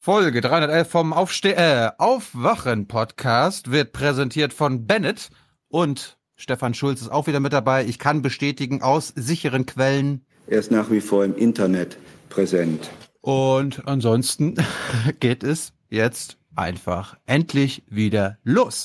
Folge 311 vom Aufwachen-Podcast wird präsentiert von Bennett und Stefan Schulz ist auch wieder mit dabei. Ich kann bestätigen, aus sicheren Quellen. Er ist nach wie vor im Internet präsent. Und ansonsten geht es jetzt einfach endlich wieder los.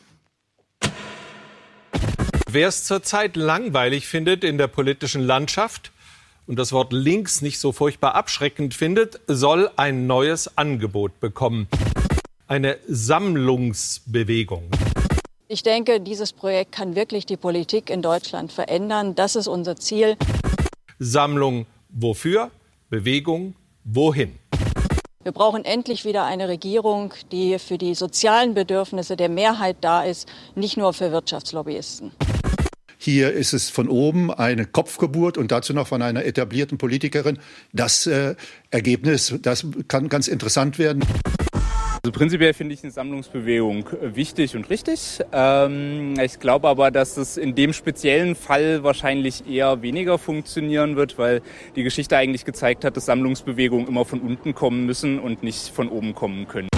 Wer es zurzeit langweilig findet in der politischen Landschaft und das Wort links nicht so furchtbar abschreckend findet, soll ein neues Angebot bekommen. Eine Sammlungsbewegung. Ich denke, dieses Projekt kann wirklich die Politik in Deutschland verändern. Das ist unser Ziel. Sammlung wofür? Bewegung wohin? Wir brauchen endlich wieder eine Regierung, die für die sozialen Bedürfnisse der Mehrheit da ist, nicht nur für Wirtschaftslobbyisten. Hier ist es von oben eine Kopfgeburt und dazu noch von einer etablierten Politikerin. Das Ergebnis, das kann ganz interessant werden. Also prinzipiell finde ich eine Sammlungsbewegung wichtig und richtig. Ich glaube aber, dass es in dem speziellen Fall wahrscheinlich eher weniger funktionieren wird, weil die Geschichte eigentlich gezeigt hat, dass Sammlungsbewegungen immer von unten kommen müssen und nicht von oben kommen können.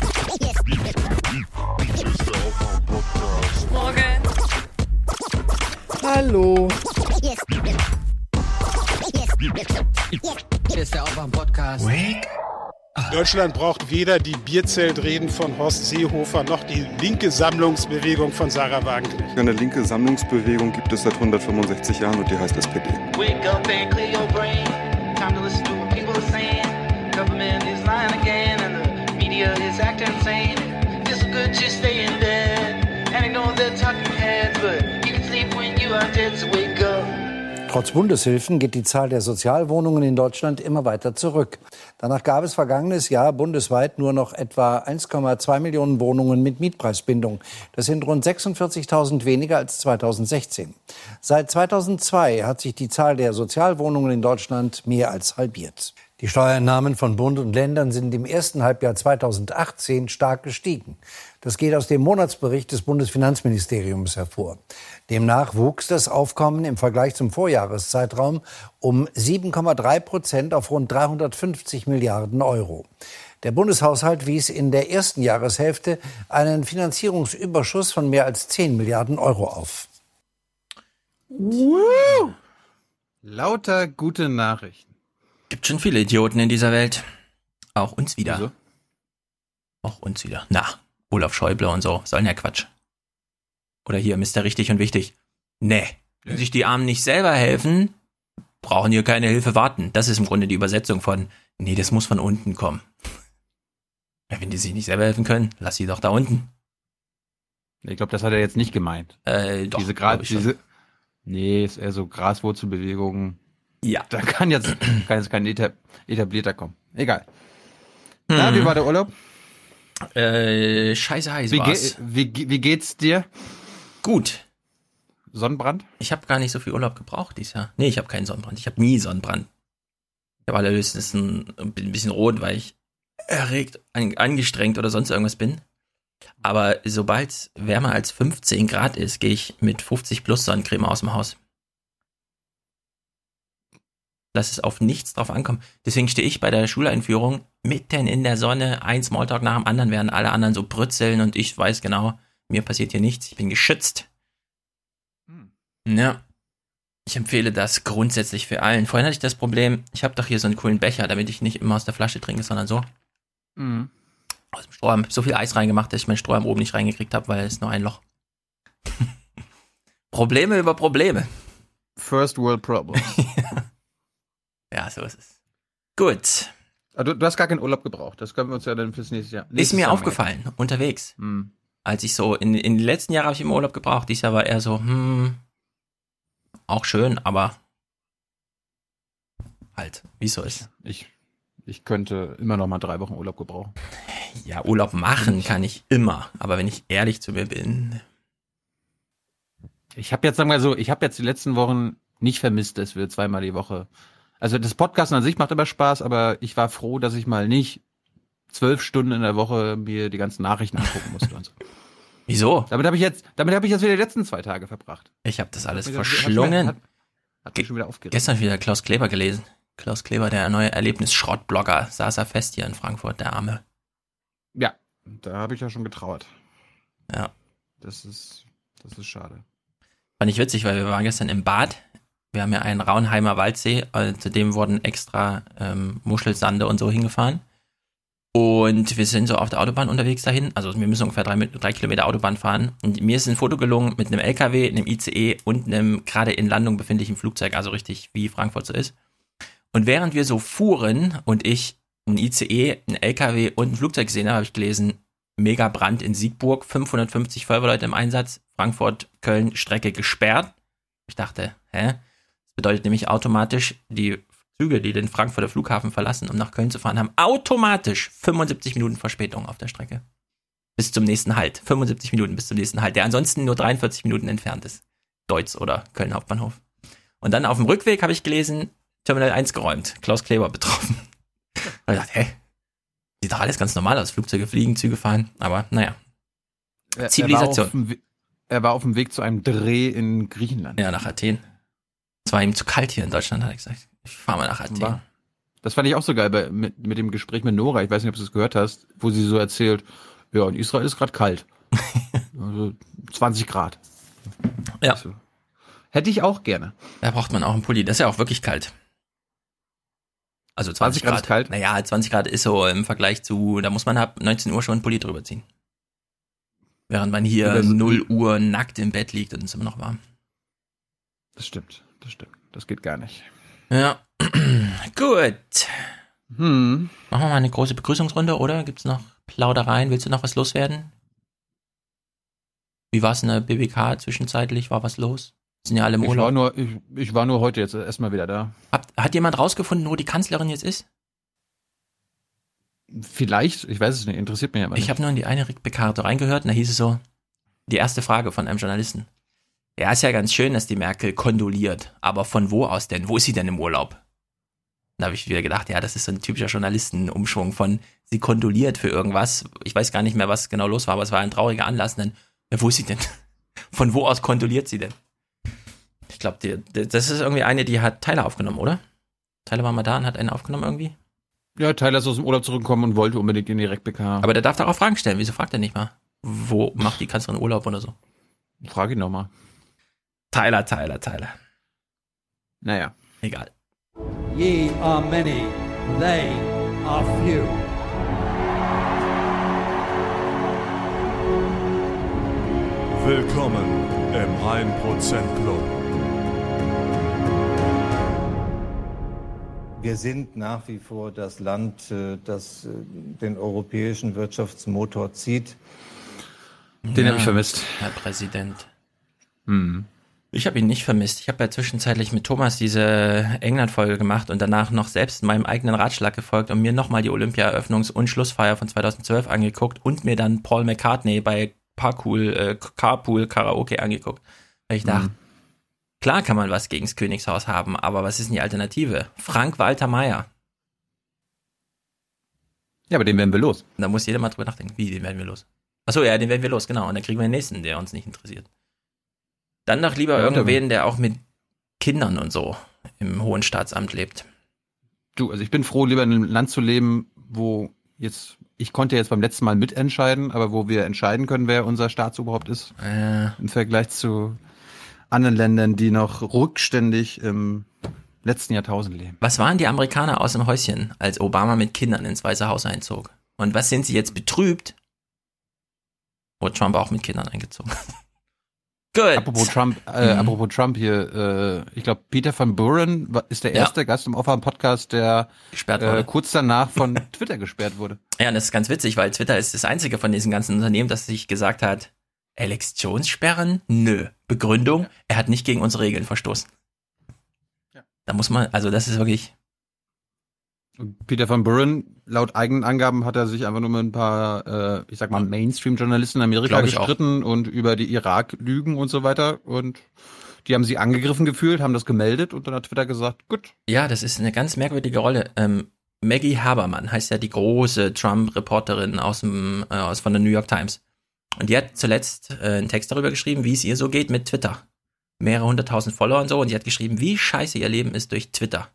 Morgen. Hallo. Hier ist der Aufwachen-Podcast. Deutschland braucht weder die Bierzeltreden von Horst Seehofer noch die linke Sammlungsbewegung von Sarah Wagenknecht. Eine linke Sammlungsbewegung gibt es seit 165 Jahren und die heißt SPD. Wake up and clear your brain. Time to listen to what people are saying. Government is lying again and the media is acting insane. It's good to stay in bed and ignore the talking heads, but you can sleep when you are dead, so wake up. Trotz Bundeshilfen geht die Zahl der Sozialwohnungen in Deutschland immer weiter zurück. Danach gab es vergangenes Jahr bundesweit nur noch etwa 1,2 Millionen Wohnungen mit Mietpreisbindung. Das sind rund 46.000 weniger als 2016. Seit 2002 hat sich die Zahl der Sozialwohnungen in Deutschland mehr als halbiert. Die Steuereinnahmen von Bund und Ländern sind im ersten Halbjahr 2018 stark gestiegen. Das geht aus dem Monatsbericht des Bundesfinanzministeriums hervor. Demnach wuchs das Aufkommen im Vergleich zum Vorjahreszeitraum um 7,3% auf rund 350 Milliarden Euro. Der Bundeshaushalt wies in der ersten Jahreshälfte einen Finanzierungsüberschuss von mehr als 10 Milliarden Euro auf. Wow. Lauter gute Nachrichten. Gibt schon viele Idioten in dieser Welt. Auch uns wieder. Wieso? Auch uns wieder. Na, Olaf Schäuble und so. Sollen ja Quatsch. Oder hier, Mr. Richtig und Wichtig. Nee. Wenn sich die Armen nicht selber helfen, brauchen hier keine Hilfe warten. Das ist im Grunde die Übersetzung von, nee, das muss von unten kommen. Ja, wenn die sich nicht selber helfen können, lass sie doch da unten. Ich glaube, das hat er jetzt nicht gemeint. Doch, Nee, ist eher so Graswurzelbewegungen. Ja. Da kann jetzt kein etablierter kommen. Egal. Na, wie war der Urlaub? Scheiße heiß war's. Wie geht's dir? Gut. Sonnenbrand? Ich habe gar nicht so viel Urlaub gebraucht dieses Jahr. Nee, ich habe keinen Sonnenbrand. Ich habe nie Sonnenbrand. Ich habe allerhöchstens ein bisschen rot, weil ich erregt, angestrengt oder sonst irgendwas bin. Aber sobald es wärmer als 15 Grad ist, gehe ich mit 50 plus Sonnencreme aus dem Haus. Lass es auf nichts drauf ankommen. Deswegen stehe ich bei der Schuleinführung mitten in der Sonne, ein Smalltalk nach dem anderen, während alle anderen so brützeln und ich weiß genau, mir passiert hier nichts, ich bin geschützt. Ja, ich empfehle das grundsätzlich für allen. Vorhin hatte ich das Problem, ich habe doch hier so einen coolen Becher, damit ich nicht immer aus der Flasche trinke, sondern so. Aus dem Strohhalm. So viel Eis reingemacht, dass ich meinen Strohhalm oben nicht reingekriegt habe, weil es nur ein Loch. Probleme über Probleme. First World Problem. Ja, so ist es. Gut. Aber du hast gar keinen Urlaub gebraucht. Das können wir uns ja dann fürs nächste Jahr. Ist mir aufgefallen, unterwegs. Als ich so, in den letzten Jahren habe ich immer Urlaub gebraucht. Dieses Jahr war eher so, auch schön, aber halt, wie es so ist. Ich könnte immer noch mal 3 Wochen Urlaub gebrauchen. Ja, Urlaub machen kann ich immer. Aber wenn ich ehrlich zu mir bin. Ich habe jetzt, sagen wir so, die letzten Wochen nicht vermisst, dass wir 2-mal die Woche. Also das Podcasten an sich macht immer Spaß, aber ich war froh, dass ich mal nicht 12 Stunden in der Woche mir die ganzen Nachrichten angucken musste und so. Wieso? Damit habe ich jetzt wieder die letzten 2 Tage verbracht. Ich habe das alles verschlungen. Hat mich schon wieder aufgeregt. Gestern wieder Klaus Kleber gelesen. Klaus Kleber, der neue Erlebnisschrottblogger, saß er fest hier in Frankfurt, der Arme. Ja, da habe ich ja schon getrauert. Ja. Das ist schade. Fand ich witzig, weil wir waren gestern im Bad. Wir haben ja einen Raunheimer Waldsee, zu dem wurden extra Muschelsande und so hingefahren. Und wir sind so auf der Autobahn unterwegs dahin. Also wir müssen ungefähr 3 Kilometer Autobahn fahren. Und mir ist ein Foto gelungen mit einem LKW, einem ICE und einem gerade in Landung befindlichen Flugzeug. Also richtig, wie Frankfurt so ist. Und während wir so fuhren und ich ein ICE, ein LKW und ein Flugzeug gesehen habe, habe ich gelesen, Megabrand in Siegburg, 550 Feuerwehrleute im Einsatz, Frankfurt-Köln Strecke gesperrt. Ich dachte, das bedeutet nämlich automatisch, die Züge, die den Frankfurter Flughafen verlassen, um nach Köln zu fahren, haben automatisch 75 Minuten Verspätung auf der Strecke. Bis zum nächsten Halt. 75 Minuten bis zum nächsten Halt, der ansonsten nur 43 Minuten entfernt ist. Deutz oder Köln Hauptbahnhof. Und dann auf dem Rückweg habe ich gelesen, Terminal 1 geräumt, Klaus Kleber betroffen. Und ich dachte, sieht doch alles ganz normal aus. Flugzeuge fliegen, Züge fahren, aber naja. Zivilisation. Er war auf dem Weg zu einem Dreh in Griechenland. Ja, nach Athen. Es war ihm zu kalt hier in Deutschland, hat er gesagt. Ich fahre mal nach Athen. Das fand ich auch so geil mit dem Gespräch mit Nora. Ich weiß nicht, ob du es gehört hast, wo sie so erzählt, ja, in Israel ist gerade kalt. Also 20 Grad. Ja. Also, hätte ich auch gerne. Da braucht man auch einen Pulli. Das ist ja auch wirklich kalt. Also 20 Grad ist kalt? Naja, 20 Grad ist so im Vergleich zu, da muss man ab 19 Uhr schon einen Pulli drüber ziehen. Während man hier 0 Uhr nackt im Bett liegt und es ist immer noch warm. Das stimmt. Das geht gar nicht. Ja, gut. Machen wir mal eine große Begrüßungsrunde, oder? Gibt's noch Plaudereien? Willst du noch was loswerden? Wie war es in der BBK zwischenzeitlich? War was los? Sind ja alle im Urlaub. Ich war nur heute jetzt erstmal wieder da. Hat jemand rausgefunden, wo die Kanzlerin jetzt ist? Vielleicht, ich weiß es nicht, interessiert mich aber nicht. Ich habe nur in die eine BBK reingehört und da hieß es so, die erste Frage von einem Journalisten. Ja, ist ja ganz schön, dass die Merkel kondoliert, aber von wo aus denn? Wo ist sie denn im Urlaub? Da habe ich wieder gedacht, ja, das ist so ein typischer Journalistenumschwung von, sie kondoliert für irgendwas. Ich weiß gar nicht mehr, was genau los war, aber es war ein trauriger Anlass. Und dann, ja, wo ist sie denn? Von wo aus kondoliert sie denn? Ich glaube, das ist irgendwie eine, die hat Tyler aufgenommen, oder? Tyler war mal da und hat einen aufgenommen irgendwie? Ja, Tyler ist aus dem Urlaub zurückgekommen und wollte unbedingt in die RecBK. Aber der darf doch auch Fragen stellen. Wieso fragt er nicht mal? Wo macht die Kanzlerin Urlaub oder so? Frag ihn nochmal. Tyler. Naja. Egal. Ye are many, they are few. Willkommen im 1% Club. Wir sind nach wie vor das Land, das den europäischen Wirtschaftsmotor zieht. Den habe ich vermisst. Herr Präsident. Ich habe ihn nicht vermisst. Ich habe ja zwischenzeitlich mit Thomas diese England-Folge gemacht und danach noch selbst meinem eigenen Ratschlag gefolgt und mir nochmal die Olympia-Eröffnungs- und Schlussfeier von 2012 angeguckt und mir dann Paul McCartney bei Carpool Karaoke angeguckt. Weil ich dachte, klar kann man was gegen das Königshaus haben, aber was ist denn die Alternative? Frank-Walter Meyer. Ja, aber den werden wir los. Da muss jeder mal drüber nachdenken. Wie, den werden wir los? Achso, ja, den werden wir los, genau. Und dann kriegen wir den nächsten, der uns nicht interessiert. Dann doch lieber irgendwen, der auch mit Kindern und so im hohen Staatsamt lebt. Du, also ich bin froh, lieber in einem Land zu leben, wo ich konnte jetzt beim letzten Mal mitentscheiden, aber wo wir entscheiden können, wer unser Staatsoberhaupt ist. Im Vergleich zu anderen Ländern, die noch rückständig im letzten Jahrtausend leben. Was waren die Amerikaner aus dem Häuschen, als Obama mit Kindern ins Weiße Haus einzog? Und was sind sie jetzt betrübt, wo Trump auch mit Kindern eingezogen ist? Gut. Apropos Trump hier, ich glaube, Peter van Buren ist der erste Gast im Aufwachen-Podcast, der gesperrt wurde. Kurz danach von Twitter gesperrt wurde. Ja, und das ist ganz witzig, weil Twitter ist das einzige von diesen ganzen Unternehmen, das sich gesagt hat, Alex Jones sperren? Nö. Begründung, er hat nicht gegen unsere Regeln verstoßen. Ja. Da muss man, also das ist wirklich... Peter van Buren, laut eigenen Angaben hat er sich einfach nur mit ein paar, ich sag mal, Mainstream-Journalisten in Amerika gestritten und über die Irak-Lügen und so weiter. Und die haben sie angegriffen gefühlt, haben das gemeldet und dann hat Twitter gesagt, gut. Ja, das ist eine ganz merkwürdige Rolle. Maggie Haberman heißt ja die große Trump-Reporterin von der New York Times. Und die hat zuletzt einen Text darüber geschrieben, wie es ihr so geht mit Twitter. Mehrere 100.000 Follower und so. Und die hat geschrieben, wie scheiße ihr Leben ist durch Twitter.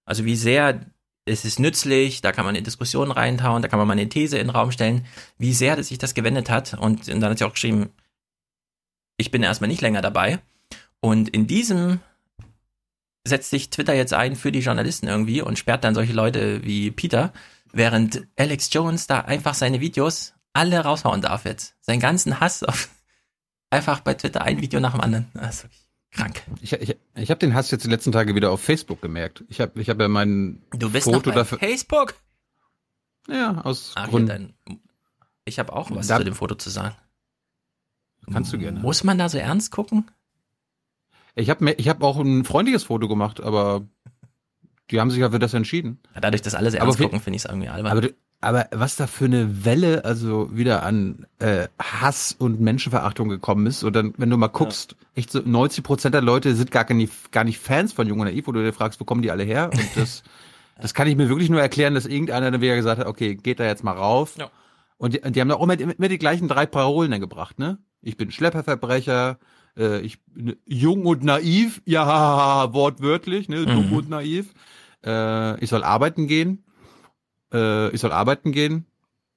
Also wie sehr es ist nützlich, da kann man in Diskussionen reinhauen, da kann man mal eine These in den Raum stellen, wie sehr sich das gewendet hat. Und dann hat sie auch geschrieben, ich bin erstmal nicht länger dabei. Und in diesem setzt sich Twitter jetzt ein für die Journalisten irgendwie und sperrt dann solche Leute wie Peter, während Alex Jones da einfach seine Videos alle raushauen darf jetzt. Seinen ganzen Hass auf einfach bei Twitter ein Video nach dem anderen. Das ist wirklich krank. Ich habe den Hass jetzt die letzten Tage wieder auf Facebook gemerkt. Ich hab ja mein Du bist Foto noch bei dafür. Facebook? Ja, aus Gründen. Dann, ich habe auch was Da- zu dem Foto zu sagen. Kannst du gerne. Muss man da so ernst gucken? Ich hab auch ein freundliches Foto gemacht, aber die haben sich ja für das entschieden. Ja, dadurch, dass alle sehr Aber ernst wie- gucken, finde ich es irgendwie albern. Aber was da für eine Welle also wieder an Hass und Menschenverachtung gekommen ist, und dann, wenn du mal guckst, echt so 90% der Leute sind gar nicht Fans von Jung und Naiv, wo du dir fragst, wo kommen die alle her? Und das kann ich mir wirklich nur erklären, dass irgendeiner dann wieder gesagt hat, okay, geht da jetzt mal rauf. Ja. Und die haben da auch immer die gleichen 3 Parolen dann gebracht, ne? Ich bin Schlepperverbrecher, ich bin jung und naiv, ja, wortwörtlich, ne? Dumm und naiv. Ich soll arbeiten gehen. Und ich soll arbeiten gehen.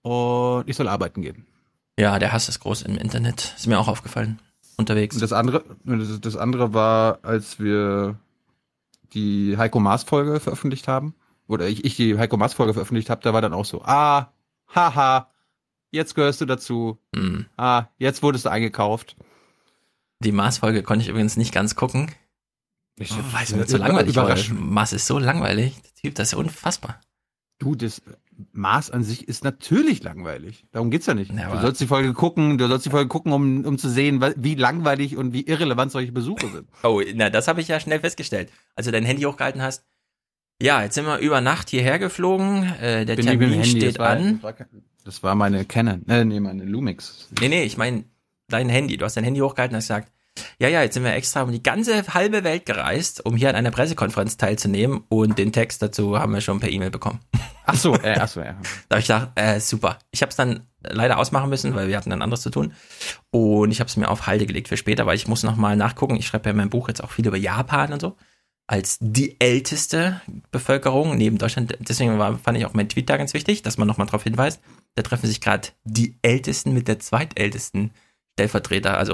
Ja, der Hass ist groß im Internet. Ist mir auch aufgefallen. Unterwegs. Und das andere war, als wir die Heiko Maas-Folge veröffentlicht haben, oder ich die Heiko Maas-Folge veröffentlicht habe, da war dann auch so, haha, jetzt gehörst du dazu. Jetzt wurdest du eingekauft. Die Maas-Folge konnte ich übrigens nicht ganz gucken. Weil es mir zu war langweilig war. überraschend. Maas ist so langweilig. Der Typ, das ist ja unfassbar. Du, das Maß an sich ist natürlich langweilig. Darum geht's ja nicht. Ja, du sollst die Folge gucken, um zu sehen, wie langweilig und wie irrelevant solche Besuche sind. Oh, na, das habe ich ja schnell festgestellt. Als du dein Handy hochgehalten hast. Ja, jetzt sind wir über Nacht hierher geflogen. Der Bin ich mit dem Termin Handy, steht an. Das war meine Canon, meine Lumix. Nee, ich meine dein Handy. Du hast dein Handy hochgehalten und hast gesagt, ja, jetzt sind wir extra um die ganze halbe Welt gereist, um hier an einer Pressekonferenz teilzunehmen, und den Text dazu haben wir schon per E-Mail bekommen. Ach so, ja. Da habe ich gedacht, super. Ich habe es dann leider ausmachen müssen, weil wir hatten dann anderes zu tun, und ich habe es mir auf Halde gelegt für später, weil ich muss nochmal nachgucken. Ich schreibe ja in meinem Buch jetzt auch viel über Japan und so, als die älteste Bevölkerung neben Deutschland. Deswegen fand ich auch mein Tweet da ganz wichtig, dass man nochmal darauf hinweist, da treffen sich gerade die Ältesten mit der zweitältesten Stellvertreter, also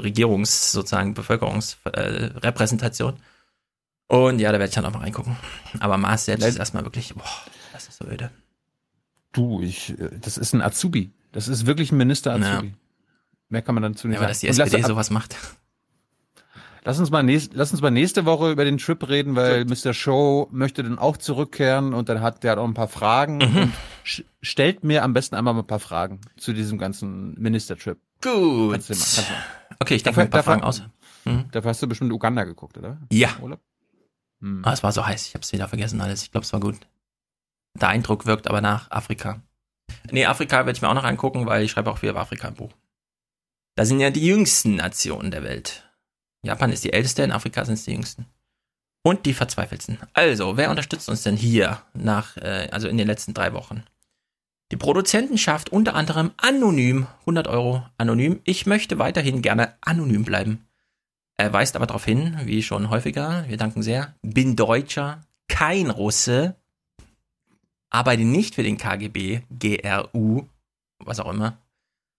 Bevölkerungsrepräsentation. Und ja, da werde ich dann auch mal reingucken. Aber Maas selbst ist erstmal wirklich, das ist so öde. Du, das ist ein Azubi. Das ist wirklich ein Minister-Azubi. Ja. Mehr kann man dazu nicht aber sagen. dass die SPD sowas macht. Lass uns mal nächste Woche über den Trip reden, weil Mr. Show möchte dann auch zurückkehren, und dann der hat auch ein paar Fragen. Und stellt mir am besten einmal mal ein paar Fragen zu diesem ganzen Minister-Trip. Gut. Kannst du mal. Okay, ich denke mir ein paar Fragen aus. Dafür hast du bestimmt Uganda geguckt, oder? Ja. Urlaub? Es war so heiß, ich habe es wieder vergessen alles. Ich glaube, es war gut. Der Eindruck wirkt aber nach Afrika. Nee, Afrika werde ich mir auch noch angucken, weil ich schreibe auch viel über Afrika im Buch. Da sind ja die jüngsten Nationen der Welt. Japan ist die älteste, in Afrika sind es die jüngsten. Und die verzweifelsten. Also, wer unterstützt uns denn hier also in den letzten 3 Wochen? Die Produzentenschaft unter anderem anonym, 100 € anonym. Ich möchte weiterhin gerne anonym bleiben. Er weist aber darauf hin, wie schon häufiger, wir danken sehr, bin Deutscher, kein Russe, arbeite nicht für den KGB, GRU, was auch immer. Oder ...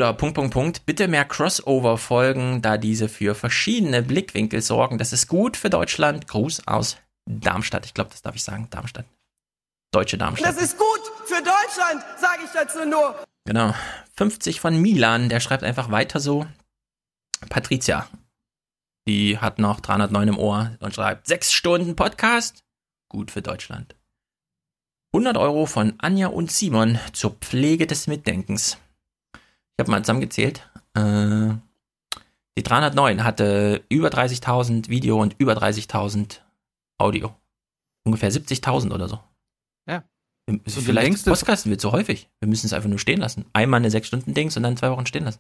bitte mehr Crossover-Folgen, da diese für verschiedene Blickwinkel sorgen. Das ist gut für Deutschland. Gruß aus Darmstadt. Ich glaube, das darf ich sagen, Darmstadt. Deutsche Darmstadt. Das ist gut für Deutschland, sage ich dazu nur. Genau. 50 von Milan, der schreibt einfach weiter so. Patricia, die hat noch 309 im Ohr und schreibt 6 Stunden Podcast. Gut für Deutschland. 100 € von Anja und Simon zur Pflege des Mitdenkens. Ich habe mal zusammengezählt. Die 309 hatte über 30.000 Video und über 30.000 Audio. Ungefähr 70.000 oder so. Ja. Vielleicht Podcasten wird so häufig. Wir müssen es einfach nur stehen lassen. Einmal eine 6-Stunden-Dings und dann 2 Wochen stehen lassen.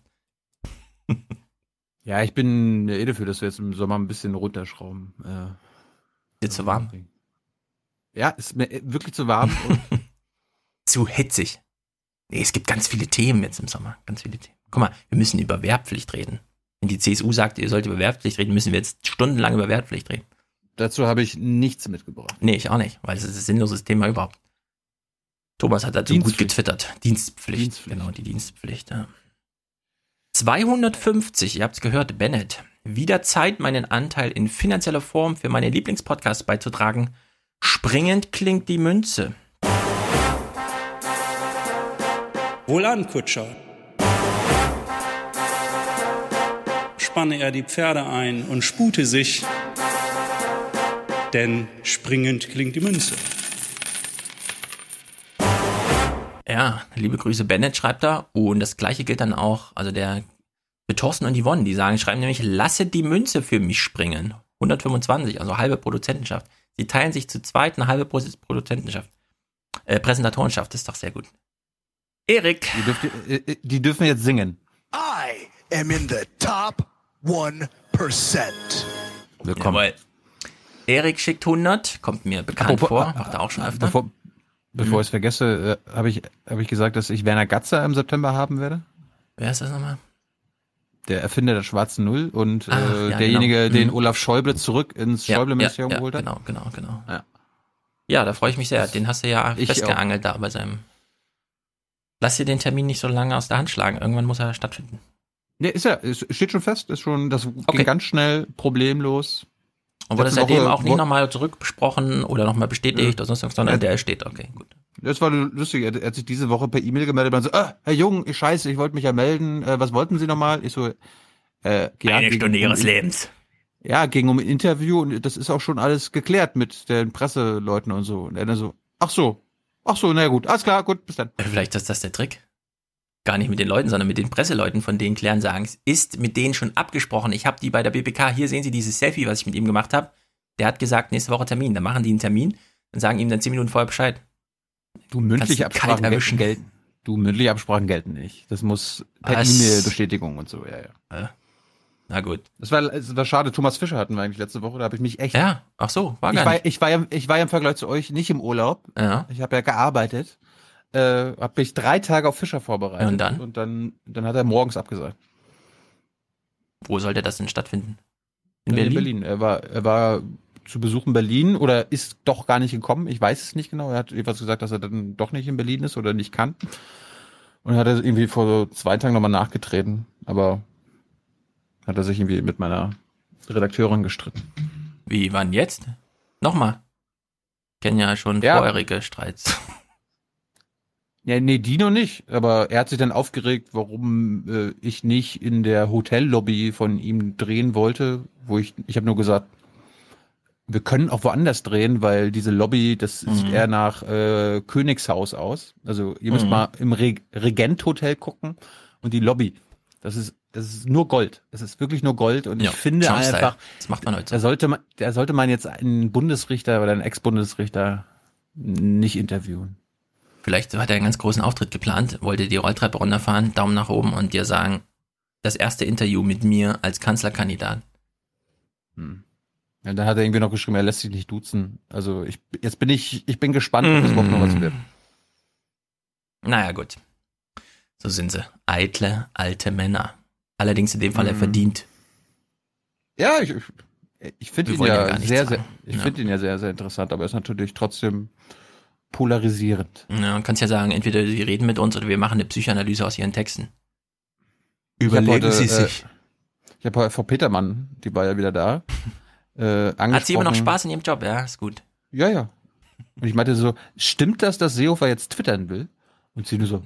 Ja, ich bin dafür, dass wir jetzt im Sommer ein bisschen runterschrauben. Ist zu warm? Ja, ist mir wirklich zu warm. Und zu hitzig. Nee, es gibt ganz viele Themen jetzt im Sommer. Ganz viele Themen. Guck mal, wir müssen über Wehrpflicht reden. Wenn die CSU sagt, ihr sollt über Wehrpflicht reden, müssen wir jetzt stundenlang über Wehrpflicht reden. Dazu habe ich nichts mitgebracht. Nee, ich auch nicht, weil es ist ein sinnloses Thema überhaupt. Thomas hat dazu gut getwittert. Dienstpflicht. Genau, die Dienstpflicht. Ja. 250, ihr habt es gehört, Bennett. Wieder Zeit, meinen Anteil in finanzieller Form für meine Lieblingspodcasts beizutragen. Springend klingt die Münze. Wohlan, Kutscher. Spanne er die Pferde ein und spute sich, denn springend klingt die Münze. Ja, liebe Grüße, Bennett schreibt da. Und das gleiche gilt dann auch, also für Thorsten und Yvonne, die schreiben nämlich, lasse die Münze für mich springen. 125, also halbe Produzentenschaft. Sie teilen sich zu zweit eine halbe Produzentenschaft. Präsentatorenschaft, das ist doch sehr gut. Erik. Die dürfen jetzt singen. I am in the top 1%. Willkommen. Jawohl. Erik schickt 100, kommt mir bekannt vor, macht er auch schon öfter. Bevor ich es vergesse, habe ich gesagt, dass ich Werner Gatzer im September haben werde? Wer ist das nochmal? Der Erfinder der Schwarzen Null und derjenige, den Olaf Schäuble zurück ins Schäuble-Ministerium geholt hat. Genau. Ja, da freue ich mich sehr. Den hast du ja festgeangelt da bei seinem... Lass dir den Termin nicht so lange aus der Hand schlagen. Irgendwann muss er stattfinden. Nee, es steht schon fest. Das ging ganz schnell, problemlos. Und wurde seitdem auch nicht nochmal zurückbesprochen oder nochmal bestätigt oder sonst was, sondern der steht, okay, gut. Das war lustig, er hat sich diese Woche per E-Mail gemeldet und so, Herr Jung, ich wollte mich ja melden, was wollten Sie nochmal? Ich so, eine Stunde Ihres Lebens. Ja, ging um ein Interview und das ist auch schon alles geklärt mit den Presseleuten und so. Und er dann so, ach so, na gut, alles klar, gut, bis dann. Vielleicht ist das der Trick. Gar nicht mit den Leuten, sondern mit den Presseleuten, von denen klären, sagen, es ist mit denen schon abgesprochen. Ich habe die bei der BPK, hier sehen Sie dieses Selfie, was ich mit ihm gemacht habe. Der hat gesagt, nächste Woche Termin. Dann machen die einen Termin und sagen ihm dann 10 Minuten vorher Bescheid. Mündliche Absprachen gelten nicht. Das muss per E-Mail-Bestätigung und so, ja. Na gut. Es war schade, Thomas Fischer hatten wir eigentlich letzte Woche, da habe ich mich echt... Ja, ach so, war gar nicht. Ich war ja im Vergleich zu euch nicht im Urlaub. Ja. Ich habe ja gearbeitet. Habe mich 3 Tage auf Fischer vorbereitet. Und dann? Und dann hat er morgens abgesagt. Wo sollte das denn stattfinden? In Berlin. Er war zu Besuch in Berlin oder ist doch gar nicht gekommen. Ich weiß es nicht genau. Er hat jedenfalls gesagt, dass er dann doch nicht in Berlin ist oder nicht kann. Und hat er irgendwie vor 2 Tagen nochmal nachgetreten. Aber hat er sich irgendwie mit meiner Redakteurin gestritten. Wie, wann jetzt? Nochmal. Kennen ja schon vorherige Streits. Ja, nee, die noch nicht. Aber er hat sich dann aufgeregt, warum ich nicht in der Hotellobby von ihm drehen wollte, wo ich habe nur gesagt, wir können auch woanders drehen, weil diese Lobby, das sieht eher nach Königshaus aus. Also ihr müsst mal im Regent-Hotel gucken und die Lobby, das ist nur Gold. Es ist wirklich nur Gold und ich finde einfach, das macht man heute. Da sollte man jetzt einen Bundesrichter oder einen Ex-Bundesrichter nicht interviewen. Vielleicht hat er einen ganz großen Auftritt geplant, wollte die Rolltreppe runterfahren, Daumen nach oben und dir sagen, das erste Interview mit mir als Kanzlerkandidat. Ja, dann hat er irgendwie noch geschrieben, er lässt sich nicht duzen. Also ich bin gespannt, ob das überhaupt noch was wird. Naja, gut. So sind sie. Eitle, alte Männer. Allerdings in dem Fall er verdient. Ja, ich finde ihn ja finde ihn ja sehr, sehr interessant, aber er ist natürlich trotzdem polarisierend. Ja, man kann ja sagen, entweder sie reden mit uns oder wir machen eine Psychoanalyse aus ihren Texten. Überlegen Sie sich. Ich habe Frau Petermann, die war ja wieder da, angesprochen. Hat sie immer noch Spaß in ihrem Job? Ja, ist gut. Ja. Und ich meinte so, stimmt das, dass Seehofer jetzt twittern will? Und sie nur so,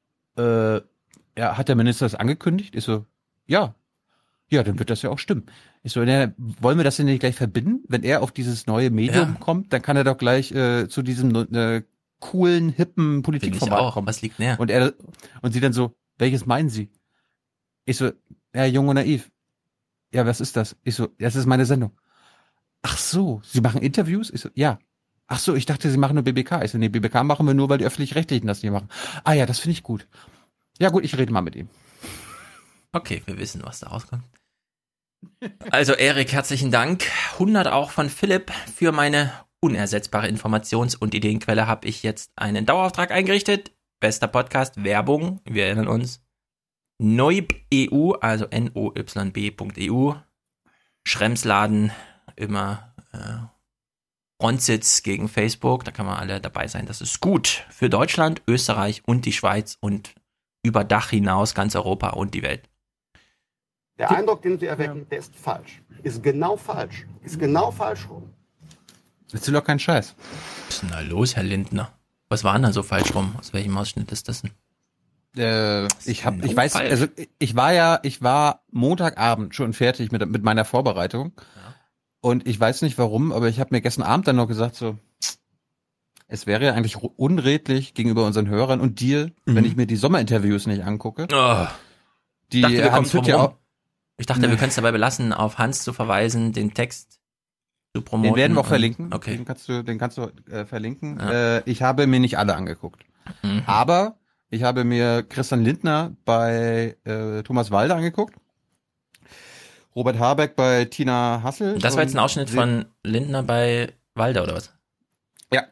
hat der Minister das angekündigt? Ich so, ja. Ja, dann wird das ja auch stimmen. Ich so, wollen wir das denn nicht gleich verbinden? Wenn er auf dieses neue Medium kommt, dann kann er doch gleich zu diesem coolen, hippen Politikformat kommen. Was liegt näher? Und sie dann so, welches meinen Sie? Ich so, ja, Jung und Naiv. Ja, was ist das? Ich so, das ist meine Sendung. Ach so, Sie machen Interviews? Ich so, ja. Ach so, ich dachte, Sie machen nur BBK. Ich so, nee, BBK machen wir nur, weil die Öffentlich-Rechtlichen das nicht machen. Ah ja, das finde ich gut. Ja gut, ich rede mal mit ihm. Okay, wir wissen, was da rauskommt. Also Erik, herzlichen Dank. 100 auch von Philipp. Für meine unersetzbare Informations- und Ideenquelle habe ich jetzt einen Dauerauftrag eingerichtet. Bester Podcast, Werbung, wir erinnern uns. Noyb.eu, also noyb.eu. Schremsladen, immer Frontsitz gegen Facebook. Da kann man alle dabei sein. Das ist gut für Deutschland, Österreich und die Schweiz und über Dach hinaus ganz Europa und die Welt. Der Eindruck, den Sie erwecken, der ist falsch. Ist genau falsch. Ist genau falsch rum. Das ist doch kein Scheiß. Was ist denn da los, Herr Lindner? Was war denn da so falsch rum? Aus welchem Ausschnitt ist das denn? Ich war Montagabend schon fertig mit meiner Vorbereitung. Ja. Und ich weiß nicht warum, aber ich habe mir gestern Abend dann noch gesagt, so, es wäre ja eigentlich unredlich gegenüber unseren Hörern und dir, wenn ich mir die Sommerinterviews nicht angucke. Oh. Die Hans Hütt ja auch. Ich dachte, wir können es dabei belassen, auf Hans zu verweisen, den Text zu promoten. Den werden wir auch verlinken. Okay. Den kannst du verlinken. Ja. Ich habe mir nicht alle angeguckt. Aber ich habe mir Christian Lindner bei Thomas Walde angeguckt. Robert Habeck bei Tina Hassel. Das war jetzt ein Ausschnitt von Lindner bei Walde, oder was? Ja.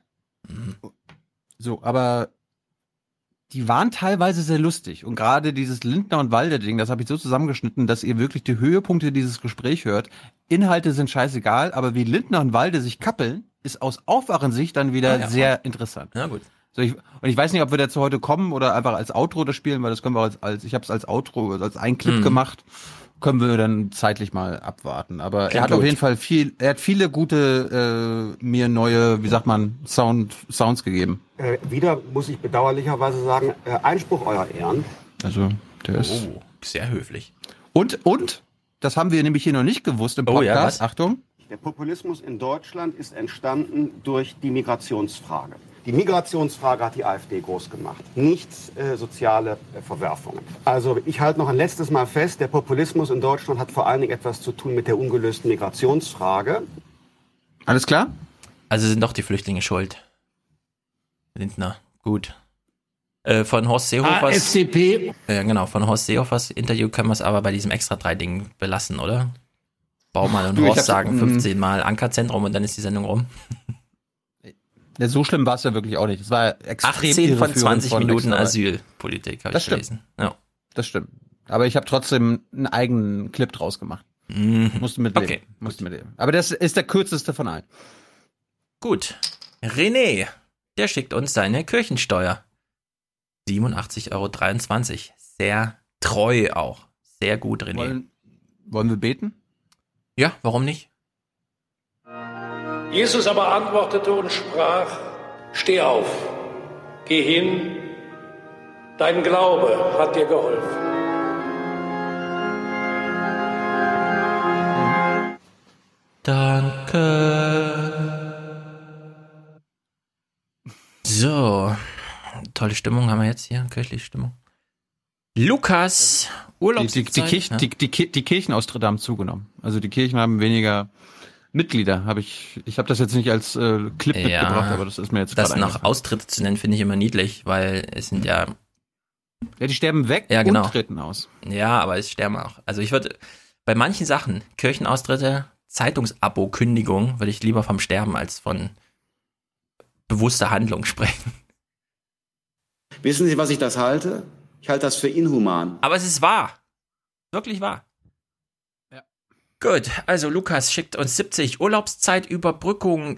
So, aber die waren teilweise sehr lustig. Und gerade dieses Lindner und Walde-Ding, das habe ich so zusammengeschnitten, dass ihr wirklich die Höhepunkte dieses Gespräch hört. Inhalte sind scheißegal, aber wie Lindner und Walde sich kappeln, ist aus Aufwachensicht dann wieder sehr interessant. Ja, gut. So, und ich weiß nicht, ob wir dazu heute kommen oder einfach als Outro das spielen, weil das können wir ich habe es als Outro, als einen Clip gemacht. Können wir dann zeitlich mal abwarten. Aber Klingt er hat gut. auf jeden Fall viele gute, mir neue, wie sagt man, Sounds gegeben. Wieder muss ich bedauerlicherweise sagen, Einspruch euer Ehren. Also, der ist sehr höflich. Und, das haben wir nämlich hier noch nicht gewusst im Podcast. Ja, Achtung. Der Populismus in Deutschland ist entstanden durch die Migrationsfrage. Die Migrationsfrage hat die AfD groß gemacht, nicht soziale Verwerfungen. Also ich halte noch ein letztes Mal fest, der Populismus in Deutschland hat vor allen Dingen etwas zu tun mit der ungelösten Migrationsfrage. Alles klar? Also sind doch die Flüchtlinge schuld. Lindner, gut. Von Horst Seehofers... FDP. Ja, genau, von Horst Seehofers Interview können wir es aber bei diesem Extra-3-Ding belassen, oder? Baumann und Horst sagen 15 Mal Ankerzentrum und dann ist die Sendung rum. Ja, so schlimm war es ja wirklich auch nicht. Es war extrem 18 von 20 Minuten extra. Asylpolitik, habe ich gelesen. Ja. Das stimmt. Aber ich habe trotzdem einen eigenen Clip draus gemacht. Musste mitleben. Okay. Aber das ist der kürzeste von allen. René, der schickt uns seine Kirchensteuer. 87,23 €. Sehr treu auch. Sehr gut, René. Wollen wir beten? Ja, warum nicht? Jesus aber antwortete und sprach, steh auf, geh hin, dein Glaube hat dir geholfen. Danke. So, tolle Stimmung haben wir jetzt hier, kirchliche Stimmung. Lukas, Urlaubszeit. Die Kirchenaustritte haben zugenommen. Also die Kirchen haben weniger Mitglieder. Ich habe das jetzt nicht als Clip mitgebracht, aber das ist mir jetzt gerade eingefallen. Das noch Austritte zu nennen, finde ich immer niedlich, weil es sind ja... Ja, die sterben weg und treten aus. Ja, aber es sterben auch. Also ich würde bei manchen Sachen, Kirchenaustritte, Zeitungsabo-Kündigung, würde ich lieber vom Sterben als von bewusster Handlung sprechen. Wissen Sie, was ich das halte? Ich halte das für inhuman. Aber es ist wahr. Wirklich wahr. Ja. Gut, also Lukas schickt uns 70 Urlaubszeitüberbrückung.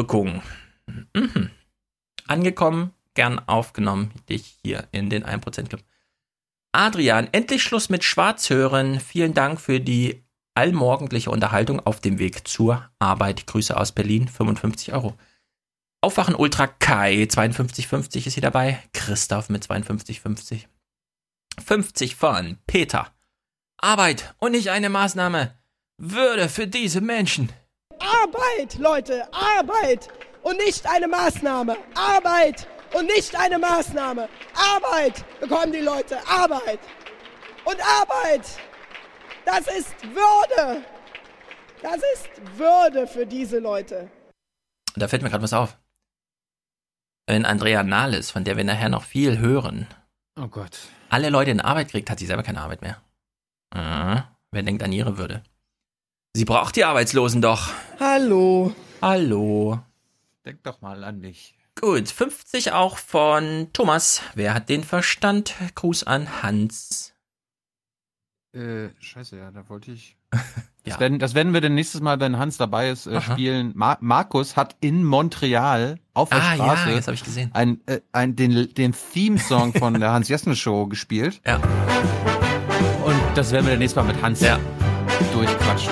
Angekommen, gern aufgenommen, dich hier in den 1% Club. Adrian, endlich Schluss mit Schwarzhören. Vielen Dank für die allmorgendliche Unterhaltung auf dem Weg zur Arbeit. Grüße aus Berlin, 55 €. Aufwachen Ultra Kai, 52,50 ist hier dabei. Christoph mit 52,50. 50 von Peter. Arbeit und nicht eine Maßnahme. Würde für diese Menschen. Arbeit, Leute, Arbeit und nicht eine Maßnahme. Arbeit und nicht eine Maßnahme. Arbeit bekommen die Leute, Arbeit. Und Arbeit, das ist Würde. Das ist Würde für diese Leute. Da fällt mir gerade was auf. Wenn Andrea Nahles, von der wir nachher noch viel hören, oh Gott, alle Leute in Arbeit kriegt, hat sie selber keine Arbeit mehr. Wer denkt an ihre Würde? Sie braucht die Arbeitslosen doch. Hallo. Denk doch mal an mich. Gut, 50 auch von Thomas. Wer hat den Verstand? Gruß an Hans. Scheiße, ja, da wollte ich. Das werden wir dann nächstes Mal, wenn Hans dabei ist, spielen. Markus hat in Montreal auf der Straße das habe ich gesehen. Den Theme-Song von der Hans-Jessen-Show gespielt. Ja. Und das werden wir dann nächstes Mal mit Hans durchquatschen.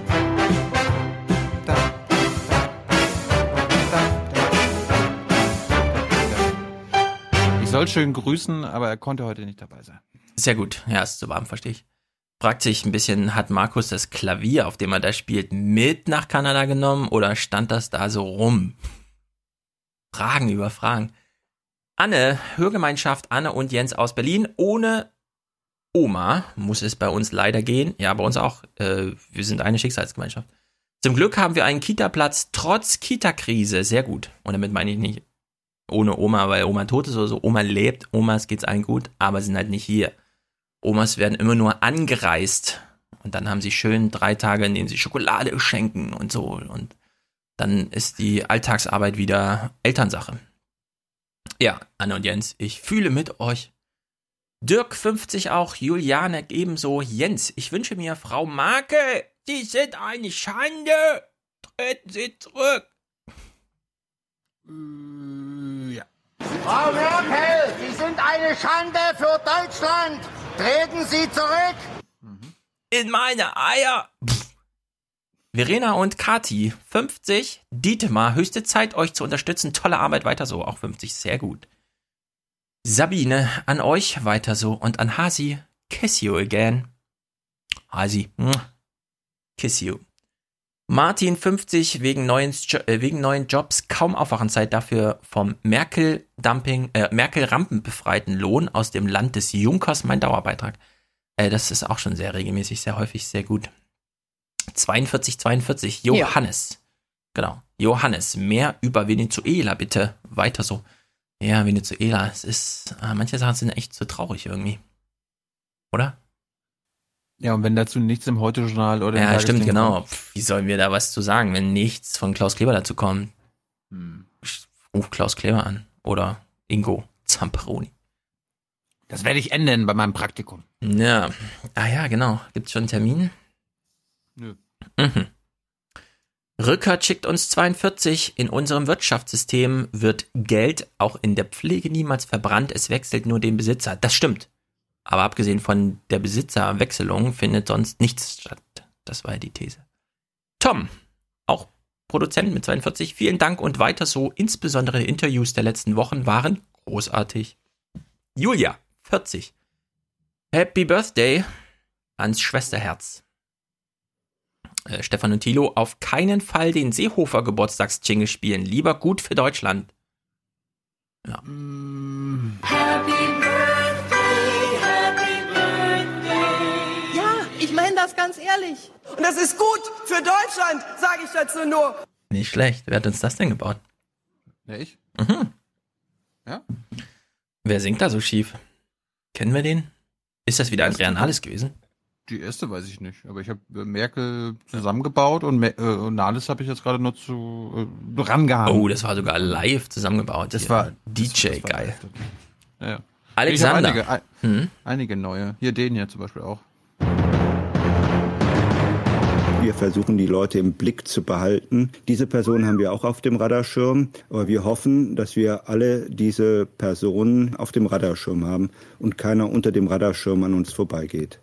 Ich soll schön grüßen, aber er konnte heute nicht dabei sein. Sehr gut. Ja, ist so warm, verstehe ich. Fragt sich ein bisschen, hat Markus das Klavier, auf dem er da spielt, mit nach Kanada genommen oder stand das da so rum? Fragen über Fragen. Anne, Hörgemeinschaft Anne und Jens aus Berlin. Ohne Oma muss es bei uns leider gehen. Ja, bei uns auch. Wir sind eine Schicksalsgemeinschaft. Zum Glück haben wir einen Kita-Platz trotz Kita-Krise. Sehr gut. Und damit meine ich nicht ohne Oma, weil Oma tot ist oder so. Oma lebt, Omas geht's allen gut, aber sind halt nicht hier. Omas werden immer nur angereist und dann haben sie schön 3 Tage, in denen sie Schokolade schenken und so und dann ist die Alltagsarbeit wieder Elternsache. Ja, Anne und Jens, ich fühle mit euch. Dirk 50 auch, Juliane ebenso, Jens, ich wünsche mir Frau Marke, Sie sind eine Schande, treten Sie zurück. Ja. Frau Merkel, Sie sind eine Schande für Deutschland. Treten Sie zurück. In meine Eier. Verena und Kati, 50. Dietmar, höchste Zeit, euch zu unterstützen. Tolle Arbeit, weiter so. Auch 50, sehr gut. Sabine, an euch, weiter so. Und an Hasi, kiss you again. Hasi, kiss you. Martin 50 wegen neuen Jobs, kaum Aufwachenzeit dafür vom Merkel-Rampen befreiten Lohn aus dem Land des Junkers, mein Dauerbeitrag. Das ist auch schon sehr regelmäßig, sehr häufig, sehr gut. 42, Johannes. Ja. Genau. Johannes, mehr über Venezuela, bitte. Weiter so. Ja, Venezuela, es ist, manche Sachen sind echt so traurig irgendwie. Oder? Ja, und wenn dazu nichts im Heute-Journal oder im Ja, stimmt, genau. kommt. Wie sollen wir da was zu sagen, wenn nichts von Klaus Kleber dazu kommt? Ich ruf Klaus Kleber an. Oder Ingo Zamperoni. Das werde ich ändern bei meinem Praktikum. Ja. Ah ja, genau. Gibt's schon einen Termin? Nö. Mhm. Rückert schickt uns 42. In unserem Wirtschaftssystem wird Geld auch in der Pflege niemals verbrannt. Es wechselt nur den Besitzer. Das stimmt. Aber abgesehen von der Besitzerwechselung findet sonst nichts statt. Das war ja die These. Tom, auch Produzent mit 42. Vielen Dank und weiter so. Insbesondere die Interviews der letzten Wochen waren großartig. Julia, 40. Happy Birthday ans Schwesterherz. Stefan und Thilo, auf keinen Fall den Seehofer Geburtstagsjingle spielen. Lieber gut für Deutschland. Ja. Happy Birthday, Happy Birthday. Ja, ich meine das ganz ehrlich. Und das ist gut für Deutschland, sage ich dazu nur. Nicht schlecht. Wer hat uns das denn gebaut? Ja, ich. Mhm. Ja. Wer singt da so schief? Kennen wir den? Ist das wieder Andrea Nahles gewesen? Die erste weiß ich nicht, aber ich habe Merkel zusammengebaut und Nahles habe ich jetzt gerade nur rangehangen. Oh, das war sogar live zusammengebaut. Das hier. war DJ, geil. Ja. Alexander. Ich hab einige neue. Hier den hier zum Beispiel auch. Wir versuchen, die Leute im Blick zu behalten. Diese Person haben wir auch auf dem Radarschirm. Aber wir hoffen, dass wir alle diese Personen auf dem Radarschirm haben und keiner unter dem Radarschirm an uns vorbeigeht.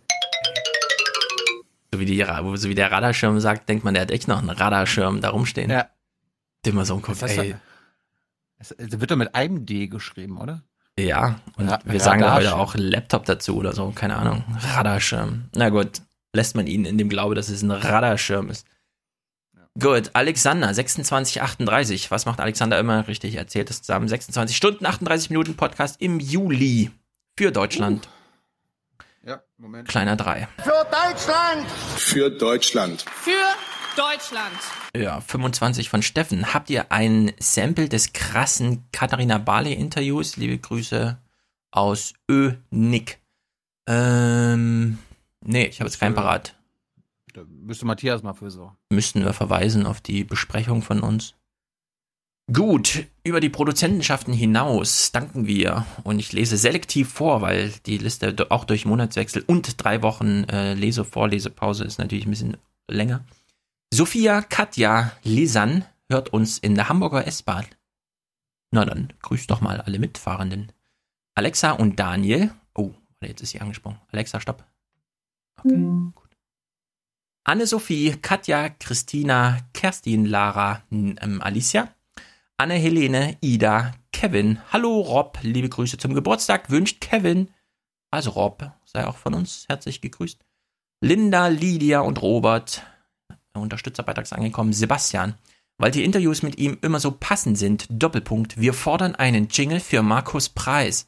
So wie der Radarschirm sagt, denkt man, der hat echt noch einen Radarschirm da rumstehen. Ja. Den man so guckt, ey. Es wird doch mit einem D geschrieben, oder? Ja, und wir sagen da heute auch Laptop dazu oder so, keine Ahnung. Radarschirm. Na gut, lässt man ihn in dem Glaube, dass es ein Radarschirm ist. Ja. Gut, Alexander, 26:38. Was macht Alexander immer? Richtig, erzählt es zusammen. 26 Stunden, 38 Minuten Podcast im Juli für Deutschland. Ja, Moment. Kleiner 3. Für Deutschland. Für Deutschland. Für Deutschland. Ja, 25 von Steffen. Habt ihr ein Sample des krassen Katharina Barley-Interviews? Liebe Grüße aus Nick. Nee, ich habe jetzt keinen parat. Da müsste Matthias mal für so. Müssten wir verweisen auf die Besprechung von uns. Gut, über die Produzentenschaften hinaus danken wir, und ich lese selektiv vor, weil die Liste auch durch Monatswechsel und 3 Wochen Vorlesepause ist natürlich ein bisschen länger. Sophia Katja Lisan hört uns in der Hamburger S-Bahn. Na dann, grüßt doch mal alle Mitfahrenden. Alexa und Daniel. Oh, jetzt ist sie angesprungen. Alexa, stopp. Okay, gut. Anne-Sophie, Katja, Christina, Kerstin, Lara, Alicia, Anne-Helene, Ida, Kevin. Hallo Rob, liebe Grüße zum Geburtstag, wünscht Kevin. Also Rob, sei auch von uns herzlich gegrüßt. Linda, Lydia und Robert. Unterstützerbeitrags angekommen. Sebastian. Weil die Interviews mit ihm immer so passend sind. Doppelpunkt. Wir fordern einen Jingle für Markus Preis.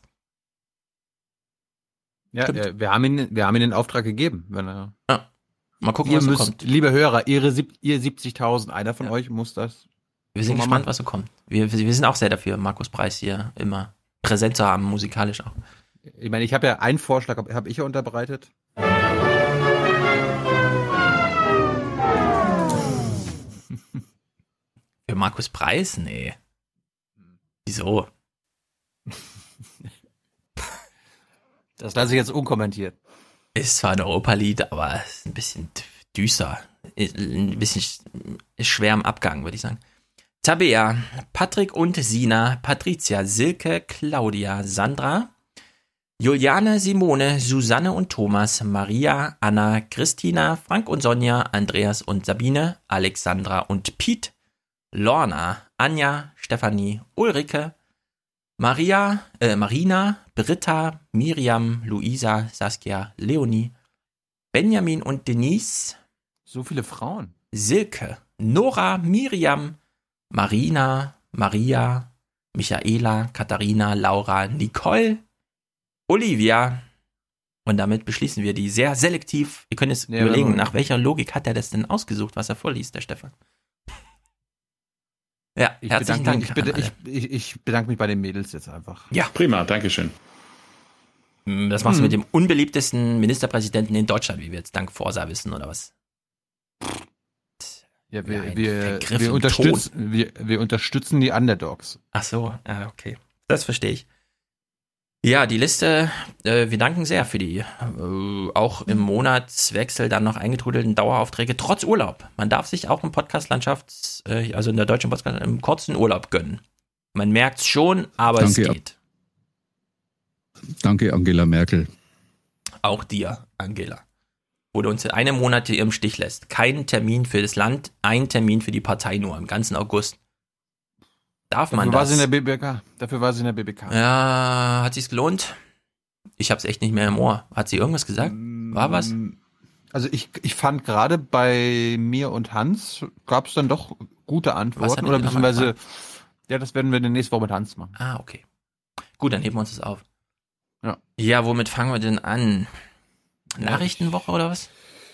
Ja, wir haben ihn den Auftrag gegeben. Wenn er mal gucken, was so kommt. Liebe Hörer, ihr 70.000, einer von euch muss das. Wir sind gespannt, was so kommt. Wir sind auch sehr dafür, Markus Preis hier immer präsent zu haben, musikalisch auch. Ich meine, ich habe ja einen Vorschlag, habe ich ja unterbreitet. Für Markus Preis? Nee. Wieso? Das lasse ich jetzt unkommentiert. Ist zwar ein Europa-Lied, aber ist ein bisschen düster. Ein bisschen schwer am Abgang, würde ich sagen. Tabea, Patrick und Sina, Patricia, Silke, Claudia, Sandra, Juliane, Simone, Susanne und Thomas, Maria, Anna, Christina, Frank und Sonja, Andreas und Sabine, Alexandra und Piet, Lorna, Anja, Stefanie, Ulrike, Marina, Britta, Miriam, Luisa, Saskia, Leonie, Benjamin und Denise. So viele Frauen. Silke, Nora, Miriam, Marina, Maria, Michaela, Katharina, Laura, Nicole, Olivia. Und damit beschließen wir die sehr selektiv. Ihr könnt jetzt überlegen, nach welcher Logik hat er das denn ausgesucht, was er vorliest, der Stefan. Ja, herzlichen Dank. Ich bedanke mich bei den Mädels jetzt einfach. Ja. Prima, dankeschön. Das machst du mit dem unbeliebtesten Ministerpräsidenten in Deutschland, wie wir jetzt dank Forsa wissen, oder was? Ja, wir unterstützen die Underdogs. Ach so, okay. Das verstehe ich. Ja, die Liste, wir danken sehr für die auch im Monatswechsel dann noch eingetrudelten Daueraufträge, trotz Urlaub. Man darf sich auch im Podcast-Landschaft, also in der deutschen Podcast, im kurzen Urlaub gönnen. Man merkt es schon, aber es geht. Danke, Angela Merkel. Auch dir, Angela. Wo du uns in einem Monat hier im Stich lässt. Kein Termin für das Land, ein Termin für die Partei nur im ganzen August. Darf man das? Dafür war sie in der BBK. Ja, hat sich's gelohnt? Ich hab's echt nicht mehr im Ohr. Hat sie irgendwas gesagt? War was? Also ich fand gerade bei mir und Hans gab es dann doch gute Antworten. Oder beziehungsweise, ja, das werden wir in der nächsten Woche mit Hans machen. Ah, okay. Gut, dann heben wir uns das auf. Ja. Ja, womit fangen wir denn an? Nachrichtenwoche oder was?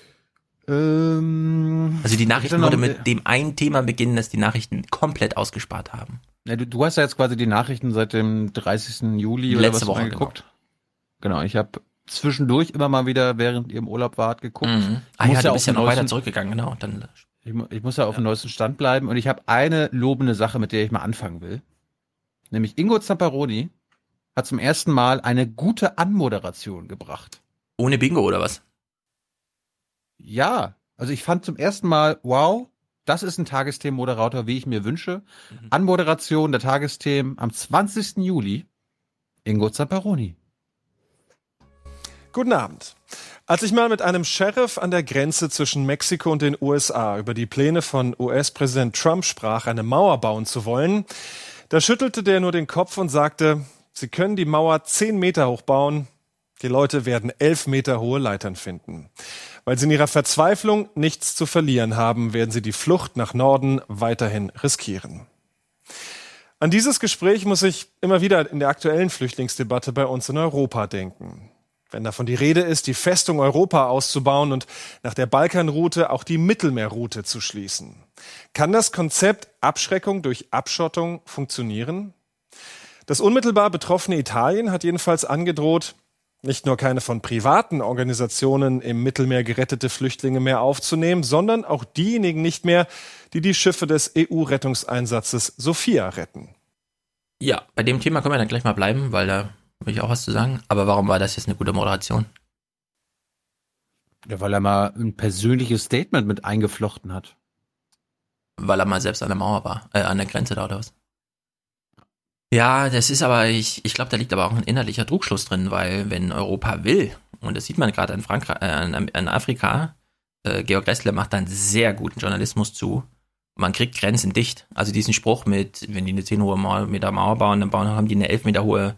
Also die Nachrichten würde mit dem einen Thema beginnen, das die Nachrichten komplett ausgespart haben. Ja, du hast ja jetzt quasi die Nachrichten seit dem 30. Juli oder letzte was Woche geguckt. Genau, ich habe zwischendurch immer mal wieder, während ihr im Urlaub wart, geguckt. Mhm. Du bist ja noch weiter zurückgegangen, genau. Dann ich muss ja auf dem neuesten Stand bleiben und ich habe eine lobende Sache, mit der ich mal anfangen will. Nämlich Ingo Zamperoni hat zum ersten Mal eine gute Anmoderation gebracht. Ohne Bingo oder was? Ja, also ich fand zum ersten Mal, wow, das ist ein Tagesthemenmoderator, wie ich mir wünsche. Anmoderation der Tagesthemen am 20. Juli, Ingo Zamperoni. Guten Abend. Als ich mal mit einem Sheriff an der Grenze zwischen Mexiko und den USA über die Pläne von US-Präsident Trump sprach, eine Mauer bauen zu wollen, da schüttelte der nur den Kopf und sagte, Sie können die Mauer 10 Meter hoch bauen, die Leute werden 11 Meter hohe Leitern finden. Weil sie in ihrer Verzweiflung nichts zu verlieren haben, werden sie die Flucht nach Norden weiterhin riskieren. An dieses Gespräch muss ich immer wieder in der aktuellen Flüchtlingsdebatte bei uns in Europa denken. Wenn davon die Rede ist, die Festung Europa auszubauen und nach der Balkanroute auch die Mittelmeerroute zu schließen. Kann das Konzept Abschreckung durch Abschottung funktionieren? Das unmittelbar betroffene Italien hat jedenfalls angedroht, Nicht nur keine von privaten Organisationen im Mittelmeer gerettete Flüchtlinge mehr aufzunehmen, sondern auch diejenigen nicht mehr, die die Schiffe des EU-Rettungseinsatzes Sophia retten. Ja, bei dem Thema können wir dann gleich mal bleiben, weil da will ich auch was zu sagen. Aber warum war das jetzt eine gute Moderation? Ja, weil er mal ein persönliches Statement mit eingeflochten hat. Weil er mal selbst an der Mauer war, an der Grenze da oder was? Ja, das ist aber, ich glaube, da liegt aber auch ein inhaltlicher Trugschluss drin, weil wenn Europa will, und das sieht man gerade in Frankreich, in Afrika, Georg Ressler macht da einen sehr guten Journalismus zu. Man kriegt Grenzen dicht. Also diesen Spruch mit, wenn die eine 10 Meter Mauer bauen, dann haben die eine 11 Meter hohe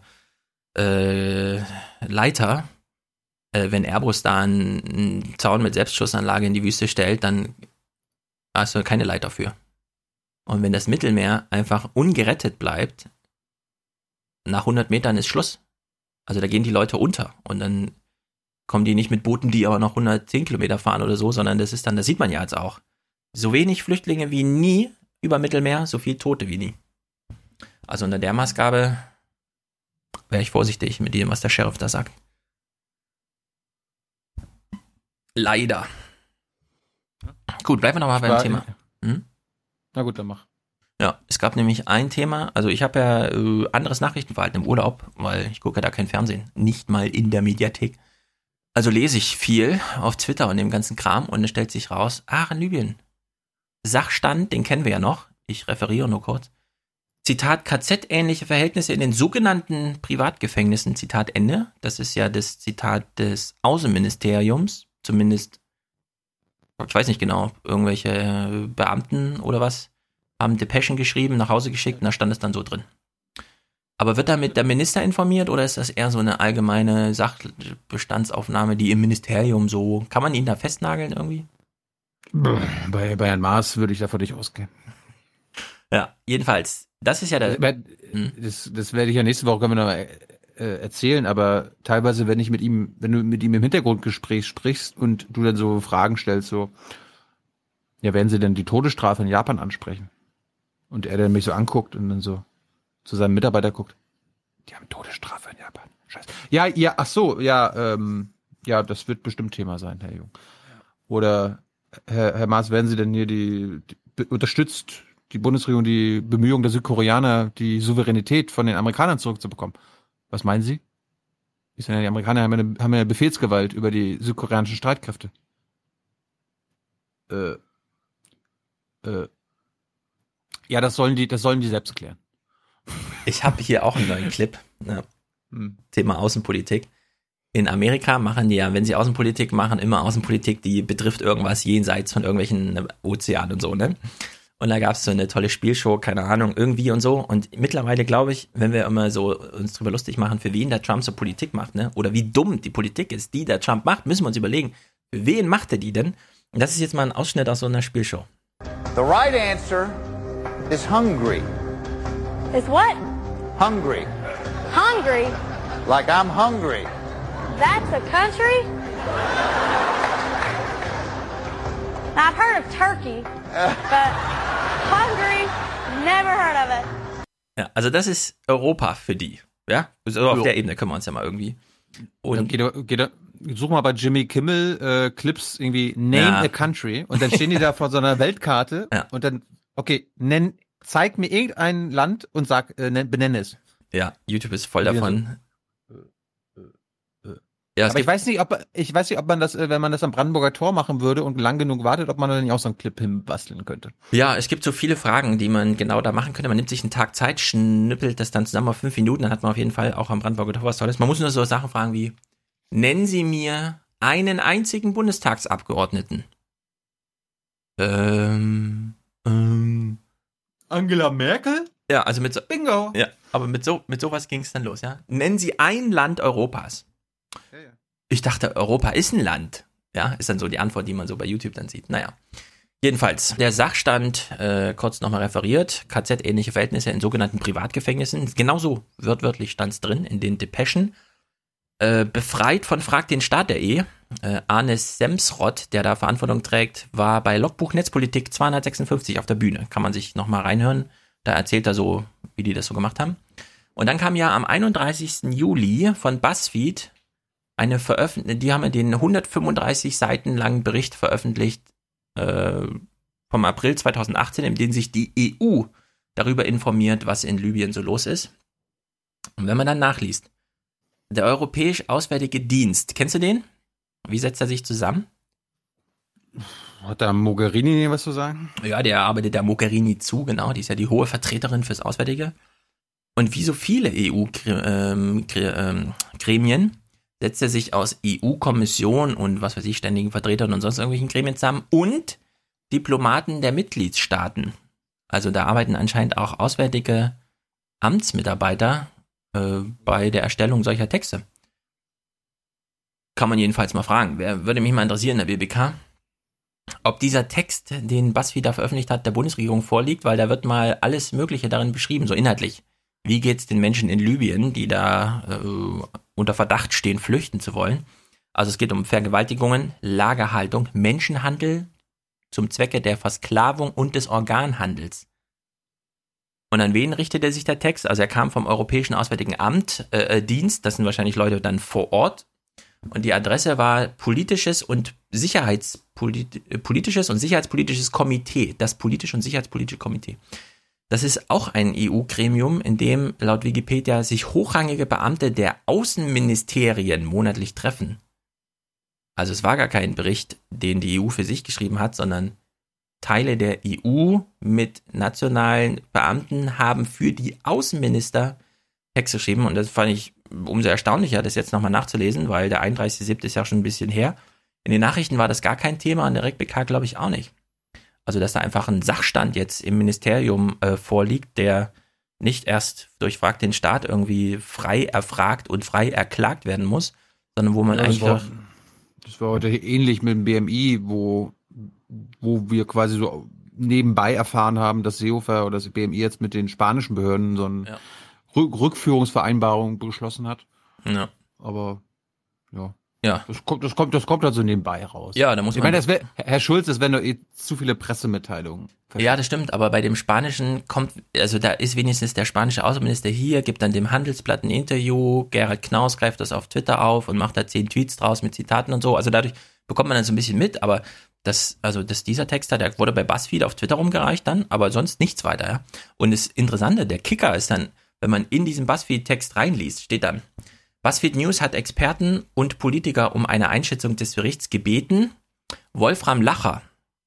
Leiter. Wenn Airbus da einen Zaun mit Selbstschussanlage in die Wüste stellt, dann hast du keine Leiter für. Und wenn das Mittelmeer einfach ungerettet bleibt, nach 100 Metern ist Schluss. Also da gehen die Leute unter und dann kommen die nicht mit Booten, die aber noch 110 Kilometer fahren oder so, sondern das ist dann, das sieht man ja jetzt auch. So wenig Flüchtlinge wie nie über Mittelmeer, so viel Tote wie nie. Also unter der Maßgabe wäre ich vorsichtig mit dem, was der Sheriff da sagt. Leider. Gut, bleiben wir nochmal beim Thema. Na gut, dann mach. Ja, es gab nämlich ein Thema, also ich habe ja anderes Nachrichtenverhalten im Urlaub, weil ich gucke ja da kein Fernsehen, nicht mal in der Mediathek. Also lese ich viel auf Twitter und dem ganzen Kram und es stellt sich raus, in Libyen. Sachstand, den kennen wir ja noch, ich referiere nur kurz. Zitat, KZ-ähnliche Verhältnisse in den sogenannten Privatgefängnissen, Zitat Ende. Das ist ja das Zitat des Außenministeriums, zumindest, ich weiß nicht genau, irgendwelche Beamten oder was, haben Depeschen geschrieben, nach Hause geschickt und da stand es dann so drin. Aber wird damit der Minister informiert oder ist das eher so eine allgemeine Sachbestandsaufnahme, die im Ministerium so, kann man ihn da festnageln irgendwie? Bei Herrn Maas würde ich davon nicht ausgehen. Ja, jedenfalls, das ist ja der... Das werde ich ja nächste Woche, können wir noch erzählen, aber teilweise, wenn du mit ihm im Hintergrundgespräch sprichst und du dann so Fragen stellst, so, ja, werden sie denn die Todesstrafe in Japan ansprechen? Und er dann mich so anguckt und dann so zu seinem Mitarbeiter guckt, die haben Todesstrafe in Japan. Scheiße. Ja, ach so, ja, das wird bestimmt Thema sein, Herr Jung. Oder, Herr Maas, werden Sie denn hier unterstützt die Bundesregierung die Bemühungen der Südkoreaner, die Souveränität von den Amerikanern zurückzubekommen? Was meinen Sie? Die Amerikaner haben eine Befehlsgewalt über die südkoreanischen Streitkräfte. Ja, das sollen die selbst klären. Ich habe hier auch einen neuen Clip. Ja. Thema Außenpolitik. In Amerika machen die ja, wenn sie Außenpolitik machen, immer Außenpolitik, die betrifft irgendwas jenseits von irgendwelchen Ozeanen und so, ne? Und da gab es so eine tolle Spielshow, keine Ahnung, irgendwie und so. Und mittlerweile glaube ich, wenn wir immer so uns drüber lustig machen, für wen der Trump so Politik macht, ne? Oder wie dumm die Politik ist, die der Trump macht, müssen wir uns überlegen, für wen macht er die denn? Und das ist jetzt mal ein Ausschnitt aus so einer Spielshow. The right answer is hungry. Is what? Hungry. Hungry? Like I'm hungry. That's a country? Now, I've heard of Turkey, but hungry, never heard of it. Ja, also das ist Europa für die. Ja, so auf der Ebene können wir uns ja mal irgendwie. Und such mal bei Jimmy Kimmel Clips irgendwie Name a Country und dann stehen die da vor so einer Weltkarte und dann, okay, zeig mir irgendein Land und benenne es. Ja, YouTube ist voll davon. Ja, aber ich weiß nicht, ob man das, wenn man das am Brandenburger Tor machen würde und lang genug wartet, ob man da nicht auch so einen Clip hinbasteln könnte. Ja, es gibt so viele Fragen, die man genau da machen könnte. Man nimmt sich einen Tag Zeit, schnippelt das dann zusammen auf 5 Minuten, dann hat man auf jeden Fall auch am Brandenburger Tor was Tolles. Man muss nur so Sachen fragen wie, nennen Sie mir einen einzigen Bundestagsabgeordneten. Angela Merkel? Ja, also mit so, Bingo! Ja, aber mit sowas ging es dann los, ja. Nennen Sie ein Land Europas. Ja. Ich dachte, Europa ist ein Land. Ja, ist dann so die Antwort, die man so bei YouTube dann sieht. Naja. Jedenfalls, der Sachstand, kurz nochmal referiert, KZ-ähnliche Verhältnisse in sogenannten Privatgefängnissen. Genauso wörtlich stand es drin in den Depeschen. Befreit von Frag den Staat der Ehe. Arne Semsrott, der da Verantwortung trägt, war bei Logbuch Netzpolitik 256 auf der Bühne. Kann man sich nochmal reinhören. Da erzählt er so, wie die das so gemacht haben. Und dann kam ja am 31. Juli von BuzzFeed die haben den 135 Seiten langen Bericht veröffentlicht vom April 2018, in dem sich die EU darüber informiert, was in Libyen so los ist. Und wenn man dann nachliest, der Europäische Auswärtige Dienst, kennst du den? Wie setzt er sich zusammen? Hat da Mogherini was zu sagen? Ja, der arbeitet der Mogherini zu, genau. Die ist ja die hohe Vertreterin fürs Auswärtige. Und wie so viele EU-Gremien setzt er sich aus EU-Kommission und was weiß ich, ständigen Vertretern und sonst irgendwelchen Gremien zusammen und Diplomaten der Mitgliedstaaten. Also da arbeiten anscheinend auch auswärtige Amtsmitarbeiter bei der Erstellung solcher Texte. Kann man jedenfalls mal fragen. Würde mich mal interessieren, der BBK, ob dieser Text, den BuzzFeed da veröffentlicht hat, der Bundesregierung vorliegt, weil da wird mal alles Mögliche darin beschrieben, so inhaltlich. Wie geht's den Menschen in Libyen, die da unter Verdacht stehen, flüchten zu wollen? Also es geht um Vergewaltigungen, Lagerhaltung, Menschenhandel zum Zwecke der Versklavung und des Organhandels. Und an wen richtet er sich der Text? Also er kam vom Europäischen Auswärtigen Dienst, das sind wahrscheinlich Leute dann vor Ort. Und die Adresse war politisches und sicherheitspolitisches Komitee, das politische und sicherheitspolitische Komitee. Das ist auch ein EU-Gremium, in dem laut Wikipedia sich hochrangige Beamte der Außenministerien monatlich treffen. Also es war gar kein Bericht, den die EU für sich geschrieben hat, sondern Teile der EU mit nationalen Beamten haben für die Außenminister Texte geschrieben. Und das fand ich umso erstaunlicher, das jetzt nochmal nachzulesen, weil der 31.07. ist ja schon ein bisschen her. In den Nachrichten war das gar kein Thema, in der RecBK glaube ich auch nicht. Also dass da einfach ein Sachstand jetzt im Ministerium vorliegt, der nicht erst durch Frag den Staat irgendwie frei erfragt und frei erklagt werden muss, sondern wo man ja, eigentlich das war heute ähnlich mit dem BMI, wo wir quasi so nebenbei erfahren haben, dass Seehofer oder das BMI jetzt mit den spanischen Behörden so eine Rückführungsvereinbarung beschlossen hat. Ja. Aber ja. Das kommt also nebenbei raus. Ja, da muss man. Ich meine, Herr Schulz, das wären doch zu viele Pressemitteilungen. Ja, das stimmt, aber bei dem Spanischen da ist wenigstens der spanische Außenminister hier, gibt dann dem Handelsblatt ein Interview, Gerhard Knaus greift das auf Twitter auf und macht da 10 Tweets draus mit Zitaten und so. Also dadurch bekommt man dann so ein bisschen mit, aber dieser Text da, der wurde bei BuzzFeed auf Twitter rumgereicht dann, aber sonst nichts weiter, ja. Und das Interessante, der Kicker ist dann, wenn man in diesen BuzzFeed-Text reinliest, steht dann, BuzzFeed News hat Experten und Politiker um eine Einschätzung des Berichts gebeten. Wolfram Lacher,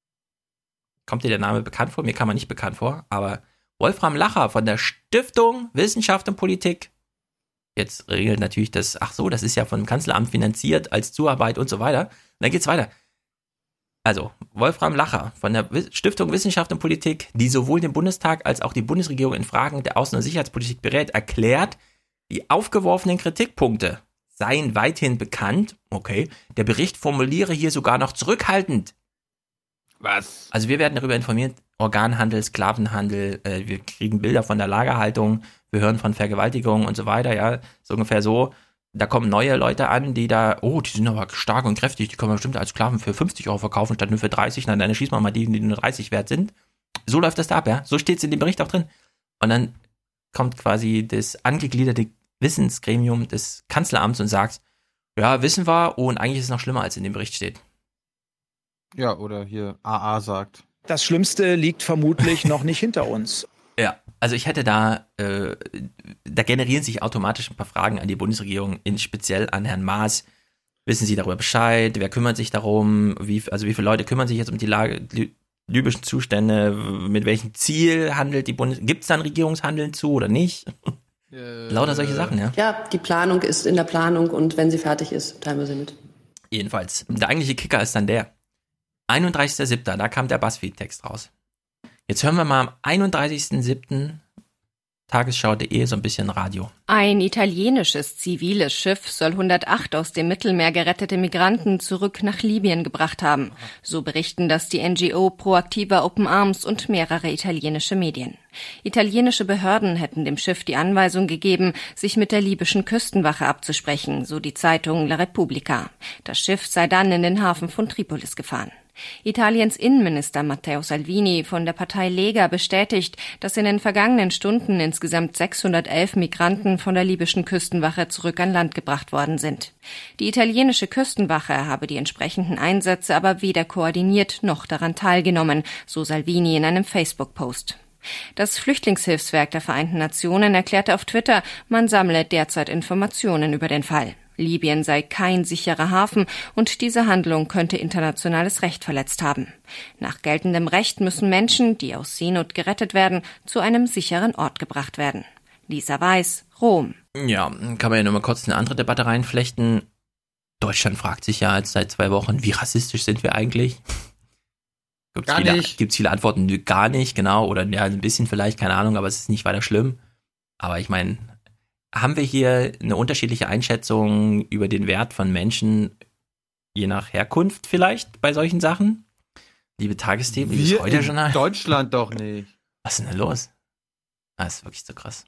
kommt dir der Name bekannt vor? Mir kam er nicht bekannt vor, aber Wolfram Lacher von der Stiftung Wissenschaft und Politik, jetzt regelt natürlich das ist ja vom Kanzleramt finanziert als Zuarbeit und so weiter. Und dann geht's weiter. Also, Wolfram Lacher von der Stiftung Wissenschaft und Politik, die sowohl den Bundestag als auch die Bundesregierung in Fragen der Außen- und Sicherheitspolitik berät, erklärt, die aufgeworfenen Kritikpunkte seien weithin bekannt. Okay, der Bericht formuliere hier sogar noch zurückhaltend. Was? Also wir werden darüber informiert, Organhandel, Sklavenhandel, wir kriegen Bilder von der Lagerhaltung, wir hören von Vergewaltigungen und so weiter, ja, so ungefähr so. Da kommen neue Leute an, die sind aber stark und kräftig, die können wir bestimmt als Sklaven für 50 Euro verkaufen, statt nur für 30, dann schießen wir mal die nur 30 wert sind. So läuft das da ab, ja, so steht es in dem Bericht auch drin. Und dann kommt quasi das angegliederte Wissensgremium des Kanzleramts und sagt, ja, wissen wir, und eigentlich ist es noch schlimmer, als in dem Bericht steht. Ja, oder hier AA sagt. Das Schlimmste liegt vermutlich noch nicht hinter uns. Ja, also ich hätte da generieren sich automatisch ein paar Fragen an die Bundesregierung, speziell an Herrn Maas. Wissen Sie darüber Bescheid? Wer kümmert sich darum? Wie viele Leute kümmern sich jetzt um die libyschen Zustände? Mit welchem Ziel handelt die gibt es da ein Regierungshandeln zu oder nicht? Lauter solche Sachen, ja. Ja, die Planung ist in der Planung und wenn sie fertig ist, teilen wir sie mit. Jedenfalls, der eigentliche Kicker ist dann der 31.07., da kam der BuzzFeed-Text raus. Jetzt hören wir mal am 31.07. Tagesschau.de so ein bisschen Radio. Ein italienisches ziviles Schiff soll 108 aus dem Mittelmeer gerettete Migranten zurück nach Libyen gebracht haben. So berichten das die NGO Proactiva Open Arms und mehrere italienische Medien. Italienische Behörden hätten dem Schiff die Anweisung gegeben, sich mit der libyschen Küstenwache abzusprechen, so die Zeitung La Repubblica. Das Schiff sei dann in den Hafen von Tripolis gefahren. Italiens Innenminister Matteo Salvini von der Partei Lega bestätigt, dass in den vergangenen Stunden insgesamt 611 Migranten von der libyschen Küstenwache zurück an Land gebracht worden sind. Die italienische Küstenwache habe die entsprechenden Einsätze aber weder koordiniert noch daran teilgenommen, so Salvini in einem Facebook-Post. Das Flüchtlingshilfswerk der Vereinten Nationen erklärte auf Twitter, man sammle derzeit Informationen über den Fall. Libyen sei kein sicherer Hafen und diese Handlung könnte internationales Recht verletzt haben. Nach geltendem Recht müssen Menschen, die aus Seenot gerettet werden, zu einem sicheren Ort gebracht werden. Lisa Weiß, Rom. Ja, kann man ja nur mal kurz eine andere Debatte reinflechten. Deutschland fragt sich ja jetzt seit 2 Wochen, wie rassistisch sind wir eigentlich? Gibt's viele Antworten, gar nicht, genau, oder ja, ein bisschen vielleicht, keine Ahnung, aber es ist nicht weiter schlimm. Aber ich meine, haben wir hier eine unterschiedliche Einschätzung über den Wert von Menschen, je nach Herkunft vielleicht bei solchen Sachen? Liebe Tagesthemen, liebes Heute-Journal. In Deutschland doch nicht. Was ist denn da los? Das ist wirklich so krass.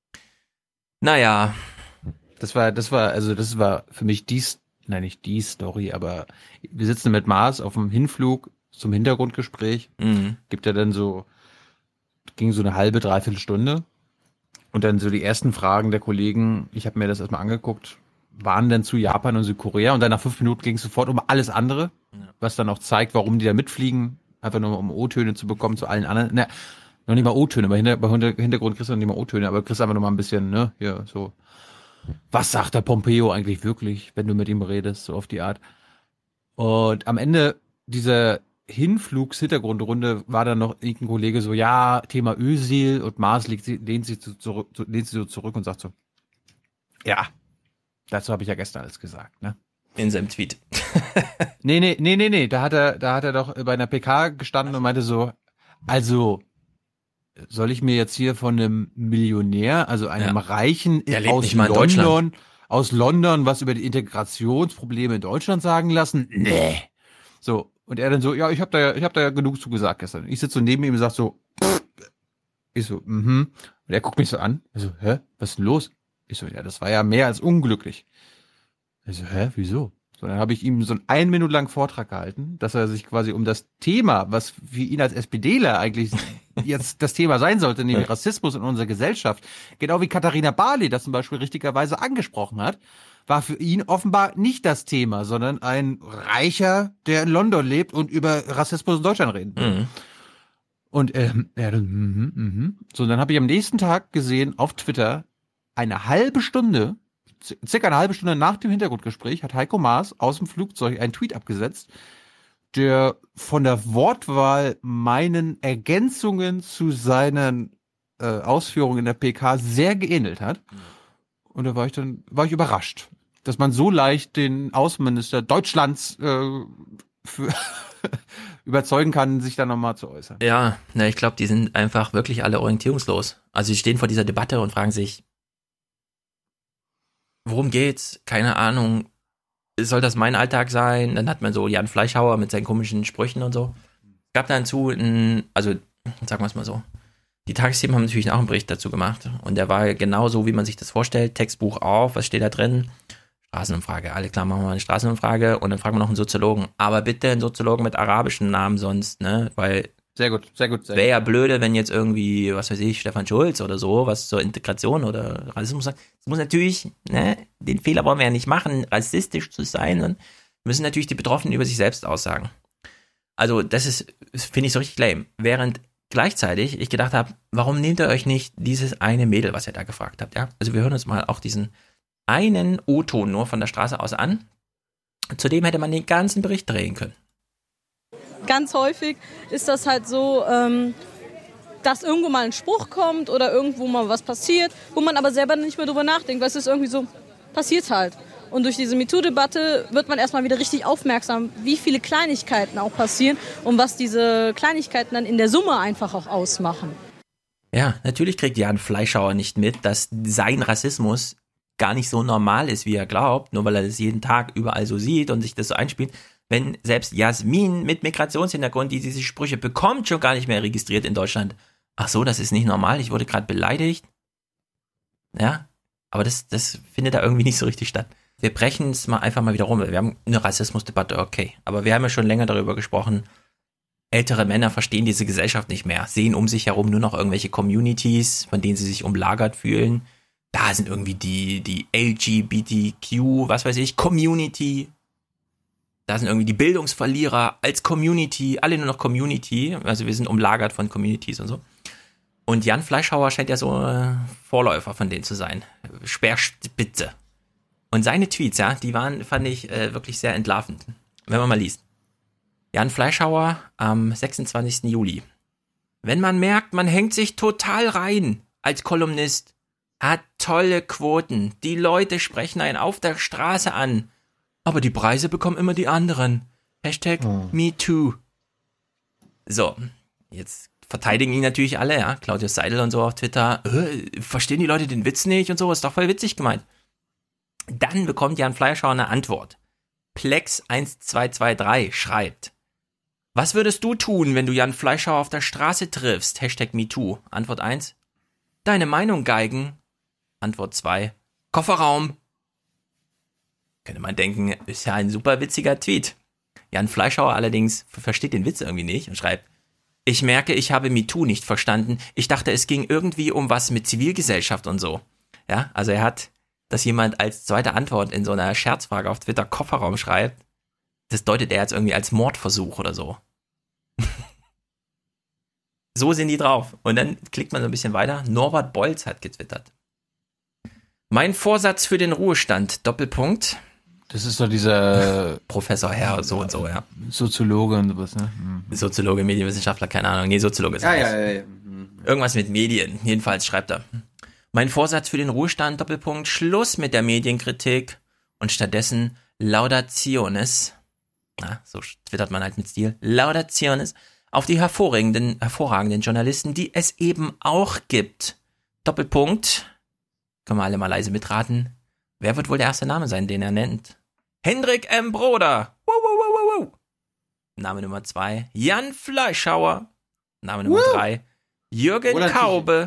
Naja. Das war für mich nicht die Story, aber wir sitzen mit Mars auf dem Hinflug zum Hintergrundgespräch. Gibt ja dann ging so eine halbe, dreiviertel Stunde. Und dann so die ersten Fragen der Kollegen, ich habe mir das erstmal angeguckt, waren dann zu Japan und Südkorea. Und dann nach 5 Minuten ging es sofort um alles andere, was dann auch zeigt, warum die da mitfliegen. Einfach nur um O-Töne zu bekommen zu allen anderen. Na, noch nicht mal O-Töne, bei Hintergrund kriegst du noch nicht mal O-Töne, aber kriegst einfach noch mal ein bisschen, ne, hier so. Was sagt der Pompeo eigentlich wirklich, wenn du mit ihm redest, so auf die Art. Und am Ende dieser Hinflugs-Hintergrundrunde war dann noch irgendein Kollege so, ja, Thema Özil und Mars lehnt sich so zurück und sagt so, ja, dazu habe ich ja gestern alles gesagt, ne? In seinem Tweet. Nee, da hat er doch bei einer PK gestanden und meinte so, also, soll ich mir jetzt hier von einem Millionär, also einem Reichen aus London, was über die Integrationsprobleme in Deutschland sagen lassen? Nee. So, und er dann so, ja, ich hab da ja genug zu gesagt gestern. Ich sitze so neben ihm und sag so, ich so, Und er guckt mich so an. Ich so, hä, was ist denn los? Ich so, ja, das war ja mehr als unglücklich. Ich so, hä, wieso? So, dann habe ich ihm so einen 1 Minute langen Vortrag gehalten, dass er sich quasi um das Thema, was für ihn als SPDler eigentlich jetzt das Thema sein sollte, nämlich Rassismus in unserer Gesellschaft, genau wie Katharina Barley das zum Beispiel richtigerweise angesprochen hat, war für ihn offenbar nicht das Thema, sondern ein Reicher, der in London lebt und über Rassismus in Deutschland reden will. Und So, dann habe ich am nächsten Tag gesehen auf Twitter, circa eine halbe Stunde nach dem Hintergrundgespräch hat Heiko Maas aus dem Flugzeug einen Tweet abgesetzt, der von der Wortwahl meinen Ergänzungen zu seinen Ausführungen in der PK sehr geähnelt hat. Und da war ich überrascht, dass man so leicht den Außenminister Deutschlands überzeugen kann, sich da nochmal zu äußern. Ja, ich glaube, die sind einfach wirklich alle orientierungslos. Also sie stehen vor dieser Debatte und fragen sich, worum geht's? Keine Ahnung. Soll das mein Alltag sein? Dann hat man so Jan Fleischhauer mit seinen komischen Sprüchen und so. Es gab dazu sagen wir es mal so, die Tagesthemen haben natürlich auch einen Bericht dazu gemacht und der war genauso, wie man sich das vorstellt, Textbuch auf, was steht da drin? Straßenumfrage, alle klar, machen wir mal eine Straßenumfrage und dann fragen wir noch einen Soziologen, aber bitte einen Soziologen mit arabischen Namen sonst, ne, weil sehr gut. Wäre ja blöde, wenn jetzt irgendwie, was weiß ich, Stefan Schulz oder so, was zur Integration oder Rassismus sagt. Es muss natürlich, den Fehler wollen wir ja nicht machen, rassistisch zu sein, und müssen natürlich die Betroffenen über sich selbst aussagen. Also das finde ich so richtig lame. Während gleichzeitig ich gedacht habe, warum nehmt ihr euch nicht dieses eine Mädel, was ihr da gefragt habt, ja? Also wir hören uns mal auch diesen einen O-Ton nur von der Straße aus an. Zudem hätte man den ganzen Bericht drehen können. Ganz häufig ist das halt so, dass irgendwo mal ein Spruch kommt oder irgendwo mal was passiert, wo man aber selber nicht mehr drüber nachdenkt, weil es ist irgendwie so, passiert halt. Und durch diese MeToo-Debatte wird man erstmal wieder richtig aufmerksam, wie viele Kleinigkeiten auch passieren und was diese Kleinigkeiten dann in der Summe einfach auch ausmachen. Ja, natürlich kriegt Jan Fleischhauer nicht mit, dass sein Rassismus gar nicht so normal ist, wie er glaubt, nur weil er das jeden Tag überall so sieht und sich das so einspielt. Wenn selbst Jasmin mit Migrationshintergrund, die diese Sprüche bekommt, schon gar nicht mehr registriert in Deutschland. Ach so, das ist nicht normal, ich wurde gerade beleidigt. Ja, aber das findet da irgendwie nicht so richtig statt. wir brechen es mal einfach mal wieder rum. Wir haben eine Rassismusdebatte, okay. Aber wir haben ja schon länger darüber gesprochen, ältere Männer verstehen diese Gesellschaft nicht mehr, sehen um sich herum nur noch irgendwelche Communities, von denen sie sich umlagert fühlen. Da sind irgendwie die LGBTQ, was weiß ich, Community. Da sind irgendwie die Bildungsverlierer als Community, alle nur noch Community. Also wir sind umlagert von Communities und so. Und Jan Fleischhauer scheint ja so Vorläufer von denen zu sein. Speerspitze. Und seine Tweets, ja, die waren, fand ich, wirklich sehr entlarvend. Wenn man mal liest. Jan Fleischhauer am 26. Juli. Wenn man merkt, man hängt sich total rein als Kolumnist, hat tolle Quoten, die Leute sprechen einen auf der Straße an, aber die Preise bekommen immer die anderen. #MeToo. So, jetzt verteidigen ihn natürlich alle, ja, Claudius Seidel und so auf Twitter, verstehen die Leute den Witz nicht und so, ist doch voll witzig gemeint. Dann bekommt Jan Fleischhauer eine Antwort. Plex1223 schreibt, was würdest du tun, wenn du Jan Fleischhauer auf der Straße triffst? #MeToo. Antwort 1. Deine Meinung geigen. Antwort 2. Kofferraum. Könnte man denken, ist ja ein super witziger Tweet. Jan Fleischhauer allerdings versteht den Witz irgendwie nicht und schreibt, ich merke, ich habe MeToo nicht verstanden. Ich dachte, es ging irgendwie um was mit Zivilgesellschaft und so. Ja, also er hat, dass jemand als zweite Antwort in so einer Scherzfrage auf Twitter Kofferraum schreibt, das deutet er jetzt irgendwie als Mordversuch oder so. So sind die drauf. Und dann klickt man so ein bisschen weiter. Norbert Bolz hat getwittert. Mein Vorsatz für den Ruhestand, Doppelpunkt. Das ist doch dieser Professor Herr, so und so, ja. Soziologe und sowas, ne? Soziologe, Medienwissenschaftler, keine Ahnung. Nee, Soziologe ist Ja. Irgendwas mit Medien. Jedenfalls schreibt er. Mein Vorsatz für den Ruhestand, Doppelpunkt, Schluss mit der Medienkritik und stattdessen Laudationes. Na, so twittert man halt mit Stil. Laudationes auf die hervorragenden Journalisten, die es eben auch gibt. Doppelpunkt. Können wir alle mal leise mitraten. Wer wird wohl der erste Name sein, den er nennt? Hendrik M. Broder. Name Nummer 2. Jan Fleischhauer. Name Nummer 3. Jürgen Kaube.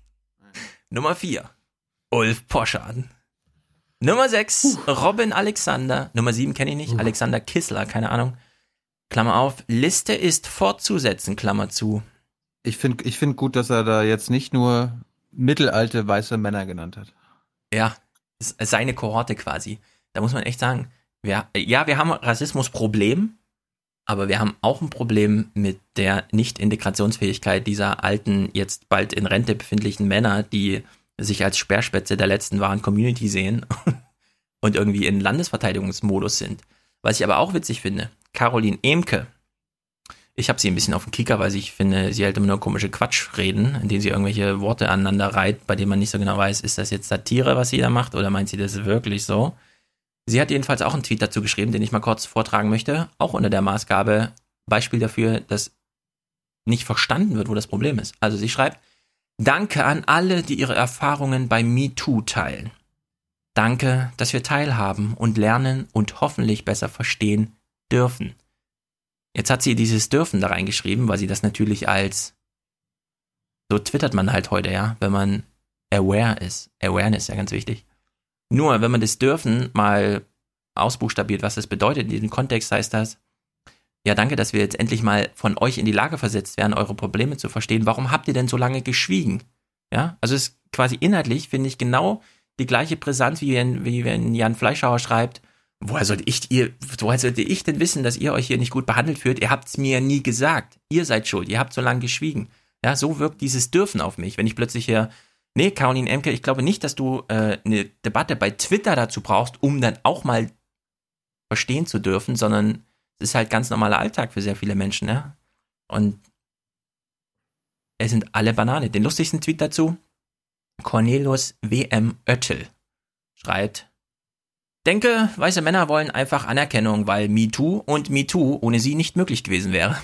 Nummer 4. Ulf Poschardt. Nummer 6. Robin Alexander. Nummer 7 kenne ich nicht. Alexander Kissler, keine Ahnung. Klammer auf. Liste ist fortzusetzen, Klammer zu. Ich find gut, dass er da jetzt nicht nur mittelalte weiße Männer genannt hat. Ja, ist seine Kohorte quasi. Da muss man echt sagen, wir haben ein Rassismusproblem, aber wir haben auch ein Problem mit der Nicht-Integrationsfähigkeit dieser alten, jetzt bald in Rente befindlichen Männer, die sich als Speerspitze der letzten wahren Community sehen und irgendwie in Landesverteidigungsmodus sind. Was ich aber auch witzig finde, Caroline Emke, ich habe sie ein bisschen auf dem Kicker, weil ich finde, sie hält immer nur komische Quatschreden, in denen sie irgendwelche Worte aneinander reiht, bei denen man nicht so genau weiß, ist das jetzt Satire, was sie da macht, oder meint sie das wirklich so? Sie hat jedenfalls auch einen Tweet dazu geschrieben, den ich mal kurz vortragen möchte, auch unter der Maßgabe, Beispiel dafür, dass nicht verstanden wird, wo das Problem ist. Also sie schreibt, danke an alle, die ihre Erfahrungen bei MeToo teilen. Danke, dass wir teilhaben und lernen und hoffentlich besser verstehen dürfen. Jetzt hat sie dieses Dürfen da reingeschrieben, weil sie das natürlich als, so twittert man halt heute, ja, wenn man aware ist. Awareness ist ja ganz wichtig. Nur, wenn man das Dürfen mal ausbuchstabiert, was das bedeutet, in diesem Kontext heißt das, ja, danke, dass wir jetzt endlich mal von euch in die Lage versetzt werden, eure Probleme zu verstehen. Warum habt ihr denn so lange geschwiegen? Ja, also es ist quasi inhaltlich, finde ich, genau die gleiche Brisanz, wie wenn Jan Fleischhauer schreibt, woher sollte ich denn wissen, dass ihr euch hier nicht gut behandelt fühlt? Ihr habt es mir nie gesagt. Ihr seid schuld. Ihr habt so lange geschwiegen. Ja, so wirkt dieses Dürfen auf mich. Wenn ich plötzlich hier, nee, Caroline Emke, ich glaube nicht, dass du eine Debatte bei Twitter dazu brauchst, um dann auch mal verstehen zu dürfen, sondern es ist halt ganz normaler Alltag für sehr viele Menschen, ja. Und es sind alle Banane. Den lustigsten Tweet dazu, Cornelius W.M. Oettel schreibt, denke, weiße Männer wollen einfach Anerkennung, weil MeToo und MeToo ohne sie nicht möglich gewesen wäre.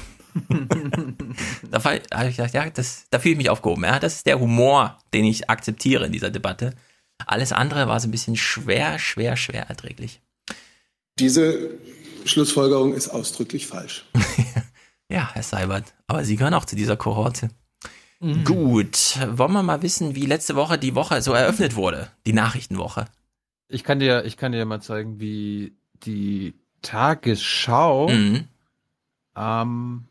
Da habe ich gedacht, ja, da fühle ich mich aufgehoben. Ja? Das ist der Humor, den ich akzeptiere in dieser Debatte. Alles andere war so ein bisschen schwer erträglich. Diese Schlussfolgerung ist ausdrücklich falsch. Ja, Herr Seibert, aber Sie gehören auch zu dieser Kohorte. Mhm. Gut, wollen wir mal wissen, wie letzte Woche die Woche so eröffnet wurde, die Nachrichtenwoche. Ich kann dir mal zeigen, wie die Tagesschau am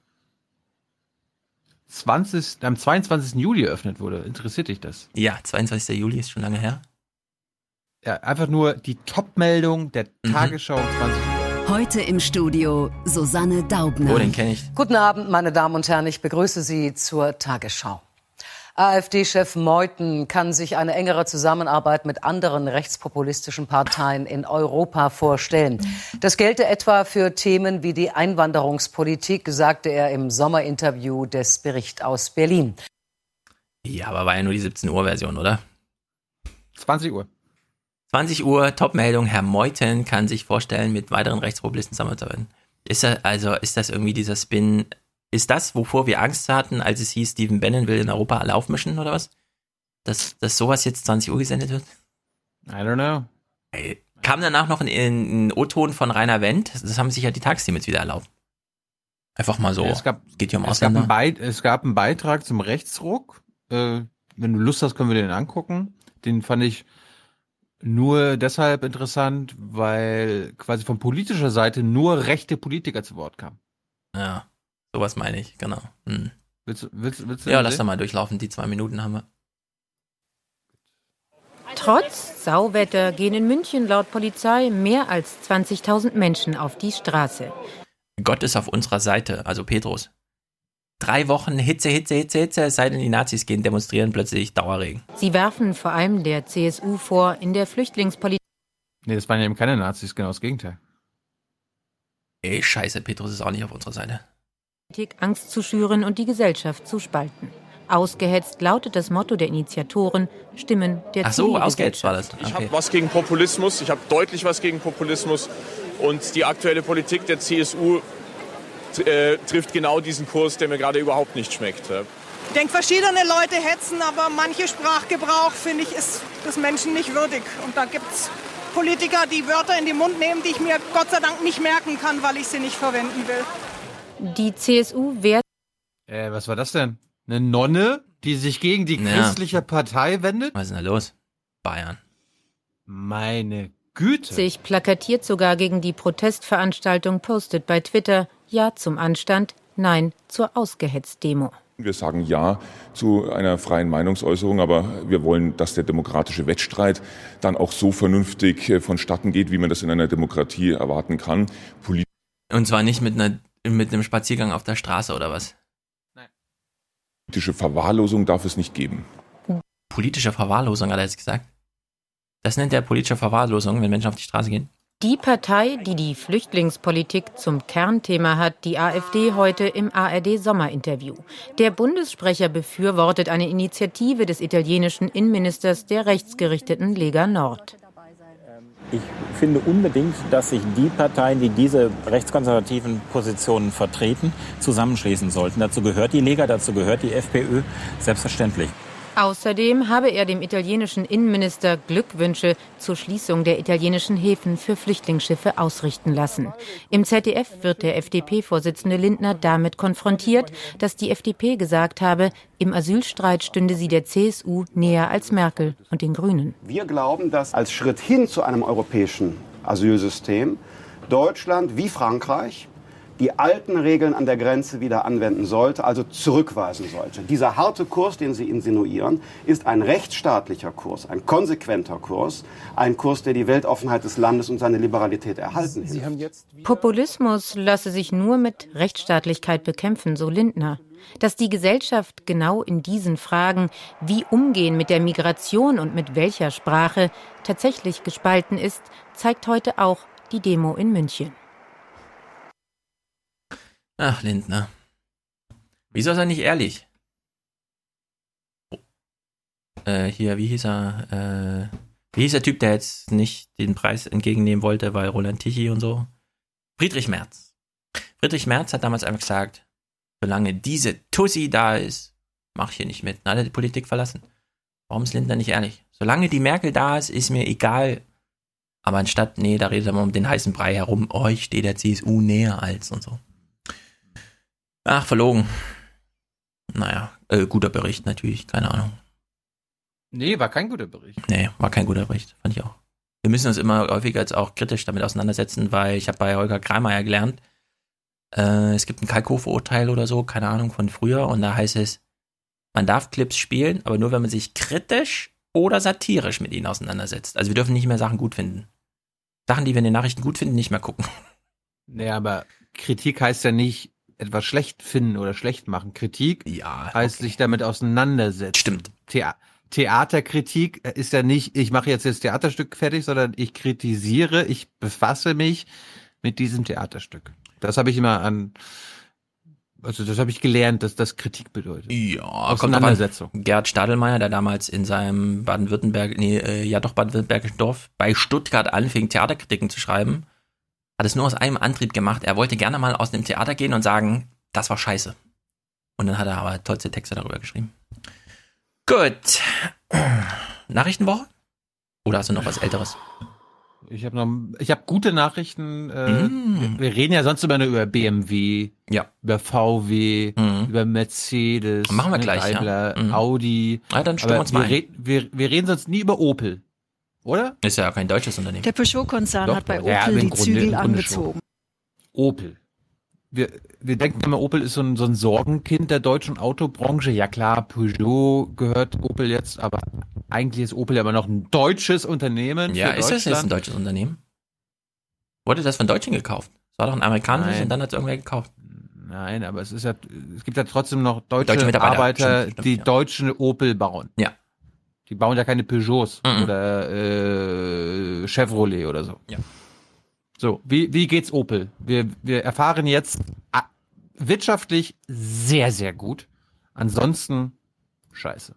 22. Juli eröffnet wurde. Interessiert dich das? Ja, 22. Juli ist schon lange her. Ja, einfach nur die Top-Meldung der Tagesschau um 20 Uhr. Heute im Studio Susanne Daubner. Oh, den kenne ich. Guten Abend, meine Damen und Herren. Ich begrüße Sie zur Tagesschau. AfD-Chef Meuthen kann sich eine engere Zusammenarbeit mit anderen rechtspopulistischen Parteien in Europa vorstellen. Das gelte etwa für Themen wie die Einwanderungspolitik, sagte er im Sommerinterview des Bericht aus Berlin. Ja, aber war ja nur die 17 Uhr Version, oder? 20 Uhr. 20 Uhr, Top-Meldung, Herr Meuthen kann sich vorstellen, mit weiteren Rechtspopulisten zusammenzuarbeiten. Ist das irgendwie dieser Spin, ist das, wovor wir Angst hatten, als es hieß, Stephen Bannon will in Europa alle aufmischen, oder was? Dass sowas jetzt 20 Uhr gesendet wird? I don't know. Hey, kam danach noch ein O-Ton von Rainer Wendt, das haben sich ja die Tagsteam jetzt wieder erlaubt. Einfach mal so, es geht ja um Ausländer. Es gab einen Beitrag zum Rechtsruck, wenn du Lust hast, können wir den angucken. Den fand ich nur deshalb interessant, weil quasi von politischer Seite nur rechte Politiker zu Wort kamen. Ja, sowas meine ich, genau. Willst du ja, lass da mal durchlaufen, die 2 Minuten haben wir. Trotz Sauwetter gehen in München laut Polizei mehr als 20.000 Menschen auf die Straße. Gott ist auf unserer Seite, also Petrus. 3 Wochen Hitze, es sei denn, die Nazis gehen demonstrieren, plötzlich Dauerregen. Sie werfen vor allem der CSU vor, in der Flüchtlingspolitik... Nee, das waren ja eben keine Nazis, genau das Gegenteil. Ey, scheiße, Petrus ist auch nicht auf unserer Seite. Angst zu schüren und die Gesellschaft zu spalten. Ausgehetzt lautet das Motto der Initiatoren, Stimmen der Ach so, ausgehetzt war das. Okay. Ich habe was gegen Populismus, ich habe deutlich was gegen Populismus. Und die aktuelle Politik der CSU trifft genau diesen Kurs, der mir gerade überhaupt nicht schmeckt. Ich denke, verschiedene Leute hetzen, aber manche Sprachgebrauch, finde ich, ist des Menschen nicht würdig. Und da gibt es Politiker, die Wörter in den Mund nehmen, die ich mir Gott sei Dank nicht merken kann, weil ich sie nicht verwenden will. Die CSU wehrt... Was war das denn? Eine Nonne, die sich gegen die christliche Partei wendet? Was ist denn da los? Bayern. Meine Güte. Sich plakatiert sogar gegen die Protestveranstaltung, postet bei Twitter Ja zum Anstand, Nein zur Ausgehetzt-Demo. Wir sagen Ja zu einer freien Meinungsäußerung, aber wir wollen, dass der demokratische Wettstreit dann auch so vernünftig vonstatten geht, wie man das in einer Demokratie erwarten kann. Und zwar nicht mit einem Spaziergang auf der Straße oder was? Nein. Politische Verwahrlosung darf es nicht geben. Politische Verwahrlosung, hat er jetzt gesagt? Das nennt er politische Verwahrlosung, wenn Menschen auf die Straße gehen? Die Partei, die die Flüchtlingspolitik zum Kernthema hat, die AfD heute im ARD-Sommerinterview. Der Bundessprecher befürwortet eine Initiative des italienischen Innenministers der rechtsgerichteten Lega Nord. Ich finde unbedingt, dass sich die Parteien, die diese rechtskonservativen Positionen vertreten, zusammenschließen sollten. Dazu gehört die Lega, dazu gehört die FPÖ, selbstverständlich. Außerdem habe er dem italienischen Innenminister Glückwünsche zur Schließung der italienischen Häfen für Flüchtlingsschiffe ausrichten lassen. Im ZDF wird der FDP-Vorsitzende Lindner damit konfrontiert, dass die FDP gesagt habe, im Asylstreit stünde sie der CSU näher als Merkel und den Grünen. Wir glauben, dass als Schritt hin zu einem europäischen Asylsystem Deutschland wie Frankreich die alten Regeln an der Grenze wieder anwenden sollte, also zurückweisen sollte. Dieser harte Kurs, den Sie insinuieren, ist ein rechtsstaatlicher Kurs, ein konsequenter Kurs, ein Kurs, der die Weltoffenheit des Landes und seine Liberalität erhalten hilft. Populismus lasse sich nur mit Rechtsstaatlichkeit bekämpfen, so Lindner. Dass die Gesellschaft genau in diesen Fragen, wie umgehen mit der Migration und mit welcher Sprache, tatsächlich gespalten ist, zeigt heute auch die Demo in München. Ach, Lindner. Wieso ist er nicht ehrlich? Hier, wie hieß er? Wie hieß der Typ, der jetzt nicht den Preis entgegennehmen wollte, weil Roland Tichy und so? Friedrich Merz. Friedrich Merz hat damals einfach gesagt, solange diese Tussi da ist, mach ich hier nicht mit. Dann hat er die Politik verlassen. Warum ist Lindner nicht ehrlich? Solange die Merkel da ist mir egal. Aber anstatt, nee, da redet er mal um den heißen Brei herum. Oh, ich stehe der CSU näher als und so. Ach, verlogen. Naja, guter Bericht natürlich, keine Ahnung. Nee, war kein guter Bericht. Nee, war kein guter Bericht, fand ich auch. wir müssen uns immer häufiger jetzt auch kritisch damit auseinandersetzen, weil ich habe bei Holger Kreimeier gelernt, es gibt ein Kalkofe-Urteil oder so, keine Ahnung, von früher, und da heißt es, man darf Clips spielen, aber nur, wenn man sich kritisch oder satirisch mit ihnen auseinandersetzt. Also wir dürfen nicht mehr Sachen gut finden. Sachen, die wir in den Nachrichten gut finden, nicht mehr gucken. Naja, aber Kritik heißt ja nicht etwas schlecht finden oder schlecht machen. Kritik heißt sich damit auseinandersetzen. Stimmt. Theaterkritik ist ja nicht, ich mache jetzt das Theaterstück fertig, sondern ich kritisiere, ich befasse mich mit diesem Theaterstück. Das habe ich immer das habe ich gelernt, dass das Kritik bedeutet. Ja, Auseinandersetzung. Gerd Stadelmeier, der damals in seinem baden-württembergischen Dorf bei Stuttgart anfing, Theaterkritiken zu schreiben, hat es nur aus einem Antrieb gemacht. Er wollte gerne mal aus dem Theater gehen und sagen, das war scheiße. Und dann hat er aber tollste Texte darüber geschrieben. Gut. Nachrichtenwoche? Oder hast du noch was Älteres? Ich habe gute Nachrichten. Wir reden ja sonst immer nur über BMW, über VW, über Mercedes, machen wir gleich, Daimler, Audi. Ja, dann stimmen wir uns mal ein. Wir reden sonst nie über Opel, oder? Ist ja kein deutsches Unternehmen. Der Peugeot-Konzern hat bei Opel die Zügel angezogen. Opel. Wir denken immer, Opel ist so ein Sorgenkind der deutschen Autobranche. Ja klar, Peugeot gehört Opel jetzt, aber eigentlich ist Opel ja immer noch ein deutsches Unternehmen. Ja, ist das jetzt ein deutsches Unternehmen? Wurde das von Deutschen gekauft? Das war doch ein amerikanisches und dann hat es irgendwer gekauft. Nein, aber es gibt ja trotzdem noch deutsche Mitarbeiter, stimmt, die deutsche Opel bauen. Ja. Die bauen ja keine Peugeots oder Chevrolet oder so. Ja. So, wie geht's Opel? Wir erfahren jetzt wirtschaftlich sehr, sehr gut. Ansonsten scheiße.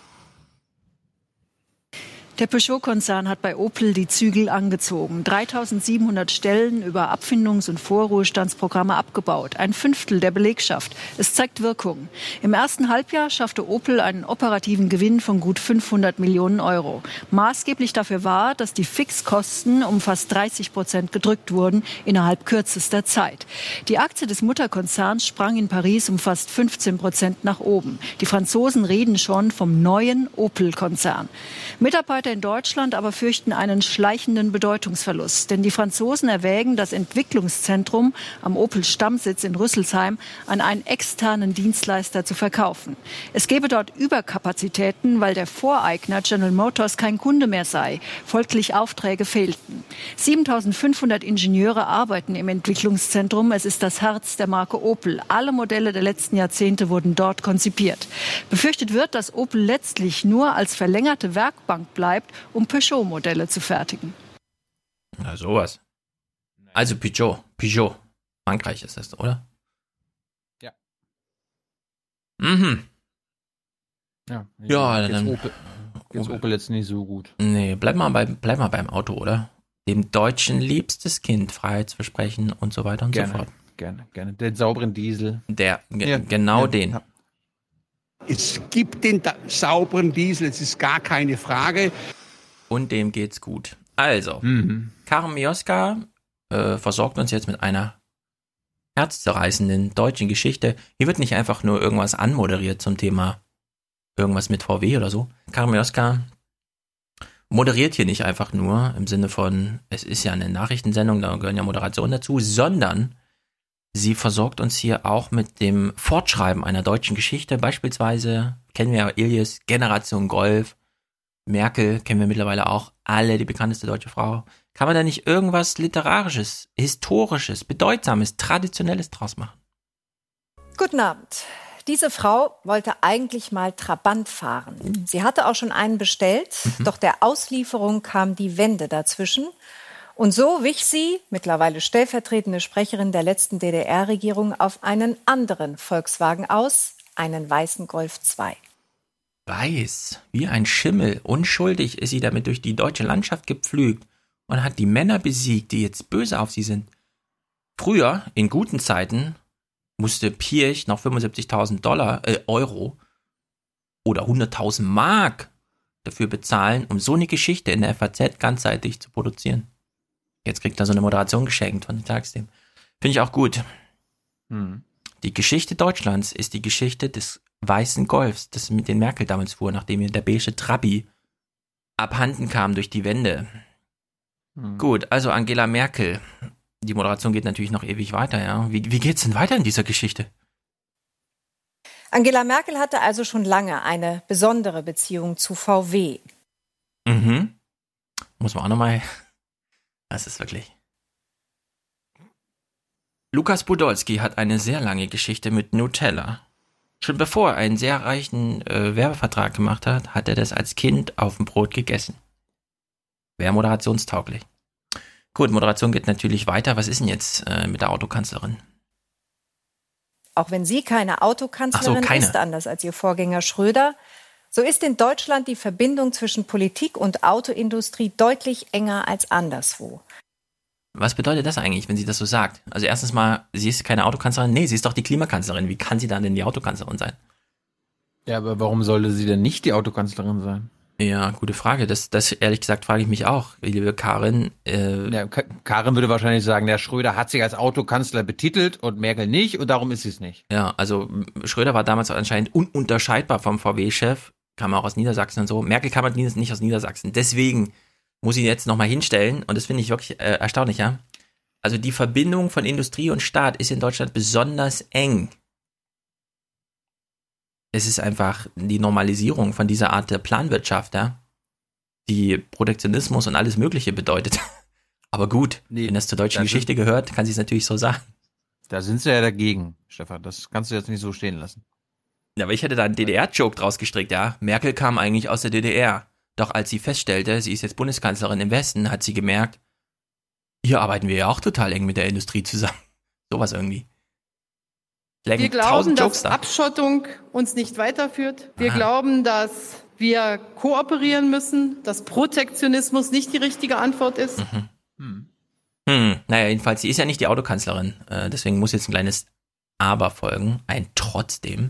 Der Peugeot-Konzern hat bei Opel die Zügel angezogen. 3.700 Stellen über Abfindungs- und Vorruhestandsprogramme abgebaut. Ein Fünftel der Belegschaft. Es zeigt Wirkung. Im ersten Halbjahr schaffte Opel einen operativen Gewinn von gut 500 Millionen Euro. Maßgeblich dafür war, dass die Fixkosten um fast 30% gedrückt wurden innerhalb kürzester Zeit. Die Aktie des Mutterkonzerns sprang in Paris um fast 15% nach oben. Die Franzosen reden schon vom neuen Opel-Konzern. Mitarbeiter in Deutschland aber fürchten einen schleichenden Bedeutungsverlust. Denn die Franzosen erwägen, das Entwicklungszentrum am Opel-Stammsitz in Rüsselsheim an einen externen Dienstleister zu verkaufen. Es gebe dort Überkapazitäten, weil der Voreigner General Motors kein Kunde mehr sei. Folglich Aufträge fehlten. 7.500 Ingenieure arbeiten im Entwicklungszentrum. Es ist das Herz der Marke Opel. Alle Modelle der letzten Jahrzehnte wurden dort konzipiert. Befürchtet wird, dass Opel letztlich nur als verlängerte Werkbank bleibt, um Peugeot-Modelle zu fertigen. Na, sowas. Also Peugeot. Frankreich ist das, oder? Ja. Mhm. Ja, dann geht's Opel jetzt nicht so gut. Nee, bleib mal beim Auto, oder? Dem Deutschen liebstes Kind, Freiheitsversprechen und so weiter und so fort. Gerne. Den sauberen Diesel. Den. Es gibt den sauberen Diesel, es ist gar keine Frage. Und dem geht's gut. Also, Karin Mioska versorgt uns jetzt mit einer herzzerreißenden deutschen Geschichte. Hier wird nicht einfach nur irgendwas anmoderiert zum Thema irgendwas mit VW oder so. Karin Mioska moderiert hier nicht einfach nur im Sinne von, es ist ja eine Nachrichtensendung, da gehören ja Moderationen dazu, sondern sie versorgt uns hier auch mit dem Fortschreiben einer deutschen Geschichte. Beispielsweise kennen wir ja Ilias Generation Golf, Merkel kennen wir mittlerweile auch, alle die bekannteste deutsche Frau. Kann man da nicht irgendwas Literarisches, Historisches, Bedeutsames, Traditionelles draus machen? Guten Abend. Diese Frau wollte eigentlich mal Trabant fahren. Sie hatte auch schon einen bestellt, doch der Auslieferung kam die Wende dazwischen. Und so wich sie, mittlerweile stellvertretende Sprecherin der letzten DDR-Regierung, auf einen anderen Volkswagen aus, einen weißen Golf 2. Weiß, wie ein Schimmel, unschuldig ist sie damit durch die deutsche Landschaft gepflügt und hat die Männer besiegt, die jetzt böse auf sie sind. Früher, in guten Zeiten, musste Pirch noch 75.000 Euro oder 100.000 Mark dafür bezahlen, um so eine Geschichte in der FAZ ganzseitig zu produzieren. Jetzt kriegt er so eine Moderation geschenkt von den Tagesthemen. Finde ich auch gut. Die Geschichte Deutschlands ist die Geschichte des weißen Golfs, das mit den Merkel damals fuhr, nachdem ihr der beige Trabi abhanden kam durch die Wende. Gut, also Angela Merkel. Die Moderation geht natürlich noch ewig weiter, ja. Wie geht's denn weiter in dieser Geschichte? Angela Merkel hatte also schon lange eine besondere Beziehung zu VW. Muss man auch nochmal. Das ist wirklich. Lukas Podolski hat eine sehr lange Geschichte mit Nutella. Schon bevor er einen sehr reichen Werbevertrag gemacht hat, hat er das als Kind auf dem Brot gegessen. Wäre moderationstauglich. Gut, Moderation geht natürlich weiter. Was ist denn jetzt mit der Autokanzlerin? Auch wenn sie keine Autokanzlerin ist, anders als ihr Vorgänger Schröder, so ist in Deutschland die Verbindung zwischen Politik und Autoindustrie deutlich enger als anderswo. Was bedeutet das eigentlich, wenn sie das so sagt? Also erstens mal, sie ist keine Autokanzlerin. Nee, sie ist doch die Klimakanzlerin. Wie kann sie dann denn die Autokanzlerin sein? Ja, aber warum sollte sie denn nicht die Autokanzlerin sein? Ja, gute Frage. Das ehrlich gesagt frage ich mich auch, liebe Karin. Karin würde wahrscheinlich sagen, der Schröder hat sich als Autokanzler betitelt und Merkel nicht und darum ist sie es nicht. Ja, also Schröder war damals anscheinend ununterscheidbar vom VW-Chef, kam auch aus Niedersachsen und so. Merkel kam halt nicht aus Niedersachsen. Deswegen muss ich ihn jetzt nochmal hinstellen und das finde ich wirklich erstaunlich, ja. Also die Verbindung von Industrie und Staat ist in Deutschland besonders eng. Es ist einfach die Normalisierung von dieser Art der Planwirtschaft, ja, die Protektionismus und alles Mögliche bedeutet. Aber gut, wenn das zur deutschen Geschichte gehört, kann sie es natürlich so sagen. Da sind sie ja dagegen, Stefan. Das kannst du jetzt nicht so stehen lassen. Ja, aber ich hätte da einen DDR-Joke draus gestrickt, ja. Merkel kam eigentlich aus der DDR. Doch als sie feststellte, sie ist jetzt Bundeskanzlerin im Westen, hat sie gemerkt, hier arbeiten wir ja auch total eng mit der Industrie zusammen. Sowas irgendwie. Wir glauben, dass Abschottung uns nicht weiterführt. Wir glauben, dass wir kooperieren müssen, dass Protektionismus nicht die richtige Antwort ist. Naja, jedenfalls, sie ist ja nicht die Autokanzlerin. Deswegen muss jetzt ein kleines Aber folgen. Ein Trotzdem.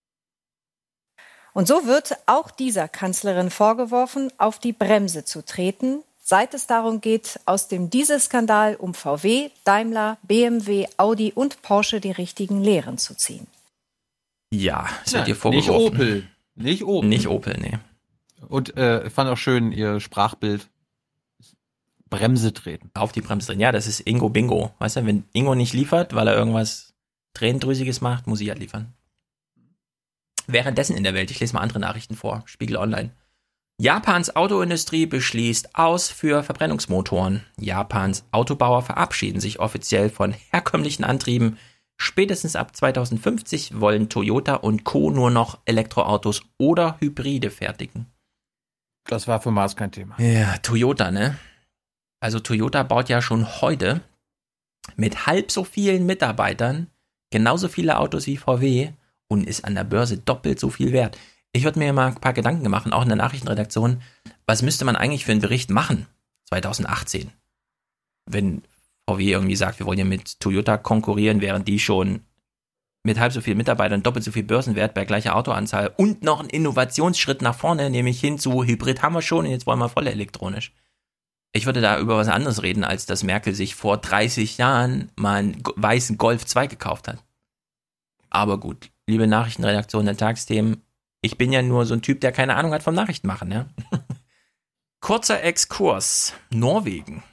Und so wird auch dieser Kanzlerin vorgeworfen, auf die Bremse zu treten, seit es darum geht, aus dem Dieselskandal um VW, Daimler, BMW, Audi und Porsche die richtigen Lehren zu ziehen. Ja, es wird ihr vorgeworfen. Nicht Opel. Nicht Opel, nee. Und ich fand auch schön ihr Sprachbild. Bremse treten. Auf die Bremse treten. Ja, das ist Ingo Bingo. Weißt du, wenn Ingo nicht liefert, weil er irgendwas Tränendrüsiges macht, muss ich halt liefern. Währenddessen in der Welt, ich lese mal andere Nachrichten vor, Spiegel Online. Japans Autoindustrie beschließt aus für Verbrennungsmotoren. Japans Autobauer verabschieden sich offiziell von herkömmlichen Antrieben. Spätestens ab 2050 wollen Toyota und Co. nur noch Elektroautos oder Hybride fertigen. Das war für Mars kein Thema. Ja, Toyota, ne? Also Toyota baut ja schon heute mit halb so vielen Mitarbeitern genauso viele Autos wie VW und ist an der Börse doppelt so viel wert. Ich würde mir mal ein paar Gedanken machen, auch in der Nachrichtenredaktion, was müsste man eigentlich für einen Bericht machen 2018, wenn VW irgendwie sagt, wir wollen ja mit Toyota konkurrieren, während die schon mit halb so vielen Mitarbeitern doppelt so viel Börsenwert bei gleicher Autoanzahl und noch einen Innovationsschritt nach vorne, nämlich hin zu Hybrid haben wir schon und jetzt wollen wir voll elektronisch. Ich würde da über was anderes reden, als dass Merkel sich vor 30 Jahren mal einen weißen Golf 2 gekauft hat. Aber gut, liebe Nachrichtenredaktion der Tagsthemen, ich bin ja nur so ein Typ, der keine Ahnung hat vom Nachrichtenmachen, ja. Kurzer Exkurs. Norwegen.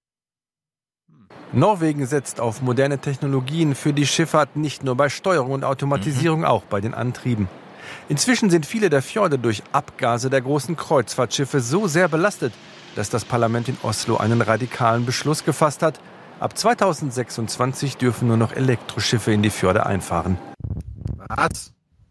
Norwegen setzt auf moderne Technologien für die Schifffahrt, nicht nur bei Steuerung und Automatisierung, auch bei den Antrieben. Inzwischen sind viele der Fjorde durch Abgase der großen Kreuzfahrtschiffe so sehr belastet, dass das Parlament in Oslo einen radikalen Beschluss gefasst hat. Ab 2026 dürfen nur noch Elektroschiffe in die Fjorde einfahren. Was?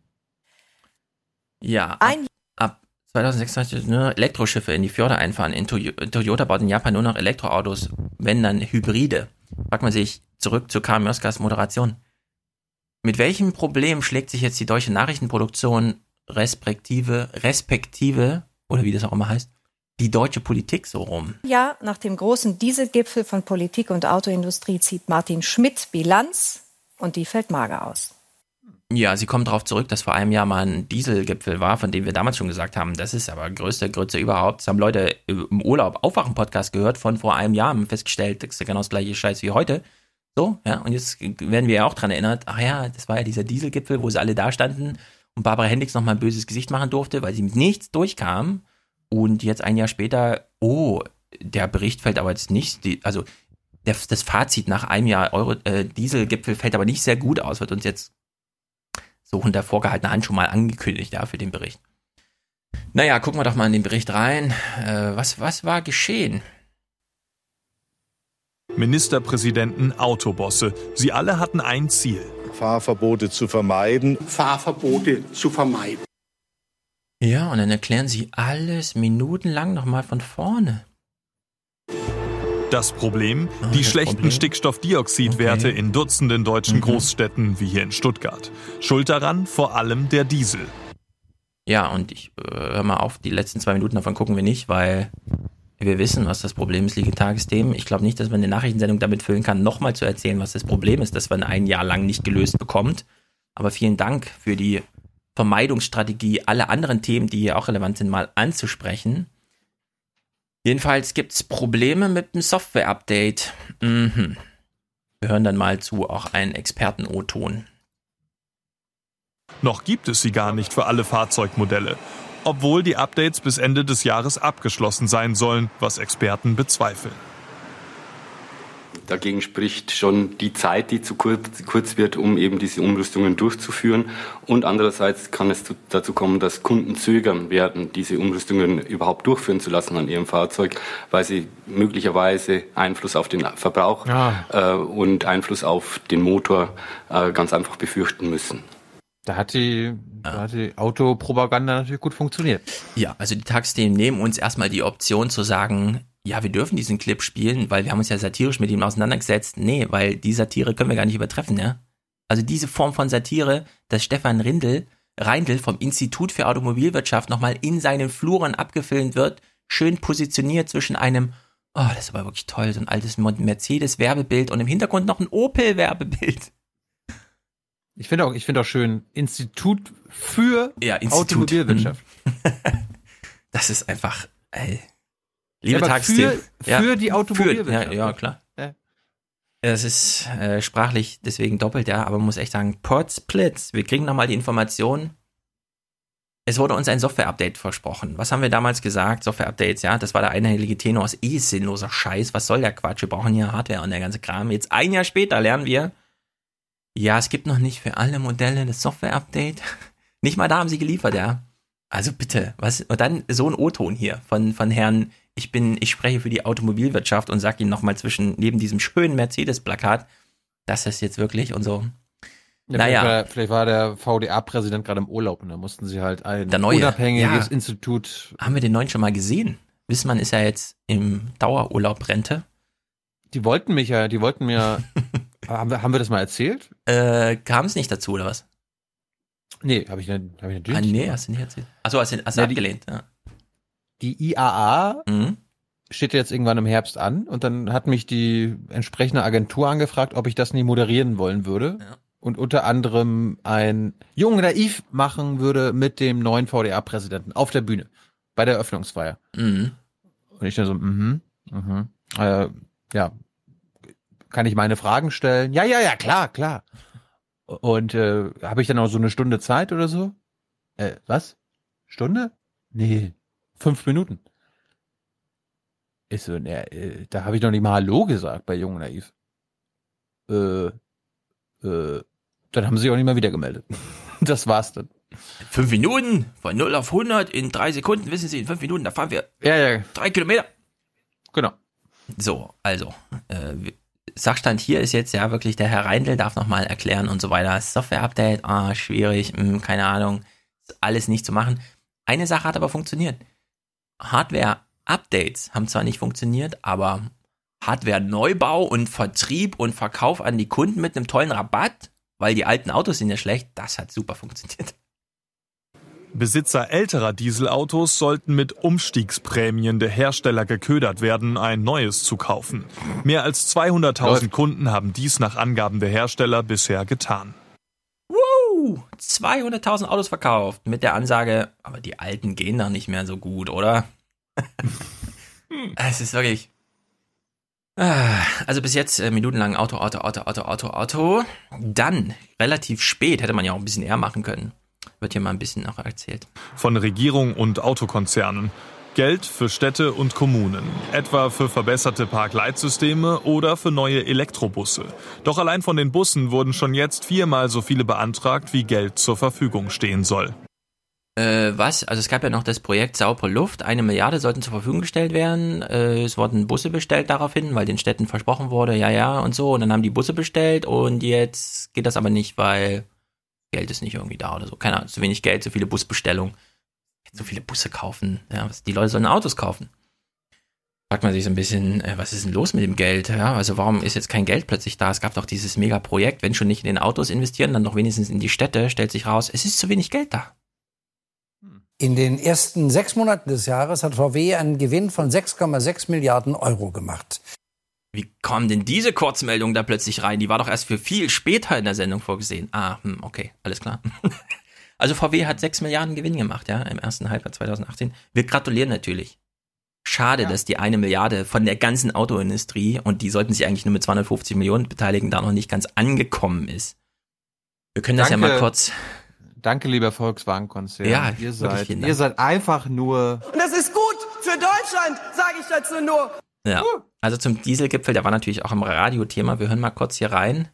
Ja, ab 2026 nur Elektroschiffe in die Fjorde einfahren. Toyota baut in Japan nur noch Elektroautos, wenn dann Hybride. Fragt man sich zurück zu Karin Mjoskas Moderation. Mit welchem Problem schlägt sich jetzt die deutsche Nachrichtenproduktion respektive, oder wie das auch immer heißt, die deutsche Politik so rum? Ja, nach dem großen Dieselgipfel von Politik und Autoindustrie zieht Martin Schmidt Bilanz und die fällt mager aus. Ja, sie kommen darauf zurück, dass vor einem Jahr mal ein Dieselgipfel war, von dem wir damals schon gesagt haben, das ist aber größte Grütze überhaupt. Das haben Leute im Urlaub Aufwachen-Podcast gehört von vor einem Jahr, haben festgestellt, das ist ja genau das gleiche Scheiß wie heute. So, ja, und jetzt werden wir ja auch dran erinnert, ach ja, das war ja dieser Dieselgipfel, wo sie alle da standen und Barbara Hendricks nochmal ein böses Gesicht machen durfte, weil sie mit nichts durchkam. Und jetzt ein Jahr später, der Bericht fällt aber jetzt nicht, das Fazit nach einem Jahr Dieselgipfel fällt aber nicht sehr gut aus, wird uns jetzt so unter vorgehaltener Hand schon mal angekündigt, ja, für den Bericht. Naja, gucken wir doch mal in den Bericht rein. Was war geschehen? Ministerpräsidenten, Autobosse, sie alle hatten ein Ziel. Fahrverbote zu vermeiden. Fahrverbote zu vermeiden. Ja, und dann erklären sie alles minutenlang nochmal von vorne. Das Problem? Die schlechten Stickstoffdioxidwerte in Dutzenden deutschen Großstädten wie hier in Stuttgart. Schuld daran vor allem der Diesel. Ja, und ich hör mal auf, die letzten 2 Minuten davon gucken wir nicht, weil wir wissen, was das Problem ist, liegt in Tagesthemen. Ich glaube nicht, dass man eine Nachrichtensendung damit füllen kann, nochmal zu erzählen, was das Problem ist, das man ein Jahr lang nicht gelöst bekommt. Aber vielen Dank für die Vermeidungsstrategie, alle anderen Themen, die hier auch relevant sind, mal anzusprechen. Jedenfalls gibt es Probleme mit dem Software-Update. Wir hören dann mal zu, auch einen Experten-O-Ton. Noch gibt es sie gar nicht für alle Fahrzeugmodelle, obwohl die Updates bis Ende des Jahres abgeschlossen sein sollen, was Experten bezweifeln. Dagegen spricht schon die Zeit, die zu kurz wird, um eben diese Umrüstungen durchzuführen. Und andererseits kann es dazu kommen, dass Kunden zögern werden, diese Umrüstungen überhaupt durchführen zu lassen an ihrem Fahrzeug, weil sie möglicherweise Einfluss auf den Verbrauch und Einfluss auf den Motor ganz einfach befürchten müssen. Da hat die Autopropaganda natürlich gut funktioniert. Ja, also die Tagesthemen nehmen uns erstmal die Option zu sagen, ja, wir dürfen diesen Clip spielen, weil wir haben uns ja satirisch mit ihm auseinandergesetzt. Nee, weil die Satire können wir gar nicht übertreffen, ja. Also diese Form von Satire, dass Stefan Reindl vom Institut für Automobilwirtschaft nochmal in seinen Fluren abgefilmt wird, schön positioniert zwischen einem, oh, das ist aber wirklich toll, so ein altes Mercedes-Werbebild und im Hintergrund noch ein Opel-Werbebild. Ich finde auch schön, Institut für Automobilwirtschaft. Das ist einfach, liebe Tagesthemen. Für die Automobilwirtschaft. Ja, klar. Ja. Das ist sprachlich deswegen doppelt, ja, aber man muss echt sagen, Potsblitz. Wir kriegen nochmal die Information. Es wurde uns ein Software-Update versprochen. Was haben wir damals gesagt? Software-Updates, ja, das war der einhellige Tenor, ist sinnloser Scheiß. Was soll der Quatsch? Wir brauchen hier Hardware und der ganze Kram. Jetzt ein Jahr später lernen wir, ja, es gibt noch nicht für alle Modelle das Software-Update. Nicht mal da haben sie geliefert, ja. Also bitte, was? Und dann so ein O-Ton hier von Herrn, ich spreche für die Automobilwirtschaft und sag Ihnen nochmal neben diesem schönen Mercedes-Plakat, das ist jetzt wirklich und so. Ja, naja. Vielleicht war der VDA-Präsident gerade im Urlaub und da mussten sie halt ein unabhängiges Institut. Haben wir den neuen schon mal gesehen? Wissmann ist ja jetzt im Dauerurlaub-Rente. Die wollten mir, haben wir das mal erzählt? Kam es nicht dazu, oder was? Nee, hab ich natürlich nicht. Nee, hast du nicht erzählt. Achso, hast du abgelehnt. Ja. Die IAA steht jetzt irgendwann im Herbst an und dann hat mich die entsprechende Agentur angefragt, ob ich das nie moderieren wollen würde. Ja. Und unter anderem ein Jung Naiv machen würde mit dem neuen VDA-Präsidenten auf der Bühne bei der Eröffnungsfeier. Und ich dann so, ja, kann ich meine Fragen stellen? Ja, klar. Und habe ich dann auch so eine Stunde Zeit oder so? Was? Stunde? Nee, 5 Minuten. Ich so, da habe ich noch nicht mal Hallo gesagt bei Jung Naiv. Dann haben sie sich auch nicht mal wieder gemeldet. Das war's dann. 5 Minuten von 0 auf 100 in 3 Sekunden, wissen Sie, in 5 Minuten, da fahren wir 3 Kilometer. Genau. So, also, Sachstand hier ist jetzt ja wirklich, der Herr Reindl darf nochmal erklären und so weiter. Software-Update, schwierig, keine Ahnung, ist alles nicht zu machen. Eine Sache hat aber funktioniert. Hardware-Updates haben zwar nicht funktioniert, aber Hardware-Neubau und Vertrieb und Verkauf an die Kunden mit einem tollen Rabatt, weil die alten Autos sind ja schlecht, das hat super funktioniert. Besitzer älterer Dieselautos sollten mit Umstiegsprämien der Hersteller geködert werden, ein neues zu kaufen. Mehr als 200.000 Kunden haben dies nach Angaben der Hersteller bisher getan. 200.000 Autos verkauft mit der Ansage, aber die alten gehen doch nicht mehr so gut, oder? Es ist wirklich... Also bis jetzt minutenlang Auto. Dann, relativ spät, hätte man ja auch ein bisschen eher machen können. Wird hier mal ein bisschen noch erzählt. Von Regierung und Autokonzernen. Geld für Städte und Kommunen, etwa für verbesserte Parkleitsysteme oder für neue Elektrobusse. Doch allein von den Bussen wurden schon jetzt 4-mal so viele beantragt, wie Geld zur Verfügung stehen soll. Was? Also es gab ja noch das Projekt Saubere Luft. 1 Milliarde sollten zur Verfügung gestellt werden. Es wurden Busse bestellt daraufhin, weil den Städten versprochen wurde, ja und so. Und dann haben die Busse bestellt und jetzt geht das aber nicht, weil Geld ist nicht irgendwie da oder so. Keine Ahnung, zu wenig Geld, zu viele Busbestellungen. So viele Busse kaufen. Ja, die Leute sollen Autos kaufen. Fragt man sich so ein bisschen, was ist denn los mit dem Geld? Ja, also warum ist jetzt kein Geld plötzlich da? Es gab doch dieses Mega-Projekt, wenn schon nicht in den Autos investieren, dann doch wenigstens in die Städte, stellt sich raus, es ist zu wenig Geld da. In den ersten 6 Monaten des Jahres hat VW einen Gewinn von 6,6 Milliarden Euro gemacht. Wie kommen denn diese Kurzmeldungen da plötzlich rein? Die war doch erst für viel später in der Sendung vorgesehen. Okay, alles klar. Also VW hat 6 Milliarden Gewinn gemacht, ja, im ersten Halbjahr 2018. Wir gratulieren natürlich. Schade, dass die 1 Milliarde von der ganzen Autoindustrie, und die sollten sich eigentlich nur mit 250 Millionen beteiligen, da noch nicht ganz angekommen ist. Wir können das ja mal kurz... Danke, lieber Volkswagen-Konzern. Ja, ihr seid einfach nur... Und das ist gut für Deutschland, sage ich dazu nur. Ja, also zum Dieselgipfel, der war natürlich auch im Radio-Thema. Wir hören mal kurz hier rein.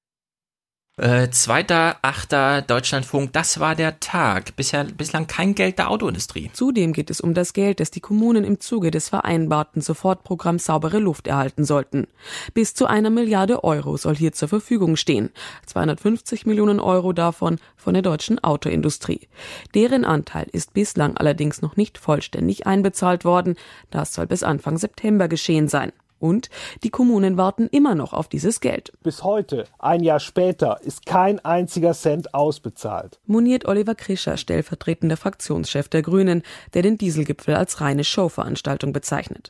2.8. Deutschlandfunk, das war der Tag. Bislang kein Geld der Autoindustrie. Zudem geht es um das Geld, das die Kommunen im Zuge des vereinbarten Sofortprogramms Saubere Luft erhalten sollten. Bis zu 1 Milliarde Euro soll hier zur Verfügung stehen. 250 Millionen Euro davon von der deutschen Autoindustrie. Deren Anteil ist bislang allerdings noch nicht vollständig einbezahlt worden. Das soll bis Anfang September geschehen sein. Und die Kommunen warten immer noch auf dieses Geld. Bis heute, ein Jahr später, ist kein einziger Cent ausbezahlt. Moniert Oliver Krischer, stellvertretender Fraktionschef der Grünen, der den Dieselgipfel als reine Showveranstaltung bezeichnet.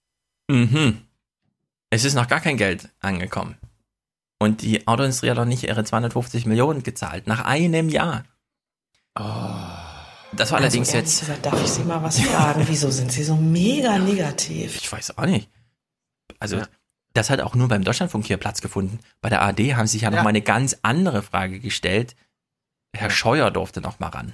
Es ist noch gar kein Geld angekommen. Und die Autoindustrie hat noch nicht ihre 250 Millionen gezahlt, nach einem Jahr. Das war allerdings jetzt... Gesagt, darf ich Sie mal was fragen? Wieso sind Sie so mega negativ? Ich weiß auch nicht. Also, das hat auch nur beim Deutschlandfunk hier Platz gefunden. Bei der ARD haben sie sich ja noch mal eine ganz andere Frage gestellt. Herr Scheuer durfte noch mal ran.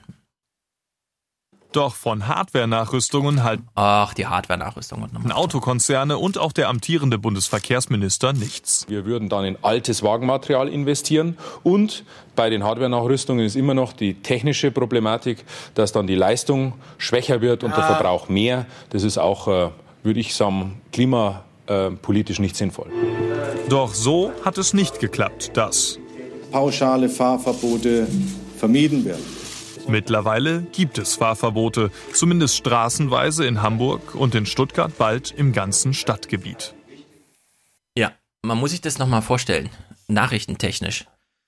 Doch von Hardware-Nachrüstungen halten die Hardware-Nachrüstungen Autokonzerne und auch der amtierende Bundesverkehrsminister nichts. Wir würden dann in altes Wagenmaterial investieren und bei den Hardware-Nachrüstungen ist immer noch die technische Problematik, dass dann die Leistung schwächer wird und der Verbrauch mehr. Das ist auch, würde ich sagen, klimapolitisch nicht sinnvoll. Doch so hat es nicht geklappt, dass pauschale Fahrverbote vermieden werden. Mittlerweile gibt es Fahrverbote, zumindest straßenweise in Hamburg und in Stuttgart, bald im ganzen Stadtgebiet. Ja, man muss sich das nochmal vorstellen, nachrichtentechnisch.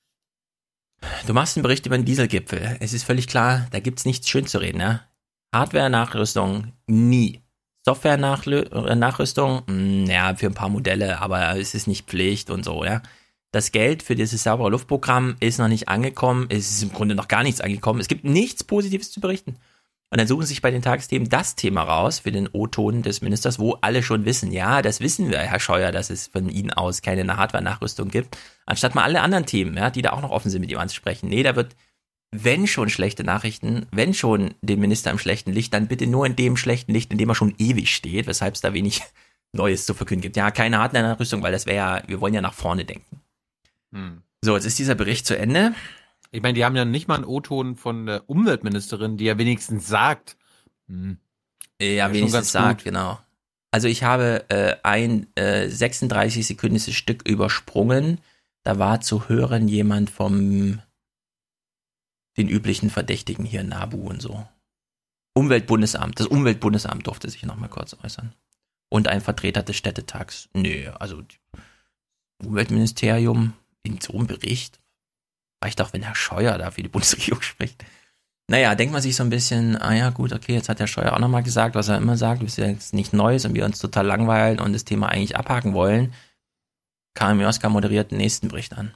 Du machst einen Bericht über den Dieselgipfel. Es ist völlig klar, da gibt's nichts schön zu reden. Ja? Hardware-Nachrüstung, nie. Software-Nachrüstung, für ein paar Modelle, aber es ist nicht Pflicht und so, ja. Das Geld für dieses saubere Luftprogramm ist noch nicht angekommen, es ist im Grunde noch gar nichts angekommen, es gibt nichts Positives zu berichten. Und dann suchen sich bei den Tagesthemen das Thema raus für den O-Ton des Ministers, wo alle schon wissen, ja, das wissen wir, Herr Scheuer, dass es von Ihnen aus keine Hardware-Nachrüstung gibt, anstatt mal alle anderen Themen, ja, die da auch noch offen sind, mit ihm anzusprechen. Nee, da wird, wenn schon schlechte Nachrichten, wenn schon den Minister im schlechten Licht, dann bitte nur in dem schlechten Licht, in dem er schon ewig steht, weshalb es da wenig Neues zu verkünden gibt. Ja, keine Hardware-Nachrüstung, weil das wäre ja, wir wollen ja nach vorne denken. So, jetzt ist dieser Bericht zu Ende. Ich meine, die haben ja nicht mal einen O-Ton von der Umweltministerin, die ja wenigstens sagt. Ja, wenigstens sagt, genau. Also ich habe ein 36-sekündiges Stück übersprungen. Da war zu hören jemand vom den üblichen Verdächtigen hier, NABU und so. Umweltbundesamt, das Umweltbundesamt durfte sich noch mal kurz äußern. Und ein Vertreter des Städtetags. Nee, also Umweltministerium in so einem Bericht reicht auch, wenn Herr Scheuer da für die Bundesregierung spricht. Naja, denkt man sich so ein bisschen, ja gut, okay, jetzt hat Herr Scheuer auch nochmal gesagt, was er immer sagt, das ist ja jetzt nicht Neues und wir uns total langweilen und das Thema eigentlich abhaken wollen. Karin Mioska moderiert den nächsten Bericht an.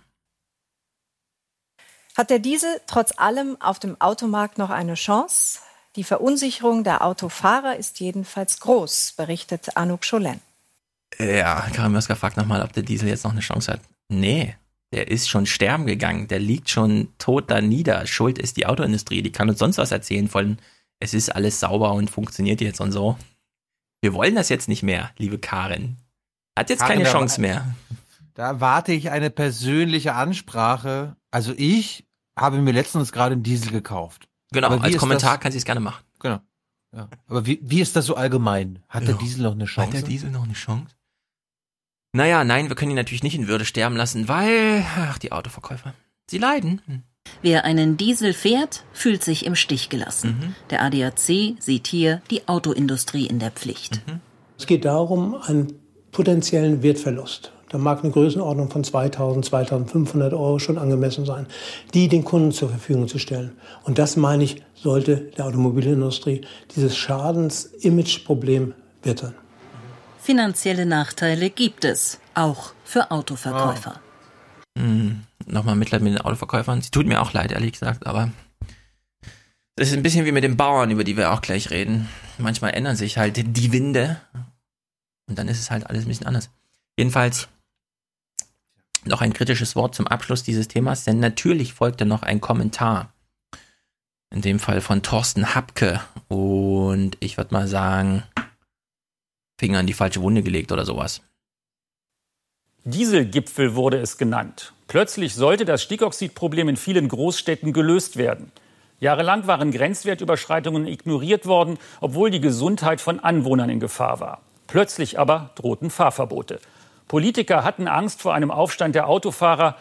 Hat der Diesel trotz allem auf dem Automarkt noch eine Chance? Die Verunsicherung der Autofahrer ist jedenfalls groß, berichtet Anouk Scholen. Ja, Karin Mioska fragt nochmal, ob der Diesel jetzt noch eine Chance hat. Nee, der ist schon sterben gegangen, der liegt schon tot da nieder. Schuld ist die Autoindustrie, die kann uns sonst was erzählen von es ist alles sauber und funktioniert jetzt und so. Wir wollen das jetzt nicht mehr, liebe Karin. Hat jetzt keine Chance mehr. Da erwarte ich eine persönliche Ansprache. Also ich habe mir letztens gerade einen Diesel gekauft. Genau, als Kommentar kann sie es gerne machen. Genau. Ja. Aber wie ist das so allgemein? Hat der Diesel noch eine Chance? Hat der Diesel noch eine Chance? Naja, nein, wir können ihn natürlich nicht in Würde sterben lassen, weil, die Autoverkäufer, sie leiden. Wer einen Diesel fährt, fühlt sich im Stich gelassen. Der ADAC sieht hier die Autoindustrie in der Pflicht. Es geht darum, einen potenziellen Wertverlust. Da mag eine Größenordnung von 2.000, 2.500 € schon angemessen sein, die den Kunden zur Verfügung zu stellen. Und das, meine ich, sollte der Automobilindustrie dieses Schadens-Image-Problem wittern. Finanzielle Nachteile gibt es, auch für Autoverkäufer. Nochmal Mitleid mit den Autoverkäufern. Sie tut mir auch leid, ehrlich gesagt, aber das ist ein bisschen wie mit den Bauern, über die wir auch gleich reden. Manchmal ändern sich halt die Winde und dann ist es halt alles ein bisschen anders. Jedenfalls noch ein kritisches Wort zum Abschluss dieses Themas, denn natürlich folgte noch ein Kommentar. In dem Fall von Thorsten Habke und ich würde mal sagen, Finger in die falsche Wunde gelegt oder sowas. Dieselgipfel wurde es genannt. Plötzlich sollte das Stickoxidproblem in vielen Großstädten gelöst werden. Jahrelang waren Grenzwertüberschreitungen ignoriert worden, obwohl die Gesundheit von Anwohnern in Gefahr war. Plötzlich aber drohten Fahrverbote. Politiker hatten Angst vor einem Aufstand der Autofahrer.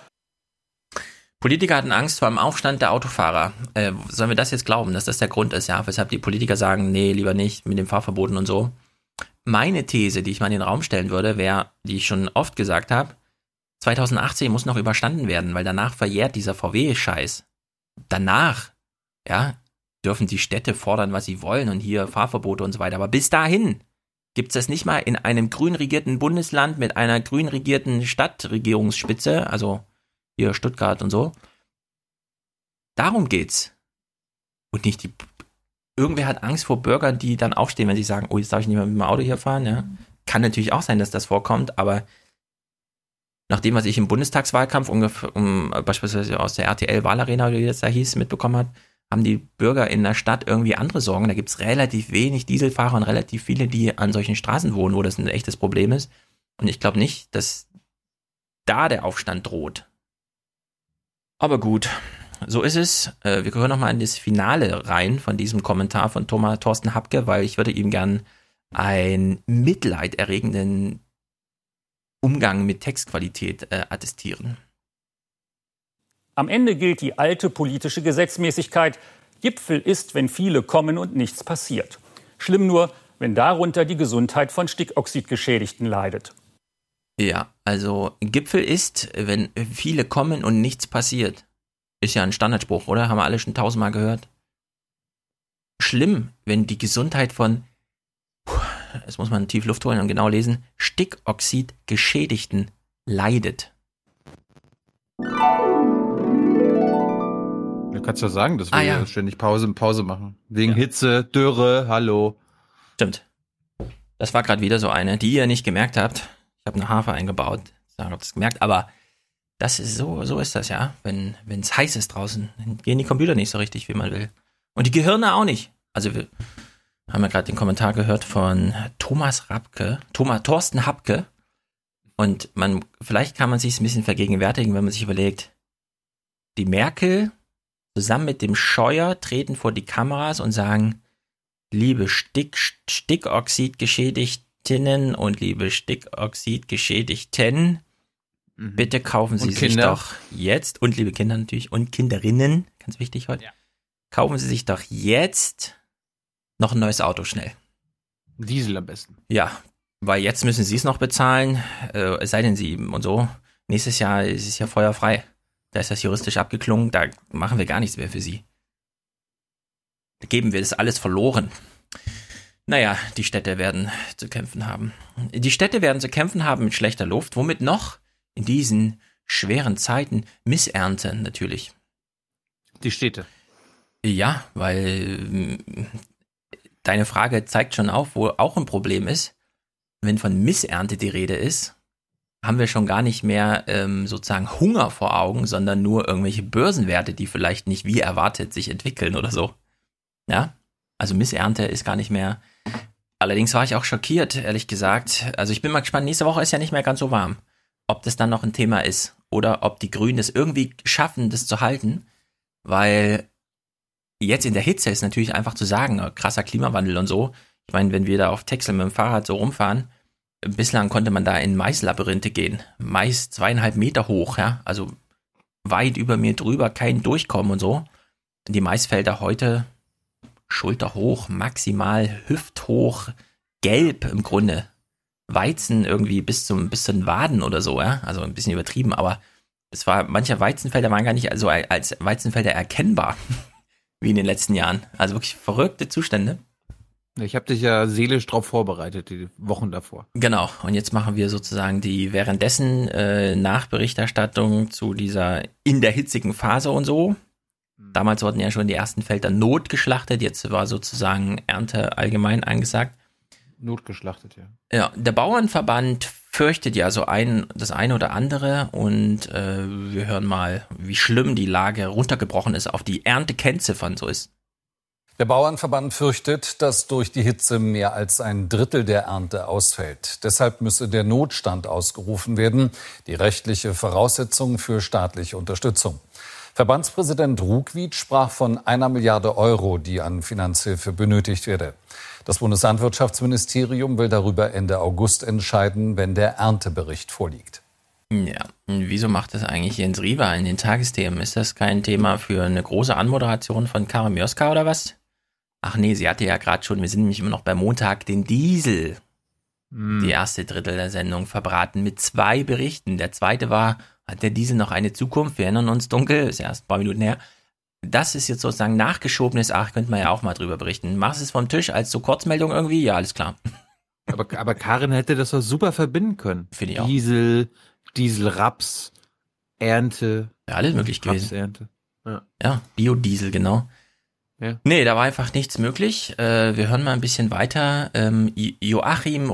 Sollen wir das jetzt glauben, dass das der Grund ist, ja, weshalb die Politiker sagen, nee, lieber nicht mit den Fahrverboten und so? Meine These, die ich mal in den Raum stellen würde, wäre, die ich schon oft gesagt habe, 2018 muss noch überstanden werden, weil danach verjährt dieser VW-Scheiß. Danach, ja, dürfen die Städte fordern, was sie wollen und hier Fahrverbote und so weiter. Aber bis dahin gibt es das nicht mal in einem grün regierten Bundesland mit einer grün regierten Stadtregierungsspitze, also hier Stuttgart und so. Darum geht's. Und nicht irgendwer hat Angst vor Bürgern, die dann aufstehen, wenn sie sagen, oh, jetzt darf ich nicht mehr mit meinem Auto hier fahren. Ja. Kann natürlich auch sein, dass das vorkommt, aber nach dem, was ich im Bundestagswahlkampf beispielsweise aus der RTL-Wahlarena, oder wie das da hieß, mitbekommen habe, haben die Bürger in der Stadt irgendwie andere Sorgen. Da gibt es relativ wenig Dieselfahrer und relativ viele, die an solchen Straßen wohnen, wo das ein echtes Problem ist. Und ich glaube nicht, dass da der Aufstand droht. Aber gut, so ist es. Wir gehören nochmal in das Finale rein von diesem Kommentar von Thorsten Habke, weil ich würde ihm gern einen mitleiderregenden Umgang mit Textqualität attestieren. Am Ende gilt die alte politische Gesetzmäßigkeit. Gipfel ist, wenn viele kommen und nichts passiert. Schlimm nur, wenn darunter die Gesundheit von Stickoxidgeschädigten leidet. Ja, also Gipfel ist, wenn viele kommen und nichts passiert. Ist ja ein Standardspruch, oder? Haben wir alle schon 1000-mal gehört. Schlimm, wenn die Gesundheit von, jetzt muss man tief Luft holen und genau lesen, Stickoxidgeschädigten leidet. Du kannst ja sagen, dass wir ständig Pause machen. Wegen Hitze, Dürre, hallo. Stimmt. Das war gerade wieder so eine, die ihr nicht gemerkt habt. Ich habe eine Harfe eingebaut. Ich habe das gemerkt, aber das ist so ist das, ja. Wenn es heiß ist draußen, dann gehen die Computer nicht so richtig, wie man will. Und die Gehirne auch nicht. Also wir haben ja gerade den Kommentar gehört von Thorsten Habke. Und vielleicht kann man sich ein bisschen vergegenwärtigen, wenn man sich überlegt, die Merkel zusammen mit dem Scheuer treten vor die Kameras und sagen, liebe Stickoxidgeschädigtinnen und liebe Stickoxidgeschädigten, bitte kaufen Sie sich doch jetzt, und liebe Kinder natürlich, und Kinderinnen, ganz wichtig heute, kaufen Sie sich doch jetzt noch ein neues Auto schnell. Diesel am besten. Ja, weil jetzt müssen Sie es noch bezahlen, es sei denn Sie und so. Nächstes Jahr ist es ja feuerfrei. Da ist das juristisch abgeklungen, da machen wir gar nichts mehr für Sie. Da geben wir das alles verloren. Naja, die Städte werden zu kämpfen haben. Die Städte werden zu kämpfen haben mit schlechter Luft. Womit noch? In diesen schweren Zeiten Missernte natürlich. Die Städte. Ja, weil deine Frage zeigt schon auf, wo auch ein Problem ist. Wenn von Missernte die Rede ist, haben wir schon gar nicht mehr sozusagen Hunger vor Augen, sondern nur irgendwelche Börsenwerte, die vielleicht nicht wie erwartet sich entwickeln oder so. Ja, Also Missernte ist gar nicht mehr. Allerdings war ich auch schockiert, ehrlich gesagt. Also ich bin mal gespannt, nächste Woche ist ja nicht mehr ganz so warm. Ob das dann noch ein Thema ist oder ob die Grünen es irgendwie schaffen, das zu halten. Weil jetzt in der Hitze ist natürlich einfach zu sagen, krasser Klimawandel und so. Ich meine, wenn wir da auf Texel mit dem Fahrrad so rumfahren, bislang konnte man da in Maislabyrinthe gehen. Mais 2,5 Meter hoch, ja. Also weit über mir drüber, kein Durchkommen und so. Die Maisfelder heute schulterhoch, maximal hüfthoch, gelb im Grunde. Weizen irgendwie bis zu den Waden oder so, ja. Also ein bisschen übertrieben, aber es war, manche Weizenfelder waren gar nicht also als Weizenfelder erkennbar, wie in den letzten Jahren. Also wirklich verrückte Zustände. Ich habe dich ja seelisch drauf vorbereitet, die Wochen davor. Genau, und jetzt machen wir sozusagen die währenddessen Nachberichterstattung zu dieser in der hitzigen Phase und so. Damals wurden ja schon die ersten Felder notgeschlachtet, jetzt war sozusagen Ernte allgemein angesagt. Notgeschlachtet, ja. Ja, der Bauernverband fürchtet ja so das eine oder andere und wir hören mal, wie schlimm die Lage runtergebrochen ist, auf die Erntekennziffern so ist. Der Bauernverband fürchtet, dass durch die Hitze mehr als 1/3 der Ernte ausfällt. Deshalb müsse der Notstand ausgerufen werden, die rechtliche Voraussetzung für staatliche Unterstützung. Verbandspräsident Ruckwied sprach von 1 Milliarde Euro, die an Finanzhilfe benötigt werde. Das Bundeslandwirtschaftsministerium will darüber Ende August entscheiden, wenn der Erntebericht vorliegt. Ja, und wieso macht das eigentlich Jens Riewer in den Tagesthemen? Ist das kein Thema für eine große Anmoderation von Karin Mioska oder was? Ach nee, sie hatte ja gerade schon, wir sind nämlich immer noch bei Montag, den Diesel, die erste Drittel der Sendung verbraten mit 2 Berichten. Der zweite war, hat der Diesel noch eine Zukunft? Wir erinnern uns dunkel, ist erst ein paar Minuten her. Das ist jetzt sozusagen nachgeschobenes, könnte man ja auch mal drüber berichten. Machst du es vom Tisch als so Kurzmeldung irgendwie? Ja, alles klar. Aber Karin hätte das doch super verbinden können. Finde ich auch. Dieselraps, Ernte. Ja, alles möglich gewesen. Rapsernte. Ja, Biodiesel, genau. Ja. Nee, da war einfach nichts möglich. Wir hören mal ein bisschen weiter. Joachim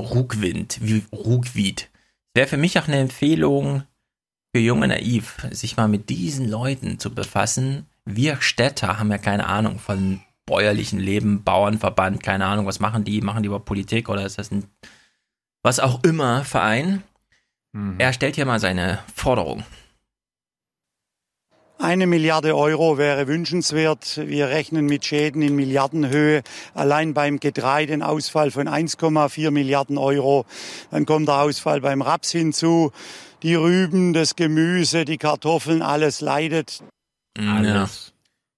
Ruckwied. Wäre für mich auch eine Empfehlung für Jung und Naiv, sich mal mit diesen Leuten zu befassen. Wir Städter haben ja keine Ahnung von bäuerlichem Leben, Bauernverband, keine Ahnung, was machen die? Machen die über Politik oder ist das ein was auch immer Verein? Er stellt hier mal seine Forderung. 1 Milliarde Euro wäre wünschenswert. Wir rechnen mit Schäden in Milliardenhöhe. Allein beim Getreide ein Ausfall von 1,4 Milliarden Euro. Dann kommt der Ausfall beim Raps hinzu. Die Rüben, das Gemüse, die Kartoffeln, alles leidet. Alles.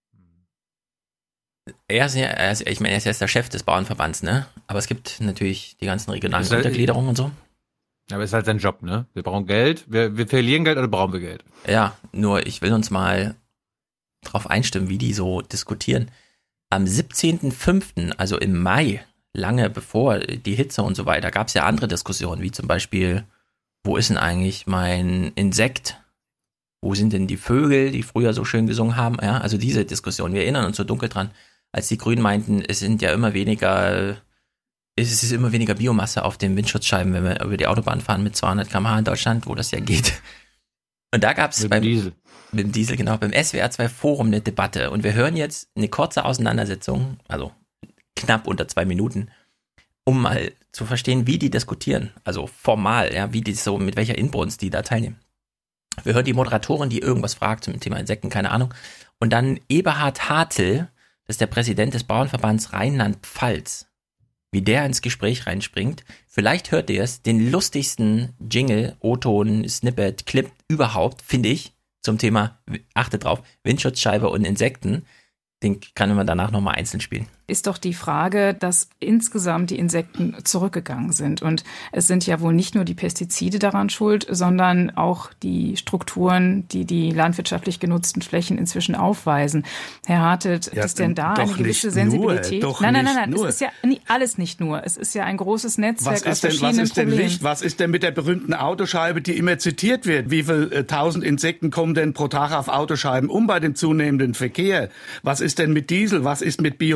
Ja. Er ist jetzt der Chef des Bauernverbands, ne? Aber es gibt natürlich die ganzen regionalen Untergliederungen und so. Aber ist halt sein Job, ne? Wir brauchen Geld. Wir verlieren Geld oder brauchen wir Geld? Ja, nur ich will uns mal drauf einstimmen, wie die so diskutieren. Am 17.05., also im Mai, lange bevor die Hitze und so weiter, gab es ja andere Diskussionen, wie zum Beispiel, wo ist denn eigentlich mein Insekt? Wo sind denn die Vögel, die früher so schön gesungen haben? Ja, also diese Diskussion. Wir erinnern uns so dunkel dran, als die Grünen meinten, es ist immer weniger Biomasse auf den Windschutzscheiben, wenn wir über die Autobahn fahren mit 200 km/h in Deutschland, wo das ja geht. Und da gab es mit dem Diesel, genau, beim SWR 2 Forum eine Debatte. Und wir hören jetzt eine kurze Auseinandersetzung, also knapp unter 2 Minuten, um mal zu verstehen, wie die diskutieren. Also formal, ja, wie die so, mit welcher Inbrunst die da teilnehmen. Wir hören die Moderatorin, die irgendwas fragt zum Thema Insekten, keine Ahnung. Und dann Eberhard Hartl, das ist der Präsident des Bauernverbands Rheinland-Pfalz, wie der ins Gespräch reinspringt. Vielleicht hört ihr es, den lustigsten Jingle, O-Ton, Snippet, Clip überhaupt, finde ich, zum Thema, achtet drauf, Windschutzscheibe und Insekten. Den kann man danach nochmal einzeln spielen. Ist doch die Frage, dass insgesamt die Insekten zurückgegangen sind. Und es sind ja wohl nicht nur die Pestizide daran schuld, sondern auch die Strukturen, die die landwirtschaftlich genutzten Flächen inzwischen aufweisen. Herr Hartelt, ist denn da eine gewisse Sensibilität? Nein, es ist ja alles nicht nur. Es ist ja ein großes Netzwerk aus verschiedenen Problemen. Was ist denn mit der berühmten Autoscheibe, die immer zitiert wird? Wie viel 1000 Insekten kommen denn pro Tag auf Autoscheiben bei dem zunehmenden Verkehr? Was ist denn mit Diesel? Was ist mit Biozid?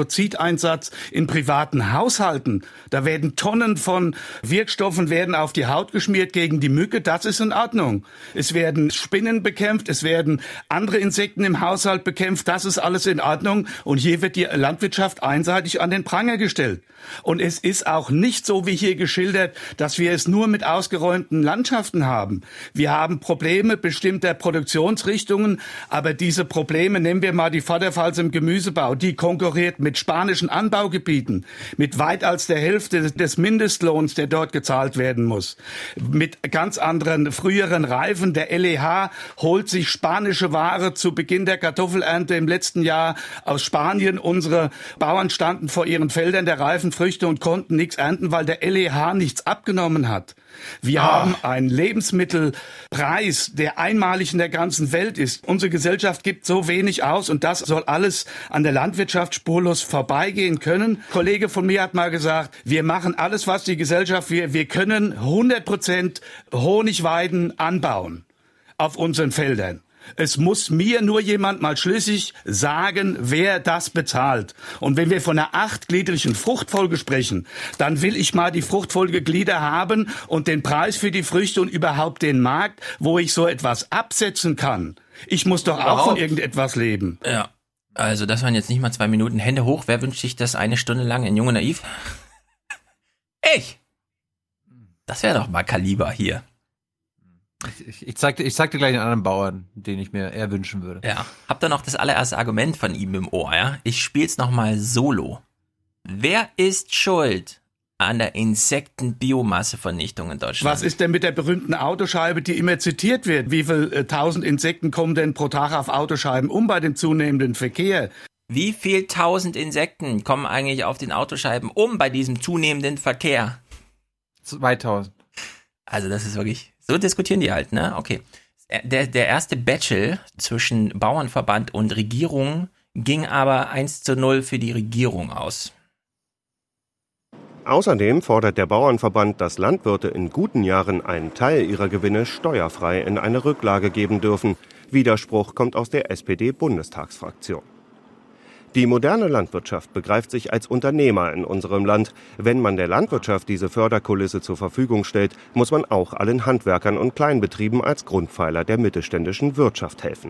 Gifteinsatz in privaten Haushalten. Da werden Tonnen von Wirkstoffen werden auf die Haut geschmiert gegen die Mücke. Das ist in Ordnung. Es werden Spinnen bekämpft, es werden andere Insekten im Haushalt bekämpft. Das ist alles in Ordnung. Und hier wird die Landwirtschaft einseitig an den Pranger gestellt. Und es ist auch nicht so, wie hier geschildert, dass wir es nur mit ausgeräumten Landschaften haben. Wir haben Probleme bestimmter Produktionsrichtungen, aber diese Probleme, nehmen wir mal die Vorderpfalz im Gemüsebau, die konkurriert mit spanischen Anbaugebieten, mit weit als der Hälfte des Mindestlohns, der dort gezahlt werden muss, mit ganz anderen früheren Reifen. Der LEH holt sich spanische Ware zu Beginn der Kartoffelernte im letzten Jahr aus Spanien. Unsere Bauern standen vor ihren Feldern der reifen Früchte und konnten nichts ernten, weil der LEH nichts abgenommen hat. Wir haben einen Lebensmittelpreis, der einmalig in der ganzen Welt ist. Unsere Gesellschaft gibt so wenig aus und das soll alles an der Landwirtschaft spurlos vorbeigehen können. Ein Kollege von mir hat mal gesagt, wir machen alles, was die Gesellschaft will. Wir können 100% Honigweiden anbauen auf unseren Feldern. Es muss mir nur jemand mal schlüssig sagen, wer das bezahlt. Und wenn wir von einer 8gliedrigen Fruchtfolge sprechen, dann will ich mal die Fruchtfolgeglieder haben und den Preis für die Früchte und überhaupt den Markt, wo ich so etwas absetzen kann. Ich muss doch auch von irgendetwas leben. Ja, also das waren jetzt nicht mal 2 Minuten. Hände hoch, wer wünscht sich das 1 Stunde lang in Jung und Naiv? Ich! Das wäre doch mal Kaliber hier. Ich zeig dir gleich einen anderen Bauern, den ich mir eher wünschen würde. Ja, habt ihr noch das allererste Argument von ihm im Ohr, ja? Ich spiel's nochmal solo. Wer ist schuld an der Insektenbiomassevernichtung in Deutschland? Was ist denn mit der berühmten Autoscheibe, die immer zitiert wird? Wie viel 1000 Insekten kommen denn pro Tag auf Autoscheiben bei dem zunehmenden Verkehr? Wie viel 1000 Insekten kommen eigentlich auf den Autoscheiben bei diesem zunehmenden Verkehr? 2000. Also das ist wirklich... So diskutieren die halt, ne? Okay. Der erste Battle zwischen Bauernverband und Regierung ging aber 1:0 für die Regierung aus. Außerdem fordert der Bauernverband, dass Landwirte in guten Jahren einen Teil ihrer Gewinne steuerfrei in eine Rücklage geben dürfen. Widerspruch kommt aus der SPD-Bundestagsfraktion. Die moderne Landwirtschaft begreift sich als Unternehmer in unserem Land. Wenn man der Landwirtschaft diese Förderkulisse zur Verfügung stellt, muss man auch allen Handwerkern und Kleinbetrieben als Grundpfeiler der mittelständischen Wirtschaft helfen.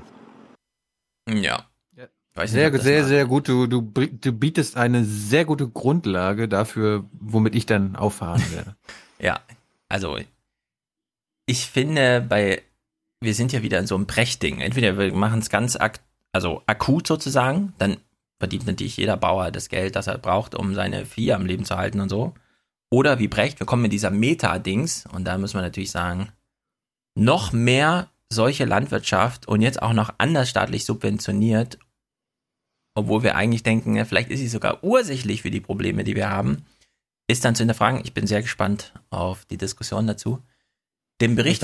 Ja. Sehr gut. Du bietest eine sehr gute Grundlage dafür, womit ich dann auffahren werde. Ja, also ich finde, wir sind ja wieder in so einem Brechding. Entweder wir machen es ganz akut sozusagen, dann verdient natürlich jeder Bauer das Geld, das er braucht, um seine Vieh am Leben zu halten und so. Oder wie Brecht, wir kommen mit dieser Meta-Dings und da müssen wir natürlich sagen, noch mehr solche Landwirtschaft und jetzt auch noch anders staatlich subventioniert, obwohl wir eigentlich denken, vielleicht ist sie sogar ursächlich für die Probleme, die wir haben, ist dann zu hinterfragen. Ich bin sehr gespannt auf die Diskussion dazu. Den Bericht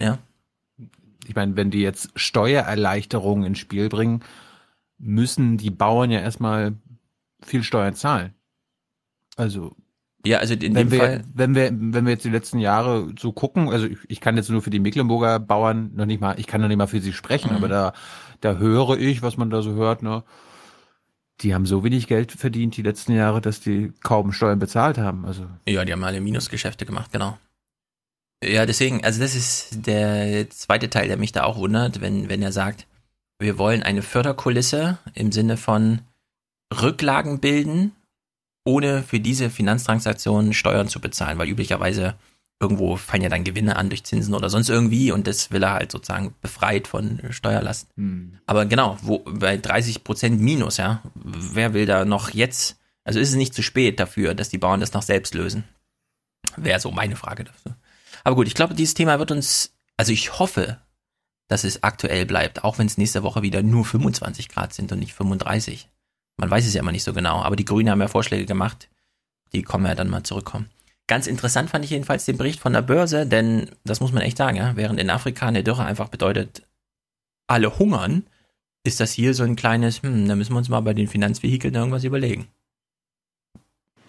Ich meine, wenn die jetzt Steuererleichterungen ins Spiel bringen, müssen die Bauern ja erstmal viel Steuern zahlen. Also, ja, also in dem Fall. Wenn wir jetzt die letzten Jahre so gucken, also ich kann jetzt nur für die Mecklenburger Bauern ich kann noch nicht mal für sie sprechen, aber da höre ich, was man da so hört, ne? Die haben so wenig Geld verdient die letzten Jahre, dass die kaum Steuern bezahlt haben. Also. Ja, die haben alle Minusgeschäfte gemacht, genau. Ja, deswegen, also das ist der zweite Teil, der mich da auch wundert, wenn er sagt, wir wollen eine Förderkulisse im Sinne von Rücklagen bilden, ohne für diese Finanztransaktionen Steuern zu bezahlen, weil üblicherweise irgendwo fallen ja dann Gewinne an durch Zinsen oder sonst irgendwie und das will er halt sozusagen befreit von Steuerlast. Aber genau, bei 30% Minus, ja, wer will da noch jetzt, also ist es nicht zu spät dafür, dass die Bauern das noch selbst lösen? Wäre so meine Frage dafür. Aber gut, ich glaube, dieses Thema wird uns, also ich hoffe, dass es aktuell bleibt, auch wenn es nächste Woche wieder nur 25 Grad sind und nicht 35. Man weiß es ja immer nicht so genau, aber die Grünen haben ja Vorschläge gemacht, die kommen ja dann mal zurückkommen. Ganz interessant fand ich jedenfalls den Bericht von der Börse, denn das muss man echt sagen, ja, während in Afrika eine Dürre einfach bedeutet, alle hungern, ist das hier so ein kleines, da müssen wir uns mal bei den Finanzvehikeln irgendwas überlegen.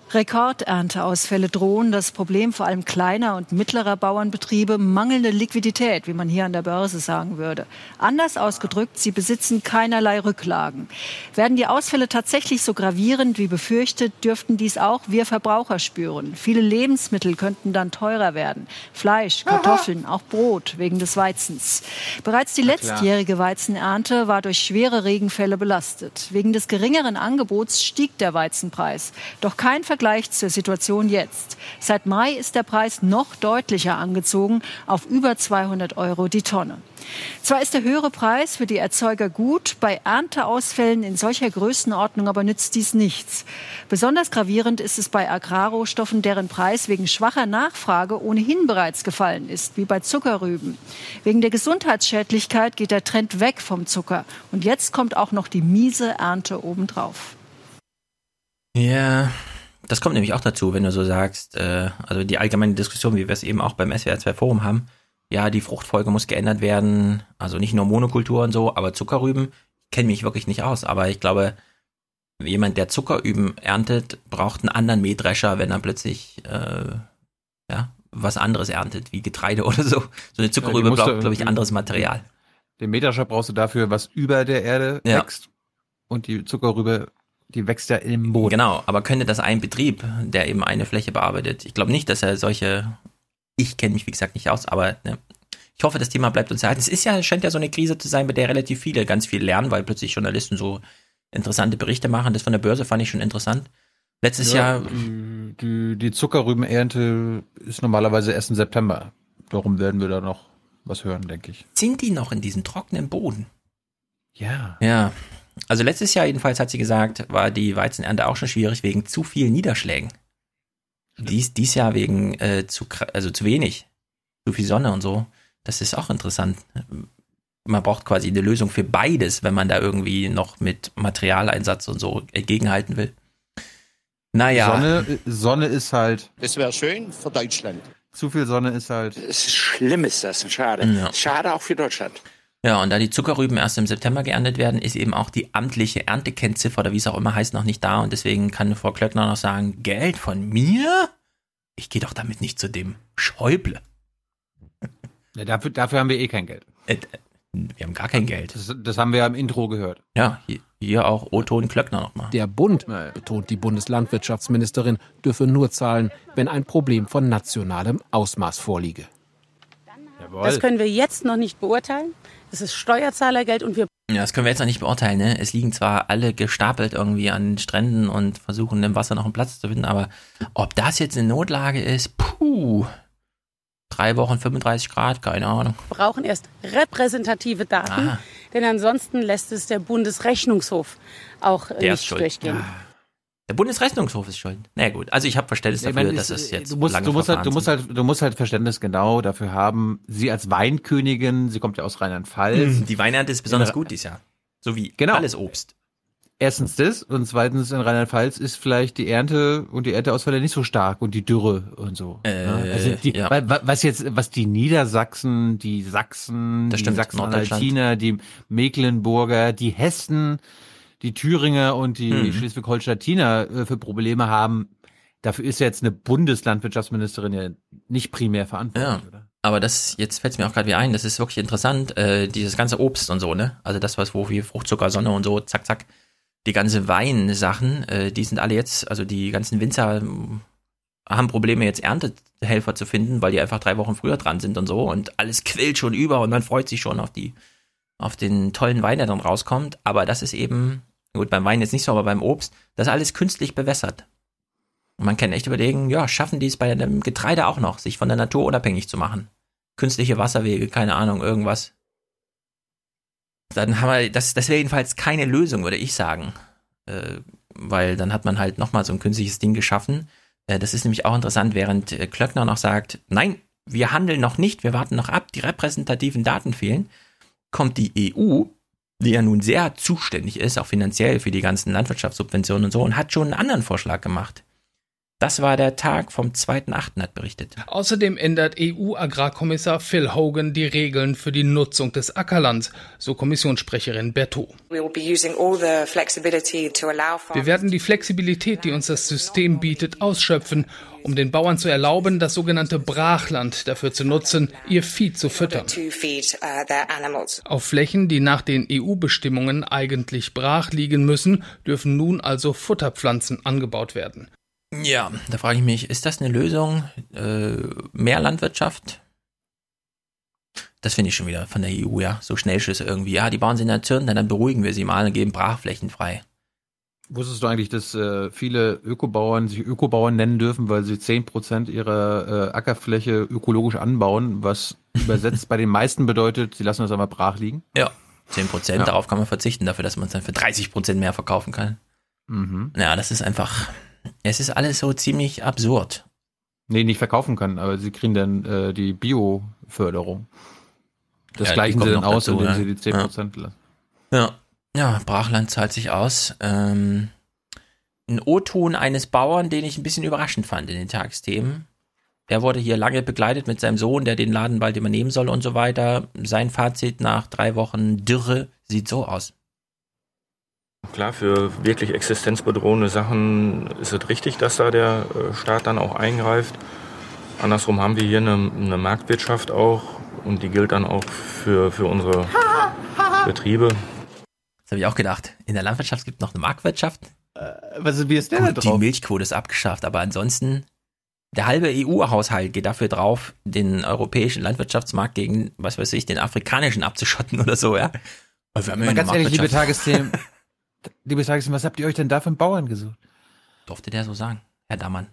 Rekordernteausfälle drohen. Das Problem vor allem kleiner und mittlerer Bauernbetriebe, mangelnde Liquidität, wie man hier an der Börse sagen würde. Anders ausgedrückt, sie besitzen keinerlei Rücklagen. Werden die Ausfälle tatsächlich so gravierend wie befürchtet, dürften dies auch wir Verbraucher spüren. Viele Lebensmittel könnten dann teurer werden. Fleisch, Kartoffeln, auch Brot wegen des Weizens. Bereits die letztjährige Weizenernte war durch schwere Regenfälle belastet. Wegen des geringeren Angebots stieg der Weizenpreis. Doch kein Vergleich zur Situation jetzt. Seit Mai ist der Preis noch deutlicher angezogen auf über 200 € die Tonne. Zwar ist der höhere Preis für die Erzeuger gut, bei Ernteausfällen in solcher Größenordnung aber nützt dies nichts. Besonders gravierend ist es bei Agrarrohstoffen, deren Preis wegen schwacher Nachfrage ohnehin bereits gefallen ist, wie bei Zuckerrüben. Wegen der Gesundheitsschädlichkeit geht der Trend weg vom Zucker. Und jetzt kommt auch noch die miese Ernte obendrauf. Ja, das kommt nämlich auch dazu, wenn du so sagst, also die allgemeine Diskussion, wie wir es eben auch beim SWR2 Forum haben, ja, die Fruchtfolge muss geändert werden, also nicht nur Monokultur und so, aber Zuckerrüben, ich kenne mich wirklich nicht aus, aber ich glaube, jemand, der Zuckerrüben erntet, braucht einen anderen Mähdrescher, wenn er plötzlich was anderes erntet, wie Getreide oder so. So eine Zuckerrübe braucht, glaube ich, anderes Material. Den Mähdrescher brauchst du dafür, was über der Erde wächst, und die Zuckerrübe, die wächst ja im Boden. Genau, aber könnte das ein Betrieb, der eben eine Fläche bearbeitet, ich glaube nicht, dass er ich kenne mich wie gesagt nicht aus, aber ich hoffe, das Thema bleibt uns erhalten. Es scheint ja so eine Krise zu sein, bei der relativ viele ganz viel lernen, weil plötzlich Journalisten so interessante Berichte machen. Das von der Börse fand ich schon interessant. Letztes Jahr... Die Zuckerrübenernte ist normalerweise erst im September. Darum werden wir da noch was hören, denke ich. Sind die noch in diesem trockenen Boden? Ja. Ja. Also letztes Jahr jedenfalls, hat sie gesagt, war die Weizenernte auch schon schwierig wegen zu vielen Niederschlägen. Dies Jahr wegen zu wenig, zu viel Sonne und so. Das ist auch interessant. Man braucht quasi eine Lösung für beides, wenn man da irgendwie noch mit Materialeinsatz und so entgegenhalten will. Naja. Sonne ist halt... Das wäre schön für Deutschland. Zu viel Sonne ist halt... Schlimm ist das, schade. Ja. Schade auch für Deutschland. Ja, und da die Zuckerrüben erst im September geerntet werden, ist eben auch die amtliche Erntekennziffer oder wie es auch immer heißt, noch nicht da. Und deswegen kann Frau Klöckner noch sagen, Geld von mir? Ich gehe doch damit nicht zu dem Schäuble. Ja, dafür haben wir eh kein Geld. Wir haben gar kein Geld. Das haben wir ja im Intro gehört. Ja, hier auch O-Ton Klöckner nochmal. Der Bund, betont die Bundeslandwirtschaftsministerin, dürfe nur zahlen, wenn ein Problem von nationalem Ausmaß vorliege. Jawohl. Das können wir jetzt noch nicht beurteilen. Das ist Steuerzahlergeld und wir... Ja, das können wir jetzt noch nicht beurteilen, ne? Es liegen zwar alle gestapelt irgendwie an Stränden und versuchen im Wasser noch einen Platz zu finden, aber ob das jetzt eine Notlage ist, 3 Wochen 35 Grad, keine Ahnung. Wir brauchen erst repräsentative Daten, denn ansonsten lässt es der Bundesrechnungshof auch nicht durchgehen. Ja. Der Bundesrechnungshof ist schuld. Na gut, also ich habe Verständnis dafür, dass es jetzt du musst halt Verständnis genau dafür haben. Sie als Weinkönigin, sie kommt ja aus Rheinland-Pfalz. Die Weinernte ist besonders gut dieses Jahr. So wie alles Obst. Erstens das und zweitens in Rheinland-Pfalz ist vielleicht die Ernte und die Ernteausfälle nicht so stark und die Dürre und so. Was die Niedersachsen, die Sachsen, die Sachsen-Anhaltiner, die Mecklenburger, die Hessen, die Thüringer und die Schleswig-Holsteiner für Probleme haben, dafür ist ja jetzt eine Bundeslandwirtschaftsministerin ja nicht primär verantwortlich, oder? Aber jetzt fällt es mir auch gerade wieder ein, das ist wirklich interessant, dieses ganze Obst und so, ne? Also das, wo wir Fruchtzucker, Sonne und so, zack, zack, die ganze Weinsachen, die sind alle jetzt, also die ganzen Winzer haben Probleme, jetzt Erntehelfer zu finden, weil die einfach 3 Wochen früher dran sind und so und alles quillt schon über und man freut sich schon auf den tollen Wein, der dann rauskommt. Aber das ist eben, gut, beim Wein jetzt nicht so, aber beim Obst, das ist alles künstlich bewässert. Und man kann echt überlegen, ja, schaffen die es bei dem Getreide auch noch, sich von der Natur unabhängig zu machen? Künstliche Wasserwege, keine Ahnung, irgendwas. Dann haben wir, das wäre jedenfalls keine Lösung, würde ich sagen. Weil dann hat man halt nochmal so ein künstliches Ding geschaffen. Das ist nämlich auch interessant, während Klöckner noch sagt, nein, wir handeln noch nicht, wir warten noch ab, die repräsentativen Daten fehlen, kommt die EU, die ja nun sehr zuständig ist, auch finanziell für die ganzen Landwirtschaftssubventionen und so, und hat schon einen anderen Vorschlag gemacht. Das war der Tag vom 2.8., hat berichtet. Außerdem ändert EU-Agrarkommissar Phil Hogan die Regeln für die Nutzung des Ackerlands, so Kommissionssprecherin Berthaud. Wir werden die Flexibilität, die uns das System bietet, ausschöpfen, um den Bauern zu erlauben, das sogenannte Brachland dafür zu nutzen, ihr Vieh zu füttern. Auf Flächen, die nach den EU-Bestimmungen eigentlich brach liegen müssen, dürfen nun also Futterpflanzen angebaut werden. Ja, da frage ich mich, ist das eine Lösung? Mehr Landwirtschaft? Das finde ich schon wieder von der EU, ja. So Schnellschüsse irgendwie. Ja, die Bauern sind erzürnt, dann beruhigen wir sie mal und geben Brachflächen frei. Wusstest du eigentlich, dass viele Ökobauern sich Ökobauern nennen dürfen, weil sie 10% ihrer Ackerfläche ökologisch anbauen, was übersetzt bei den meisten bedeutet, sie lassen das einmal brach liegen? Ja, 10%, darauf kann man verzichten, dafür, dass man es dann für 30% mehr verkaufen kann. Mhm. Ja, das ist einfach... Es ist alles so ziemlich absurd. Nee, nicht verkaufen können, aber sie kriegen dann die Bio-Förderung. Das gleichen sie dann aus, indem sie die 10% lassen. Ja, Brachland zahlt sich aus. Ein O-Ton eines Bauern, den ich ein bisschen überraschend fand in den Tagesthemen. Er wurde hier lange begleitet mit seinem Sohn, der den Laden bald übernehmen soll und so weiter. Sein Fazit nach 3 Wochen Dürre sieht so aus. Klar, für wirklich existenzbedrohende Sachen ist es richtig, dass da der Staat dann auch eingreift. Andersrum haben wir hier eine Marktwirtschaft auch und die gilt dann auch für unsere Betriebe. Das habe ich auch gedacht. In der Landwirtschaft gibt es noch eine Marktwirtschaft. Wie ist der da drauf? Die Milchquote ist abgeschafft, aber ansonsten, der halbe EU-Haushalt geht dafür drauf, den europäischen Landwirtschaftsmarkt gegen, was weiß ich, den afrikanischen abzuschotten oder so, ja. Wir haben ganz ehrlich, liebe Tagesthemen, was habt ihr euch denn da für einen Bauern gesucht? Durfte der so sagen, Herr Dammann.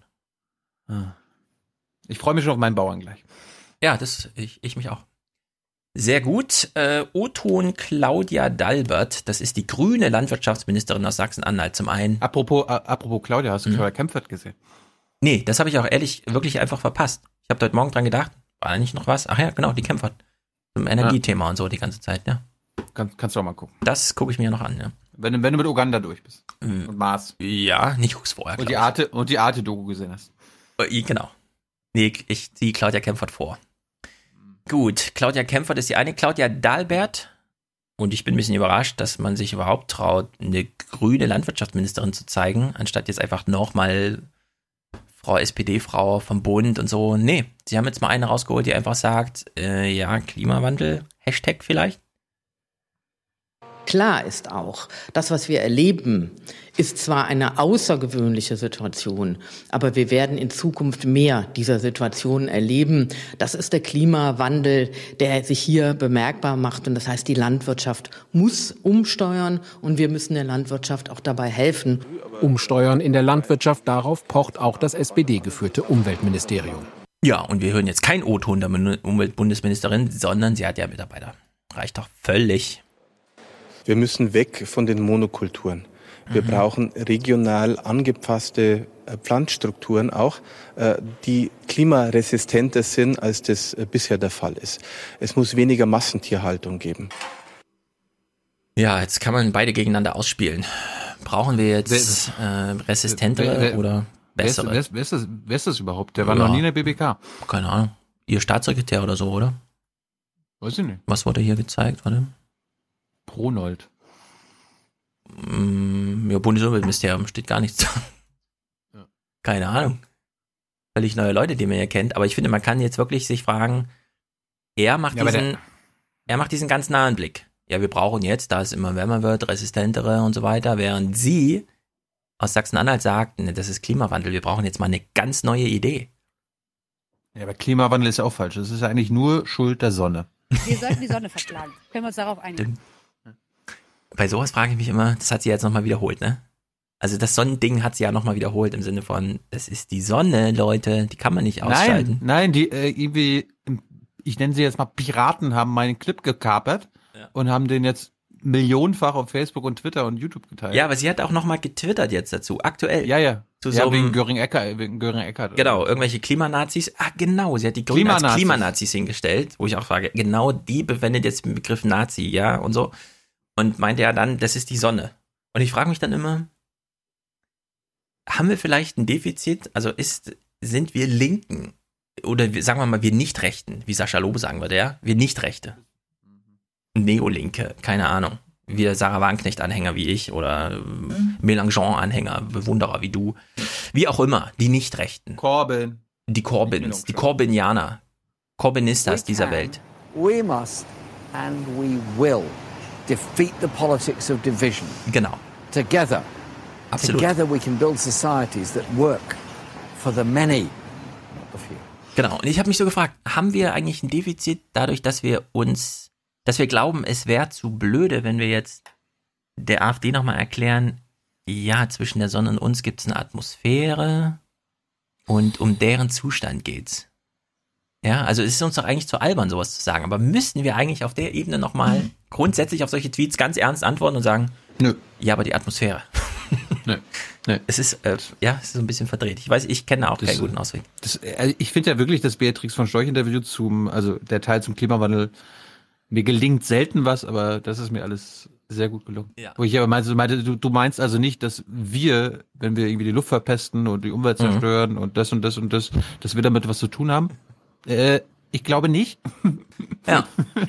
Ich freue mich schon auf meinen Bauern gleich. Ja, ich mich auch. Sehr gut. O-Ton Claudia Dalbert, das ist die grüne Landwirtschaftsministerin aus Sachsen-Anhalt zum einen. Apropos Claudia, hast du Claudia Kempfert gesehen? Nee, das habe ich auch ehrlich wirklich einfach verpasst. Ich habe heute Morgen dran gedacht, war da nicht noch was? Ach ja, genau, die Kempfert. Zum Energiethema und so die ganze Zeit, ja. Kannst du auch mal gucken. Das gucke ich mir noch an, ja. Wenn du mit Uganda durch bist. Und Mars. Ja, nicht guck's vorher. Und die Arte-Doku gesehen hast. Genau. Nee, ich ziehe Claudia Kempfert vor. Gut, Claudia Kempfert ist die eine. Claudia Dalbert. Und ich bin ein bisschen überrascht, dass man sich überhaupt traut, eine grüne Landwirtschaftsministerin zu zeigen, anstatt jetzt einfach nochmal Frau SPD-Frau vom Bund und so. Nee, sie haben jetzt mal eine rausgeholt, die einfach sagt, ja, Klimawandel, Hashtag vielleicht. Klar ist auch, das, was wir erleben, ist zwar eine außergewöhnliche Situation, aber wir werden in Zukunft mehr dieser Situationen erleben. Das ist der Klimawandel, der sich hier bemerkbar macht. Und das heißt, die Landwirtschaft muss umsteuern und wir müssen der Landwirtschaft auch dabei helfen. Umsteuern in der Landwirtschaft, darauf pocht auch das SPD-geführte Umweltministerium. Ja, und wir hören jetzt kein O-Ton der Umweltbundesministerin, sondern sie hat ja Mitarbeiter. Reicht doch völlig. Wir müssen weg von den Monokulturen. Wir brauchen regional angepasste Pflanzstrukturen auch, die klimaresistenter sind, als das bisher der Fall ist. Es muss weniger Massentierhaltung geben. Ja, jetzt kann man beide gegeneinander ausspielen. Brauchen wir jetzt resistentere oder bessere? Wer ist das überhaupt? Der war noch nie in der BBK. Keine Ahnung. Ihr Staatssekretär oder so, oder? Weiß ich nicht. Was wurde hier gezeigt? Warte. Pronold. Ja, Bundesumweltministerium steht gar nichts. Ja. Keine Ahnung. Völlig neue Leute, die man ja kennt. Aber ich finde, man kann jetzt wirklich sich fragen, er macht diesen ganz nahen Blick. Ja, wir brauchen jetzt, da es immer wärmer wird, resistentere und so weiter, während sie aus Sachsen-Anhalt sagt, ne, das ist Klimawandel, wir brauchen jetzt mal eine ganz neue Idee. Ja, aber Klimawandel ist ja auch falsch. Das ist ja eigentlich nur Schuld der Sonne. Wir sollten die Sonne verschlagen. Können wir uns darauf einigen? Bei sowas frage ich mich immer, das hat sie jetzt nochmal wiederholt, ne? Also das Sonnending hat sie ja nochmal wiederholt im Sinne von, das ist die Sonne, Leute, die kann man nicht ausschalten. Nein, die irgendwie, ich nenne sie jetzt mal Piraten, haben meinen Clip gekapert und haben den jetzt millionenfach auf Facebook und Twitter und YouTube geteilt. Ja, aber sie hat auch nochmal getwittert jetzt dazu, aktuell. Ja. Wegen Göring-Eckardt. Genau, irgendwelche Klimanazis. Ah, genau, sie hat die Grünen als Klimanazis hingestellt, wo ich auch frage, genau die verwendet jetzt den Begriff Nazi, ja, und so. Und meinte ja dann, das ist die Sonne. Und ich frage mich dann immer, haben wir vielleicht ein Defizit? Also sind wir Linken oder sagen wir mal wir Nicht-Rechten, wie Sascha Lobe sagen würde, ja? Wir Nicht-Rechte. Neolinke, keine Ahnung. Wir Sarah Wagenknecht-Anhänger wie ich oder Mélenchon-Anhänger, Bewunderer wie du. Wie auch immer, die Nicht-Rechten. Corbyn. Die Corbyns, die Corbynianer. Corbynistas dieser Welt. We must and we will defeat the politics of division. Genau. Together. Absolut. Together we can build societies that work for the many, not the few. Genau. Und ich habe mich so gefragt, haben wir eigentlich ein Defizit dadurch, dass wir glauben, es wäre zu blöde, wenn wir jetzt der AfD nochmal erklären, ja, zwischen der Sonne und uns gibt es eine Atmosphäre und um deren Zustand geht's. Ja, also es ist uns doch eigentlich zu albern, sowas zu sagen. Aber müssten wir eigentlich auf der Ebene nochmal grundsätzlich auf solche Tweets ganz ernst antworten und sagen, nö. Ja, aber die Atmosphäre. Nö. Es ist, es ist so ein bisschen verdreht. Ich weiß, ich kenne auch keinen guten Ausweg. Ich finde ja wirklich das Beatrix von Storch-Interview also der Teil zum Klimawandel, mir gelingt selten was, aber das ist mir alles sehr gut gelungen. Ja. Wo ich aber meinte, du meinst also nicht, dass wir, wenn wir irgendwie die Luft verpesten und die Umwelt zerstören und das und das und das, dass wir damit was zu tun haben? Ich glaube nicht. Ja.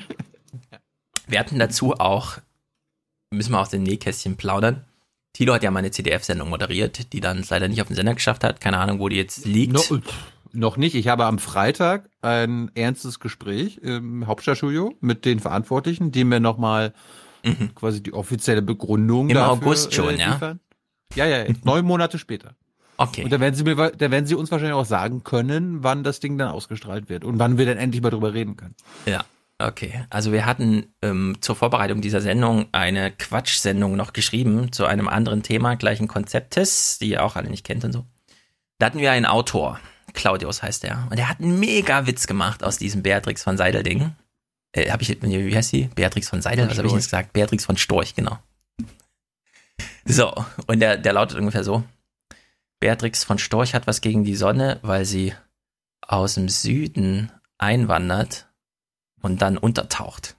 Wir hatten dazu auch, müssen wir aus dem Nähkästchen plaudern. Thilo hat ja mal eine CDF-Sendung moderiert, die dann leider nicht auf den Sender geschafft hat. Keine Ahnung, wo die jetzt liegt. Noch nicht. Ich habe am Freitag ein ernstes Gespräch im Hauptstadtstudio mit den Verantwortlichen, die mir nochmal quasi die offizielle Begründung im dafür August schon, liefern. Ja, 9 Monate später. Okay. Und da werden sie uns wahrscheinlich auch sagen können, wann das Ding dann ausgestrahlt wird und wann wir dann endlich mal drüber reden können. Ja, okay. Also wir hatten zur Vorbereitung dieser Sendung eine Quatschsendung noch geschrieben zu einem anderen Thema, gleichen Konzeptes, die ihr auch alle nicht kennt und so. Da hatten wir einen Autor, Claudius heißt er, und der hat einen mega Witz gemacht aus diesem Beatrix von Seidel-Ding. Wie heißt die? Beatrix von Seidel? Was habe ich jetzt gesagt? Beatrix von Storch, genau. So, und der lautet ungefähr so. Beatrix von Storch hat was gegen die Sonne, weil sie aus dem Süden einwandert und dann untertaucht.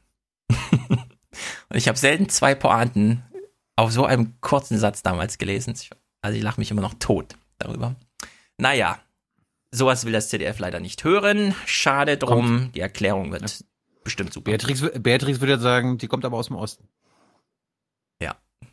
Und ich habe selten 2 Pointen auf so einem kurzen Satz damals gelesen. Also ich lache mich immer noch tot darüber. Naja, sowas will das ZDF leider nicht hören. Schade drum, die Erklärung wird bestimmt super. Beatrix würde jetzt sagen, die kommt aber aus dem Osten. Ja.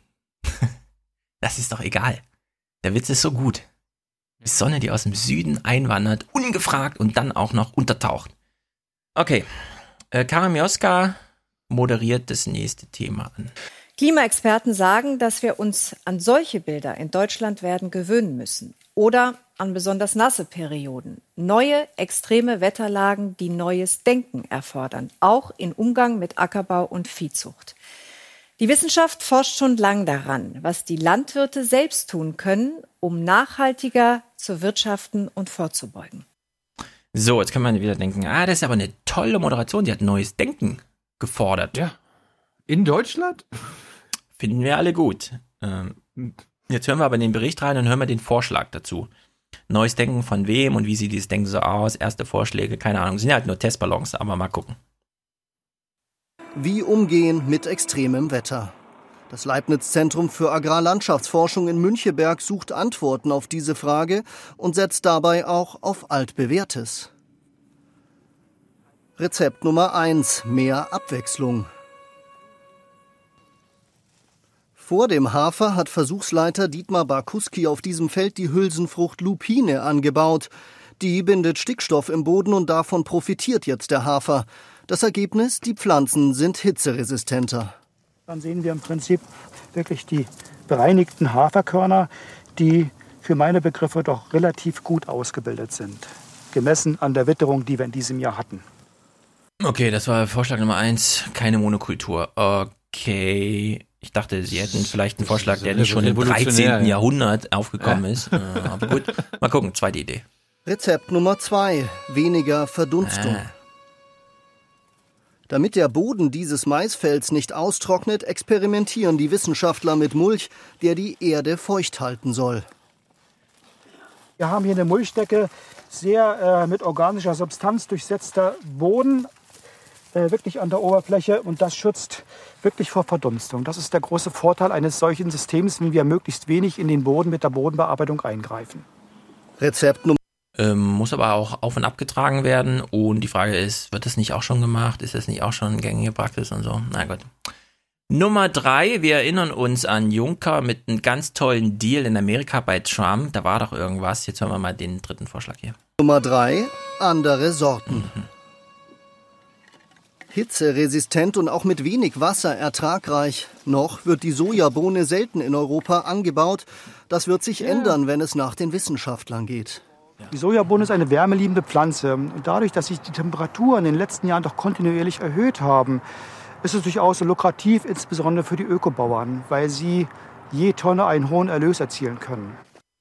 Das ist doch egal. Der Witz ist so gut. Die Sonne, die aus dem Süden einwandert, ungefragt und dann auch noch untertaucht. Okay. Karin Mioska moderiert das nächste Thema an. Klimaexperten sagen, dass wir uns an solche Bilder in Deutschland werden gewöhnen müssen. Oder an besonders nasse Perioden. Neue, extreme Wetterlagen, die neues Denken erfordern. Auch im Umgang mit Ackerbau und Viehzucht. Die Wissenschaft forscht schon lang daran, was die Landwirte selbst tun können, um nachhaltiger zu wirtschaften und vorzubeugen. So, jetzt kann man wieder denken, das ist aber eine tolle Moderation, die hat neues Denken gefordert. Ja. In Deutschland? Finden wir alle gut. Jetzt hören wir aber in den Bericht rein und hören wir den Vorschlag dazu. Neues Denken von wem und wie sieht dieses Denken so aus? Erste Vorschläge, keine Ahnung, sind ja halt nur Testballons, aber mal gucken. Wie umgehen mit extremem Wetter? Das Leibniz-Zentrum für Agrarlandschaftsforschung in Müncheberg sucht Antworten auf diese Frage und setzt dabei auch auf Altbewährtes. Rezept Nummer 1: Mehr Abwechslung. Vor dem Hafer hat Versuchsleiter Dietmar Barkuski auf diesem Feld die Hülsenfrucht Lupine angebaut. Die bindet Stickstoff im Boden und davon profitiert jetzt der Hafer. Das Ergebnis: Die Pflanzen sind hitzeresistenter. Dann sehen wir im Prinzip wirklich die bereinigten Haferkörner, die für meine Begriffe doch relativ gut ausgebildet sind. Gemessen an der Witterung, die wir in diesem Jahr hatten. Okay, das war Vorschlag Nummer 1, keine Monokultur. Okay, ich dachte, Sie hätten vielleicht einen Vorschlag, der nicht schon im 13. Jahrhundert aufgekommen ist. Aber gut, mal gucken, zweite Idee. Rezept Nummer 2, weniger Verdunstung. Damit der Boden dieses Maisfelds nicht austrocknet, experimentieren die Wissenschaftler mit Mulch, der die Erde feucht halten soll. Wir haben hier eine Mulchdecke, sehr mit organischer Substanz durchsetzter Boden. wirklich an der Oberfläche und das schützt wirklich vor Verdunstung. Das ist der große Vorteil eines solchen Systems, wenn wir möglichst wenig in den Boden mit der Bodenbearbeitung eingreifen. Rezept Nummer muss aber auch auf und ab getragen werden. Und die Frage ist, wird das nicht auch schon gemacht? Ist das nicht auch schon gängige Praxis und so? Na gut. Nummer 3, wir erinnern uns an Juncker mit einem ganz tollen Deal in Amerika bei Trump. Da war doch irgendwas. Jetzt hören wir mal den dritten Vorschlag hier. Nummer 3, andere Sorten. Hitzeresistent und auch mit wenig Wasser ertragreich. Noch wird die Sojabohne selten in Europa angebaut. Das wird sich ändern, wenn es nach den Wissenschaftlern geht. Die Sojabohne ist eine wärmeliebende Pflanze. Und dadurch, dass sich die Temperaturen in den letzten Jahren doch kontinuierlich erhöht haben, ist es durchaus lukrativ, insbesondere für die Ökobauern, weil sie je Tonne einen hohen Erlös erzielen können.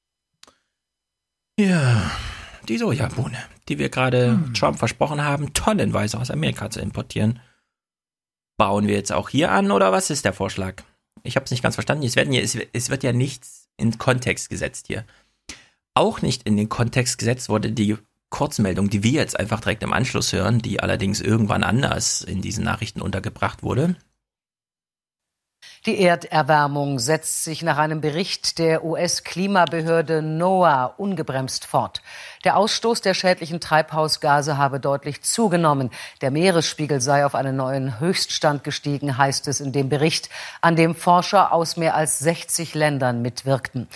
Ja, die Sojabohne, die wir gerade Trump versprochen haben, tonnenweise aus Amerika zu importieren. Bauen wir jetzt auch hier an, oder was ist der Vorschlag? Ich habe es nicht ganz verstanden. Es wird ja nichts in Kontext gesetzt hier. Auch nicht in den Kontext gesetzt wurde die Kurzmeldung, die wir jetzt einfach direkt im Anschluss hören, die allerdings irgendwann anders in diesen Nachrichten untergebracht wurde. Die Erderwärmung setzt sich nach einem Bericht der US-Klimabehörde NOAA ungebremst fort. Der Ausstoß der schädlichen Treibhausgase habe deutlich zugenommen. Der Meeresspiegel sei auf einen neuen Höchststand gestiegen, heißt es in dem Bericht, an dem Forscher aus mehr als 60 Ländern mitwirkten.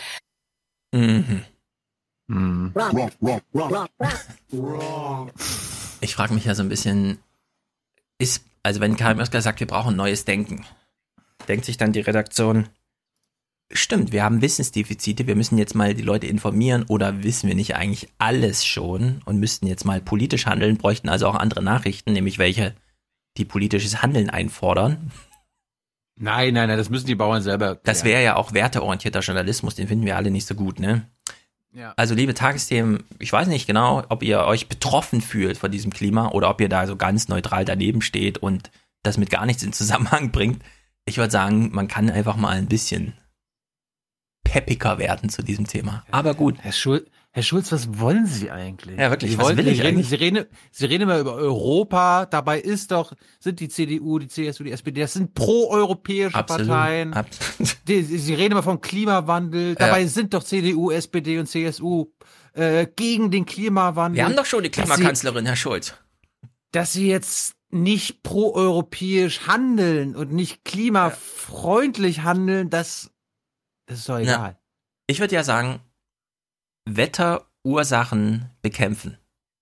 Ich frage mich ja so ein bisschen, wenn Karl Möskler sagt, wir brauchen neues Denken, denkt sich dann die Redaktion, stimmt, wir haben Wissensdefizite, wir müssen jetzt mal die Leute informieren, oder wissen wir nicht eigentlich alles schon und müssten jetzt mal politisch handeln, bräuchten also auch andere Nachrichten, nämlich welche, die politisches Handeln einfordern. Nein, das müssen die Bauern selber klären. Das wäre ja auch werteorientierter Journalismus, den finden wir alle nicht so gut, ne? Ja. Also liebe Tagesthemen, ich weiß nicht genau, ob ihr euch betroffen fühlt von diesem Klima oder ob ihr da so ganz neutral daneben steht und das mit gar nichts in Zusammenhang bringt. Ich würde sagen, man kann einfach mal ein bisschen peppiger werden zu diesem Thema. Aber gut. Herr Schulz, was wollen Sie eigentlich? Ja, wirklich, was will ich eigentlich? Sie reden immer über Europa, dabei sind die CDU, die CSU, die SPD, das sind proeuropäische Parteien. Absolut. Sie reden immer vom Klimawandel, dabei sind doch CDU, SPD und CSU gegen den Klimawandel. Wir haben doch schon die Klimakanzlerin, Herr Schulz. Dass Sie jetzt nicht proeuropäisch handeln und nicht klimafreundlich handeln, das ist doch egal. Ich würde ja sagen, Wetterursachen bekämpfen.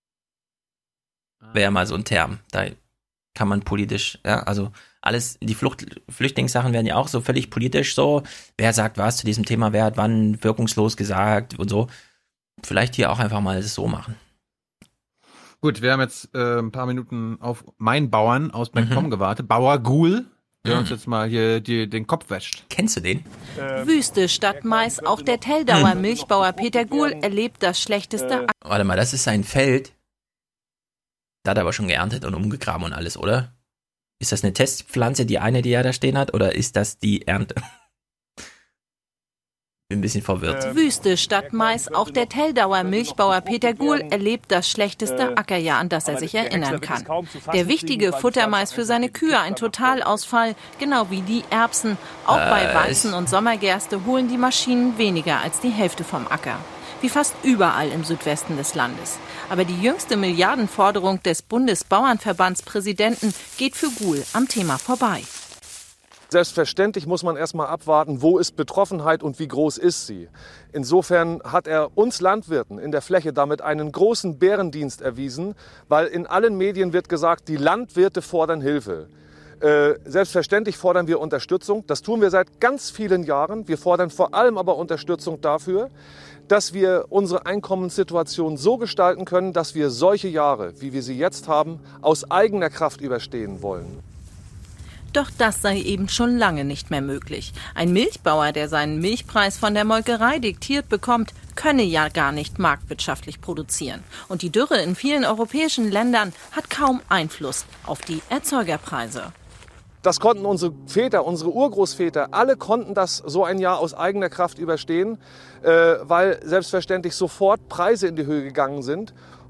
Wäre mal so ein Term. Da kann man politisch, also alles, die Flüchtlingssachen werden ja auch so völlig politisch so. Wer sagt was zu diesem Thema, wer hat wann wirkungslos gesagt und so. Vielleicht hier auch einfach mal so machen. Gut, wir haben jetzt ein paar Minuten auf meinen Bauern aus Beckcom gewartet. Bauer Gul, der uns jetzt mal hier den Kopf wäscht. Kennst du den? Wüste statt Mais. Auch der Teldauer Milchbauer Peter Gul erlebt das schlechteste. Warte mal, das ist sein Feld. Da hat er aber schon geerntet und umgegraben und alles, oder? Ist das eine Testpflanze, die er da stehen hat, oder ist das die Ernte? Bin ein bisschen verwirrt. Wüste statt Mais. Auch der Teldauer Milchbauer Peter Gul erlebt das schlechteste Ackerjahr, an das er sich erinnern kann. Der wichtige Futtermais für seine Kühe ein Totalausfall, genau wie die Erbsen. Auch bei Weizen und Sommergerste holen die Maschinen weniger als die Hälfte vom Acker. Wie fast überall im Südwesten des Landes. Aber die jüngste Milliardenforderung des Bundesbauernverbandspräsidenten geht für Gul am Thema vorbei. Selbstverständlich muss man erstmal abwarten, wo ist Betroffenheit und wie groß ist sie. Insofern hat er uns Landwirten in der Fläche damit einen großen Bärendienst erwiesen, weil in allen Medien wird gesagt, die Landwirte fordern Hilfe. Selbstverständlich fordern wir Unterstützung. Das tun wir seit ganz vielen Jahren. Wir fordern vor allem aber Unterstützung dafür, dass wir unsere Einkommenssituation so gestalten können, dass wir solche Jahre, wie wir sie jetzt haben, aus eigener Kraft überstehen wollen. Doch das sei eben schon lange nicht mehr möglich. Ein Milchbauer, der seinen Milchpreis von der Molkerei diktiert bekommt, könne ja gar nicht marktwirtschaftlich produzieren. Und die Dürre in vielen europäischen Ländern hat kaum Einfluss auf die Erzeugerpreise. Das konnten unsere Väter, unsere Urgroßväter, alle konnten das so ein Jahr aus eigener Kraft überstehen, weil selbstverständlich sofort Preise in die Höhe gegangen sind.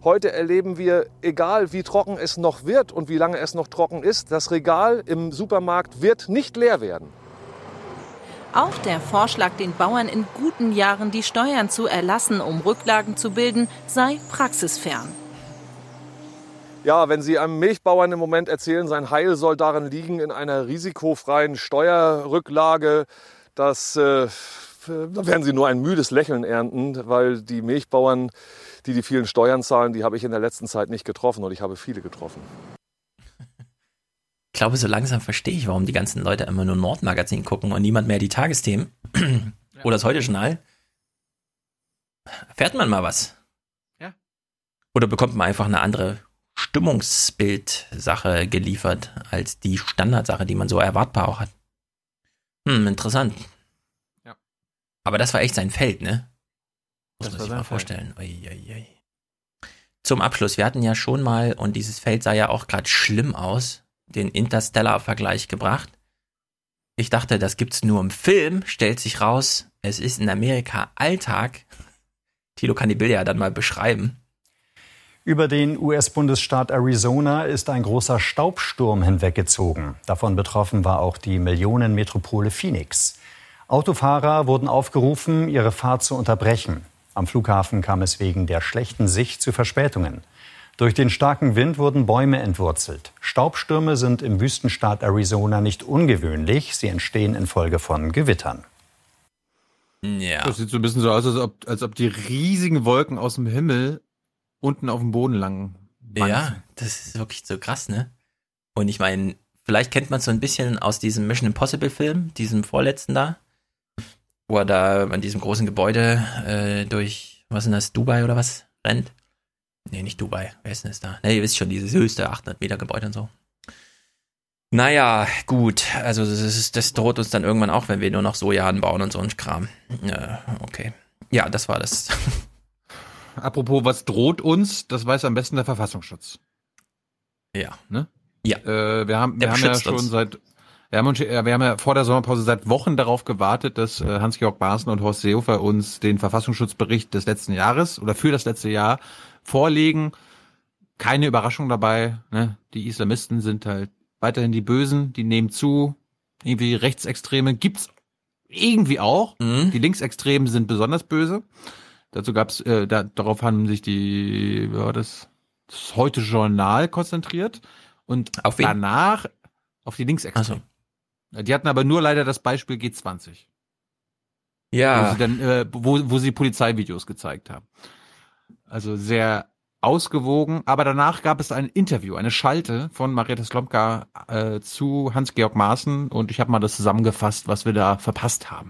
Heute erleben wir, egal wie trocken es noch wird und wie lange es noch trocken ist, das Regal im Supermarkt wird nicht leer werden. Auch der Vorschlag, den Bauern in guten Jahren die Steuern zu erlassen, um Rücklagen zu bilden, sei praxisfern. Ja, wenn Sie einem Milchbauern im Moment erzählen, sein Heil soll darin liegen, in einer risikofreien Steuerrücklage, da werden Sie nur ein müdes Lächeln ernten, weil die Milchbauern, die vielen Steuern zahlen, die habe ich in der letzten Zeit nicht getroffen und ich habe viele getroffen. Ich glaube, so langsam verstehe ich, warum die ganzen Leute immer nur Nordmagazin gucken und niemand mehr die Tagesthemen oder das Heute-Journal. Erfährt man mal was? Ja. Oder bekommt man einfach eine andere Stimmungsbild-Sache geliefert als die Standardsache, die man so erwartbar auch hat. Interessant. Ja. Aber das war echt sein Feld, ne? Muss man sich mal vorstellen. Zum Abschluss, wir hatten ja schon mal, und dieses Feld sah ja auch gerade schlimm aus, den Interstellar-Vergleich gebracht. Ich dachte, das gibt's nur im Film, stellt sich raus, es ist in Amerika Alltag. Thilo kann die Bilder ja dann mal beschreiben. Über den US-Bundesstaat Arizona ist ein großer Staubsturm hinweggezogen. Davon betroffen war auch die Millionenmetropole Phoenix. Autofahrer wurden aufgerufen, ihre Fahrt zu unterbrechen. Am Flughafen kam es wegen der schlechten Sicht zu Verspätungen. Durch den starken Wind wurden Bäume entwurzelt. Staubstürme sind im Wüstenstaat Arizona nicht ungewöhnlich. Sie entstehen infolge von Gewittern. Ja. Das sieht so ein bisschen so aus, als ob die riesigen Wolken aus dem Himmel unten auf dem Boden lang wanzen. Ja, das ist wirklich so krass, ne? Und ich meine, vielleicht kennt man es so ein bisschen aus diesem Mission Impossible Film, diesem vorletzten da, wo er da an diesem großen Gebäude durch, was ist das, Dubai oder was, rennt. Nee, nicht Dubai. Wer ist denn das da? Nee, ihr wisst schon, dieses höchste 800 Meter Gebäude und so. Naja, gut. Also das droht uns dann irgendwann auch, wenn wir nur noch Soja anbauen und so ein Kram. Okay. Ja, das war das. Apropos, was droht uns? Das weiß am besten der Verfassungsschutz. Ja. Ne? Ja. Wir haben ja vor der Sommerpause seit Wochen darauf gewartet, dass Hans-Georg Maaßen und Horst Seehofer uns den Verfassungsschutzbericht des letzten Jahres oder für das letzte Jahr vorlegen. Keine Überraschung dabei. Ne? Die Islamisten sind halt weiterhin die Bösen, die nehmen zu. Irgendwie Rechtsextreme gibt's irgendwie auch. Die Linksextremen sind besonders böse. Dazu gab's, darauf haben sich das Heute-Journal konzentriert und danach auf die Linksextremen. So. Die hatten aber nur leider das Beispiel G20. Ja. Wo sie dann, wo sie Polizeivideos gezeigt haben. Also sehr ausgewogen. Aber danach gab es ein Interview, eine Schalte von Marietta Slomka zu Hans-Georg Maaßen und ich habe mal das zusammengefasst, was wir da verpasst haben.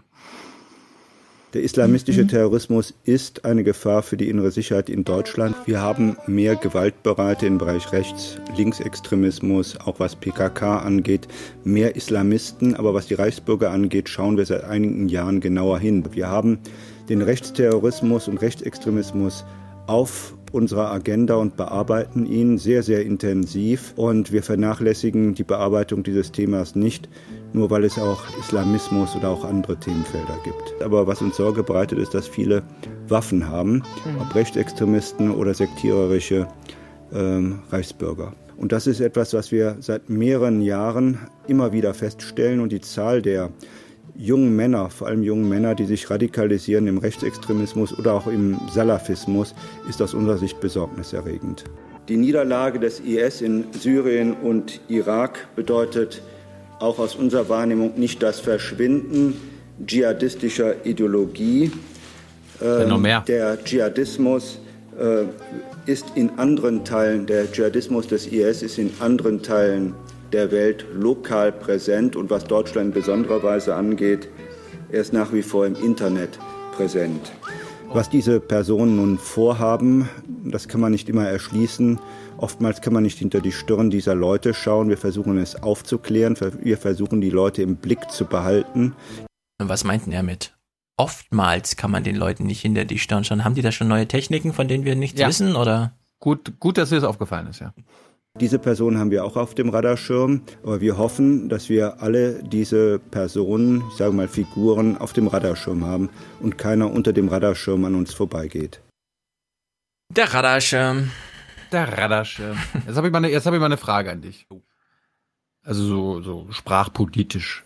Der islamistische Terrorismus ist eine Gefahr für die innere Sicherheit in Deutschland. Wir haben mehr Gewaltbereite im Bereich Linksextremismus, auch was PKK angeht, mehr Islamisten. Aber was die Reichsbürger angeht, schauen wir seit einigen Jahren genauer hin. Wir haben den Rechtsterrorismus und Rechtsextremismus auf unserer Agenda und bearbeiten ihn sehr, sehr intensiv. Und wir vernachlässigen die Bearbeitung dieses Themas nicht, nur weil es auch Islamismus oder auch andere Themenfelder gibt. Aber was uns Sorge bereitet, ist, dass viele Waffen haben, ob Rechtsextremisten oder sektiererische Reichsbürger. Und das ist etwas, was wir seit mehreren Jahren immer wieder feststellen. Und die Zahl der jungen Männer, vor allem jungen Männer, die sich radikalisieren im Rechtsextremismus oder auch im Salafismus, ist aus unserer Sicht besorgniserregend. Die Niederlage des IS in Syrien und Irak bedeutet auch aus unserer Wahrnehmung nicht das Verschwinden dschihadistischer Ideologie. Der Dschihadismus ist in anderen Teilen, der Dschihadismus des IS ist in anderen Teilen der Welt lokal präsent und was Deutschland in besonderer Weise angeht, er ist nach wie vor im Internet präsent. Was diese Personen nun vorhaben, das kann man nicht immer erschließen. Oftmals kann man nicht hinter die Stirn dieser Leute schauen. Wir versuchen es aufzuklären, wir versuchen die Leute im Blick zu behalten. Und was meinten er mit? Oftmals kann man den Leuten nicht hinter die Stirn schauen. Haben die da schon neue Techniken, von denen wir nichts wissen? Oder? Gut, dass dir das aufgefallen ist, ja. Diese Personen haben wir auch auf dem Radarschirm, aber wir hoffen, dass wir alle diese Personen, ich sage mal Figuren, auf dem Radarschirm haben und keiner unter dem Radarschirm an uns vorbeigeht. Der Radarschirm. Der Radarschirm. Jetzt habe ich mal eine Frage an dich. Also so sprachpolitisch.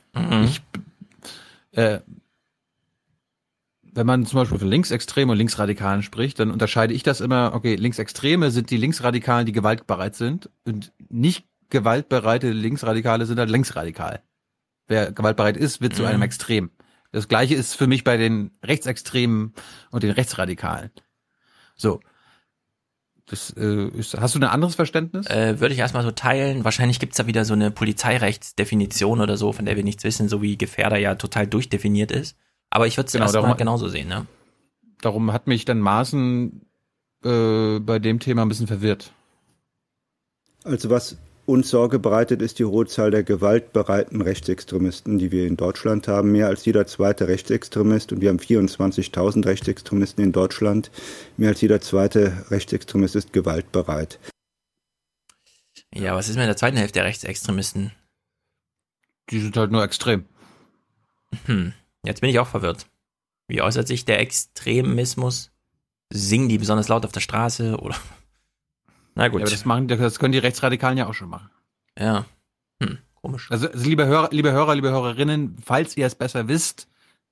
Wenn man zum Beispiel von Linksextremen und Linksradikalen spricht, dann unterscheide ich das immer, okay, Linksextreme sind die Linksradikalen, die gewaltbereit sind, und nicht gewaltbereite Linksradikale sind halt linksradikal. Wer gewaltbereit ist, wird zu einem Extrem. Das Gleiche ist für mich bei den Rechtsextremen und den Rechtsradikalen. So. Hast du ein anderes Verständnis? Würde ich erstmal so teilen. Wahrscheinlich gibt's da wieder so eine Polizeirechtsdefinition oder so, von der wir nichts wissen, so wie Gefährder ja total durchdefiniert ist. Aber ich würde es erstmal genauso sehen, ne? Darum hat mich dann Maaßen bei dem Thema ein bisschen verwirrt. Also was uns Sorge bereitet, ist die hohe Zahl der gewaltbereiten Rechtsextremisten, die wir in Deutschland haben. Mehr als jeder zweite Rechtsextremist, und wir haben 24.000 Rechtsextremisten in Deutschland. Mehr als jeder zweite Rechtsextremist ist gewaltbereit. Ja, was ist mit der zweiten Hälfte der Rechtsextremisten? Die sind halt nur extrem. Jetzt bin ich auch verwirrt. Wie äußert sich der Extremismus? Singen die besonders laut auf der Straße oder? Na gut. Ja, aber das können die Rechtsradikalen ja auch schon machen. Ja. Komisch. Also liebe Hörer, liebe Hörerinnen, falls ihr es besser wisst,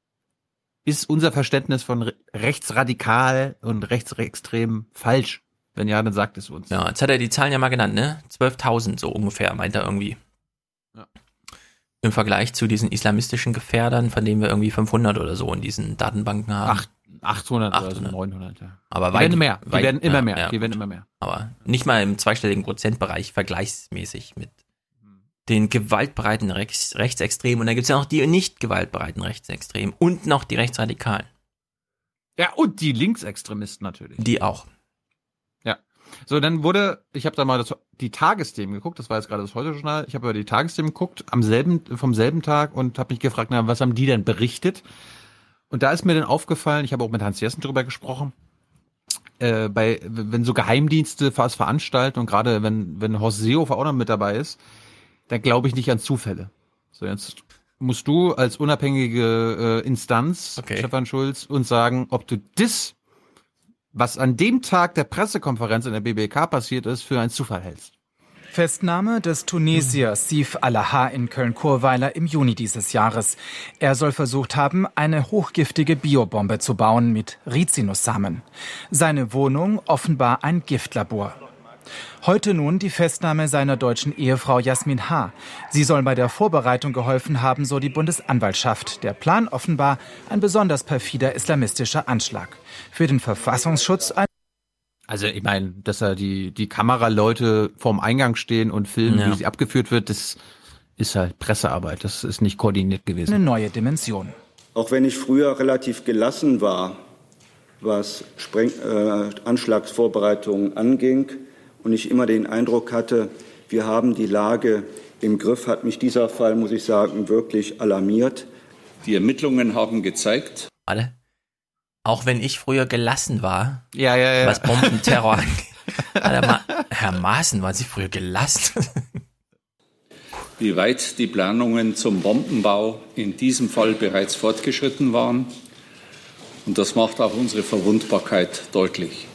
ist unser Verständnis von rechtsradikal und rechtsextrem falsch. Wenn ja, dann sagt es uns. Ja, jetzt hat er die Zahlen ja mal genannt, ne? 12.000 so ungefähr, meint er irgendwie. Ja. Im Vergleich zu diesen islamistischen Gefährdern, von denen wir irgendwie 500 oder so in diesen Datenbanken haben. 800 oder so 900, ja. Aber die werden immer mehr. Die werden immer mehr. Aber nicht mal im zweistelligen Prozentbereich vergleichsmäßig mit den gewaltbereiten Rechtsextremen. Und dann gibt's ja noch die nicht gewaltbereiten Rechtsextremen und noch die Rechtsradikalen. Ja, und die Linksextremisten natürlich. Die auch. Ja. So, dann ich habe da mal die Tagesthemen geguckt, das war jetzt gerade das Heute-Journal, ich habe über die Tagesthemen geguckt, vom selben Tag, und habe mich gefragt, was haben die denn berichtet? Und da ist mir dann aufgefallen, ich habe auch mit Hans Jessen drüber gesprochen, wenn so Geheimdienste was veranstalten, und gerade wenn Horst Seehofer auch noch mit dabei ist, dann glaube ich nicht an Zufälle. So, jetzt musst du als unabhängige Instanz, Stefan Schulz, uns sagen, ob du das, was an dem Tag der Pressekonferenz in der BBK passiert ist, für einen Zufall hältst. Festnahme des Tunesiers Sif Alaha in Köln-Churweiler im Juni dieses Jahres. Er soll versucht haben, eine hochgiftige Biobombe zu bauen mit Rizinussamen. Seine Wohnung offenbar ein Giftlabor. Heute nun die Festnahme seiner deutschen Ehefrau Jasmin H. Sie soll bei der Vorbereitung geholfen haben, so die Bundesanwaltschaft. Der Plan offenbar ein besonders perfider islamistischer Anschlag. Für den Verfassungsschutz Also ich meine, dass da die Kameraleute vorm Eingang stehen und filmen, wie sie abgeführt wird, das ist halt Pressearbeit. Das ist nicht koordiniert gewesen. Eine neue Dimension. Auch wenn ich früher relativ gelassen war, was Anschlagsvorbereitungen anging, und ich immer den Eindruck hatte, wir haben die Lage im Griff, hat mich dieser Fall, muss ich sagen, wirklich alarmiert. Die Ermittlungen haben gezeigt. Alle? Auch wenn ich früher gelassen war, ja. Was Bombenterror angeht. Herr Maaßen, waren Sie früher gelassen? Wie weit die Planungen zum Bombenbau in diesem Fall bereits fortgeschritten waren. Und das macht auch unsere Verwundbarkeit deutlich.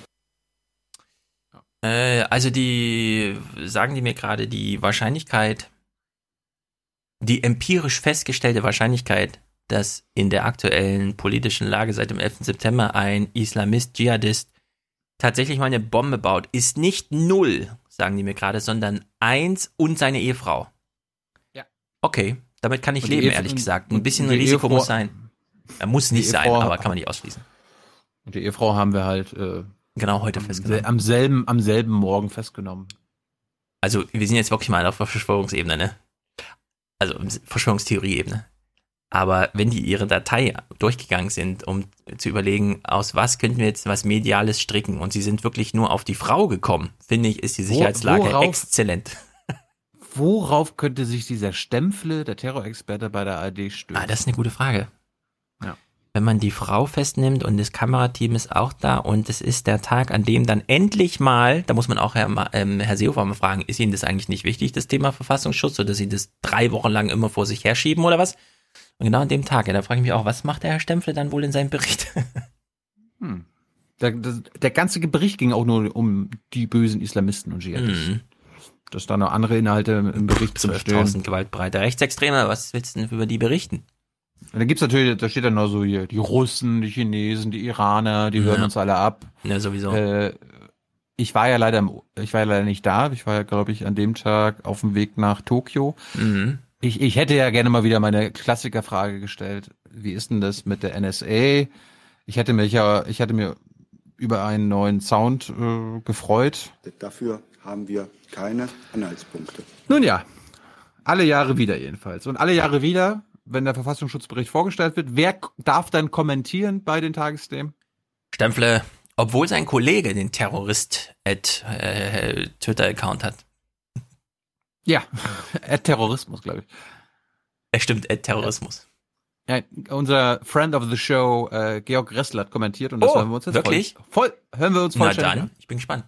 Also sagen die mir gerade, die Wahrscheinlichkeit, die empirisch festgestellte Wahrscheinlichkeit, dass in der aktuellen politischen Lage seit dem 11. September ein Islamist-Dschihadist tatsächlich mal eine Bombe baut, ist nicht 0, sagen die mir gerade, sondern 1 und seine Ehefrau. Ja. Okay, damit kann ich leben, ehrlich gesagt. Ein bisschen Risiko muss sein. Er muss nicht sein, aber kann man nicht ausschließen. Und die Ehefrau haben wir halt genau heute festgenommen. Am selben Morgen festgenommen. Also wir sind jetzt wirklich mal auf der Verschwörungsebene, ne? Also Verschwörungstheorie-Ebene. Aber wenn die ihre Datei durchgegangen sind, um zu überlegen, aus was könnten wir jetzt was Mediales stricken, und sie sind wirklich nur auf die Frau gekommen, finde ich, ist die Sicherheitslage exzellent. Worauf könnte sich dieser Stempfle, der Terrorexperte bei der ARD, stürzen? Das ist eine gute Frage. Ja. Wenn man die Frau festnimmt und das Kamerateam ist auch da und es ist der Tag, an dem dann endlich mal, da muss man auch Herr Seehofer mal fragen, ist Ihnen das eigentlich nicht wichtig, das Thema Verfassungsschutz, oder dass Sie das 3 Wochen lang immer vor sich herschieben oder was? Und genau an dem Tag, da frage ich mich auch, was macht der Herr Stempfle dann wohl in seinem Bericht? Der ganze Bericht ging auch nur um die bösen Islamisten und Dschihadisten. Dass da noch andere Inhalte im Bericht zu verstehen. Gewaltbereite Rechtsextreme, was willst du denn über die berichten? Und dann gibt's natürlich, da steht dann noch so hier, die Russen, die Chinesen, die Iraner, die hören uns alle ab. Ja, sowieso. Ich war ja leider nicht da. Ich war ja, glaube ich, an dem Tag auf dem Weg nach Tokio. Ich hätte ja gerne mal wieder meine Klassikerfrage gestellt. Wie ist denn das mit der NSA? Ich hatte mir über einen neuen Sound gefreut. Dafür haben wir keine Anhaltspunkte. Nun ja, alle Jahre wieder jedenfalls. Und alle Jahre wieder, wenn der Verfassungsschutzbericht vorgestellt wird, wer darf dann kommentieren bei den Tagesthemen? Stempfle, obwohl sein Kollege den Terrorist-Twitter-Account hat. Ja, Terrorismus, glaube ich. Ja, stimmt, Terrorismus. Ja, unser Friend of the Show, Georg Ressler, hat kommentiert und das hören wir uns jetzt wirklich? Hören wir uns vollständig an. Ich bin gespannt.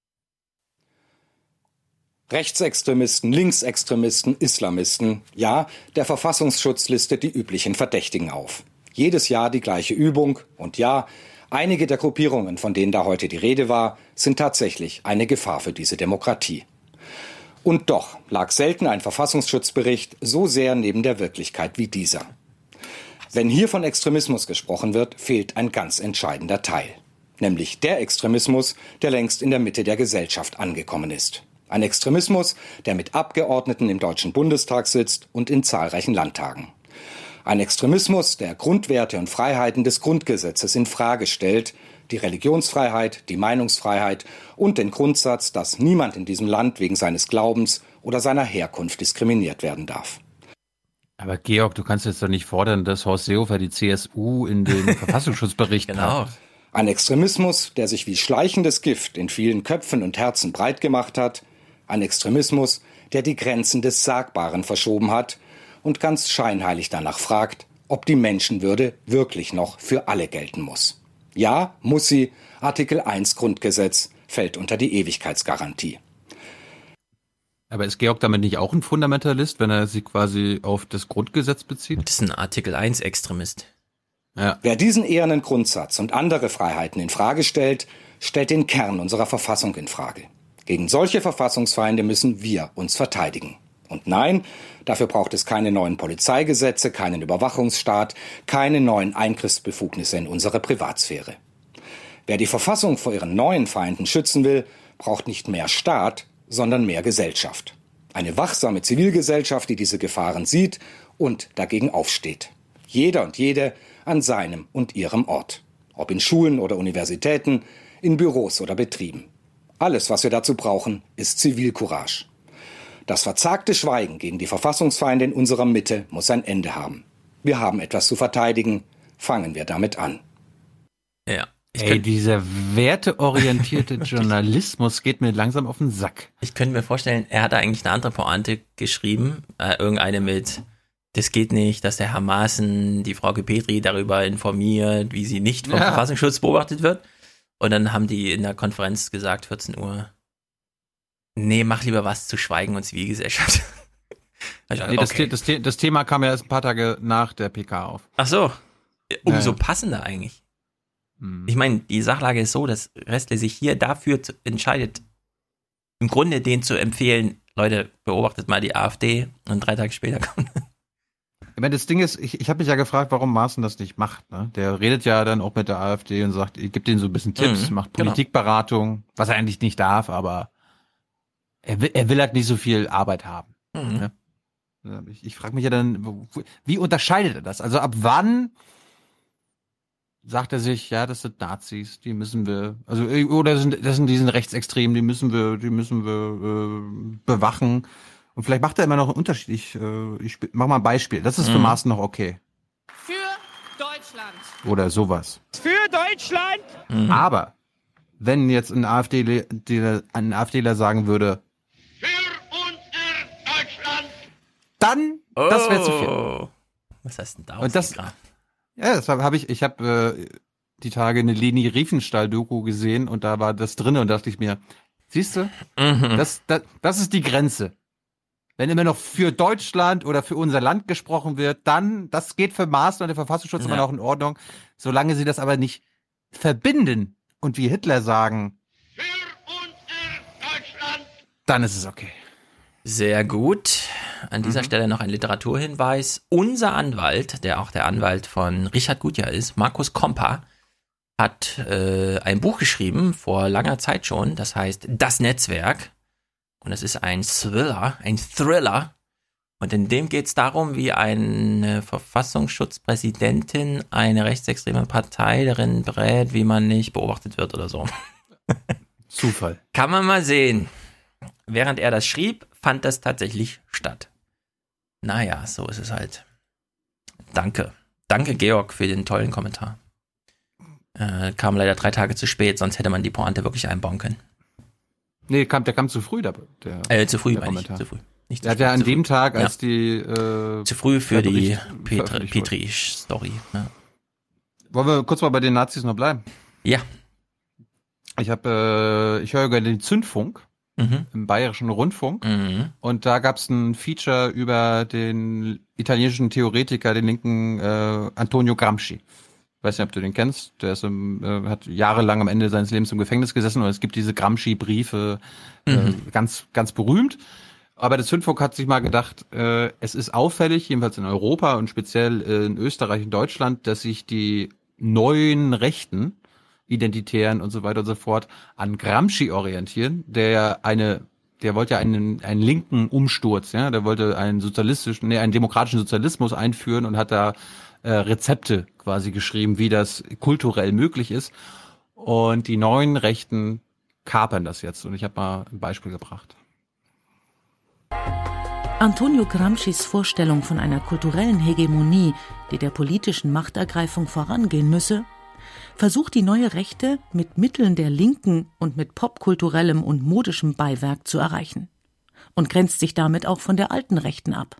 Rechtsextremisten, Linksextremisten, Islamisten. Ja, der Verfassungsschutz listet die üblichen Verdächtigen auf. Jedes Jahr die gleiche Übung. Und ja, einige der Gruppierungen, von denen da heute die Rede war, sind tatsächlich eine Gefahr für diese Demokratie. Und doch lag selten ein Verfassungsschutzbericht so sehr neben der Wirklichkeit wie dieser. Wenn hier von Extremismus gesprochen wird, fehlt ein ganz entscheidender Teil. Nämlich der Extremismus, der längst in der Mitte der Gesellschaft angekommen ist. Ein Extremismus, der mit Abgeordneten im Deutschen Bundestag sitzt und in zahlreichen Landtagen. Ein Extremismus, der Grundwerte und Freiheiten des Grundgesetzes in Frage stellt, die Religionsfreiheit, die Meinungsfreiheit und den Grundsatz, dass niemand in diesem Land wegen seines Glaubens oder seiner Herkunft diskriminiert werden darf. Aber Georg, du kannst jetzt doch nicht fordern, dass Horst Seehofer die CSU in den Verfassungsschutzbericht hat. Ein Extremismus, der sich wie schleichendes Gift in vielen Köpfen und Herzen breit gemacht hat. Ein Extremismus, der die Grenzen des Sagbaren verschoben hat und ganz scheinheilig danach fragt, ob die Menschenwürde wirklich noch für alle gelten muss. Ja, muss sie. Artikel 1 Grundgesetz fällt unter die Ewigkeitsgarantie. Aber ist Georg damit nicht auch ein Fundamentalist, wenn er sich quasi auf das Grundgesetz bezieht? Das ist ein Artikel 1 Extremist. Ja. Wer diesen ehernen Grundsatz und andere Freiheiten in Frage stellt, stellt den Kern unserer Verfassung in Frage. Gegen solche Verfassungsfeinde müssen wir uns verteidigen. Und nein, dafür braucht es keine neuen Polizeigesetze, keinen Überwachungsstaat, keine neuen Eingriffsbefugnisse in unsere Privatsphäre. Wer die Verfassung vor ihren neuen Feinden schützen will, braucht nicht mehr Staat, sondern mehr Gesellschaft. Eine wachsame Zivilgesellschaft, die diese Gefahren sieht und dagegen aufsteht. Jeder und jede an seinem und ihrem Ort. Ob in Schulen oder Universitäten, in Büros oder Betrieben. Alles, was wir dazu brauchen, ist Zivilcourage. Das verzagte Schweigen gegen die Verfassungsfeinde in unserer Mitte muss ein Ende haben. Wir haben etwas zu verteidigen. Fangen wir damit an. Ja. Dieser werteorientierte Journalismus geht mir langsam auf den Sack. Ich könnte mir vorstellen, er hat eigentlich eine andere Pointe geschrieben. Irgendeine mit, das geht nicht, dass der Herr Maaßen die Frau Petri darüber informiert, wie sie nicht vom Verfassungsschutz beobachtet wird. Und dann haben die in der Konferenz gesagt, 14 Uhr, nee, mach lieber was zu Schweigen und Zivilgesellschaft. Das Thema kam ja erst ein paar Tage nach der PK auf. Ach so, umso passender eigentlich. Ich meine, die Sachlage ist so, dass Ressler sich hier dafür entscheidet, im Grunde denen zu empfehlen, Leute, beobachtet mal die AfD und 3 Tage später kommt. Ich meine, das Ding ist, ich habe mich ja gefragt, warum Maaßen das nicht macht. Ne? Der redet ja dann auch mit der AfD und sagt, gibt denen so ein bisschen Tipps, macht Politikberatung, was er eigentlich nicht darf, aber er will halt nicht so viel Arbeit haben. Ne? Ich frage mich ja dann, wie unterscheidet er das? Also ab wann sagt er sich, ja, das sind Nazis, die müssen wir, also oder das sind diesen Rechtsextremen, die müssen wir bewachen. Und vielleicht macht er immer noch einen Unterschied. Ich mach mal ein Beispiel. Das ist für Maaßen noch okay. Für Deutschland. Oder sowas. Für Deutschland. Aber wenn jetzt ein AfDler sagen würde, für unser Deutschland. Dann, das wäre zu viel. Was heißt denn da? Und das, ja, deshalb habe ich habe die Tage eine Leni Riefenstahl-Doku gesehen und da war das drin und dachte ich mir, siehst du, das ist die Grenze. Wenn immer noch für Deutschland oder für unser Land gesprochen wird, dann, das geht für Maaßen und der Verfassungsschutz immer noch in Ordnung, solange sie das aber nicht verbinden und wie Hitler sagen, dann ist es okay. Sehr gut. An dieser Stelle noch ein Literaturhinweis. Unser Anwalt, der auch der Anwalt von Richard Gutjahr ist, Markus Kompa, hat ein Buch geschrieben, vor langer Zeit schon, das heißt Das Netzwerk. Und es ist ein Thriller. Und in dem geht es darum, wie eine Verfassungsschutzpräsidentin eine rechtsextreme Partei darin berät, wie man nicht beobachtet wird oder so. Zufall. Kann man mal sehen. Während er das schrieb, fand das tatsächlich statt. Naja, so ist es halt. Danke. Danke, Georg, für den tollen Kommentar. Kam leider 3 Tage zu spät, sonst hätte man die Pointe wirklich einbauen können. Nee, der kam zu früh, zu früh, der Kommentar. Zu früh. Nicht Der hat ja an dem Tag, als die zu früh für die Petri-Story. Ja. Wollen wir kurz mal bei den Nazis noch bleiben? Ja. Ich höre über den Zündfunk im Bayerischen Rundfunk und da gab es ein Feature über den italienischen Theoretiker, den linken Antonio Gramsci. Ich weiß nicht, ob du den kennst. Der ist hat jahrelang am Ende seines Lebens im Gefängnis gesessen und es gibt diese Gramsci-Briefe, ganz, ganz berühmt. Aber der Zündfunk hat sich mal gedacht, es ist auffällig, jedenfalls in Europa und speziell in Österreich und Deutschland, dass sich die neuen Rechten, Identitären und so weiter und so fort, an Gramsci orientieren, der wollte ja einen linken Umsturz, ja, der wollte einen demokratischen Sozialismus einführen und hat da Rezepte quasi geschrieben, wie das kulturell möglich ist. Und die neuen Rechten kapern das jetzt. Und ich habe mal ein Beispiel gebracht. Antonio Gramscis Vorstellung von einer kulturellen Hegemonie, die der politischen Machtergreifung vorangehen müsse, versucht die neue Rechte mit Mitteln der Linken und mit popkulturellem und modischem Beiwerk zu erreichen und grenzt sich damit auch von der alten Rechten ab.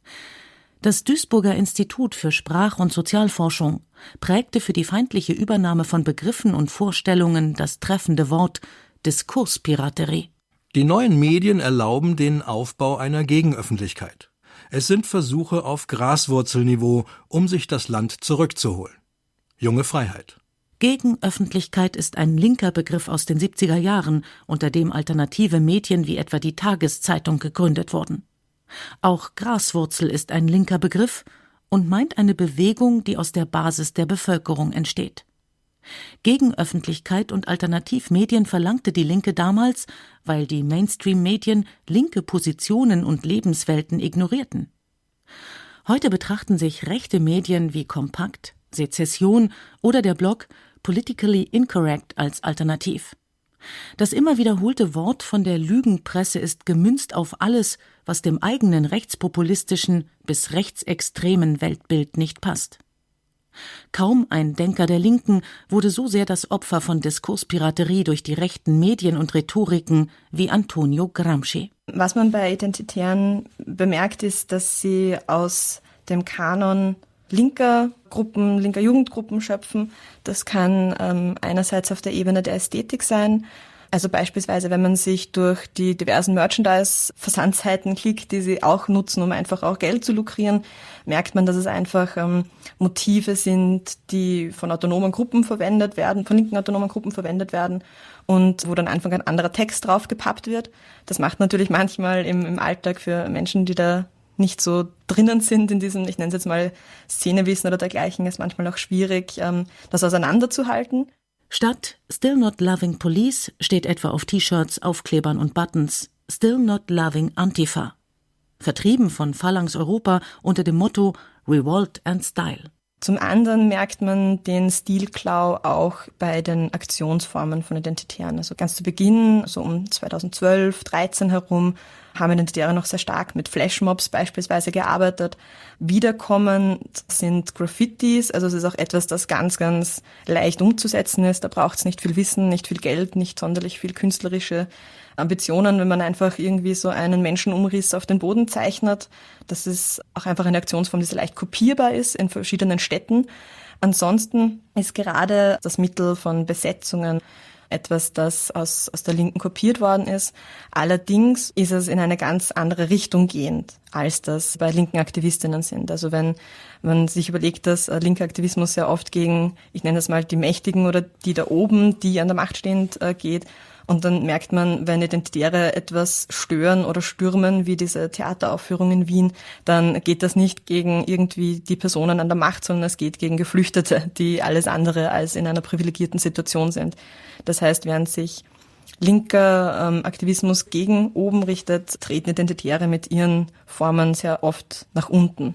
Das Duisburger Institut für Sprach- und Sozialforschung prägte für die feindliche Übernahme von Begriffen und Vorstellungen das treffende Wort Diskurspiraterie. Die neuen Medien erlauben den Aufbau einer Gegenöffentlichkeit. Es sind Versuche auf Graswurzelniveau, um sich das Land zurückzuholen. Junge Freiheit. Gegenöffentlichkeit ist ein linker Begriff aus den 70er Jahren, unter dem alternative Medien wie etwa die Tageszeitung gegründet wurden. Auch Graswurzel ist ein linker Begriff und meint eine Bewegung, die aus der Basis der Bevölkerung entsteht. Gegenöffentlichkeit und Alternativmedien verlangte die Linke damals, weil die Mainstream-Medien linke Positionen und Lebenswelten ignorierten. Heute betrachten sich rechte Medien wie Kompakt, Sezession oder der Blog Politically Incorrect als Alternativ. Das immer wiederholte Wort von der Lügenpresse ist gemünzt auf alles, was dem eigenen rechtspopulistischen bis rechtsextremen Weltbild nicht passt. Kaum ein Denker der Linken wurde so sehr das Opfer von Diskurspiraterie durch die rechten Medien und Rhetoriken wie Antonio Gramsci. Was man bei Identitären bemerkt, ist, dass sie aus dem Kanon linker Jugendgruppen schöpfen. Das kann einerseits auf der Ebene der Ästhetik sein. Also beispielsweise, wenn man sich durch die diversen Merchandise-Versandseiten klickt, die sie auch nutzen, um einfach auch Geld zu lukrieren, merkt man, dass es einfach Motive sind, die von autonomen Gruppen verwendet werden, von linken autonomen Gruppen verwendet werden und wo dann einfach ein anderer Text drauf gepappt wird. Das macht natürlich manchmal im Alltag für Menschen, die da nicht so drinnen sind in diesem, ich nenne es jetzt mal Szenewissen oder dergleichen, ist manchmal auch schwierig, das auseinanderzuhalten. Statt Still Not Loving Police steht etwa auf T-Shirts, Aufklebern und Buttons Still Not Loving Antifa. Vertrieben von Phalanx Europa unter dem Motto Revolt and Style. Zum anderen merkt man den Stilklau auch bei den Aktionsformen von Identitären. Also ganz zu Beginn, so um 2012, 13 herum, haben Identitäre noch sehr stark mit Flashmobs beispielsweise gearbeitet. Wiederkommend sind Graffitis, also es ist auch etwas, das ganz, ganz leicht umzusetzen ist. Da braucht es nicht viel Wissen, nicht viel Geld, nicht sonderlich viel künstlerische Ambitionen, wenn man einfach irgendwie so einen Menschenumriss auf den Boden zeichnet. Das ist auch einfach eine Aktionsform, die sehr leicht kopierbar ist in verschiedenen Städten. Ansonsten ist gerade das Mittel von Besetzungen etwas, das aus der Linken kopiert worden ist. Allerdings ist es in eine ganz andere Richtung gehend, als das bei linken Aktivistinnen sind. Also wenn man sich überlegt, dass linker Aktivismus sehr oft gegen, ich nenne es mal, die Mächtigen oder die da oben, die an der Macht stehend, geht. Und dann merkt man, wenn Identitäre etwas stören oder stürmen, wie diese Theateraufführung in Wien, dann geht das nicht gegen irgendwie die Personen an der Macht, sondern es geht gegen Geflüchtete, die alles andere als in einer privilegierten Situation sind. Das heißt, während sich linker Aktivismus gegen oben richtet, treten Identitäre mit ihren Formen sehr oft nach unten.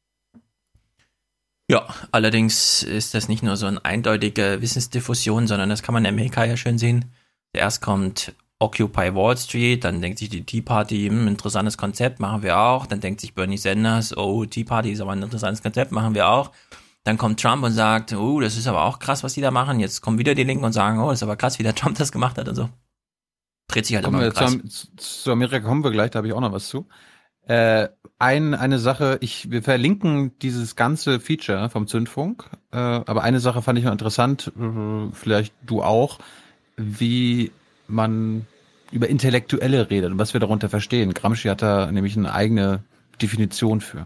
Ja, allerdings ist das nicht nur so eine eindeutige Wissensdiffusion, sondern das kann man in Amerika ja schön sehen. Erst kommt Occupy Wall Street, dann denkt sich die Tea Party, interessantes Konzept, machen wir auch. Dann denkt sich Bernie Sanders, oh, Tea Party ist aber ein interessantes Konzept, machen wir auch. Dann kommt Trump und sagt, oh, das ist aber auch krass, was die da machen. Jetzt kommen wieder die Linken und sagen, oh, das ist aber krass, wie der Trump das gemacht hat und so. Dreht sich halt immer krass. Zu Amerika kommen wir gleich, da habe ich auch noch was zu. Eine Sache, wir verlinken dieses ganze Feature vom Zündfunk, aber eine Sache fand ich noch interessant, vielleicht du auch, wie man über Intellektuelle redet und was wir darunter verstehen. Gramsci hat da nämlich eine eigene Definition für.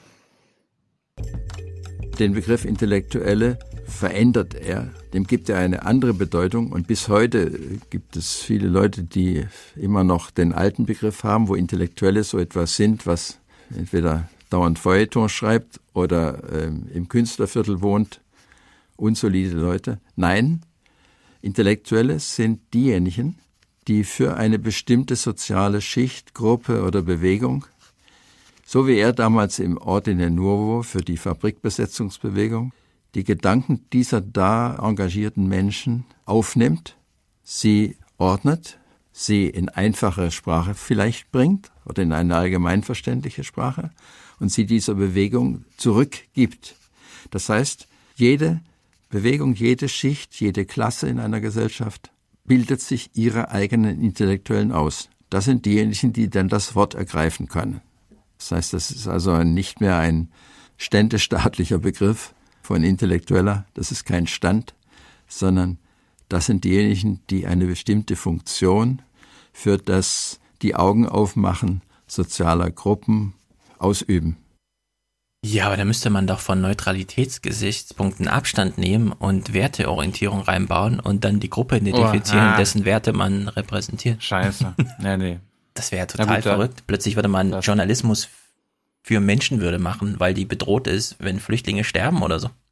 Den Begriff Intellektuelle verändert er. Dem gibt er eine andere Bedeutung und bis heute gibt es viele Leute, die immer noch den alten Begriff haben, wo Intellektuelle so etwas sind, was entweder dauernd Feuilleton schreibt oder im Künstlerviertel wohnt, unsolide Leute. Nein, Intellektuelle sind diejenigen, die für eine bestimmte soziale Schicht, Gruppe oder Bewegung, so wie er damals im Ordine Nuovo für die Fabrikbesetzungsbewegung, die Gedanken dieser da engagierten Menschen aufnimmt, sie ordnet, sie in einfache Sprache vielleicht bringt oder in eine allgemeinverständliche Sprache und sie dieser Bewegung zurückgibt. Das heißt, jede Bewegung, jede Schicht, jede Klasse in einer Gesellschaft bildet sich ihre eigenen Intellektuellen aus. Das sind diejenigen, die dann das Wort ergreifen können. Das heißt, das ist also nicht mehr ein ständestaatlicher Begriff von Intellektueller. Das ist kein Stand, sondern das sind diejenigen, die eine bestimmte Funktion für das die Augen aufmachen sozialer Gruppen ausüben. Ja, aber da müsste man doch von Neutralitätsgesichtspunkten Abstand nehmen und Werteorientierung reinbauen und dann die Gruppe identifizieren, dessen Werte man repräsentiert. Scheiße. Nee. Das wäre ja total verrückt. Plötzlich würde man Journalismus für Menschenwürde machen, weil die bedroht ist, wenn Flüchtlinge sterben oder so.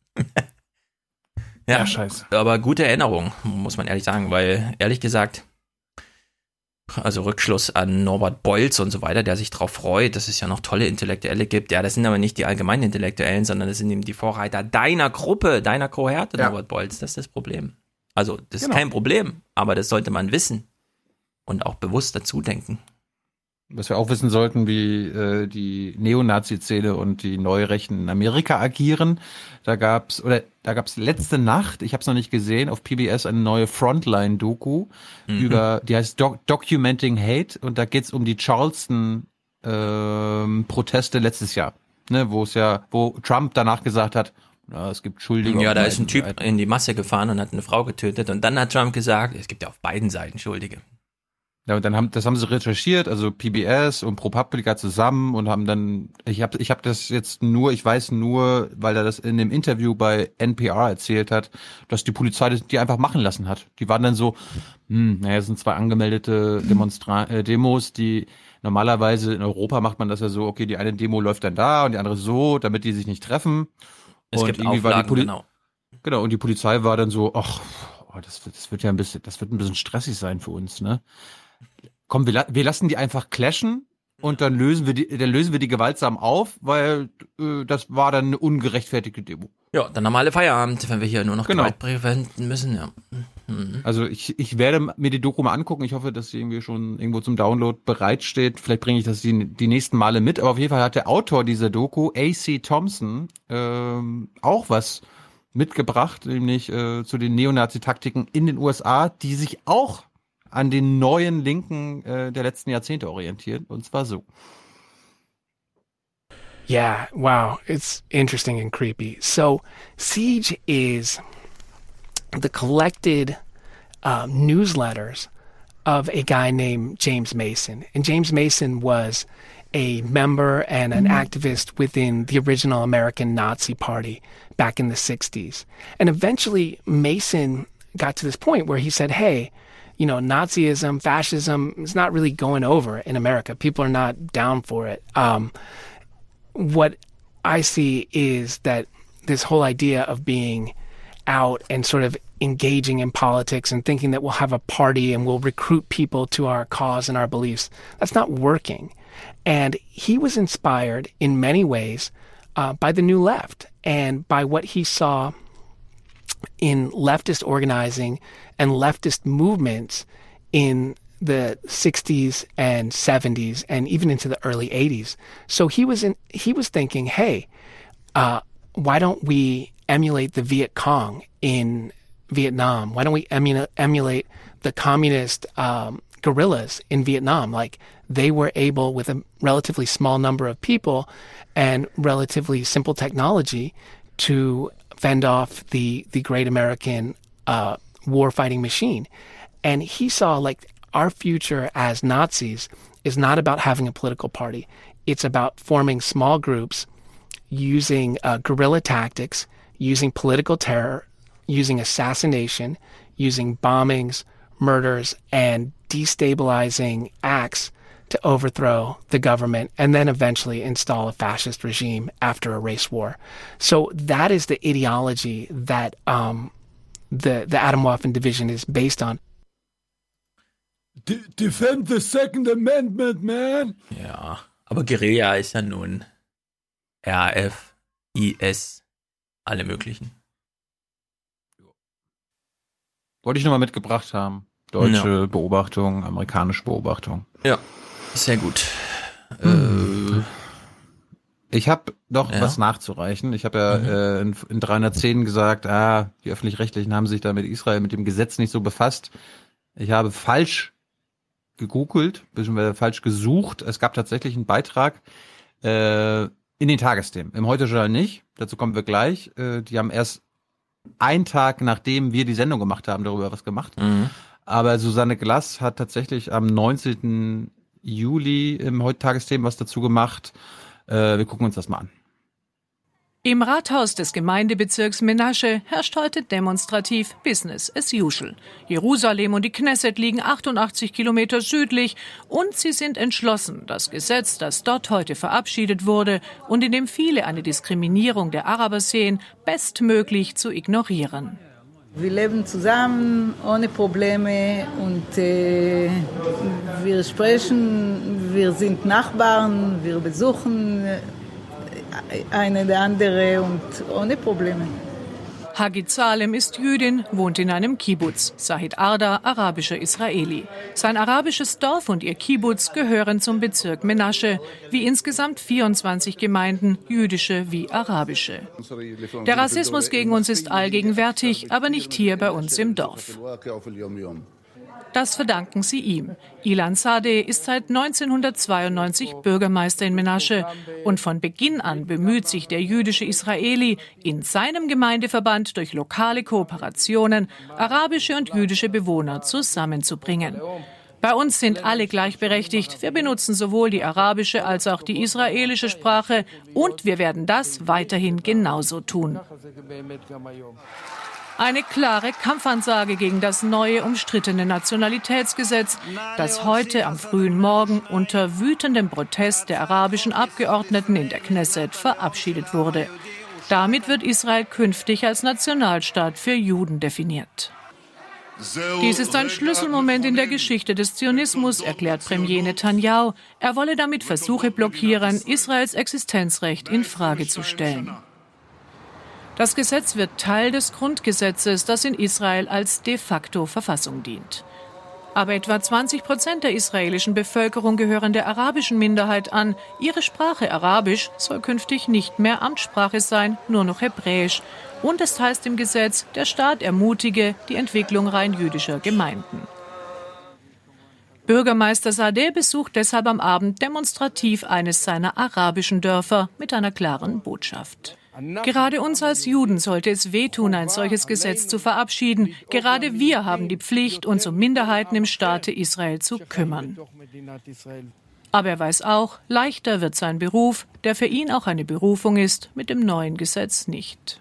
Ja, scheiße. Aber gute Erinnerung, muss man ehrlich sagen, weil ehrlich gesagt, also Rückschluss an Norbert Bolz und so weiter, der sich drauf freut, dass es ja noch tolle Intellektuelle gibt. Ja, das sind aber nicht die allgemeinen Intellektuellen, sondern das sind eben die Vorreiter deiner Gruppe, deiner Kohorte, Norbert Bolz. Das ist das Problem. Also, das ist kein Problem, aber das sollte man wissen und auch bewusst dazu denken. Was wir auch wissen sollten, wie die Neonazi-Szene und die Neurechten in Amerika agieren. Da gab's letzte Nacht, ich habe es noch nicht gesehen, auf PBS eine neue Frontline-Doku über, die heißt Documenting Hate und da geht's um die Charleston Proteste letztes Jahr, ne, wo Trump danach gesagt hat, na, es gibt Schuldige. Ja, da ist ein Typ in die Masse gefahren und hat eine Frau getötet und dann hat Trump gesagt, es gibt ja auf beiden Seiten Schuldige. Ja, und dann haben sie recherchiert, also PBS und ProPublica zusammen und haben dann, ich hab das jetzt nur, ich weiß nur, weil er das in dem Interview bei NPR erzählt hat, dass die Polizei die einfach machen lassen hat. Die waren dann so, es sind zwei angemeldete Demos, die normalerweise in Europa macht man das ja so, okay, die eine Demo läuft dann da und die andere so, damit die sich nicht treffen. Es und gibt irgendwie Auflagen, war die Genau, und die Polizei war dann so, das wird ein bisschen stressig sein für uns, ne? Komm, wir lassen die einfach clashen und dann lösen wir die gewaltsam auf, weil das war dann eine ungerechtfertigte Demo. Ja, dann haben wir alle Feierabend, wenn wir hier nur noch Gewalt präventen müssen, ja. Also ich werde mir die Doku mal angucken. Ich hoffe, dass sie irgendwie schon irgendwo zum Download bereitsteht. Vielleicht bringe ich das die nächsten Male mit. Aber auf jeden Fall hat der Autor dieser Doku, A.C. Thompson, auch was mitgebracht, nämlich zu den Neonazi-Taktiken in den USA, die sich auch an den neuen Linken der letzten Jahrzehnte orientieren. Und zwar so. Yeah, wow, it's interesting and creepy. So, Siege is the collected newsletters of a guy named James Mason. And James Mason was a member and an activist within the original American Nazi Party back in the 60s. And eventually Mason got to this point where he said, hey, Nazism, fascism is not really going over in America. People are not down for it. What I see is that this whole idea of being out and sort of engaging in politics and thinking that we'll have a party and we'll recruit people to our cause and our beliefs, that's not working. And he was inspired in many ways by the New Left and by what he saw in leftist organizing and leftist movements in the 60s and 70s and even into the early 80s. So he was thinking, hey, why don't we emulate the Viet Cong in Vietnam? Why don't we emulate the communist guerrillas in Vietnam? Like, they were able, with a relatively small number of people and relatively simple technology, to fend off the great American war-fighting machine. And he saw, like, our future as Nazis is not about having a political party. It's about forming small groups, using guerrilla tactics, using political terror, using assassination, using bombings, murders, and destabilizing acts to overthrow the government and then eventually install a fascist regime after a race war. So that is the ideology that the Atomwaffen Division is based on. Defend the Second Amendment, man! Ja, aber Guerilla ist ja nun RAF, IS, alle möglichen. Wollte ich nochmal mitgebracht haben. Deutsche Beobachtung, amerikanische Beobachtung. Ja, sehr gut. Ich habe doch was nachzureichen. Ich habe ja in 310 gesagt, die Öffentlich-Rechtlichen haben sich da mit Israel, mit dem Gesetz nicht so befasst. Ich habe falsch gegoogelt, beziehungsweise falsch gesucht. Es gab tatsächlich einen Beitrag in den Tagesthemen. Im Heute-Journal nicht, dazu kommen wir gleich. Die haben erst einen Tag, nachdem wir die Sendung gemacht haben, darüber was gemacht. Aber Susanne Glass hat tatsächlich am 19. Juli im Heute-Tagesthemen was dazu gemacht. Wir gucken uns das mal an. Im Rathaus des Gemeindebezirks Menasche herrscht heute demonstrativ Business as usual. Jerusalem und die Knesset liegen 88 Kilometer südlich und sie sind entschlossen, das Gesetz, das dort heute verabschiedet wurde und in dem viele eine Diskriminierung der Araber sehen, bestmöglich zu ignorieren. Wir leben zusammen ohne Probleme und wir sprechen, wir sind Nachbarn, wir besuchen eine der andere und ohne Probleme. Hagit Salem ist Jüdin, wohnt in einem Kibbutz. Sahid Arda, arabischer Israeli. Sein arabisches Dorf und ihr Kibbutz gehören zum Bezirk Menasche, wie insgesamt 24 Gemeinden, jüdische wie arabische. Der Rassismus gegen uns ist allgegenwärtig, aber nicht hier bei uns im Dorf. Das verdanken sie ihm. Ilan Sadeh ist seit 1992 Bürgermeister in Menasche und von Beginn an bemüht sich der jüdische Israeli, in seinem Gemeindeverband durch lokale Kooperationen arabische und jüdische Bewohner zusammenzubringen. Bei uns sind alle gleichberechtigt. Wir benutzen sowohl die arabische als auch die israelische Sprache und wir werden das weiterhin genauso tun. Eine klare Kampfansage gegen das neue umstrittene Nationalitätsgesetz, das heute am frühen Morgen unter wütendem Protest der arabischen Abgeordneten in der Knesset verabschiedet wurde. Damit wird Israel künftig als Nationalstaat für Juden definiert. Dies ist ein Schlüsselmoment in der Geschichte des Zionismus, erklärt Premier Netanyahu. Er wolle damit Versuche blockieren, Israels Existenzrecht in Frage zu stellen. Das Gesetz wird Teil des Grundgesetzes, das in Israel als de facto Verfassung dient. Aber etwa 20% der israelischen Bevölkerung gehören der arabischen Minderheit an. Ihre Sprache Arabisch soll künftig nicht mehr Amtssprache sein, nur noch Hebräisch. Und es heißt im Gesetz, der Staat ermutige die Entwicklung rein jüdischer Gemeinden. Bürgermeister Sadeh besucht deshalb am Abend demonstrativ eines seiner arabischen Dörfer mit einer klaren Botschaft. Gerade uns als Juden sollte es wehtun, ein solches Gesetz zu verabschieden. Gerade wir haben die Pflicht, uns um Minderheiten im Staate Israel zu kümmern. Aber er weiß auch, leichter wird sein Beruf, der für ihn auch eine Berufung ist, mit dem neuen Gesetz nicht.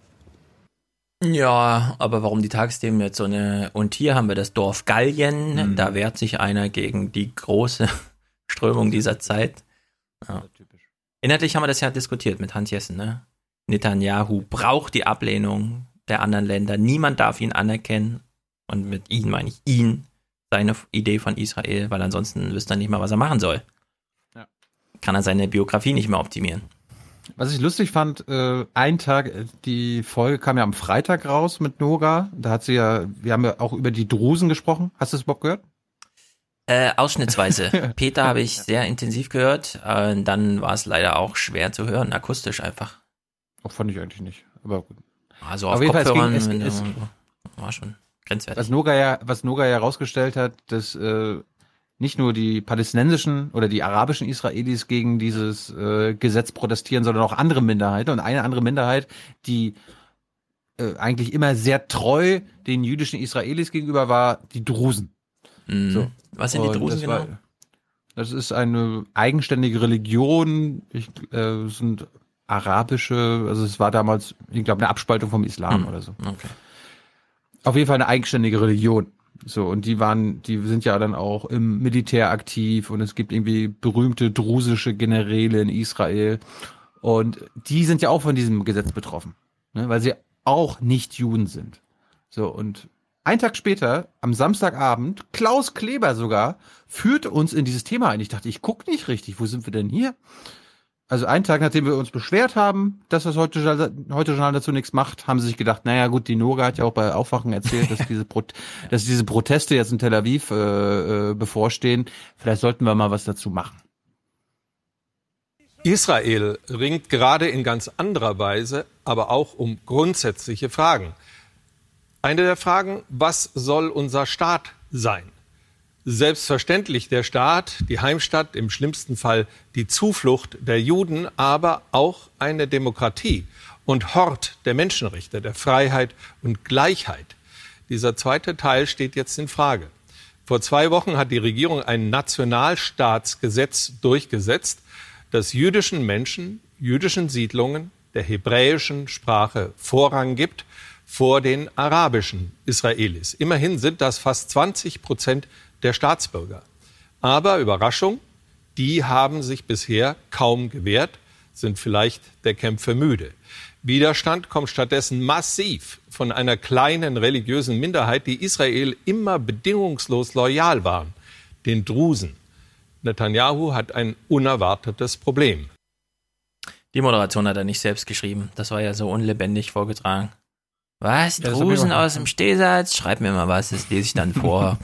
Ja, aber warum die Tagesthemen jetzt so eine... Und hier haben wir das Dorf Gallien, da wehrt sich einer gegen die große Strömung dieser Zeit. Ja. Inhaltlich haben wir das ja diskutiert mit Hans Jessen, ne? Netanyahu braucht die Ablehnung der anderen Länder, niemand darf ihn anerkennen. Und mit ihn meine ich ihn, seine Idee von Israel, weil ansonsten wüsste er nicht mal, was er machen soll. Ja. Kann er seine Biografie nicht mehr optimieren. Was ich lustig fand, die Folge kam ja am Freitag raus mit Noga. Da hat sie ja, wir haben ja auch über die Drusen gesprochen. Hast du das überhaupt gehört? Ausschnittsweise. Peter habe ich sehr intensiv gehört. Dann war es leider auch schwer zu hören, akustisch einfach. Auch fand ich eigentlich nicht. Aber gut. Also auf Kopfhörern war schon grenzwertig. Was Noga ja rausgestellt hat, dass nicht nur die palästinensischen oder die arabischen Israelis gegen dieses Gesetz protestieren, sondern auch andere Minderheiten. Und eine andere Minderheit, die eigentlich immer sehr treu den jüdischen Israelis gegenüber war, die Drusen. Mhm. So. Was sind die Drusen genau? Das ist eine eigenständige Religion, sind arabische, also es war damals, ich glaube, eine Abspaltung vom Islam oder so. Okay. Auf jeden Fall eine eigenständige Religion. So, und die sind ja dann auch im Militär aktiv und es gibt irgendwie berühmte drusische Generäle in Israel und die sind ja auch von diesem Gesetz betroffen, ne, weil sie auch nicht Juden sind. So, und einen Tag später, am Samstagabend, Klaus Kleber sogar, führte uns in dieses Thema ein. Ich dachte, ich gucke nicht richtig, wo sind wir denn hier? Also einen Tag, nachdem wir uns beschwert haben, dass das heute Journal dazu nichts macht, haben sie sich gedacht, naja gut, die Noga hat ja auch bei Aufwachen erzählt, dass diese Proteste jetzt in Tel Aviv bevorstehen. Vielleicht sollten wir mal was dazu machen. Israel ringt gerade in ganz anderer Weise, aber auch um grundsätzliche Fragen. Eine der Fragen, was soll unser Staat sein? Selbstverständlich der Staat, die Heimstatt, im schlimmsten Fall die Zuflucht der Juden, aber auch eine Demokratie und Hort der Menschenrechte, der Freiheit und Gleichheit. Dieser zweite Teil steht jetzt in Frage. Vor 2 Wochen hat die Regierung ein Nationalstaatsgesetz durchgesetzt, das jüdischen Menschen, jüdischen Siedlungen, der hebräischen Sprache Vorrang gibt vor den arabischen Israelis. Immerhin sind das fast 20% der Staatsbürger. Aber Überraschung, die haben sich bisher kaum gewehrt, sind vielleicht der Kämpfe müde. Widerstand kommt stattdessen massiv von einer kleinen religiösen Minderheit, die Israel immer bedingungslos loyal waren, den Drusen. Netanyahu hat ein unerwartetes Problem. Die Moderation hat er nicht selbst geschrieben. Das war ja so unlebendig vorgetragen. Was? Drusen aus dem Stehsatz? Schreib mir mal was, das lese ich dann vor.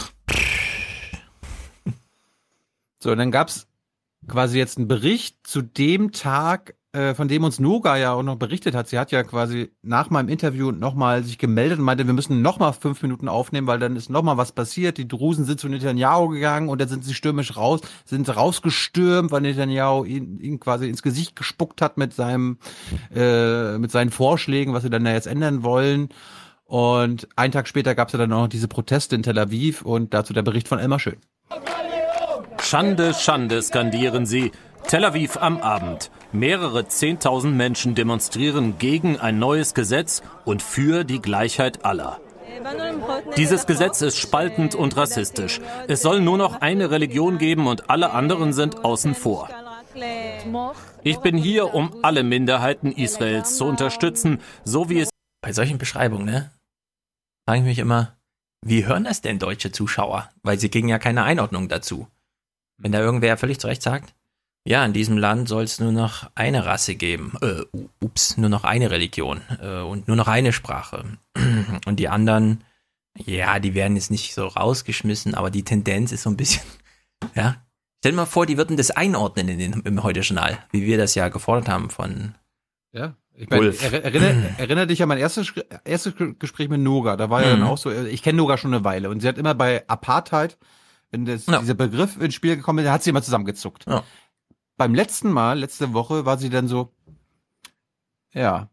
So, und dann gab's quasi jetzt einen Bericht zu dem Tag, von dem uns Noga ja auch noch berichtet hat. Sie hat ja quasi nach meinem Interview nochmal sich gemeldet und meinte, wir müssen nochmal 5 Minuten aufnehmen, weil dann ist nochmal was passiert. Die Drusen sind zu Netanyahu gegangen und dann sind sie stürmisch rausgestürmt, weil Netanyahu ihn quasi ins Gesicht gespuckt hat mit seinen Vorschlägen, was sie dann da jetzt ändern wollen. Und einen Tag später gab es ja dann auch noch diese Proteste in Tel Aviv und dazu der Bericht von Elmar Schön. Schande, Schande, skandieren sie. Tel Aviv am Abend. Mehrere 10.000 Menschen demonstrieren gegen ein neues Gesetz und für die Gleichheit aller. Dieses Gesetz ist spaltend und rassistisch. Es soll nur noch eine Religion geben und alle anderen sind außen vor. Ich bin hier, um alle Minderheiten Israels zu unterstützen, so wie es... Bei solchen Beschreibungen, ne, frage ich mich immer, wie hören das denn deutsche Zuschauer? Weil sie kriegen ja keine Einordnung dazu. Wenn da irgendwer völlig zu Recht sagt, ja, in diesem Land soll es nur noch eine Rasse geben, nur noch eine Religion und nur noch eine Sprache. Und die anderen, ja, die werden jetzt nicht so rausgeschmissen, aber die Tendenz ist so ein bisschen, ja. Stell dir mal vor, die würden das einordnen im Heute-Journal, wie wir das ja gefordert haben von Ich meine, erinnere dich an mein erstes Gespräch mit Noga, da war ja dann auch so, ich kenne Noga schon eine Weile und sie hat immer bei Apartheid, wenn dieser Begriff ins Spiel gekommen ist, hat sie immer zusammengezuckt. Ja. Beim letzte Woche war sie dann so, Ja.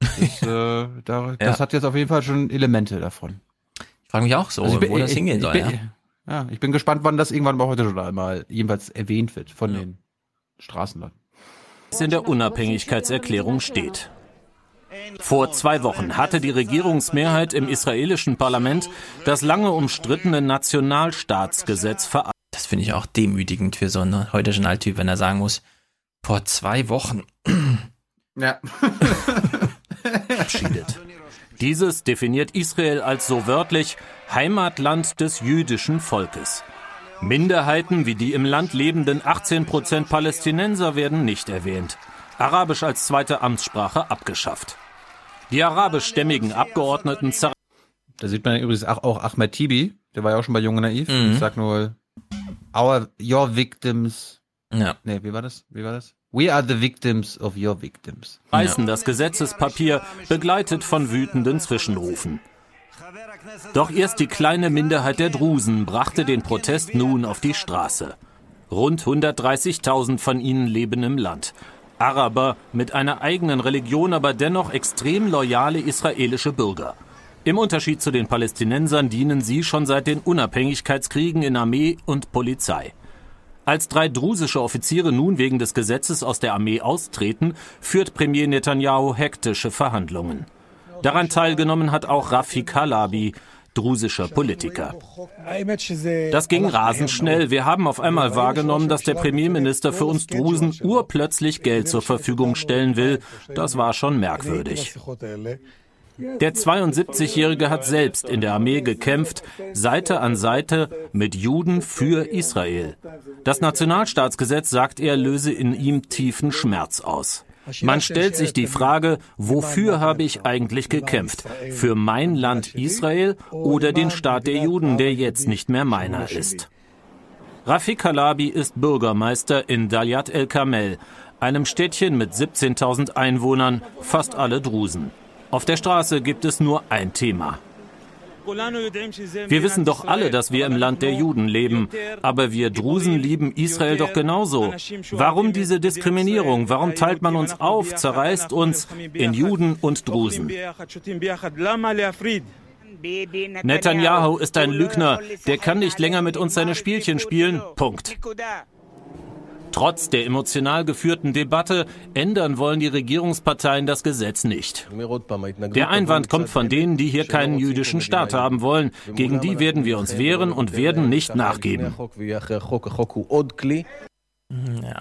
Das hat jetzt auf jeden Fall schon Elemente davon. Ich frage mich auch so, wo das hingehen soll. Ich bin gespannt, wann das irgendwann mal heute schon mal jedenfalls erwähnt wird von den Straßenleuten. Was in der Unabhängigkeitserklärung steht. Vor 2 Wochen hatte die Regierungsmehrheit im israelischen Parlament das lange umstrittene Nationalstaatsgesetz verabschiedet. Das finde ich auch demütigend für so einen heutigen Journaltyp, wenn er sagen muss, vor 2 Wochen. Ja. Verabschiedet. Dieses definiert Israel als so wörtlich Heimatland des jüdischen Volkes. Minderheiten wie die im Land lebenden 18% Palästinenser werden nicht erwähnt. Arabisch als zweite Amtssprache abgeschafft. Die arabischstämmigen Abgeordneten... Da sieht man übrigens auch Ahmed Tibi, der war ja auch schon bei Jung und Naiv. Ich sag nur, your victims... Ja. Nee, wie war das? We are the victims of your victims. Reißen das Gesetzespapier, begleitet von wütenden Zwischenrufen. Doch erst die kleine Minderheit der Drusen brachte den Protest nun auf die Straße. Rund 130.000 von ihnen leben im Land. Araber mit einer eigenen Religion, aber dennoch extrem loyale israelische Bürger. Im Unterschied zu den Palästinensern dienen sie schon seit den Unabhängigkeitskriegen in Armee und Polizei. Als 3 drusische Offiziere nun wegen des Gesetzes aus der Armee austreten, führt Premier Netanyahu hektische Verhandlungen. Daran teilgenommen hat auch Rafik Halabi, drusischer Politiker. Das ging rasend schnell. Wir haben auf einmal wahrgenommen, dass der Premierminister für uns Drusen urplötzlich Geld zur Verfügung stellen will. Das war schon merkwürdig. Der 72-Jährige hat selbst in der Armee gekämpft, Seite an Seite mit Juden für Israel. Das Nationalstaatsgesetz, sagt er, löse in ihm tiefen Schmerz aus. Man stellt sich die Frage, wofür habe ich eigentlich gekämpft? Für mein Land Israel oder den Staat der Juden, der jetzt nicht mehr meiner ist? Rafik Halabi ist Bürgermeister in Dalyat el-Karmel, einem Städtchen mit 17.000 Einwohnern, fast alle Drusen. Auf der Straße gibt es nur ein Thema. Wir wissen doch alle, dass wir im Land der Juden leben. Aber wir Drusen lieben Israel doch genauso. Warum diese Diskriminierung? Warum teilt man uns auf, zerreißt uns in Juden und Drusen? Netanyahu ist ein Lügner. Der kann nicht länger mit uns seine Spielchen spielen. Punkt. Trotz der emotional geführten Debatte ändern wollen die Regierungsparteien das Gesetz nicht. Der Einwand kommt von denen, die hier keinen jüdischen Staat haben wollen. Gegen die werden wir uns wehren und werden nicht nachgeben. Ja.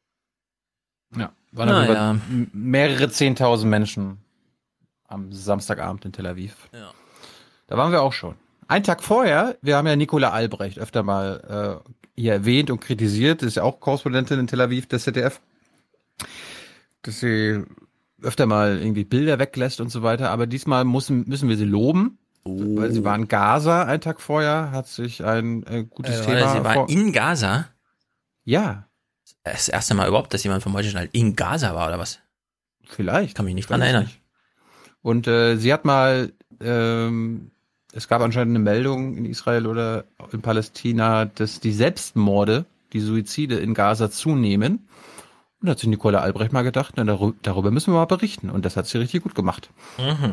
Waren mehrere 10.000 Menschen am Samstagabend in Tel Aviv. Ja. Da waren wir auch schon. Einen Tag vorher, wir haben ja Nicola Albrecht öfter mal hier erwähnt und kritisiert, ist ja auch Korrespondentin in Tel Aviv des ZDF, dass sie öfter mal irgendwie Bilder weglässt und so weiter, aber diesmal müssen wir sie loben, weil sie war in Gaza einen Tag vorher, hat sich ein gutes Thema... Sie war in Gaza? Ja. Das erste Mal überhaupt, dass jemand vom Deutschen halt in Gaza war, oder was? Vielleicht. Kann mich nicht dran erinnern. Nicht. Und sie hat mal... es gab anscheinend eine Meldung in Israel oder in Palästina, dass die Selbstmorde, die Suizide in Gaza zunehmen. Und da hat sich Nicola Albrecht mal gedacht, na, darüber müssen wir mal berichten. Und das hat sie richtig gut gemacht. Mhm.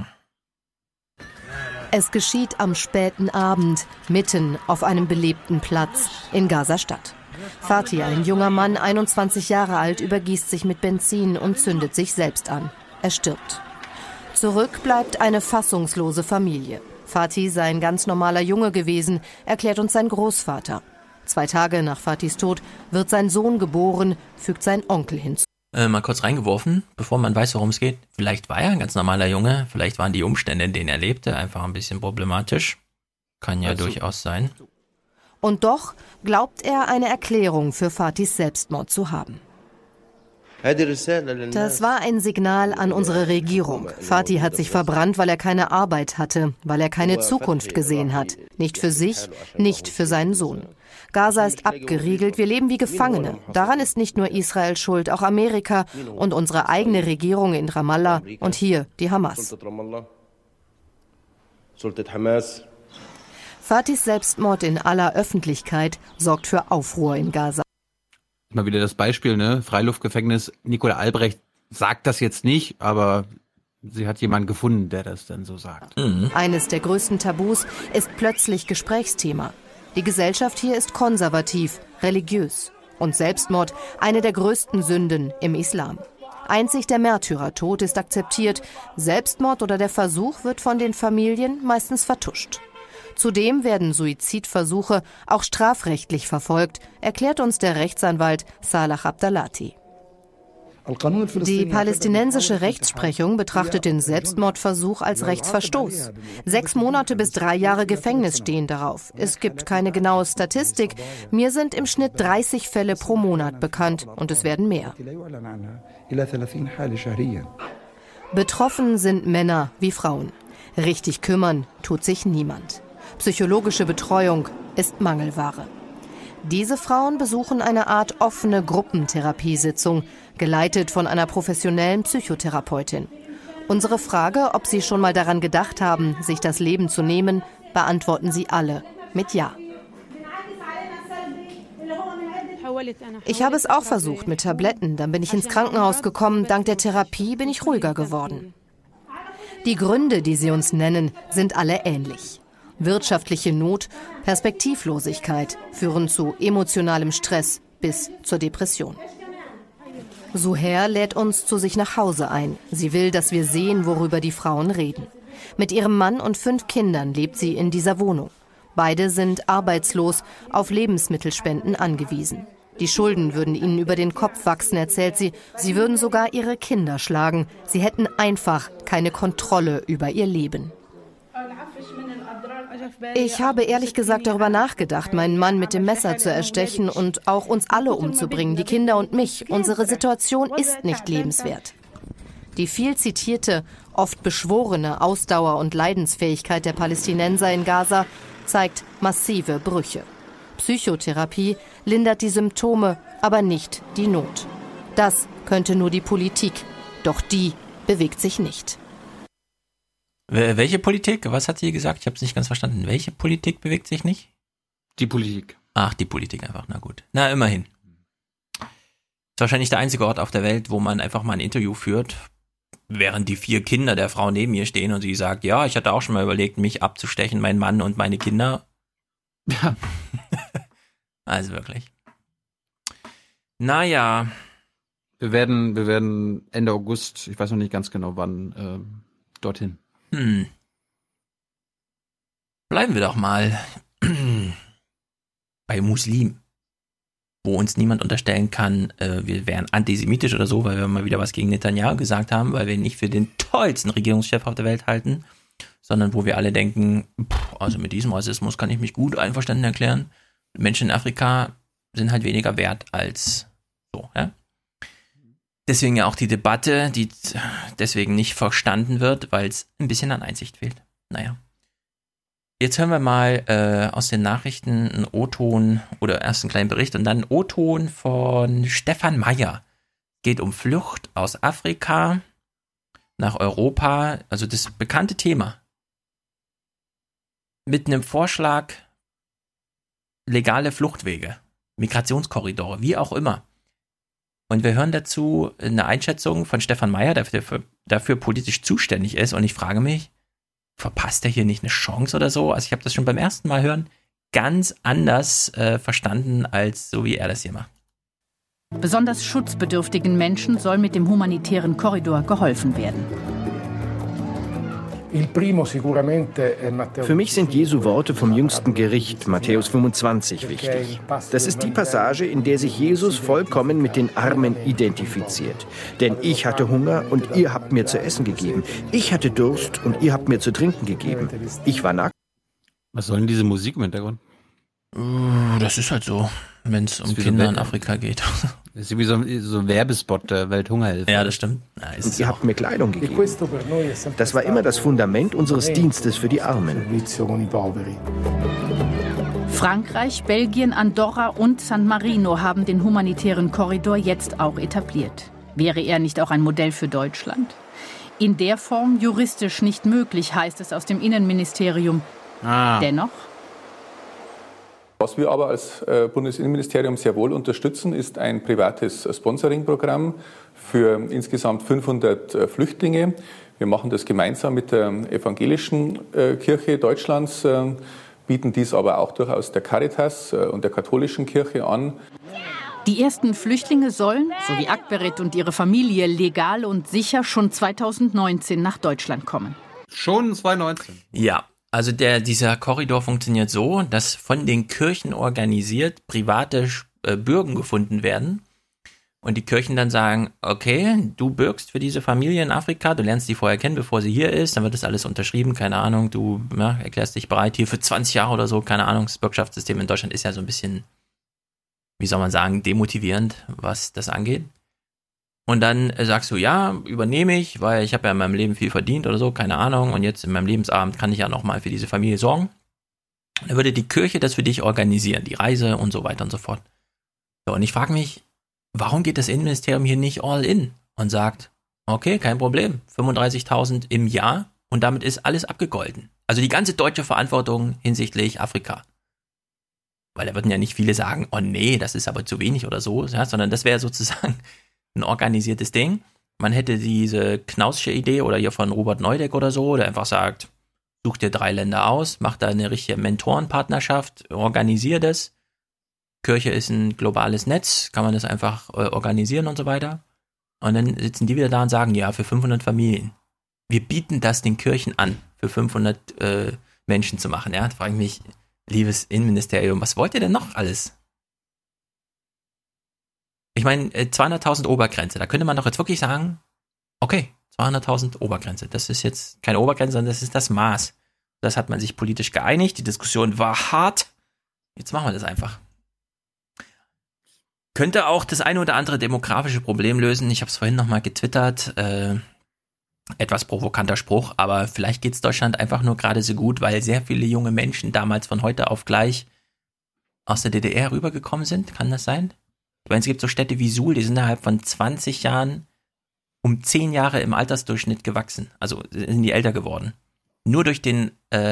Es geschieht am späten Abend, mitten auf einem belebten Platz in Gaza-Stadt. Fatih, ein junger Mann, 21 Jahre alt, übergießt sich mit Benzin und zündet sich selbst an. Er stirbt. Zurück bleibt eine fassungslose Familie. Fatih sei ein ganz normaler Junge gewesen, erklärt uns sein Großvater. 2 Tage nach Fatihs Tod wird sein Sohn geboren, fügt sein Onkel hinzu. Mal kurz reingeworfen, bevor man weiß, worum es geht. Vielleicht war er ein ganz normaler Junge, vielleicht waren die Umstände, in denen er lebte, einfach ein bisschen problematisch. Kann ja durchaus sein. Und doch glaubt er, eine Erklärung für Fatihs Selbstmord zu haben. Das war ein Signal an unsere Regierung. Fatih hat sich verbrannt, weil er keine Arbeit hatte, weil er keine Zukunft gesehen hat. Nicht für sich, nicht für seinen Sohn. Gaza ist abgeriegelt, wir leben wie Gefangene. Daran ist nicht nur Israel schuld, auch Amerika und unsere eigene Regierung in Ramallah und hier die Hamas. Fatihs Selbstmord in aller Öffentlichkeit sorgt für Aufruhr in Gaza. Mal wieder das Beispiel, ne? Freiluftgefängnis. Nicola Albrecht sagt das jetzt nicht, aber sie hat jemanden gefunden, der das dann so sagt. Eines der größten Tabus ist plötzlich Gesprächsthema. Die Gesellschaft hier ist konservativ, religiös. Und Selbstmord eine der größten Sünden im Islam. Einzig der Märtyrertod ist akzeptiert. Selbstmord oder der Versuch wird von den Familien meistens vertuscht. Zudem werden Suizidversuche auch strafrechtlich verfolgt, erklärt uns der Rechtsanwalt Salah Abdalati. Die palästinensische Rechtsprechung betrachtet den Selbstmordversuch als Rechtsverstoß. 6 Monate bis 3 Jahre Gefängnis stehen darauf. Es gibt keine genaue Statistik. Mir sind im Schnitt 30 Fälle pro Monat bekannt und es werden mehr. Betroffen sind Männer wie Frauen. Richtig kümmern tut sich niemand. Psychologische Betreuung ist Mangelware. Diese Frauen besuchen eine Art offene Gruppentherapiesitzung, geleitet von einer professionellen Psychotherapeutin. Unsere Frage, ob sie schon mal daran gedacht haben, sich das Leben zu nehmen, beantworten sie alle mit Ja. Ich habe es auch versucht mit Tabletten, dann bin ich ins Krankenhaus gekommen, dank der Therapie bin ich ruhiger geworden. Die Gründe, die sie uns nennen, sind alle ähnlich. Wirtschaftliche Not, Perspektivlosigkeit führen zu emotionalem Stress bis zur Depression. Suher lädt uns zu sich nach Hause ein. Sie will, dass wir sehen, worüber die Frauen reden. Mit ihrem Mann und 5 Kindern lebt sie in dieser Wohnung. Beide sind arbeitslos, auf Lebensmittelspenden angewiesen. Die Schulden würden ihnen über den Kopf wachsen, erzählt sie. Sie würden sogar ihre Kinder schlagen. Sie hätten einfach keine Kontrolle über ihr Leben. Ich habe ehrlich gesagt darüber nachgedacht, meinen Mann mit dem Messer zu erstechen und auch uns alle umzubringen, die Kinder und mich. Unsere Situation ist nicht lebenswert. Die viel zitierte, oft beschworene Ausdauer und Leidensfähigkeit der Palästinenser in Gaza zeigt massive Brüche. Psychotherapie lindert die Symptome, aber nicht die Not. Das könnte nur die Politik, doch die bewegt sich nicht. Welche Politik? Was hat sie gesagt? Ich habe es nicht ganz verstanden. Welche Politik bewegt sich nicht? Die Politik. Ach, die Politik einfach. Na gut. Na, immerhin. Ist wahrscheinlich der einzige Ort auf der Welt, wo man einfach mal ein Interview führt, während die 4 Kinder der Frau neben mir stehen und sie sagt, ja, ich hatte auch schon mal überlegt, mich abzustechen, meinen Mann und meine Kinder. Ja. Also wirklich. Naja. Wir werden Ende August, ich weiß noch nicht ganz genau wann, dorthin. Bleiben wir doch mal bei Muslimen, wo uns niemand unterstellen kann, wir wären antisemitisch oder so, weil wir mal wieder was gegen Netanyahu gesagt haben, weil wir ihn nicht für den tollsten Regierungschef auf der Welt halten, sondern wo wir alle denken, also mit diesem Rassismus kann ich mich gut einverstanden erklären. Menschen in Afrika sind halt weniger wert als so, ja? Deswegen ja auch die Debatte, die deswegen nicht verstanden wird, weil es ein bisschen an Einsicht fehlt. Naja. Jetzt hören wir mal aus den Nachrichten einen O-Ton oder erst einen kleinen Bericht und dann einen O-Ton von Stefan Meyer. Geht um Flucht aus Afrika nach Europa, also das bekannte Thema. Mit einem Vorschlag legale Fluchtwege, Migrationskorridore, wie auch immer. Und wir hören dazu eine Einschätzung von Stefan Meyer, der dafür politisch zuständig ist. Und ich frage mich, verpasst er hier nicht eine Chance oder so? Also ich habe das schon beim ersten Mal hören ganz anders verstanden, als so wie er das hier macht. Besonders schutzbedürftigen Menschen soll mit dem humanitären Korridor geholfen werden. Für mich sind Jesu Worte vom jüngsten Gericht, Matthäus 25, wichtig. Das ist die Passage, in der sich Jesus vollkommen mit den Armen identifiziert. Denn ich hatte Hunger und ihr habt mir zu essen gegeben. Ich hatte Durst und ihr habt mir zu trinken gegeben. Ich war nackt. Was soll denn diese Musik im Hintergrund? Das ist halt so, wenn es um Kinder in Afrika geht. Das ist wie so ein Werbespot der Welthungerhilfe. Ja, das stimmt. Ja, und ihr habt mir Kleidung gegeben. Das war immer das Fundament unseres Dienstes für die Armen. Frankreich, Belgien, Andorra und San Marino haben den humanitären Korridor jetzt auch etabliert. Wäre er nicht auch ein Modell für Deutschland? In der Form juristisch nicht möglich, heißt es aus dem Innenministerium. Dennoch. Was wir aber als Bundesinnenministerium sehr wohl unterstützen, ist ein privates Sponsoring-Programm für insgesamt 500 Flüchtlinge. Wir machen das gemeinsam mit der Evangelischen Kirche Deutschlands, bieten dies aber auch durchaus der Caritas und der katholischen Kirche an. Die ersten Flüchtlinge sollen, so wie Akberit und ihre Familie, legal und sicher schon 2019 nach Deutschland kommen. Schon 2019? Ja, also dieser Korridor funktioniert so, dass von den Kirchen organisiert private Bürgen gefunden werden und die Kirchen dann sagen, okay, du bürgst für diese Familie in Afrika, du lernst die vorher kennen, bevor sie hier ist, dann wird das alles unterschrieben, keine Ahnung, du erklärst dich bereit hier für 20 Jahre oder so, keine Ahnung, das Bürgschaftssystem in Deutschland ist ja so ein bisschen, wie soll man sagen, demotivierend, was das angeht. Und dann sagst du, ja, übernehme ich, weil ich habe ja in meinem Leben viel verdient oder so, keine Ahnung, und jetzt in meinem Lebensabend kann ich ja nochmal für diese Familie sorgen. Dann würde die Kirche das für dich organisieren, die Reise und so weiter und so fort. So, und ich frage mich, warum geht das Innenministerium hier nicht all in und sagt, okay, kein Problem, 35.000 im Jahr und damit ist alles abgegolten. Also die ganze deutsche Verantwortung hinsichtlich Afrika. Weil da würden ja nicht viele sagen, oh nee, das ist aber zu wenig oder so, ja, sondern das wäre sozusagen ein organisiertes Ding. Man hätte diese Knaussche Idee oder hier von Robert Neudeck oder so, der einfach sagt, such dir 3 Länder aus, mach da eine richtige Mentorenpartnerschaft, organisier das. Kirche ist ein globales Netz, kann man das einfach organisieren und so weiter. Und dann sitzen die wieder da und sagen, ja, für 500 Familien. Wir bieten das den Kirchen an, für 500 Menschen zu machen. Ja, da frage ich mich, liebes Innenministerium, was wollt ihr denn noch alles? Ich meine, 200.000 Obergrenze, da könnte man doch jetzt wirklich sagen, okay, 200.000 Obergrenze, das ist jetzt keine Obergrenze, sondern das ist das Maß. Das hat man sich politisch geeinigt, die Diskussion war hart, jetzt machen wir das einfach. Könnte auch das eine oder andere demografische Problem lösen, ich habe es vorhin nochmal getwittert, etwas provokanter Spruch, aber vielleicht geht es Deutschland einfach nur gerade so gut, weil sehr viele junge Menschen damals von heute auf gleich aus der DDR rübergekommen sind, kann das sein? Ich meine, es gibt so Städte wie Suhl, die sind innerhalb von 20 Jahren um 10 Jahre im Altersdurchschnitt gewachsen. Also sind die älter geworden. Nur durch den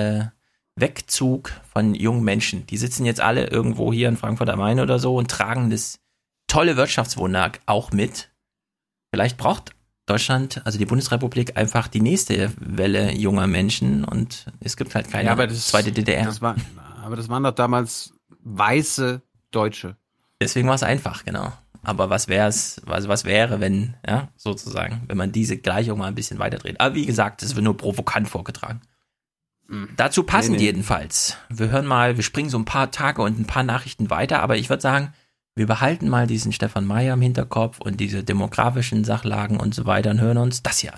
Wegzug von jungen Menschen. Die sitzen jetzt alle irgendwo hier in Frankfurt am Main oder so und tragen das tolle Wirtschaftswunder auch mit. Vielleicht braucht Deutschland, also die Bundesrepublik, einfach die nächste Welle junger Menschen und es gibt halt keine zweite DDR. Aber das waren doch damals weiße Deutsche. Deswegen war es einfach, genau. Aber was wäre, wenn, ja, sozusagen, wenn man diese Gleichung mal ein bisschen weiterdreht. Aber wie gesagt, das wird nur provokant vorgetragen. Dazu passend jedenfalls. Wir springen so ein paar Tage und ein paar Nachrichten weiter, aber ich würde sagen, wir behalten mal diesen Stefan Meyer im Hinterkopf und diese demografischen Sachlagen und so weiter und hören uns das hier an.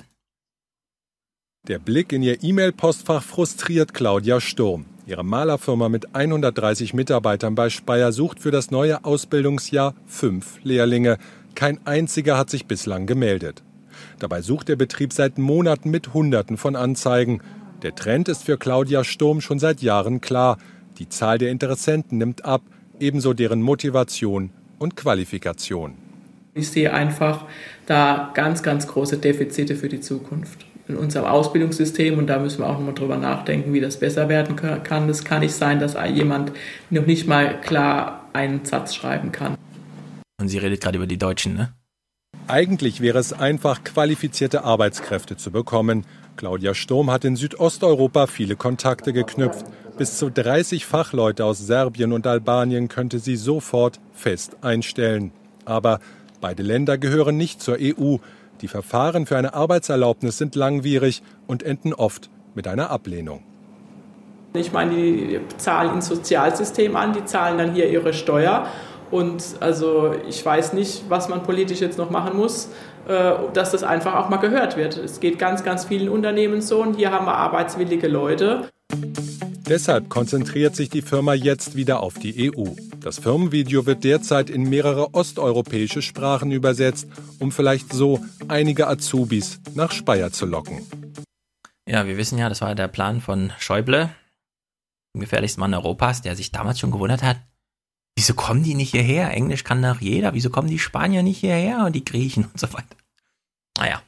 Der Blick in ihr E-Mail-Postfach frustriert Claudia Sturm. Ihre Malerfirma mit 130 Mitarbeitern bei Speyer sucht für das neue Ausbildungsjahr 5 Lehrlinge. Kein einziger hat sich bislang gemeldet. Dabei sucht der Betrieb seit Monaten mit Hunderten von Anzeigen. Der Trend ist für Claudia Sturm schon seit Jahren klar. Die Zahl der Interessenten nimmt ab, ebenso deren Motivation und Qualifikation. Ich sehe einfach da ganz, ganz große Defizite für die Zukunft in unserem Ausbildungssystem und da müssen wir auch nochmal drüber nachdenken, wie das besser werden kann. Es kann nicht sein, dass jemand noch nicht mal klar einen Satz schreiben kann. Und sie redet gerade über die Deutschen, ne? Eigentlich wäre es einfach, qualifizierte Arbeitskräfte zu bekommen. Claudia Sturm hat in Südosteuropa viele Kontakte geknüpft. Bis zu 30 Fachleute aus Serbien und Albanien könnte sie sofort fest einstellen. Aber beide Länder gehören nicht zur EU. Die Verfahren für eine Arbeitserlaubnis sind langwierig und enden oft mit einer Ablehnung. Ich meine, die zahlen ins Sozialsystem an, die zahlen dann hier ihre Steuer. Und also ich weiß nicht, was man politisch jetzt noch machen muss, dass das einfach auch mal gehört wird. Es geht ganz, ganz vielen Unternehmen so und hier haben wir arbeitswillige Leute. Deshalb konzentriert sich die Firma jetzt wieder auf die EU. Das Firmenvideo wird derzeit in mehrere osteuropäische Sprachen übersetzt, um vielleicht so einige Azubis nach Speyer zu locken. Ja, wir wissen ja, das war der Plan von Schäuble, dem gefährlichsten Mann Europas, der sich damals schon gewundert hat, wieso kommen die nicht hierher? Englisch kann doch jeder, wieso kommen die Spanier nicht hierher und die Griechen und so weiter? Naja,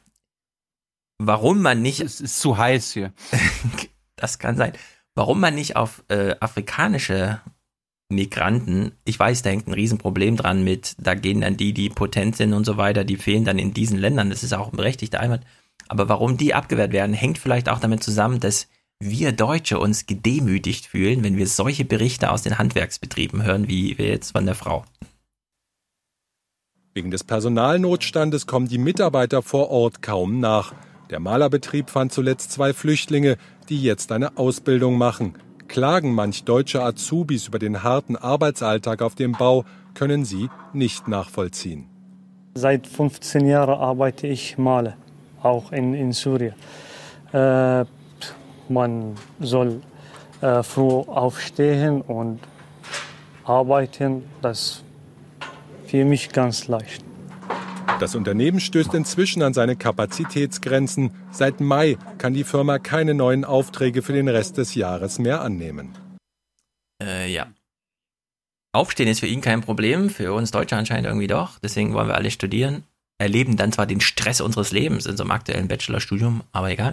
warum man nicht... Es ist zu heiß hier. Das kann sein. Warum man nicht auf afrikanische Migranten. Ich weiß, da hängt ein Riesenproblem dran mit, da gehen dann die potent sind und so weiter, die fehlen dann in diesen Ländern. Das ist auch ein berechtigter Einwand. Aber warum die abgewehrt werden, hängt vielleicht auch damit zusammen, dass wir Deutsche uns gedemütigt fühlen, wenn wir solche Berichte aus den Handwerksbetrieben hören, wie wir jetzt von der Frau. Wegen des Personalnotstandes kommen die Mitarbeiter vor Ort kaum nach. Der Malerbetrieb fand zuletzt 2 Flüchtlinge, die jetzt eine Ausbildung machen. Klagen manch deutsche Azubis über den harten Arbeitsalltag auf dem Bau, können sie nicht nachvollziehen. Seit 15 Jahren arbeite ich Maler, auch in Syrien. Man soll früh aufstehen und arbeiten, das ist für mich ganz leicht. Das Unternehmen stößt inzwischen an seine Kapazitätsgrenzen. Seit Mai kann die Firma keine neuen Aufträge für den Rest des Jahres mehr annehmen. Ja. Aufstehen ist für ihn kein Problem, für uns Deutsche anscheinend irgendwie doch. Deswegen wollen wir alle studieren. Erleben dann zwar den Stress unseres Lebens in so einem aktuellen Bachelorstudium, aber egal.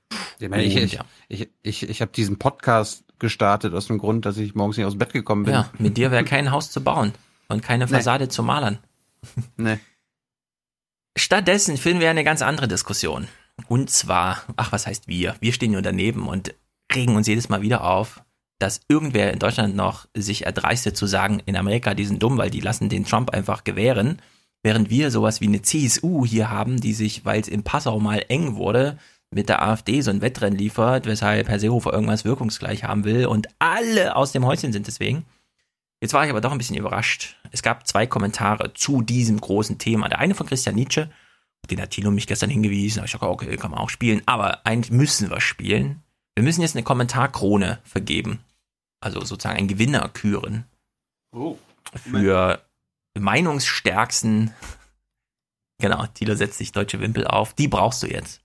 Ich habe diesen Podcast gestartet aus dem Grund, dass ich morgens nicht aus dem Bett gekommen bin. Ja, mit dir wäre kein Haus zu bauen und keine Fassade zu malern. Nee. Stattdessen finden wir eine ganz andere Diskussion. Und zwar, was heißt wir? Wir stehen nur daneben und regen uns jedes Mal wieder auf, dass irgendwer in Deutschland noch sich erdreistet zu sagen, in Amerika, die sind dumm, weil die lassen den Trump einfach gewähren, während wir sowas wie eine CSU hier haben, die sich, weil es in Passau mal eng wurde, mit der AfD so ein Wettrennen liefert, weshalb Herr Seehofer irgendwas wirkungsgleich haben will und alle aus dem Häuschen sind deswegen. Jetzt war ich aber doch ein bisschen überrascht. Es gab 2 Kommentare zu diesem großen Thema. Der eine von Christian Nietzsche, den hat Thilo mich gestern hingewiesen. Ich dachte, okay, kann man auch spielen. Aber eigentlich müssen wir spielen. Wir müssen jetzt eine Kommentarkrone vergeben. Also sozusagen einen Gewinner küren. Für meinungsstärksten. Genau, Thilo setzt sich deutsche Wimpel auf. Die brauchst du jetzt.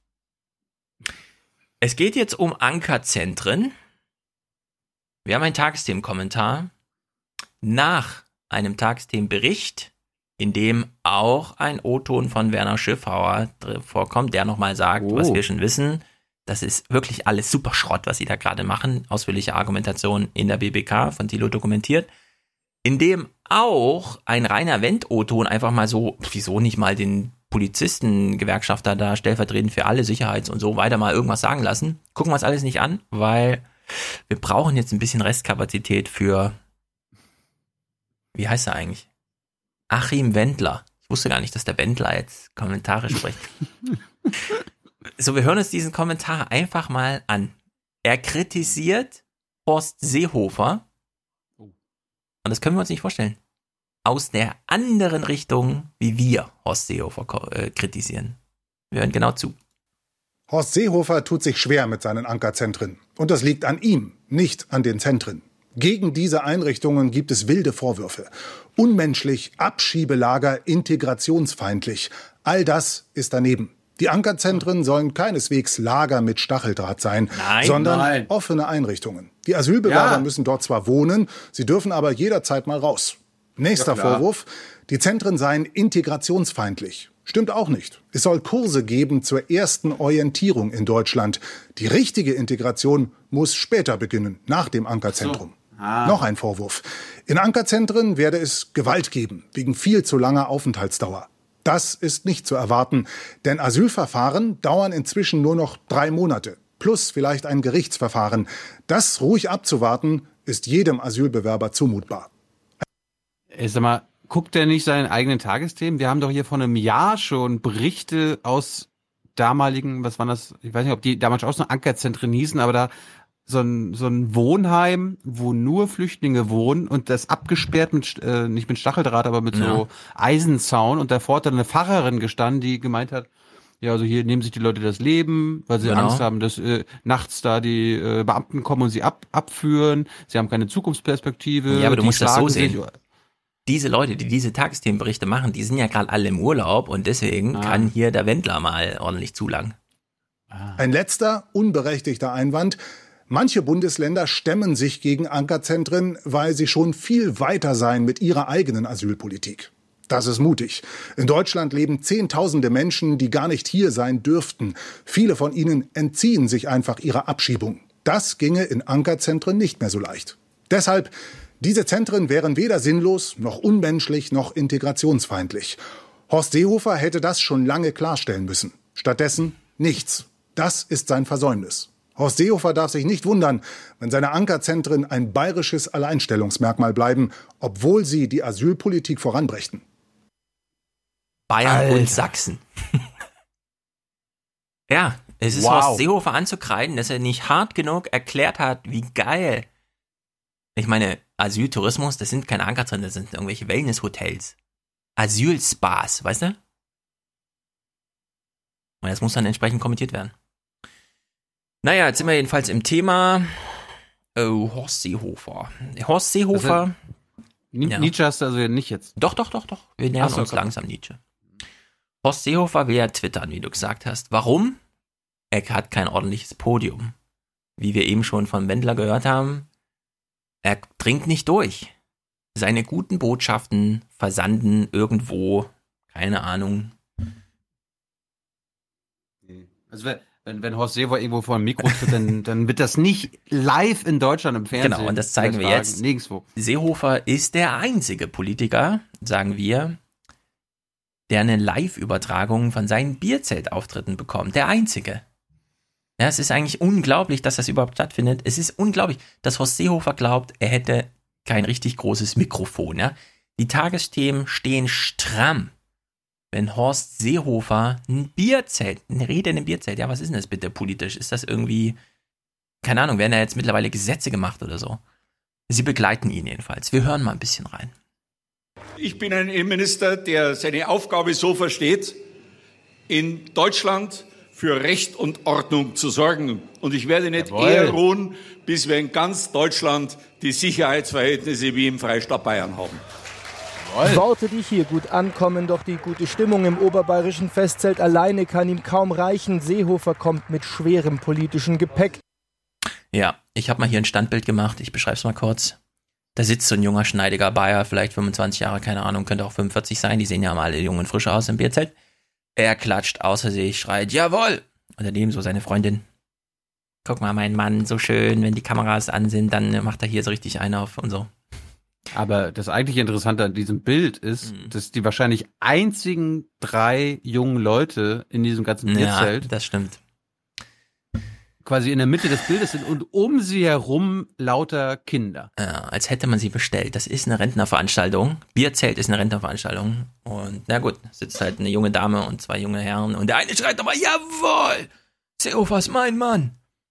Es geht jetzt um Ankerzentren. Wir haben einen Tagesthemenkommentar nach einem Tagesthemenbericht, in dem auch ein O-Ton von Werner Schiffauer vorkommt, der nochmal sagt, was wir schon wissen. Das ist wirklich alles super Schrott, was sie da gerade machen. Ausführliche Argumentation in der BBK von Thilo dokumentiert. In dem auch ein Rainer Wendt O-Ton einfach mal so, wieso nicht mal den Polizistengewerkschafter da stellvertretend für alle Sicherheits- und so weiter mal irgendwas sagen lassen. Gucken wir uns alles nicht an, weil wir brauchen jetzt ein bisschen Restkapazität für, wie heißt er eigentlich? Achim Wendler. Ich wusste gar nicht, dass der Wendler jetzt Kommentare spricht. So, wir hören uns diesen Kommentar einfach mal an. Er kritisiert Horst Seehofer. Und das können wir uns nicht vorstellen. Aus der anderen Richtung, wie wir Horst Seehofer kritisieren. Wir hören genau zu. Horst Seehofer tut sich schwer mit seinen Ankerzentren. Und das liegt an ihm, nicht an den Zentren. Gegen diese Einrichtungen gibt es wilde Vorwürfe. Unmenschlich, Abschiebelager, integrationsfeindlich. All das ist daneben. Die Ankerzentren sollen keineswegs Lager mit Stacheldraht sein, sondern offene Einrichtungen. Die Asylbewerber müssen dort zwar wohnen, sie dürfen aber jederzeit mal raus. Nächster Vorwurf, die Zentren seien integrationsfeindlich. Stimmt auch nicht. Es soll Kurse geben zur ersten Orientierung in Deutschland. Die richtige Integration muss später beginnen, nach dem Ankerzentrum. Noch ein Vorwurf. In Ankerzentren werde es Gewalt geben, wegen viel zu langer Aufenthaltsdauer. Das ist nicht zu erwarten, denn Asylverfahren dauern inzwischen nur noch 3 Monate, plus vielleicht ein Gerichtsverfahren. Das ruhig abzuwarten, ist jedem Asylbewerber zumutbar. Sag mal, guckt der nicht seinen eigenen Tagesthemen? Wir haben doch hier vor einem Jahr schon Berichte aus damaligen, was waren das? Ich weiß nicht, ob die damals auch so Ankerzentren hießen, aber da so ein Wohnheim, wo nur Flüchtlinge wohnen und das abgesperrt mit, nicht mit Stacheldraht, aber mit so Eisenzaun und davor hat dann eine Pfarrerin gestanden, die gemeint hat, ja, also hier nehmen sich die Leute das Leben, weil sie Angst haben, dass nachts da die Beamten kommen und sie abführen, sie haben keine Zukunftsperspektive. Ja, aber du musst das so sehen. Diese Leute, die diese Tagesthemenberichte machen, die sind ja gerade alle im Urlaub und deswegen kann hier der Wendler mal ordentlich zulangen. Ein letzter, unberechtigter Einwand. Manche Bundesländer stemmen sich gegen Ankerzentren, weil sie schon viel weiter seien mit ihrer eigenen Asylpolitik. Das ist mutig. In Deutschland leben Zehntausende Menschen, die gar nicht hier sein dürften. Viele von ihnen entziehen sich einfach ihrer Abschiebung. Das ginge in Ankerzentren nicht mehr so leicht. Deshalb Diese Zentren wären weder sinnlos, noch unmenschlich, noch integrationsfeindlich. Horst Seehofer hätte das schon lange klarstellen müssen. Stattdessen nichts. Das ist sein Versäumnis. Horst Seehofer darf sich nicht wundern, wenn seine Ankerzentren ein bayerisches Alleinstellungsmerkmal bleiben, obwohl sie die Asylpolitik voranbrächten. Bayern und Sachsen. Ja, es ist Horst Seehofer anzukreiden, dass er nicht hart genug erklärt hat, wie geil. Ich meine, Asyltourismus, das sind keine Ankerzentren, das sind irgendwelche Wellnesshotels. Asylspas, weißt du? Und das muss dann entsprechend kommentiert werden. Naja, jetzt sind wir jedenfalls im Thema Horst Seehofer. Horst Seehofer... Also, Nietzsche hast du also nicht jetzt? Doch. Wir nähern uns langsam Nietzsche. Horst Seehofer will ja twittern, wie du gesagt hast. Warum? Er hat kein ordentliches Podium. Wie wir eben schon von Wendler gehört haben, er dringt nicht durch. Seine guten Botschaften versanden irgendwo, keine Ahnung. Also wenn Horst Seehofer irgendwo vor dem Mikro tritt, dann wird das nicht live in Deutschland im Fernsehen. Genau, und das zeigen wir jetzt. Nirgendwo. Seehofer ist der einzige Politiker, sagen wir, der eine Live-Übertragung von seinen Bierzeltauftritten bekommt. Der einzige. Ja, es ist eigentlich unglaublich, dass das überhaupt stattfindet. Es ist unglaublich, dass Horst Seehofer glaubt, er hätte kein richtig großes Mikrofon. Ja? Die Tagesthemen stehen stramm. Wenn Horst Seehofer eine Rede in einem Bierzelt, ja, was ist denn das bitte politisch? Ist das irgendwie, keine Ahnung, werden da jetzt mittlerweile Gesetze gemacht oder so? Sie begleiten ihn jedenfalls. Wir hören mal ein bisschen rein. Ich bin ein Innenminister, der seine Aufgabe so versteht, in Deutschland für Recht und Ordnung zu sorgen. Und ich werde nicht eher ruhen, bis wir in ganz Deutschland die Sicherheitsverhältnisse wie im Freistaat Bayern haben. Worte, die hier gut ankommen, doch die gute Stimmung im oberbayerischen Festzelt alleine kann ihm kaum reichen. Seehofer kommt mit schwerem politischen Gepäck. Ja, ich habe mal hier ein Standbild gemacht, ich beschreibe es mal kurz. Da sitzt so ein junger, schneidiger Bayer, vielleicht 25 Jahre, keine Ahnung, könnte auch 45 sein, die sehen ja mal alle jung und frisch aus im Bierzelt. Er klatscht außer sich, schreit, jawohl! Und daneben so seine Freundin. Guck mal, mein Mann, so schön, wenn die Kameras an sind, dann macht er hier so richtig einen auf und so. Aber das eigentlich Interessante an diesem Bild ist, dass die wahrscheinlich einzigen 3 jungen Leute in diesem ganzen Bierzelt, ja, das stimmt, quasi in der Mitte des Bildes sind und um sie herum lauter Kinder. Ja, als hätte man sie bestellt. Das ist eine Rentnerveranstaltung. Bierzelt ist eine Rentnerveranstaltung. Und na gut, sitzt halt eine junge Dame und 2 junge Herren und der eine schreit aber, jawohl, Seehofer ist mein Mann.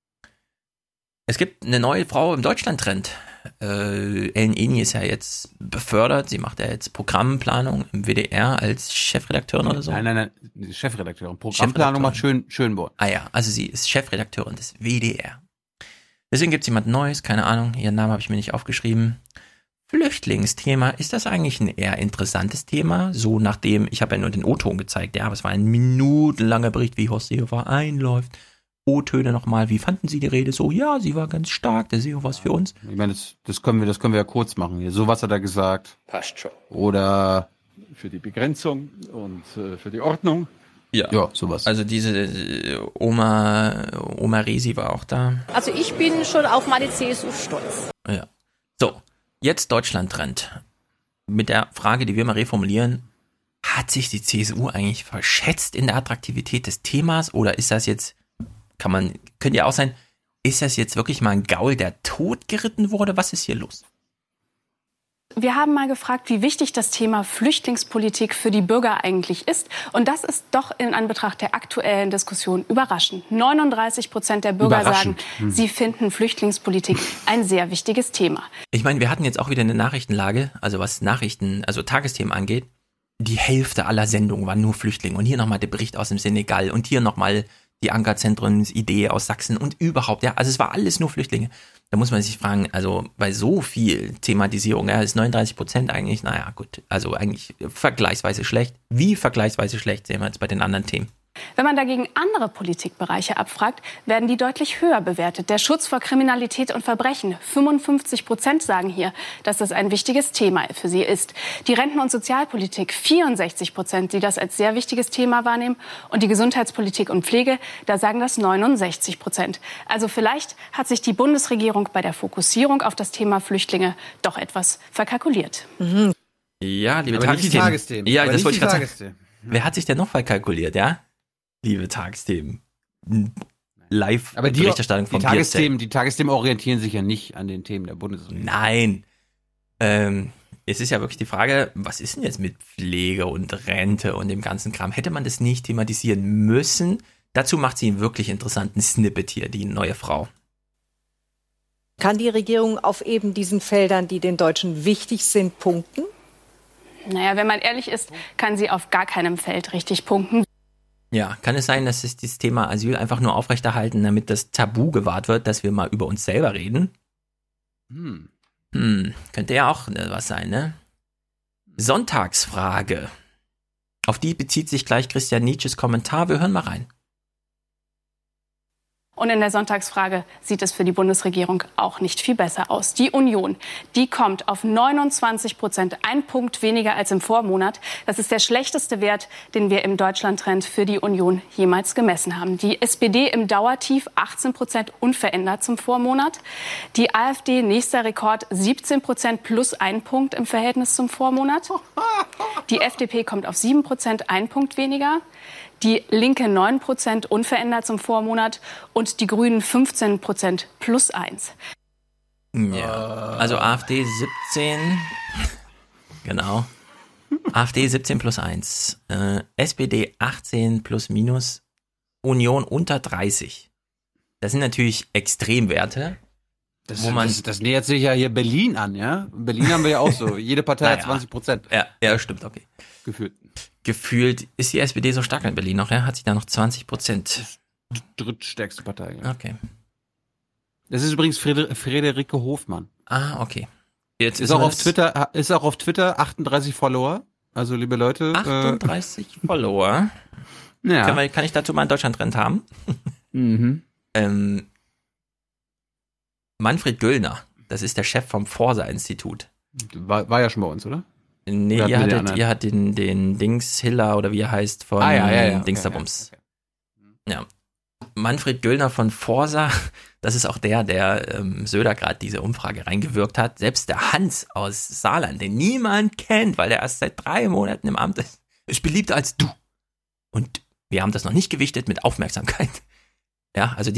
Es gibt eine neue Frau im Deutschland-Trend. Ellen Eni ist ja jetzt befördert, sie macht ja jetzt Programmplanung im WDR als Chefredakteurin oder so. Nein, Chefredakteurin. Programmplanung macht Schönborn. Ah ja, also sie ist Chefredakteurin des WDR. Deswegen gibt es jemand Neues, keine Ahnung, ihren Namen habe ich mir nicht aufgeschrieben. Flüchtlingsthema, ist das eigentlich ein eher interessantes Thema? So nachdem, ich habe ja nur den O-Ton gezeigt, ja, aber es war ein minutenlanger Bericht, wie Horst Seehofer einläuft. O-Töne nochmal, wie fanden Sie die Rede? So, ja, sie war ganz stark, der Seehofer was für uns. Ich meine, das können wir ja kurz machen hier. So was hat er gesagt. Passt schon. Oder für die Begrenzung und für die Ordnung. Ja, sowas. Also diese Oma Resi war auch da. Also ich bin schon auf meine CSU stolz. Ja. So, jetzt Deutschland-Trend. Mit der Frage, die wir mal reformulieren, hat sich die CSU eigentlich verschätzt in der Attraktivität des Themas oder ist das jetzt, könnte ja auch sein, ist das jetzt wirklich mal ein Gaul, der totgeritten wurde? Was ist hier los? Wir haben mal gefragt, wie wichtig das Thema Flüchtlingspolitik für die Bürger eigentlich ist. Und das ist doch in Anbetracht der aktuellen Diskussion überraschend. 39% der Bürger sagen, sie finden Flüchtlingspolitik ein sehr wichtiges Thema. Ich meine, wir hatten jetzt auch wieder eine Nachrichtenlage, also was Tagesthemen angeht. Die Hälfte aller Sendungen waren nur Flüchtlinge. Und hier nochmal der Bericht aus dem Senegal und hier nochmal die Ankerzentrumsidee aus Sachsen und überhaupt, ja, also es war alles nur Flüchtlinge. Da muss man sich fragen, also bei so viel Thematisierung, ja, ist 39% eigentlich, naja, gut, also eigentlich vergleichsweise schlecht. Wie vergleichsweise schlecht sehen wir jetzt bei den anderen Themen? Wenn man dagegen andere Politikbereiche abfragt, werden die deutlich höher bewertet. Der Schutz vor Kriminalität und Verbrechen. 55% sagen hier, dass das ein wichtiges Thema für sie ist. Die Renten- und Sozialpolitik, 64%, die das als sehr wichtiges Thema wahrnehmen. Und die Gesundheitspolitik und Pflege, da sagen das 69%. Also vielleicht hat sich die Bundesregierung bei der Fokussierung auf das Thema Flüchtlinge doch etwas verkalkuliert. Ja, liebe Aber nicht die Tagesthemen. Ja, Aber das wollte ich gerade sagen. Tagesthemen. Wer hat sich denn noch verkalkuliert, ja? Liebe Tagesthemen. Live Aber Berichterstattung vom die Tagesthemen orientieren sich ja nicht an den Themen der Bundesregierung. Nein. Es ist ja wirklich die Frage, was ist denn jetzt mit Pflege und Rente und dem ganzen Kram? Hätte man das nicht thematisieren müssen? Dazu macht sie einen wirklich interessanten Snippet hier, die neue Frau. Kann die Regierung auf eben diesen Feldern, die den Deutschen wichtig sind, punkten? Naja, wenn man ehrlich ist, kann sie auf gar keinem Feld richtig punkten. Ja, kann es sein, dass es dieses Thema Asyl einfach nur aufrechterhalten, damit das Tabu gewahrt wird, dass wir mal über uns selber reden? Könnte ja auch was sein, ne? Sonntagsfrage. Auf die bezieht sich gleich Christian Nietzsches Kommentar. Wir hören mal rein. Und in der Sonntagsfrage sieht es für die Bundesregierung auch nicht viel besser aus. Die Union, die kommt auf 29%, ein Punkt weniger als im Vormonat. Das ist der schlechteste Wert, den wir im Deutschland-Trend für die Union jemals gemessen haben. Die SPD im Dauertief 18% unverändert zum Vormonat. Die AfD nächster Rekord 17% plus ein Punkt im Verhältnis zum Vormonat. Die FDP kommt auf 7%, ein Punkt weniger. Die Linke 9% unverändert zum Vormonat und die Grünen 15% plus 1. Ja, also AfD 17, genau. AfD 17 plus 1, SPD 18 plus minus, Union unter 30. Das sind natürlich Extremwerte. Das nähert sich ja hier Berlin an, ja? In Berlin haben wir ja auch so. Jede Partei hat 20%. Ja, stimmt, okay. Gefühlt ist die SPD so stark in Berlin noch, ja? Hat sie da noch 20%? Drittstärkste Partei. Ja. Okay. Das ist übrigens Friederike Hofmann. Ah, okay. Jetzt ist auch auf Twitter 38 Follower. Also, liebe Leute. 38 Follower. Ja. Kann ich dazu mal einen Deutschland-Trend haben? Manfred Göllner, das ist der Chef vom Forsa-Institut. War ja schon bei uns, oder? Nee, ihr hat den Dings Hiller oder wie er heißt von Dingsterbums. Okay. Ja. Manfred Göllner von Forsa, das ist auch der Söder gerade diese Umfrage reingewirkt hat. Selbst der Hans aus Saarland, den niemand kennt, weil der erst seit 3 Monaten im Amt ist beliebter als du. Und wir haben das noch nicht gewichtet mit Aufmerksamkeit. Ja, also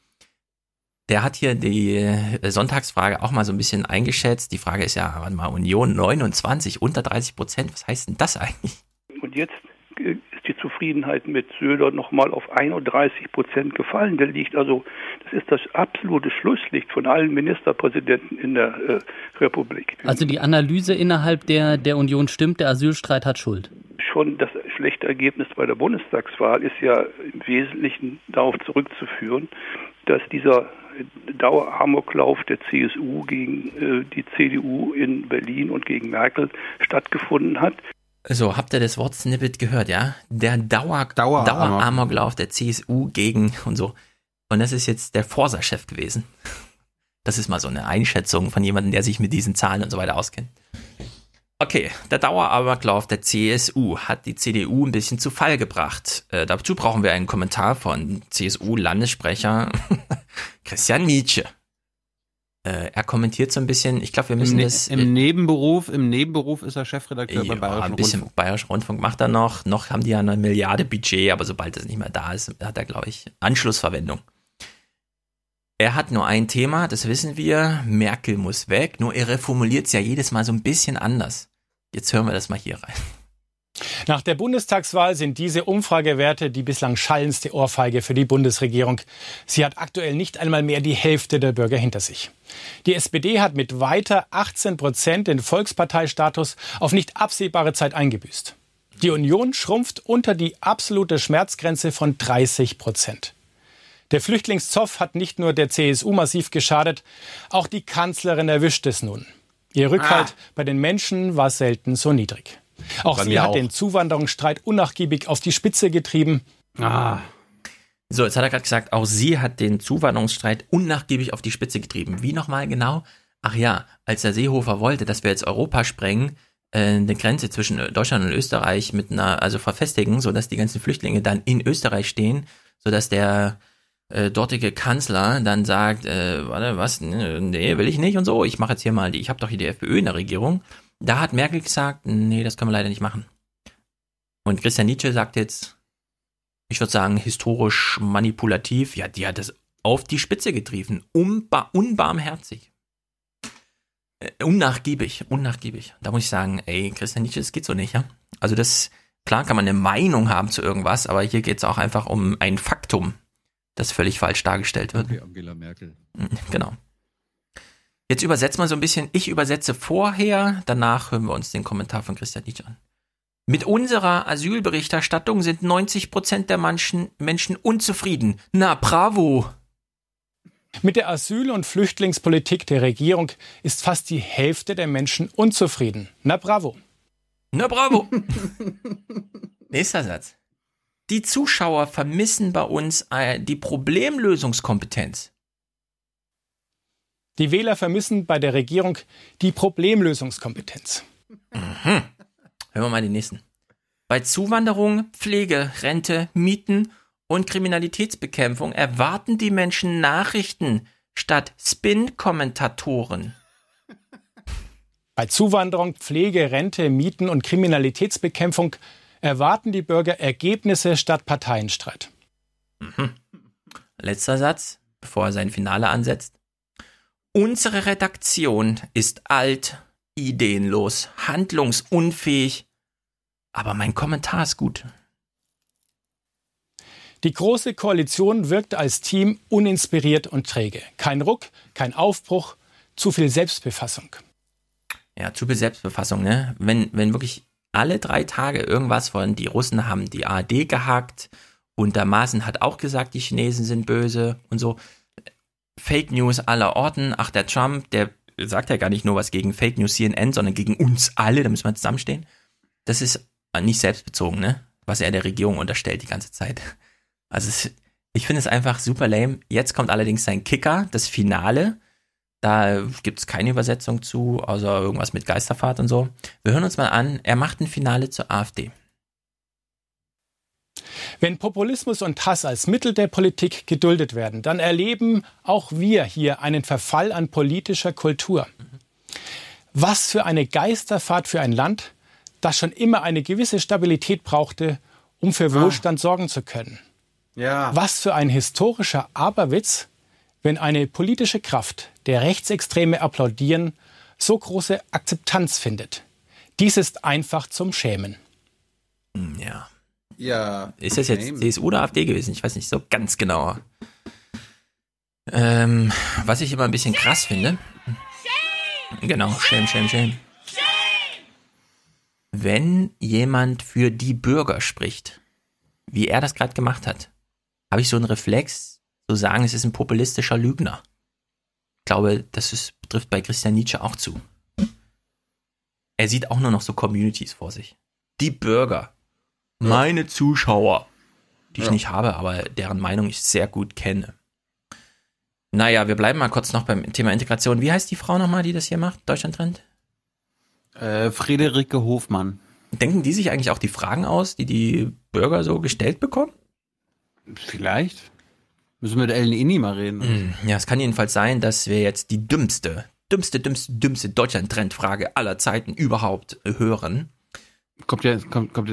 der hat hier die Sonntagsfrage auch mal so ein bisschen eingeschätzt. Die Frage ist ja, warte mal, Union 29, unter 30%. Was heißt denn das eigentlich? Und jetzt ist die Zufriedenheit mit Söder nochmal auf 31% gefallen. Das ist das absolute Schlusslicht von allen Ministerpräsidenten in der Republik. Also die Analyse innerhalb der Union stimmt, der Asylstreit hat Schuld. Schon das schlechte Ergebnis bei der Bundestagswahl ist ja im Wesentlichen darauf zurückzuführen, dass dieser Daueramoklauf der CSU gegen die CDU in Berlin und gegen Merkel stattgefunden hat. So, habt ihr das Wort Snippet gehört, ja? Der Daueramoklauf der CSU gegen und so. Und das ist jetzt der Forsa-Chef gewesen. Das ist mal so eine Einschätzung von jemandem, der sich mit diesen Zahlen und so weiter auskennt. Okay, der Daueramoklauf der CSU hat die CDU ein bisschen zu Fall gebracht. Dazu brauchen wir einen Kommentar von CSU-Landessprecher Christian Nietzsche. Er kommentiert so ein bisschen, ich glaube, wir müssen das... Im Nebenberuf ist er Chefredakteur bei Bayerischen Rundfunk. Bayerischen Rundfunk macht er noch. Noch haben die ja 1 Milliarde Budget, aber sobald das nicht mehr da ist, hat er, glaube ich, Anschlussverwendung. Er hat nur ein Thema, das wissen wir, Merkel muss weg, nur er reformuliert es ja jedes Mal so ein bisschen anders. Jetzt hören wir das mal hier rein. Nach der Bundestagswahl sind diese Umfragewerte die bislang schallendste Ohrfeige für die Bundesregierung. Sie hat aktuell nicht einmal mehr die Hälfte der Bürger hinter sich. Die SPD hat mit weiter 18% den Volksparteistatus auf nicht absehbare Zeit eingebüßt. Die Union schrumpft unter die absolute Schmerzgrenze von 30%. Der Flüchtlingszoff hat nicht nur der CSU massiv geschadet, auch die Kanzlerin erwischt es nun. Ihr Rückhalt bei den Menschen war selten so niedrig. Auch sie hat den Zuwanderungsstreit unnachgiebig auf die Spitze getrieben. So, jetzt hat er gerade gesagt, auch sie hat den Zuwanderungsstreit unnachgiebig auf die Spitze getrieben. Wie nochmal genau? Ach ja, als der Seehofer wollte, dass wir jetzt Europa sprengen, eine Grenze zwischen Deutschland und Österreich verfestigen, sodass die ganzen Flüchtlinge dann in Österreich stehen, sodass der dortige Kanzler dann sagt, warte, was? Nee, will ich nicht und so. Ich mache jetzt hier mal ich habe doch hier die FPÖ in der Regierung. Da hat Merkel gesagt, nee, das können wir leider nicht machen. Und Christian Nietzsche sagt jetzt, ich würde sagen, historisch manipulativ, ja, die hat das auf die Spitze getrieben. Unbarmherzig. Unnachgiebig. Da muss ich sagen, ey, Christian Nietzsche, das geht so nicht, ja? Also klar kann man eine Meinung haben zu irgendwas, aber hier geht es auch einfach um ein Faktum, das völlig falsch dargestellt wird. Okay, Angela Merkel. Genau. Jetzt übersetzt man so ein bisschen, ich übersetze vorher, danach hören wir uns den Kommentar von Christian Nietzsche an. Mit unserer Asylberichterstattung sind 90% der Menschen unzufrieden. Na, bravo! Mit der Asyl- und Flüchtlingspolitik der Regierung ist fast die Hälfte der Menschen unzufrieden. Na, bravo! Na, bravo! Nächster Satz. Die Zuschauer vermissen bei uns die Problemlösungskompetenz. Die Wähler vermissen bei der Regierung die Problemlösungskompetenz. Mhm. Hören wir mal den nächsten. Bei Zuwanderung, Pflege, Rente, Mieten und Kriminalitätsbekämpfung erwarten die Menschen Nachrichten statt Spin-Kommentatoren. Bei Zuwanderung, Pflege, Rente, Mieten und Kriminalitätsbekämpfung erwarten die Bürger Ergebnisse statt Parteienstreit. Mhm. Letzter Satz, bevor er sein Finale ansetzt. Unsere Redaktion ist alt, ideenlos, handlungsunfähig, aber mein Kommentar ist gut. Die Große Koalition wirkt als Team uninspiriert und träge. Kein Ruck, kein Aufbruch, zu viel Selbstbefassung. Ja, zu viel Selbstbefassung, ne? Wenn wirklich alle 3 Tage irgendwas von, die Russen haben die ARD gehackt und der Maaßen hat auch gesagt, die Chinesen sind böse und so. Fake News aller Orten. Ach, der Trump, der sagt ja gar nicht nur was gegen Fake News CNN, sondern gegen uns alle, da müssen wir zusammenstehen. Das ist nicht selbstbezogen, ne? Was er der Regierung unterstellt die ganze Zeit. Also ich finde es einfach super lame. Jetzt kommt allerdings sein Kicker, das Finale. Da gibt es keine Übersetzung zu, außer irgendwas mit Geisterfahrt und so. Wir hören uns mal an, er macht ein Finale zur AfD. Wenn Populismus und Hass als Mittel der Politik geduldet werden, dann erleben auch wir hier einen Verfall an politischer Kultur. Was für eine Geisterfahrt für ein Land, das schon immer eine gewisse Stabilität brauchte, um für Wohlstand sorgen zu können. Ja. Was für ein historischer Aberwitz, wenn eine politische Kraft, der Rechtsextreme applaudieren, so große Akzeptanz findet. Dies ist einfach zum Schämen. Ja. Ja. Ist das jetzt CSU oder AfD gewesen? Ich weiß nicht so ganz genau. Was ich immer ein bisschen krass finde. Genau, Shame. Wenn jemand für die Bürger spricht, wie er das gerade gemacht hat, habe ich so einen Reflex, zu sagen, es ist ein populistischer Lügner. Ich glaube, das trifft bei Christian Nietzsche auch zu. Er sieht auch nur noch so Communities vor sich. Die Bürger. Meine Zuschauer, die ich nicht habe, aber deren Meinung ich sehr gut kenne. Naja, wir bleiben mal kurz noch beim Thema Integration. Wie heißt die Frau nochmal, die das hier macht? Deutschlandtrend? Friederike Hofmann. Denken die sich eigentlich auch die Fragen aus, die die Bürger so gestellt bekommen? Vielleicht. Müssen wir mit Ellen Inni mal reden. Ja, es kann jedenfalls sein, dass wir jetzt die dümmste Deutschland-Trend-Frage aller Zeiten überhaupt hören. Ich dachte, jetzt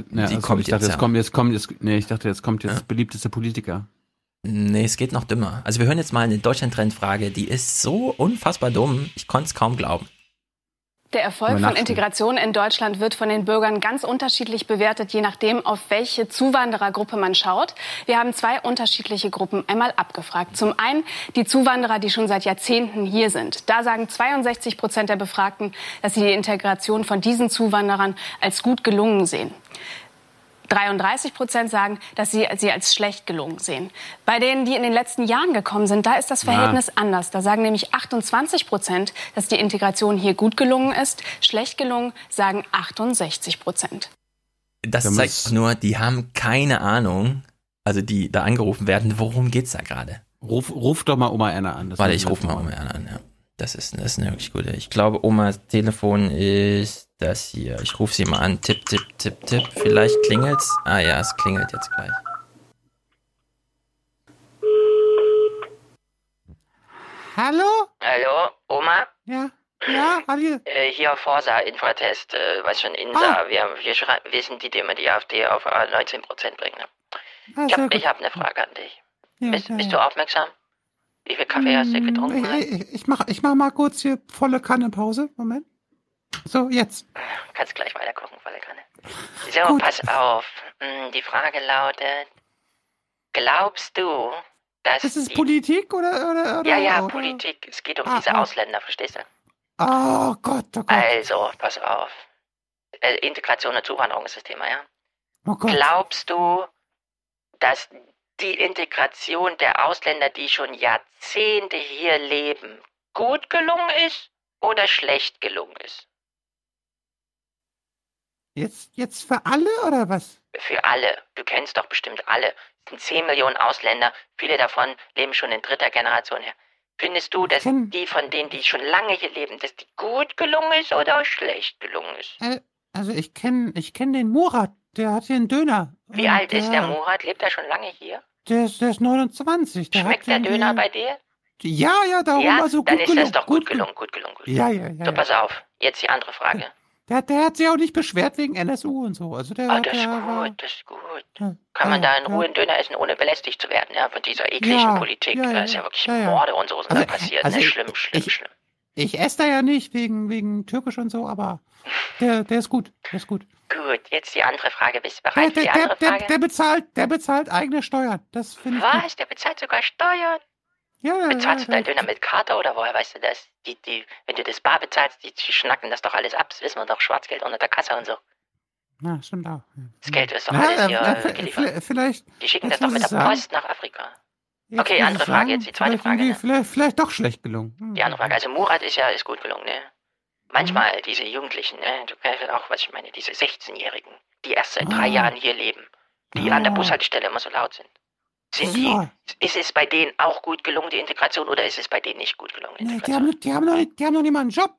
kommt jetzt beliebteste Politiker. Nee, es geht noch dümmer. Also wir hören jetzt mal eine Deutschland-Trend-Frage, die ist so unfassbar dumm, ich konnte es kaum glauben. Der Erfolg von Integration in Deutschland wird von den Bürgern ganz unterschiedlich bewertet, je nachdem, auf welche Zuwanderergruppe man schaut. Wir haben 2 unterschiedliche Gruppen einmal abgefragt. Zum einen die Zuwanderer, die schon seit Jahrzehnten hier sind. Da sagen 62% der Befragten, dass sie die Integration von diesen Zuwanderern als gut gelungen sehen. 33% sagen, dass sie als schlecht gelungen sehen. Bei denen, die in den letzten Jahren gekommen sind, da ist das Verhältnis anders. Da sagen nämlich 28%, dass die Integration hier gut gelungen ist. Schlecht gelungen sagen 68%. Das zeigt nur, die haben keine Ahnung, Also die da angerufen werden, worum geht's da gerade? Ruf doch mal Oma Erna an. Warte, ich rufe mal Oma Erna an, ja. Das ist eine wirklich gute. Ich glaube, Omas Telefon ist das hier. Ich rufe sie mal an. Tipp, tipp, tipp, tipp. Vielleicht klingelt's. Ah ja, es klingelt jetzt gleich. Hallo? Hallo, Oma? Ja, hallo. Hier Forsa, Infratest, was schon INSA. Wir sind die, die immer die AfD auf 19% bringen. Ich hab eine Frage an dich. Ja, bist du aufmerksam? Wie viel Kaffee hast du getrunken? Ich mach mal kurz hier volle Kanne Pause. Moment. So, jetzt. Kannst gleich weiter gucken, volle Kanne. So, pass auf. Die Frage lautet, glaubst du, dass ist es Politik oder? Ja, oder? Politik. Es geht um diese Ausländer, verstehst du? Oh Gott. Also, pass auf. Integration und Zuwanderung ist das Thema, ja? Oh Gott. Glaubst du, dass die Integration der Ausländer, die schon Jahrzehnte hier leben, gut gelungen ist oder schlecht gelungen ist? Jetzt für alle oder was? Für alle. Du kennst doch bestimmt alle. Es sind 10 Millionen Ausländer. Viele davon leben schon in 3. Generation her. Findest du, dass die von denen, die schon lange hier leben, dass die gut gelungen ist oder schlecht gelungen ist? Also ich kenn den Murat. Der hat hier einen Döner. Wie alt ist der Murat? Lebt er schon lange hier? Der ist 29. Schmeckt der Döner bei dir? Ja, darum ja, also gut dann ist gelungen. Das doch gut gelungen. Ja. So, pass auf. Jetzt die andere Frage. Der hat sich auch nicht beschwert wegen NSU und so. Also das ist gut. Kann man da in Ruhe einen Döner essen, ohne belästigt zu werden, ja, von dieser ekligen Politik. Das ist ja wirklich Morde und so sind da passiert. Also schlimm. Ich esse da ja nicht wegen Türkisch und so, aber der ist gut. Gut, jetzt die andere Frage. Bist du bereit für die andere Frage? Der bezahlt eigene Steuern. Das finde ich Was? gut. Der bezahlt sogar Steuern? Ja. Bezahlst du deinen Döner mit Karte oder woher weißt du das? Wenn du das bar bezahlst, die schnacken das doch alles ab. Das wissen wir doch, Schwarzgeld unter der Kasse und so. Ja, stimmt auch. Das Geld ist doch alles hier geliefert. Vielleicht. Die schicken das doch mit der Post nach Afrika. Okay, andere Frage, jetzt die zweite Frage. Ne? Vielleicht doch schlecht gelungen. Die andere Frage, also Murat ist gut gelungen, ne? Manchmal diese Jugendlichen, ne? Du kennst auch, was ich meine, diese 16-Jährigen, die erst seit 3 Jahren hier leben, die an der Bushaltestelle immer so laut sind. Ist es bei denen auch gut gelungen, die Integration, oder ist es bei denen nicht gut gelungen? Nee, die haben noch nicht mal einen Job.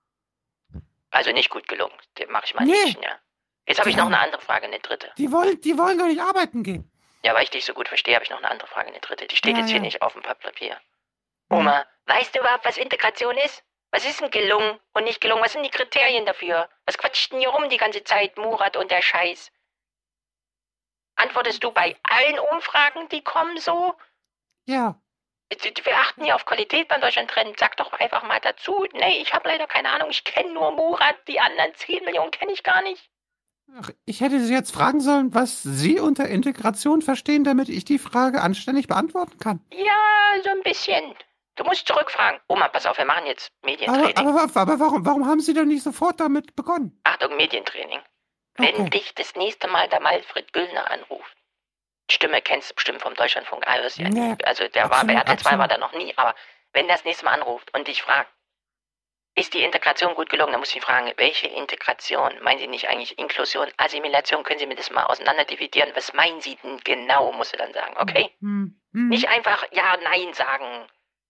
Also nicht gut gelungen, den mache ich mal nicht, ja. Jetzt habe ich noch eine andere Frage, eine dritte. Die wollen gar nicht arbeiten gehen. Ja, weil ich dich so gut verstehe, habe ich noch eine andere Frage, eine dritte. Die steht jetzt hier nicht auf dem Papier. Oma, weißt du überhaupt, was Integration ist? Was ist denn gelungen und nicht gelungen? Was sind die Kriterien dafür? Was quatscht denn hier rum die ganze Zeit, Murat und der Scheiß? Antwortest du bei allen Umfragen, die kommen, so? Ja. Wir achten hier auf Qualität beim Deutschland-Trend. Sag doch einfach mal dazu. Nee, ich habe leider keine Ahnung. Ich kenne nur Murat. Die anderen 10 Millionen kenne ich gar nicht. Ach, ich hätte Sie jetzt fragen sollen, was Sie unter Integration verstehen, damit ich die Frage anständig beantworten kann. Ja, so ein bisschen. Du musst zurückfragen. Oma, pass auf, wir machen jetzt Medientraining. Aber warum haben Sie denn nicht sofort damit begonnen? Achtung, Medientraining. Wenn dich das nächste Mal der Malfred Güllner anruft, Stimme kennst du bestimmt vom Deutschlandfunk, also der war bei RTL 2 war da noch nie, aber wenn der das nächste Mal anruft und dich fragt, ist die Integration gut gelungen, dann muss ich fragen, welche Integration? Meinen Sie nicht eigentlich Inklusion, Assimilation? Können Sie mir das mal auseinanderdividieren? Was meinen Sie denn genau, musst du dann sagen, okay? Nicht einfach Ja, Nein sagen.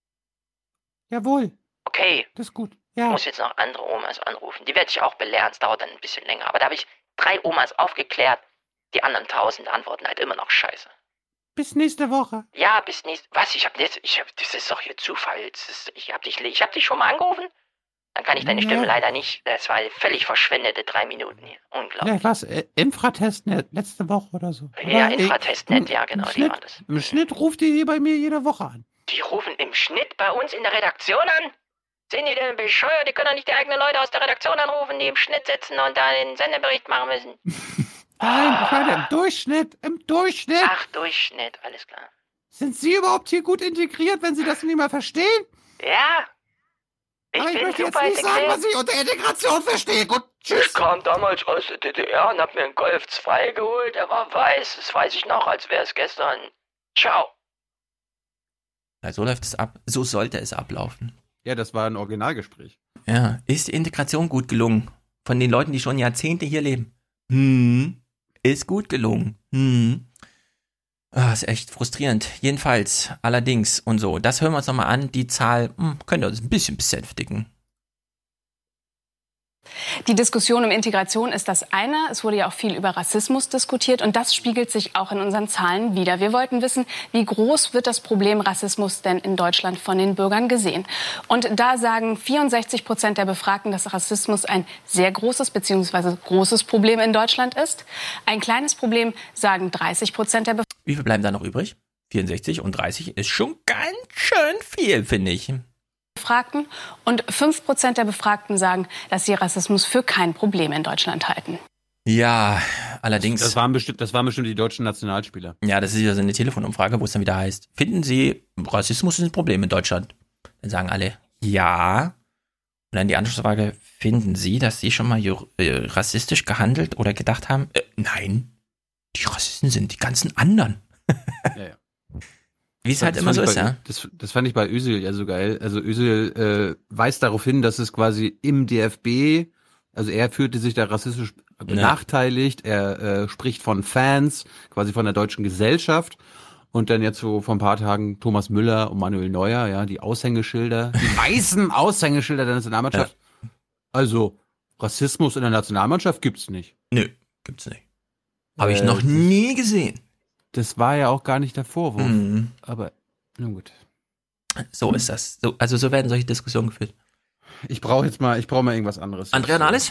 Jawohl. Okay. Das ist gut. Ja. Ich muss jetzt noch andere Omas anrufen. Die werde ich auch belehren, es dauert dann ein bisschen länger. Aber da habe ich 3 Omas aufgeklärt, die anderen 1000 antworten halt immer noch scheiße. Bis nächste Woche. Ja, bis nächste... Was? Das ist doch hier Zufall. Ich hab dich schon mal angerufen? Dann kann ich deine Stimme leider nicht. Das war völlig verschwendete 3 Minuten hier. Unglaublich. Ja, was? Infratestnet, letzte Woche oder so. Ja, Infratestnet, ja genau, die waren das. Im Schnitt ruft die hier bei mir jede Woche an. Die rufen im Schnitt bei uns in der Redaktion an? Sind die denn bescheuert? Die können doch nicht die eigenen Leute aus der Redaktion anrufen, die im Schnitt sitzen und da den Sendebericht machen müssen. Nein, ich meine im Durchschnitt. Ach, Durchschnitt, alles klar. Sind Sie überhaupt hier gut integriert, wenn Sie das nicht mehr verstehen? Ja. Ich möchte jetzt nicht sagen, was ich unter Integration verstehe. Gut, tschüss. Ich kam damals aus der DDR und hab mir einen Golf 2 geholt. Der war weiß. Das weiß ich noch, als wäre es gestern. Ciao. Ja, so läuft es ab. So sollte es ablaufen. Ja, das war ein Originalgespräch. Ja, ist die Integration gut gelungen? Von den Leuten, die schon Jahrzehnte hier leben? Ist gut gelungen. Ist echt frustrierend. Jedenfalls, allerdings und so. Das hören wir uns nochmal an. Die Zahl könnte uns ein bisschen besänftigen. Die Diskussion um Integration ist das eine. Es wurde ja auch viel über Rassismus diskutiert und das spiegelt sich auch in unseren Zahlen wider. Wir wollten wissen, wie groß wird das Problem Rassismus denn in Deutschland von den Bürgern gesehen? Und da sagen 64% der Befragten, dass Rassismus ein sehr großes bzw. großes Problem in Deutschland ist. Ein kleines Problem sagen 30% der Befragten. Wie viel bleiben da noch übrig? 64 und 30 ist schon ganz schön viel, finde ich. Befragten und 5% der Befragten sagen, dass sie Rassismus für kein Problem in Deutschland halten. Ja, allerdings. Das waren bestimmt die deutschen Nationalspieler. Ja, das ist ja so eine Telefonumfrage, wo es dann wieder heißt, finden Sie, Rassismus ist ein Problem in Deutschland? Dann sagen alle, ja. Und dann die Anschlussfrage, finden Sie, dass Sie schon mal rassistisch gehandelt oder gedacht haben? Nein, die Rassisten sind die ganzen anderen. Ja. Wie es halt immer so ist, ja. Das fand ich bei Özil ja so geil. Also Özil weist darauf hin, dass es quasi im DFB, also er fühlte sich da rassistisch benachteiligt, er spricht von Fans, quasi von der deutschen Gesellschaft. Und dann jetzt so vor ein paar Tagen Thomas Müller und Manuel Neuer, ja, die Aushängeschilder, die weißen Aushängeschilder der Nationalmannschaft. Ja. Also Rassismus in der Nationalmannschaft gibt's nicht. Nö, gibt's nicht. Habe ich noch nie gesehen. Das war ja auch gar nicht der Vorwurf. Aber, na gut. So ist das. So werden solche Diskussionen geführt. Ich brauche mal irgendwas anderes. Andrea Nahles?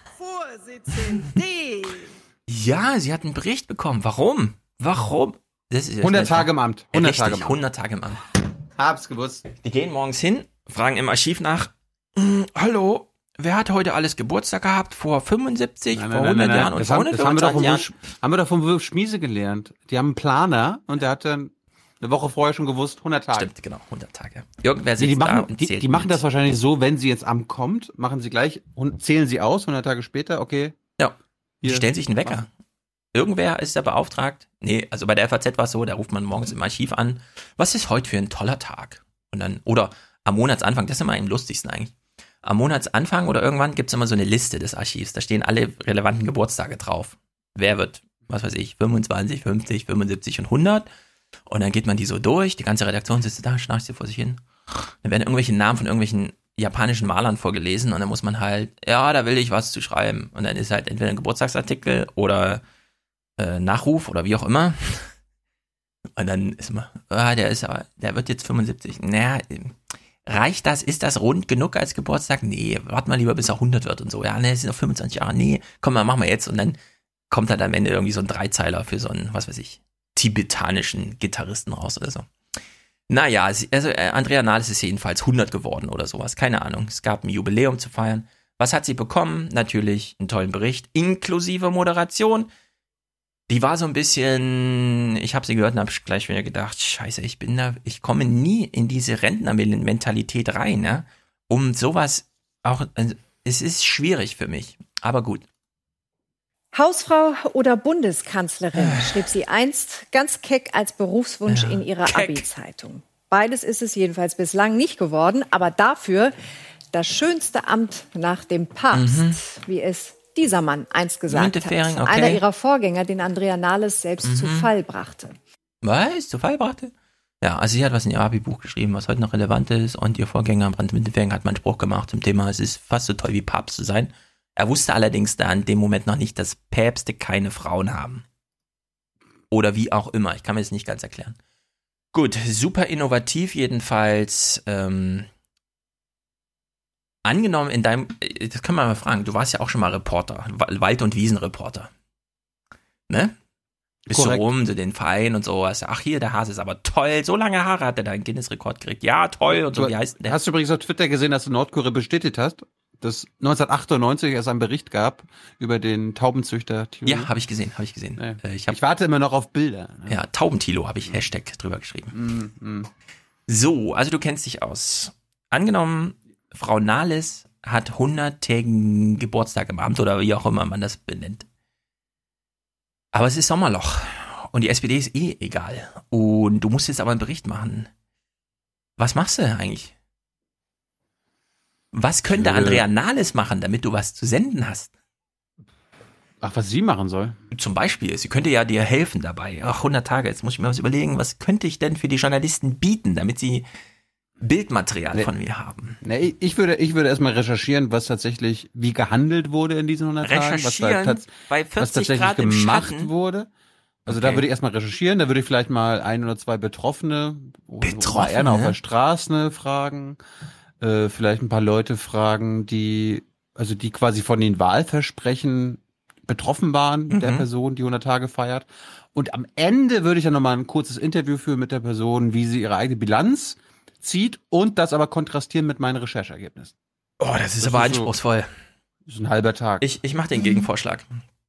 Ja, sie hat einen Bericht bekommen. Warum? Das ist 100 Tage im Amt. 100 Tage im Amt. Hab's gewusst. Die gehen morgens hin, fragen im Archiv nach, hallo, wer hat heute alles Geburtstag gehabt? Vor 75, vor 100 Jahren und vor 125 Jahren? Haben wir doch vom Wolf Schmiese gelernt. Die haben einen Planer und der hat dann eine Woche vorher schon gewusst, 100 Tage. Stimmt, genau, 100 Tage. Irgendwer sitzt da und zählt die machen das wahrscheinlich so, wenn sie jetzt Amt kommt, machen sie gleich, zählen sie aus, 100 Tage später, okay. Ja, die stellen sich einen Wecker. Irgendwer ist da beauftragt. Nee, also bei der FAZ war es so, da ruft man morgens im Archiv an, was ist heute für ein toller Tag? Und dann, oder am Monatsanfang, das ist immer am lustigsten eigentlich. Am Monatsanfang oder irgendwann gibt es immer so eine Liste des Archivs, da stehen alle relevanten Geburtstage drauf. Wer wird, was weiß ich, 25, 50, 75 und 100? Und dann geht man die so durch, die ganze Redaktion sitzt da, schnarcht sie vor sich hin. Dann werden irgendwelche Namen von irgendwelchen japanischen Malern vorgelesen und dann muss man halt, ja, da will ich was zu schreiben. Und dann ist halt entweder ein Geburtstagsartikel oder Nachruf oder wie auch immer. Und dann ist immer, der wird jetzt 75. Naja, reicht das? Ist das rund genug als Geburtstag? Nee, warte mal lieber, bis er 100 wird und so. Ja, ne, es sind noch 25 Jahre. Nee, komm mal, machen wir jetzt. Und dann kommt halt am Ende irgendwie so ein Dreizeiler für so einen, was weiß ich, tibetanischen Gitarristen raus oder so. Naja, also Andrea Nahles ist jedenfalls 100 geworden oder sowas. Keine Ahnung. Es gab ein Jubiläum zu feiern. Was hat sie bekommen? Natürlich einen tollen Bericht, inklusive Moderation. Die war so ein bisschen, ich habe sie gehört und habe gleich wieder gedacht, scheiße, ich komme nie in diese Rentnermentalität rein, ja? Um sowas auch, es ist schwierig für mich, aber gut. Hausfrau oder Bundeskanzlerin, schrieb sie einst ganz keck als Berufswunsch in ihrer Abi-Zeitung. Beides ist es jedenfalls bislang nicht geworden, aber dafür das schönste Amt nach dem Papst, wie es dieser Mann einst gesagt hat. Okay. Einer ihrer Vorgänger, den Andrea Nahles selbst zu Fall brachte. Was? Zu Fall brachte? Ja, also sie hat was in ihr Abi-Buch geschrieben, was heute noch relevant ist und ihr Vorgänger Brandt Winterfering hat mal einen Spruch gemacht zum Thema, es ist fast so toll wie Papst zu sein. Er wusste allerdings da in dem Moment noch nicht, dass Päpste keine Frauen haben. Oder wie auch immer, ich kann mir das nicht ganz erklären. Gut, super innovativ jedenfalls. Angenommen in deinem, das können wir mal fragen, du warst ja auch schon mal Reporter, Wald- und Wiesenreporter. Ne? Bist du rum, so den Verein und sowas. Ach hier, der Hase ist aber toll, so lange Haare hat er da einen Guinness-Rekord gekriegt. Ja, toll und so, wie heißt denn der? Hast du übrigens auf Twitter gesehen, dass du Nordkorea bestätigt hast, dass 1998 es einen Bericht gab über den Taubenzüchter Thilo? Ja, habe ich gesehen. Ja. Ich warte immer noch auf Bilder. Ne? Ja, Taubentilo habe ich Hashtag drüber geschrieben. So, also du kennst dich aus. Angenommen, Frau Nahles hat 100-tägigen Geburtstag im Amt oder wie auch immer man das benennt. Aber es ist Sommerloch und die SPD ist eh egal. Und du musst jetzt aber einen Bericht machen. Was machst du eigentlich? Was könnte Andrea Nahles machen, damit du was zu senden hast? Ach, was sie machen soll? Zum Beispiel, sie könnte ja dir helfen dabei. Ach, 100 Tage, jetzt muss ich mir was überlegen, was könnte ich denn für die Journalisten bieten, damit sie Bildmaterial von mir haben? Nee, ich würde erstmal recherchieren, was tatsächlich, wie gehandelt wurde in diesen 100 Tagen, was tatsächlich Grad gemacht wurde. Also da würde ich erstmal recherchieren, da würde ich vielleicht mal 1 oder 2 Betroffene Erna auf der Straße fragen, vielleicht ein paar Leute fragen, die quasi von den Wahlversprechen betroffen waren, der Person, die 100 Tage feiert. Und am Ende würde ich dann nochmal ein kurzes Interview führen mit der Person, wie sie ihre eigene Bilanz zieht und das aber kontrastieren mit meinen Rechercheergebnissen. Oh, das ist aber anspruchsvoll. Das ist ein halber Tag. Ich mache den Gegenvorschlag.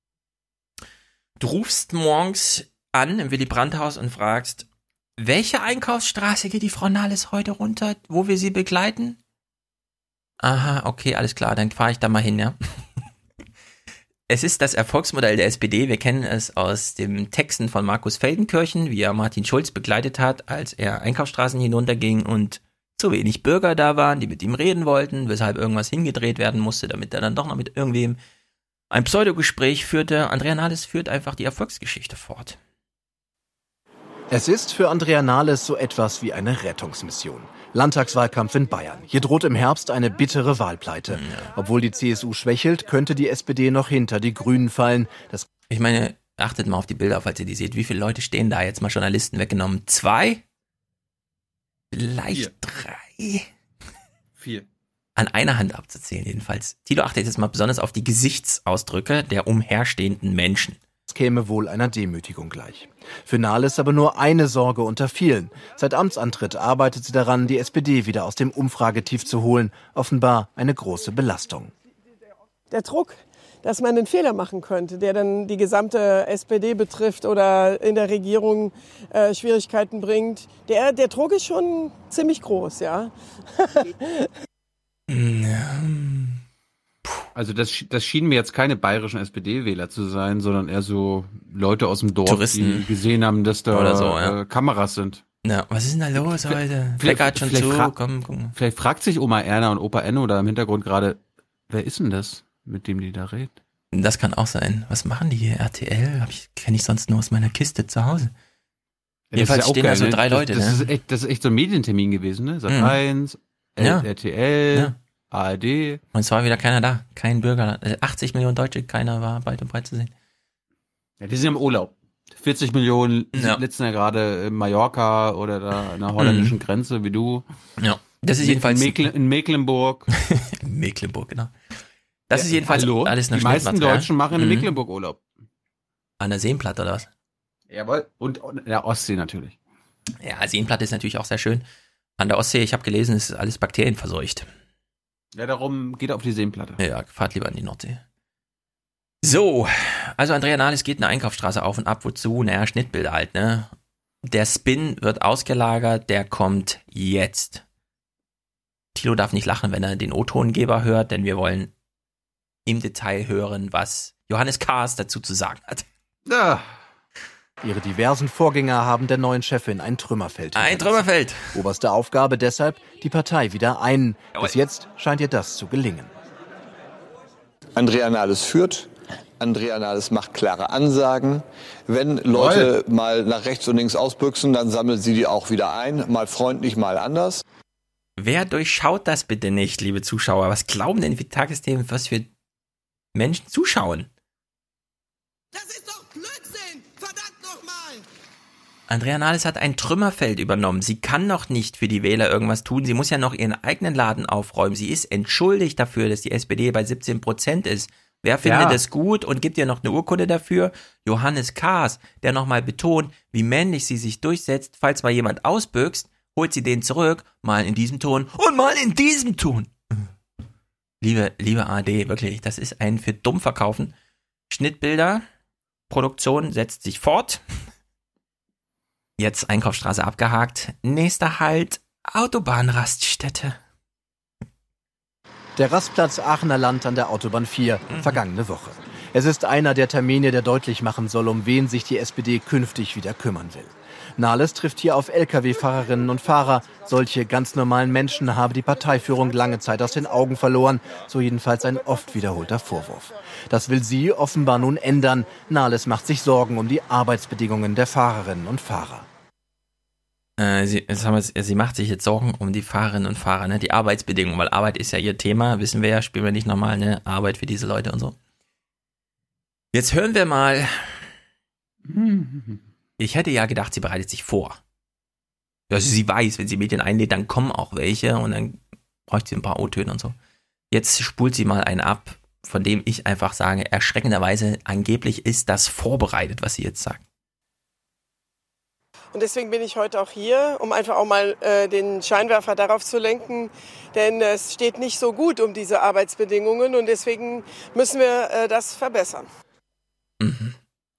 Du rufst morgens an im Willy-Brandt-Haus und fragst, welche Einkaufsstraße geht die Frau Nahles heute runter, wo wir sie begleiten? Aha, okay, alles klar, dann fahre ich da mal hin, ja. Es ist das Erfolgsmodell der SPD. Wir kennen es aus dem Texten von Markus Feldenkirchen, wie er Martin Schulz begleitet hat, als er Einkaufsstraßen hinunterging und zu wenig Bürger da waren, die mit ihm reden wollten, weshalb irgendwas hingedreht werden musste, damit er dann doch noch mit irgendwem ein Pseudogespräch führte. Andrea Nahles führt einfach die Erfolgsgeschichte fort. Es ist für Andrea Nahles so etwas wie eine Rettungsmission. Landtagswahlkampf in Bayern. Hier droht im Herbst eine bittere Wahlpleite. Obwohl die CSU schwächelt, könnte die SPD noch hinter die Grünen fallen. Ich meine, achtet mal auf die Bilder, falls ihr die seht. Wie viele Leute stehen da? Jetzt mal Journalisten weggenommen. 2? Vielleicht 3? 4. An einer Hand abzuzählen jedenfalls. Tilo achtet jetzt mal besonders auf die Gesichtsausdrücke der umherstehenden Menschen. Es käme wohl einer Demütigung gleich. Für Nahles aber nur eine Sorge unter vielen. Seit Amtsantritt arbeitet sie daran, die SPD wieder aus dem Umfragetief zu holen. Offenbar eine große Belastung. Der Druck, dass man einen Fehler machen könnte, der dann die gesamte SPD betrifft oder in der Regierung Schwierigkeiten bringt, der Druck ist schon ziemlich groß, ja. Also das schienen mir jetzt keine bayerischen SPD-Wähler zu sein, sondern eher so Leute aus dem Dorf, Touristen, die gesehen haben, dass da oder so, ja. Kameras sind. Na, was ist denn da los heute? Flecker hat schon zu, komm. Vielleicht fragt sich Oma Erna und Opa Enno da im Hintergrund gerade, wer ist denn das, mit dem die da redet? Das kann auch sein. Was machen die hier? RTL? Kenne ich sonst nur aus meiner Kiste zu Hause. Ja, jedenfalls ja stehen geil, da so ne? 3 Leute. Das ist echt so ein Medientermin gewesen, ne? Sat 1, RTL, ARD. Und es war wieder keiner da. Kein Bürger. 80 Millionen Deutsche, keiner war weit und breit zu sehen. Ja, die sind im Urlaub. 40 Millionen sitzen ja gerade in Mallorca oder da an der holländischen Grenze, wie du. Ja. Das ist jedenfalls in Mecklenburg. Mecklenburg, genau. Das ist jedenfalls alles eine Die meisten Deutschen machen in Mecklenburg Urlaub. An der Seenplatte oder was? Jawohl. Und in der Ostsee natürlich. Ja, Seenplatte ist natürlich auch sehr schön. An der Ostsee, ich habe gelesen, ist alles bakterienverseucht. Ja, darum geht auf die Seenplatte. Ja, fahrt lieber an die Nordsee. So, also Andrea Nahles geht eine Einkaufsstraße auf und ab, wozu? Naja, Schnittbilder halt, ne? Der Spin wird ausgelagert, der kommt jetzt. Thilo darf nicht lachen, wenn er den O-Tongeber hört, denn wir wollen im Detail hören, was Johannes Kahrs dazu zu sagen hat. Ja. Ihre diversen Vorgänger haben der neuen Chefin ein Trümmerfeld. Ein Trümmerfeld. Oberste Aufgabe deshalb, die Partei wieder ein. Bis jetzt scheint ihr das zu gelingen. Andrea Nahles führt. Andrea Nahles macht klare Ansagen. Wenn Leute mal nach rechts und links ausbüchsen, dann sammelt sie die auch wieder ein. Mal freundlich, mal anders. Wer durchschaut das bitte nicht, liebe Zuschauer? Was glauben denn die Tagesthemen, was für Menschen zuschauen? Das ist doch Blödsinn! Verdammt nochmal! Andrea Nahles hat ein Trümmerfeld übernommen. Sie kann noch nicht für die Wähler irgendwas tun. Sie muss ja noch ihren eigenen Laden aufräumen. Sie ist entschuldigt dafür, dass die SPD bei 17% ist. Wer findet es gut und gibt ihr noch eine Urkunde dafür? Johannes Kahrs, der nochmal betont, wie männlich sie sich durchsetzt. Falls mal jemand ausbüchst, holt sie den zurück, mal in diesem Ton und mal in diesem Ton. Liebe ARD, wirklich, das ist ein für dumm verkaufen. Schnittbilder, Produktion setzt sich fort. Jetzt Einkaufsstraße abgehakt. Nächster Halt, Autobahnraststätte. Der Rastplatz Aachener Land an der Autobahn 4, vergangene Woche. Es ist einer der Termine, der deutlich machen soll, um wen sich die SPD künftig wieder kümmern will. Nahles trifft hier auf Lkw-Fahrerinnen und Fahrer. Solche ganz normalen Menschen habe die Parteiführung lange Zeit aus den Augen verloren. So jedenfalls ein oft wiederholter Vorwurf. Das will sie offenbar nun ändern. Nahles macht sich Sorgen um die Arbeitsbedingungen der Fahrerinnen und Fahrer. Sie macht sich jetzt Sorgen um die Fahrerinnen und Fahrer, ne? Die Arbeitsbedingungen, weil Arbeit ist ja ihr Thema, wissen wir ja, spielen wir nicht nochmal eine Arbeit für diese Leute und so. Jetzt hören wir mal. Ich hätte ja gedacht, sie bereitet sich vor. Also sie weiß, wenn sie Medien einlädt, dann kommen auch welche und dann bräuchte sie ein paar O-Töne und so. Jetzt spult sie mal einen ab, von dem ich einfach sage, erschreckenderweise angeblich ist das vorbereitet, was sie jetzt sagt. Und deswegen bin ich heute auch hier, um einfach auch mal den Scheinwerfer darauf zu lenken. Denn es steht nicht so gut um diese Arbeitsbedingungen und deswegen müssen wir das verbessern. Mhm.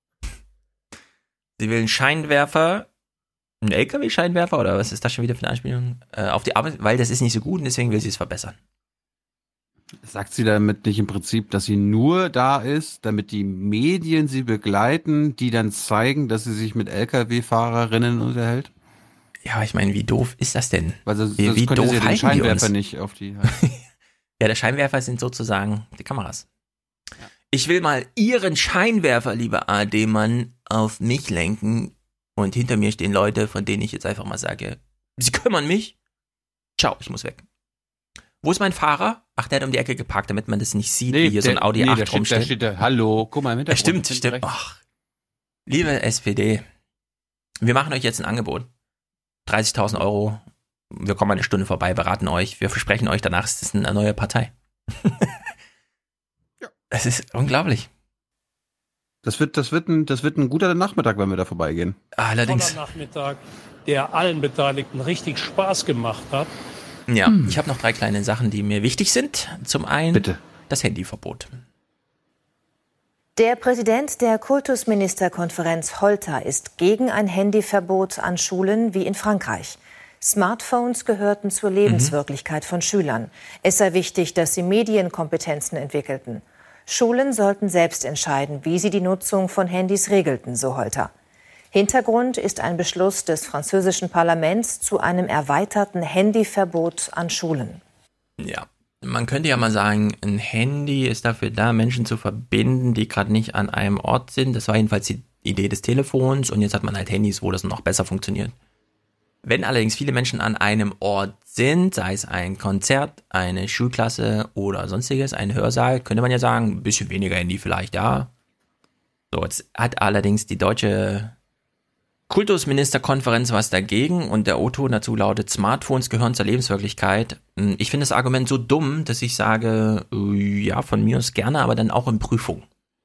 Sie will einen Scheinwerfer, einen LKW-Scheinwerfer oder was ist das schon wieder für eine Anspielung auf die Arbeit, weil das ist nicht so gut und deswegen will sie es verbessern. Sagt sie damit nicht im Prinzip, dass sie nur da ist, damit die Medien sie begleiten, die dann zeigen, dass sie sich mit Lkw-Fahrerinnen unterhält? Ja, ich meine, wie doof ist das denn? Also, wie doof sie den Scheinwerfer nicht auf die... Ja, der Scheinwerfer sind sozusagen die Kameras. Ja. Ich will mal Ihren Scheinwerfer, lieber AD-Mann, auf mich lenken und hinter mir stehen Leute, von denen ich jetzt einfach mal sage, sie kümmern mich. Ciao, ich muss weg. Wo ist mein Fahrer? Ach, der hat um die Ecke geparkt, damit man das nicht sieht, wie hier so ein Audi 8 rumsteht. Da steht der, hallo, guck mal im Hintergrund. Stimmt. Ach, liebe SPD, wir machen euch jetzt ein Angebot. 30.000 Euro. Wir kommen eine Stunde vorbei, beraten euch. Wir versprechen euch, danach ist es eine neue Partei. Ja. Das ist unglaublich. Das wird ein guter Nachmittag, wenn wir da vorbeigehen. Allerdings. Ein toller Nachmittag, der allen Beteiligten richtig Spaß gemacht hat. Ja, ich habe noch 3 kleine Sachen, die mir wichtig sind. Zum einen bitte das Handyverbot. Der Präsident der Kultusministerkonferenz Holter ist gegen ein Handyverbot an Schulen wie in Frankreich. Smartphones gehörten zur Lebenswirklichkeit von Schülern. Es sei wichtig, dass sie Medienkompetenzen entwickelten. Schulen sollten selbst entscheiden, wie sie die Nutzung von Handys regelten, so Holter. Hintergrund ist ein Beschluss des französischen Parlaments zu einem erweiterten Handyverbot an Schulen. Ja, man könnte ja mal sagen, ein Handy ist dafür da, Menschen zu verbinden, die gerade nicht an einem Ort sind. Das war jedenfalls die Idee des Telefons und jetzt hat man halt Handys, wo das noch besser funktioniert. Wenn allerdings viele Menschen an einem Ort sind, sei es ein Konzert, eine Schulklasse oder sonstiges, ein Hörsaal, könnte man ja sagen, ein bisschen weniger Handy vielleicht, ja. So, jetzt hat allerdings die deutsche Kultusministerkonferenz was dagegen und der O-Ton dazu lautet, Smartphones gehören zur Lebenswirklichkeit. Ich finde das Argument so dumm, dass ich sage, ja, von mir aus gerne, aber dann auch in Prüfung.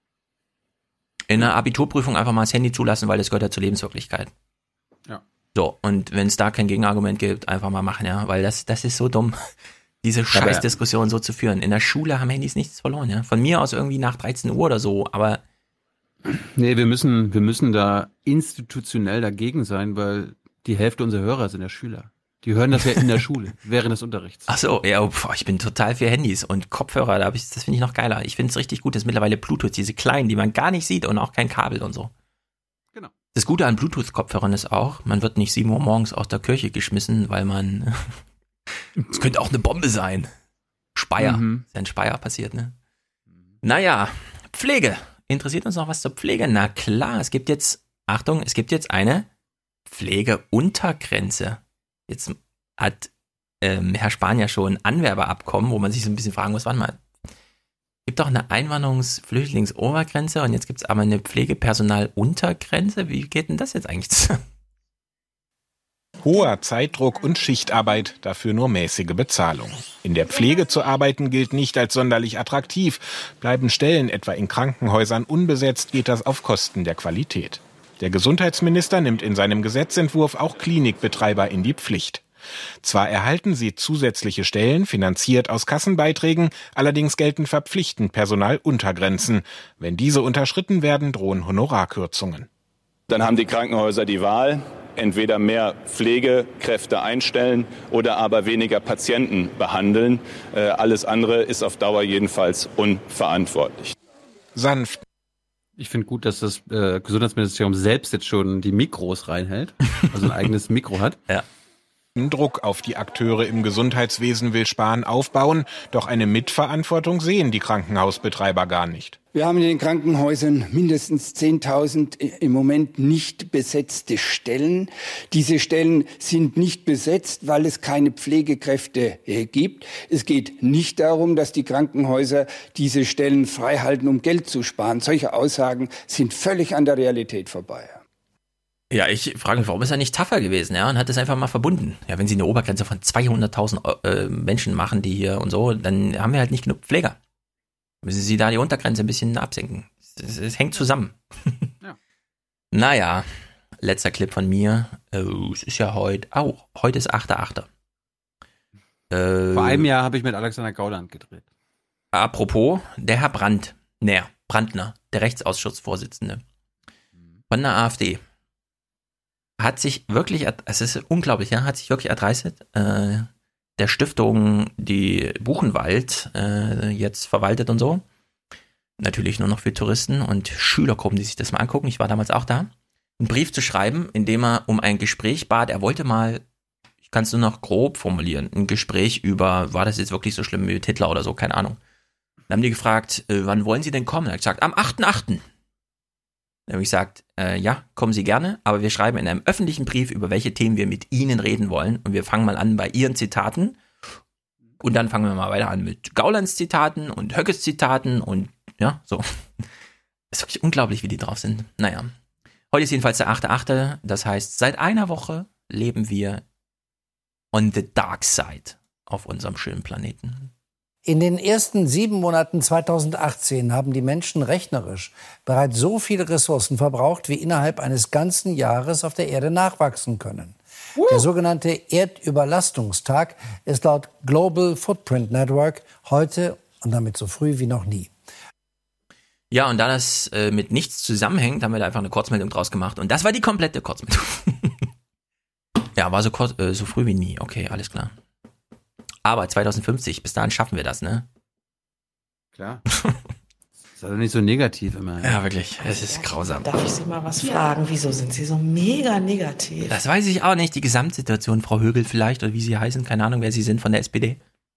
In einer Abiturprüfung einfach mal das Handy zulassen, weil das gehört ja zur Lebenswirklichkeit. Ja. So, und wenn es da kein Gegenargument gibt, einfach mal machen, ja, weil das ist so dumm, diese Scheißdiskussion so zu führen. In der Schule haben Handys nichts verloren, ja. Von mir aus irgendwie nach 13 Uhr oder so, aber nee, wir müssen da institutionell dagegen sein, weil die Hälfte unserer Hörer sind ja Schüler. Die hören das ja in der Schule, während des Unterrichts. Ach so, ja, ich bin total für Handys und Kopfhörer, das finde ich noch geiler. Ich finde es richtig gut, dass mittlerweile Bluetooth, diese kleinen, die man gar nicht sieht und auch kein Kabel und so. Genau. Das Gute an Bluetooth-Kopfhörern ist auch, man wird nicht 7 Uhr morgens aus der Kirche geschmissen, weil man, es könnte auch eine Bombe sein. Speyer, ist ja in Speyer passiert, ne? Naja, Pflege. Interessiert uns noch was zur Pflege? Na klar, es gibt jetzt eine Pflegeuntergrenze. Jetzt hat Herr Spahn ja schon ein Anwerberabkommen, wo man sich so ein bisschen fragen muss, warte mal, gibt doch eine Einwanderungs-Flüchtlings-Obergrenze und jetzt gibt es aber eine Pflegepersonal-Untergrenze. Wie geht denn das jetzt eigentlich zusammen? Hoher Zeitdruck und Schichtarbeit, dafür nur mäßige Bezahlung. In der Pflege zu arbeiten gilt nicht als sonderlich attraktiv. Bleiben Stellen etwa in Krankenhäusern unbesetzt, geht das auf Kosten der Qualität. Der Gesundheitsminister nimmt in seinem Gesetzentwurf auch Klinikbetreiber in die Pflicht. Zwar erhalten sie zusätzliche Stellen, finanziert aus Kassenbeiträgen, allerdings gelten verpflichtend Personaluntergrenzen. Wenn diese unterschritten werden, drohen Honorarkürzungen. Dann haben die Krankenhäuser die Wahl, entweder mehr Pflegekräfte einstellen oder aber weniger Patienten behandeln. Alles andere ist auf Dauer jedenfalls unverantwortlich. sanft. Ich finde gut, dass das Gesundheitsministerium selbst jetzt schon die Mikros reinhält, also ein eigenes Mikro hat. Ja. Druck auf die Akteure im Gesundheitswesen will Spahn aufbauen, doch eine Mitverantwortung sehen die Krankenhausbetreiber gar nicht. Wir haben in den Krankenhäusern mindestens 10.000 im Moment nicht besetzte Stellen. Diese Stellen sind nicht besetzt, weil es keine Pflegekräfte gibt. Es geht nicht darum, dass die Krankenhäuser diese Stellen freihalten, um Geld zu sparen. Solche Aussagen sind völlig an der Realität vorbei. Ja, ich frage mich, warum ist er nicht tougher gewesen, ja, und hat das einfach mal verbunden. Ja, wenn sie eine Obergrenze von 200.000 Menschen machen, die hier und so, dann haben wir halt nicht genug Pfleger. Müssen sie da die Untergrenze ein bisschen absenken. Es hängt zusammen. Ja. Naja, letzter Clip von mir. Es ist ja heute ist 8.8. Vor einem Jahr habe ich mit Alexander Gauland gedreht. Apropos, der Herr Brandner, der Rechtsausschussvorsitzende von der AfD, hat sich wirklich, es ist unglaublich, ja, hat sich wirklich erdreistet, der Stiftung, die Buchenwald jetzt verwaltet und so. Natürlich nur noch für Touristen und Schülergruppen, die sich das mal angucken. Ich war damals auch da. Einen Brief zu schreiben, in dem er um ein Gespräch bat. Er wollte mal, ich kann es nur noch grob formulieren, ein Gespräch über, war das jetzt wirklich so schlimm wie mit Hitler oder so, keine Ahnung. Dann haben die gefragt, wann wollen Sie denn kommen? Er hat gesagt, am 8.8. Dann habe ich gesagt, ja, kommen Sie gerne, aber wir schreiben in einem öffentlichen Brief, über welche Themen wir mit Ihnen reden wollen. Und wir fangen mal an bei Ihren Zitaten. Und dann fangen wir mal weiter an mit Gaulands Zitaten und Höckes Zitaten und ja, so. Ist wirklich unglaublich, wie die drauf sind. Naja. Heute ist jedenfalls der 8.8. Das heißt, seit einer Woche leben wir on the dark side auf unserem schönen Planeten. In den ersten 7 Monaten 2018 haben die Menschen rechnerisch bereits so viele Ressourcen verbraucht, wie innerhalb eines ganzen Jahres auf der Erde nachwachsen können. Der sogenannte Erdüberlastungstag ist laut Global Footprint Network heute und damit so früh wie noch nie. Ja, und da das mit nichts zusammenhängt, haben wir da einfach eine Kurzmeldung draus gemacht. Und das war die komplette Kurzmeldung. Ja, war so früh wie nie. Okay, alles klar. Aber 2050, bis dahin schaffen wir das, ne? Klar. Ist also nicht so negativ immer. Ja, wirklich. Es ist grausam. Darf ich Sie mal was fragen? Wieso sind Sie so mega negativ? Das weiß ich auch nicht. Die Gesamtsituation, Frau Högel vielleicht, oder wie Sie heißen, keine Ahnung, wer Sie sind von der SPD.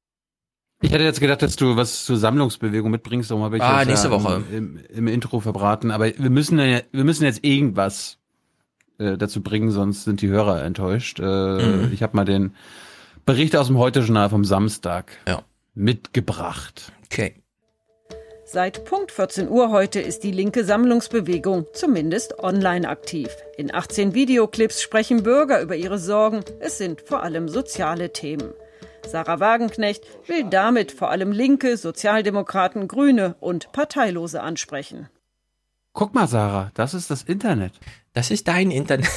Ich hätte jetzt gedacht, dass du was zur Sammlungsbewegung mitbringst. Darum habe ich das nächste Woche im Intro verbraten. Aber wir müssen jetzt irgendwas dazu bringen, sonst sind die Hörer enttäuscht. Ich habe mal den Bericht aus dem Heute-Journal vom Samstag mitgebracht. Okay. Seit Punkt 14 Uhr heute ist die linke Sammlungsbewegung zumindest online aktiv. In 18 Videoclips sprechen Bürger über ihre Sorgen. Es sind vor allem soziale Themen. Sarah Wagenknecht will damit vor allem Linke, Sozialdemokraten, Grüne und Parteilose ansprechen. Guck mal, Sarah, das ist das Internet. Das ist dein Internet.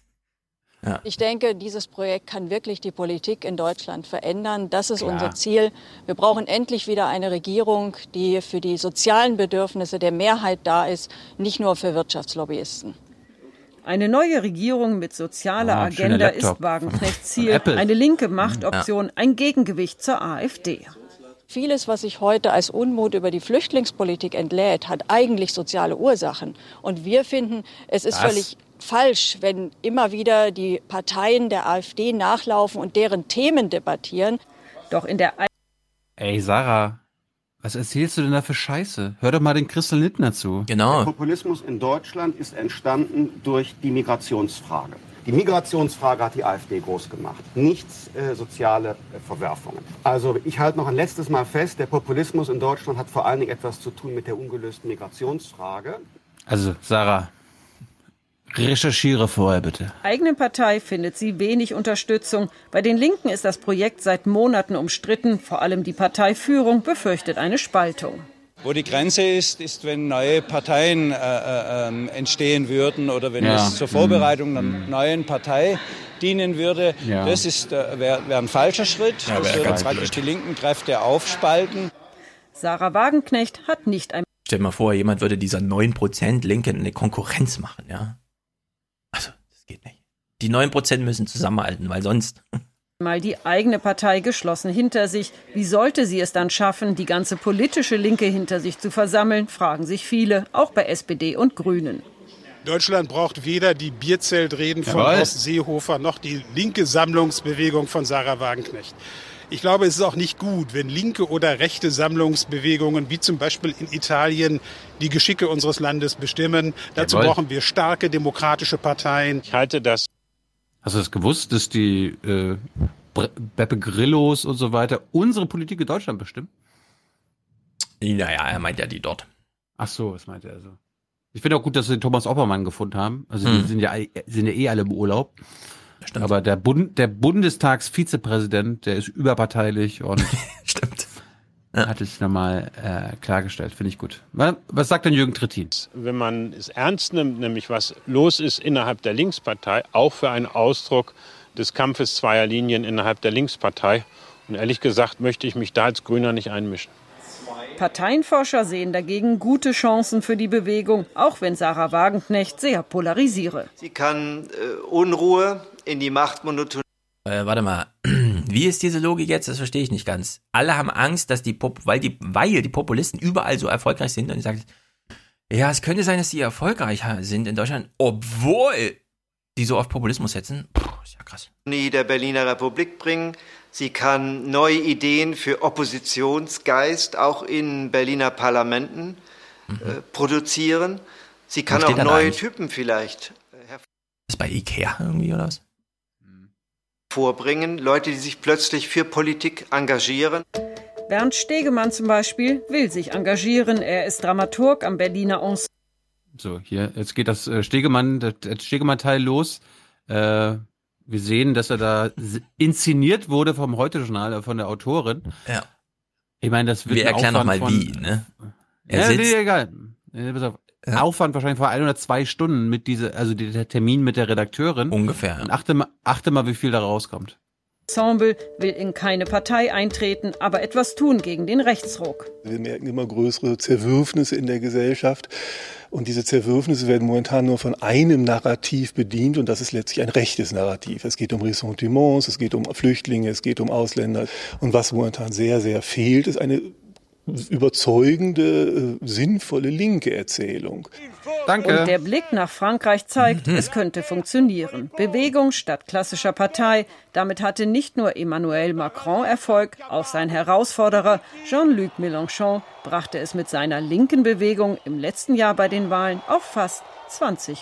Ja. Ich denke, dieses Projekt kann wirklich die Politik in Deutschland verändern. Das ist unser Ziel. Wir brauchen endlich wieder eine Regierung, die für die sozialen Bedürfnisse der Mehrheit da ist, nicht nur für Wirtschaftslobbyisten. Eine neue Regierung mit sozialer Agenda ist Wagenknechts Ziel. Eine linke Machtoption, ein Gegengewicht zur AfD. Vieles, was sich heute als Unmut über die Flüchtlingspolitik entlädt, hat eigentlich soziale Ursachen. Und wir finden, es ist völlig falsch, wenn immer wieder die Parteien der AfD nachlaufen und deren Themen debattieren. Doch in der Ey, Sarah, was erzählst du denn da für Scheiße? Hör doch mal den Christian Lindner zu. Genau. Der Populismus in Deutschland ist entstanden durch die Migrationsfrage. Die Migrationsfrage hat die AfD groß gemacht, nichts soziale Verwerfungen. Also ich halte noch ein letztes Mal fest, der Populismus in Deutschland hat vor allen Dingen etwas zu tun mit der ungelösten Migrationsfrage. Also Sarah, recherchiere vorher bitte. Eigene Partei findet sie wenig Unterstützung. Bei den Linken ist das Projekt seit Monaten umstritten. Vor allem die Parteiführung befürchtet eine Spaltung. Wo die Grenze ist, wenn neue Parteien entstehen würden oder wenn es zur Vorbereitung einer neuen Partei dienen würde. Ja. Das wäre ein falscher Schritt. Ja, das würde praktisch die linken Kräfte aufspalten. Sarah Wagenknecht hat nicht ein... Stell dir mal vor, jemand würde dieser 9% Linken eine Konkurrenz machen, ja. Also, das geht nicht. Die 9% müssen zusammenhalten, weil sonst... Mal die eigene Partei geschlossen hinter sich. Wie sollte sie es dann schaffen, die ganze politische Linke hinter sich zu versammeln, fragen sich viele, auch bei SPD und Grünen. Deutschland braucht weder die Bierzeltreden von Horst Seehofer noch die linke Sammlungsbewegung von Sarah Wagenknecht. Ich glaube, es ist auch nicht gut, wenn linke oder rechte Sammlungsbewegungen, wie zum Beispiel in Italien, die Geschicke unseres Landes bestimmen. Dazu brauchen wir starke demokratische Parteien. Ich halte das. Hast du das gewusst, dass die Beppe Grillos und so weiter unsere Politik in Deutschland bestimmen? Naja, er meint ja die dort. Ach so, das meinte er so. Ich finde auch gut, dass sie den Thomas Oppermann gefunden haben. Also die sind ja eh alle im Urlaub. Stimmt. Aber der Bundestagsvizepräsident, der ist überparteilich und stimmt. Hat es nochmal klargestellt. Finde ich gut. Was sagt denn Jürgen Trittin? Wenn man es ernst nimmt, nämlich was los ist innerhalb der Linkspartei, auch für einen Ausdruck des Kampfes zweier Linien innerhalb der Linkspartei. Und ehrlich gesagt möchte ich mich da als Grüner nicht einmischen. Parteienforscher sehen dagegen gute Chancen für die Bewegung, auch wenn Sarah Wagenknecht sehr polarisiere. Sie kann Unruhe in die Machtmonotonie. Warte mal, wie ist diese Logik jetzt? Das verstehe ich nicht ganz. Alle haben Angst, dass weil die Populisten überall so erfolgreich sind und ich sage, ja, es könnte sein, dass die erfolgreich sind in Deutschland, obwohl die so auf Populismus setzen. Ist ja krass. Der Berliner Republik bringen. Sie kann neue Ideen für Oppositionsgeist auch in Berliner Parlamenten produzieren. Sie kann auch neue Typen vielleicht ist bei Ikea irgendwie oder was? Vorbringen. Leute, die sich plötzlich für Politik engagieren. Bernd Stegemann zum Beispiel will sich engagieren. Er ist Dramaturg am Berliner Ensemble. So, hier, jetzt geht das Stegemann-Teil los. Wir sehen, dass er da inszeniert wurde vom Heute-Journal, von der Autorin. Ja. Ich meine, das wird wir erklären nochmal wie, ne? Egal. Pass auf. Ja. Aufwand wahrscheinlich vor 1 oder 2 Stunden mit der Termin mit der Redakteurin. Ungefähr. Und achte mal, wie viel da rauskommt. Ensemble will in keine Partei eintreten, aber etwas tun gegen den Rechtsruck. Wir merken immer größere Zerwürfnisse in der Gesellschaft. Und diese Zerwürfnisse werden momentan nur von einem Narrativ bedient und das ist letztlich ein rechtes Narrativ. Es geht um Ressentiments, es geht um Flüchtlinge, es geht um Ausländer. Und was momentan sehr, sehr fehlt, ist eine überzeugende, sinnvolle linke Erzählung. Danke. Und der Blick nach Frankreich zeigt, es könnte funktionieren. Bewegung statt klassischer Partei. Damit hatte nicht nur Emmanuel Macron Erfolg, auch sein Herausforderer Jean-Luc Mélenchon brachte es mit seiner linken Bewegung im letzten Jahr bei den Wahlen auf fast 20%.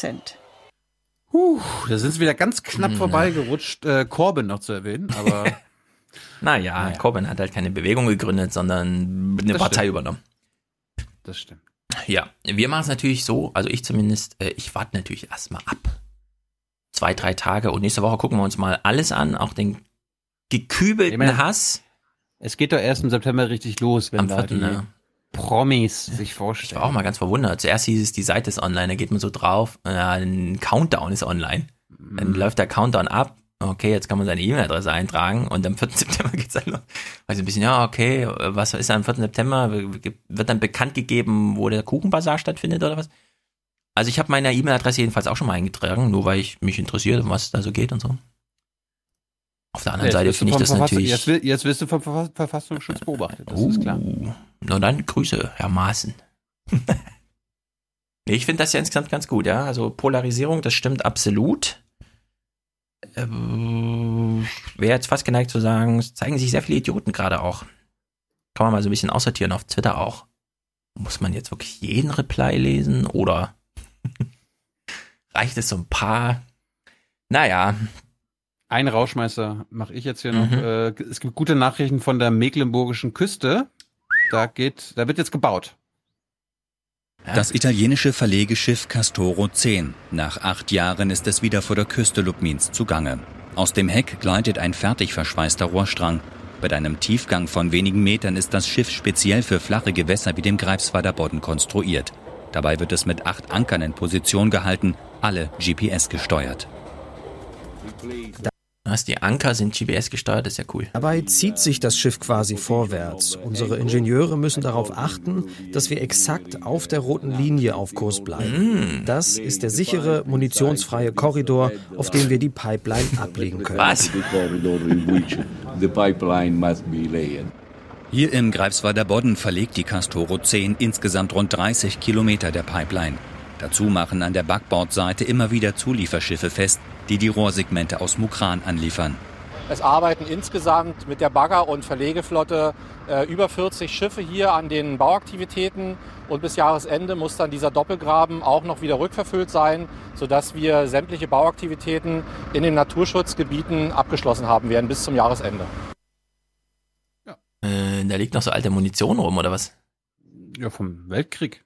Da sind sie wieder ganz knapp vorbeigerutscht, Corbyn noch zu erwähnen, aber naja, Corbyn hat halt keine Bewegung gegründet, sondern eine Partei übernommen. Das stimmt. Ja, wir machen es natürlich so, also ich zumindest, ich warte natürlich erstmal ab. 2-3 Tage und nächste Woche gucken wir uns mal alles an, auch den gekübelten Hass. Es geht doch erst im September richtig los, wenn da die Promis sich vorstellen. Ich war auch mal ganz verwundert. Zuerst hieß es, die Seite ist online, da geht man so drauf, ein Countdown ist online. Dann läuft der Countdown ab. Okay, jetzt kann man seine E-Mail-Adresse eintragen und am 4. September geht's dann los. Also ein bisschen, was ist am 4. September? Wird dann bekannt gegeben, wo der Kuchenbazar stattfindet oder was? Also ich habe meine E-Mail-Adresse jedenfalls auch schon mal eingetragen, nur weil ich mich interessiert, um was da so geht und so. Auf der anderen Seite finde ich das natürlich... Jetzt wirst du vom Verfassungsschutz beobachtet, das ist klar. Na dann, Grüße, Herr Maaßen. Ich finde das ja insgesamt ganz gut, ja. Also Polarisierung, das stimmt absolut. Wäre jetzt fast geneigt zu sagen, es zeigen sich sehr viele Idioten gerade auch. Kann man mal so ein bisschen aussortieren, auf Twitter auch. Muss man jetzt wirklich jeden Reply lesen oder reicht es so ein paar? Naja. Ein Rauschmeister mache ich jetzt hier noch. Es gibt gute Nachrichten von der mecklenburgischen Küste. Da wird jetzt gebaut. Das italienische Verlegeschiff Castoro 10. Nach 8 Jahren ist es wieder vor der Küste Lubmins zugange. Aus dem Heck gleitet ein fertig verschweißter Rohrstrang. Mit einem Tiefgang von wenigen Metern ist das Schiff speziell für flache Gewässer wie dem Greifswalder Bodden konstruiert. Dabei wird es mit 8 Ankern in Position gehalten, alle GPS gesteuert. Die Anker sind GPS gesteuert, das ist ja cool. Dabei zieht sich das Schiff quasi vorwärts. Unsere Ingenieure müssen darauf achten, dass wir exakt auf der roten Linie auf Kurs bleiben. Das ist der sichere, munitionsfreie Korridor, auf dem wir die Pipeline ablegen können. Was? Hier im Greifswalder Bodden verlegt die Castoro 10 insgesamt rund 30 Kilometer der Pipeline. Dazu machen an der Backbordseite immer wieder Zulieferschiffe fest, die die Rohrsegmente aus Mukran anliefern. Es arbeiten insgesamt mit der Bagger- und Verlegeflotte über 40 Schiffe hier an den Bauaktivitäten. Und bis Jahresende muss dann dieser Doppelgraben auch noch wieder rückverfüllt sein, sodass wir sämtliche Bauaktivitäten in den Naturschutzgebieten abgeschlossen haben werden bis zum Jahresende. Ja. Da liegt noch so alte Munition rum, oder was? Ja, vom Weltkrieg.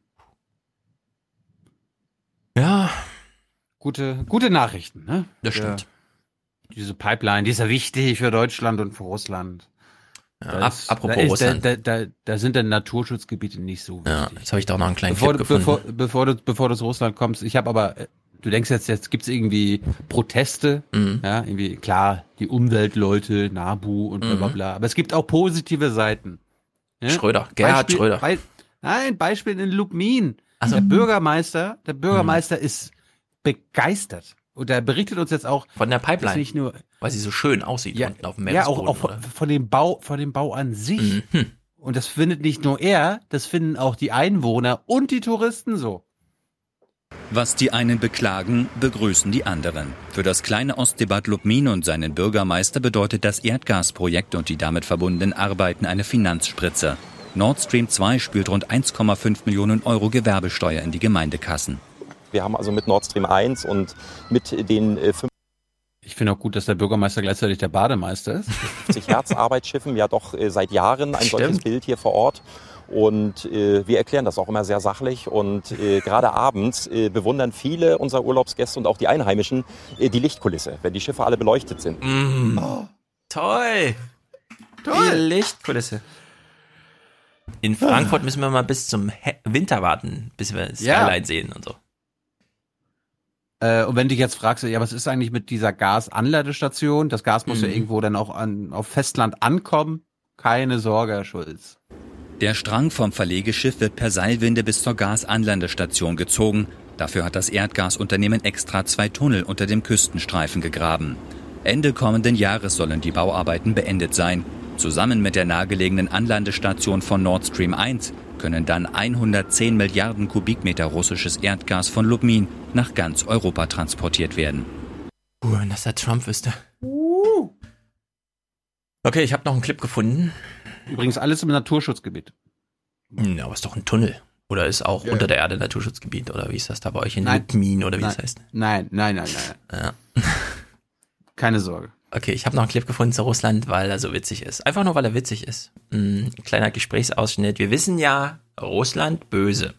Ja. Gute Nachrichten, ne? Das stimmt. Diese Pipeline, die ist ja wichtig für Deutschland und für Russland. Ja, apropos Russland. Da sind dann Naturschutzgebiete nicht so wichtig. Ja, jetzt habe ich da auch noch einen kleinen Clip gefunden. Bevor du zu Russland kommst, ich habe aber, du denkst jetzt gibt's irgendwie Proteste, ja, irgendwie, klar, die Umweltleute, NABU und bla bla bla, aber es gibt auch positive Seiten. Ja? Gerhard Schröder. Beispiel in Lubmin. So. Der Bürgermeister ist begeistert. Und er berichtet uns jetzt auch von der Pipeline, nicht nur, weil sie so schön aussieht unten auf dem Meeresboden. Ja, auch von dem Bau an sich. Und das findet nicht nur er, das finden auch die Einwohner und die Touristen so. Was die einen beklagen, begrüßen die anderen. Für das kleine Ostseebad Lubmin und seinen Bürgermeister bedeutet das Erdgasprojekt und die damit verbundenen Arbeiten eine Finanzspritze. Nord Stream 2 spült rund 1,5 Millionen Euro Gewerbesteuer in die Gemeindekassen. Wir haben also mit Nord Stream 1 und mit den 5... Ich finde auch gut, dass der Bürgermeister gleichzeitig der Bademeister ist. 50 Herz-Arbeitsschiffen ja doch seit Jahren ein solches Bild hier vor Ort. Und wir erklären das auch immer sehr sachlich. Und gerade abends bewundern viele unserer Urlaubsgäste und auch die Einheimischen die Lichtkulisse, wenn die Schiffe alle beleuchtet sind. Toll! Die Lichtkulisse. In Frankfurt müssen wir mal bis zum Winter warten, bis wir Skyline sehen und so. Und wenn du dich jetzt fragst, ja, was ist eigentlich mit dieser Gasanladestation? Das Gas muss ja irgendwo dann auch auf Festland ankommen. Keine Sorge, Herr Schulz. Der Strang vom Verlegeschiff wird per Seilwinde bis zur Gasanlandestation gezogen. Dafür hat das Erdgasunternehmen extra 2 Tunnel unter dem Küstenstreifen gegraben. Ende kommenden Jahres sollen die Bauarbeiten beendet sein. Zusammen mit der nahegelegenen Anlandestation von Nord Stream 1 können dann 110 Milliarden Kubikmeter russisches Erdgas von Lubmin nach ganz Europa transportiert werden. Wenn das der Trump wüsste. Okay, ich habe noch einen Clip gefunden. Übrigens alles im Naturschutzgebiet. Ja, aber ist doch ein Tunnel. Oder ist auch unter der Erde Naturschutzgebiet? Oder wie ist das da bei euch in Lubmin oder wie das heißt? Nein. Ja. Keine Sorge. Okay, ich habe noch einen Clip gefunden zu Russland, weil er so witzig ist. Einfach nur, weil er witzig ist. Ein kleiner Gesprächsausschnitt. Wir wissen ja, Russland böse.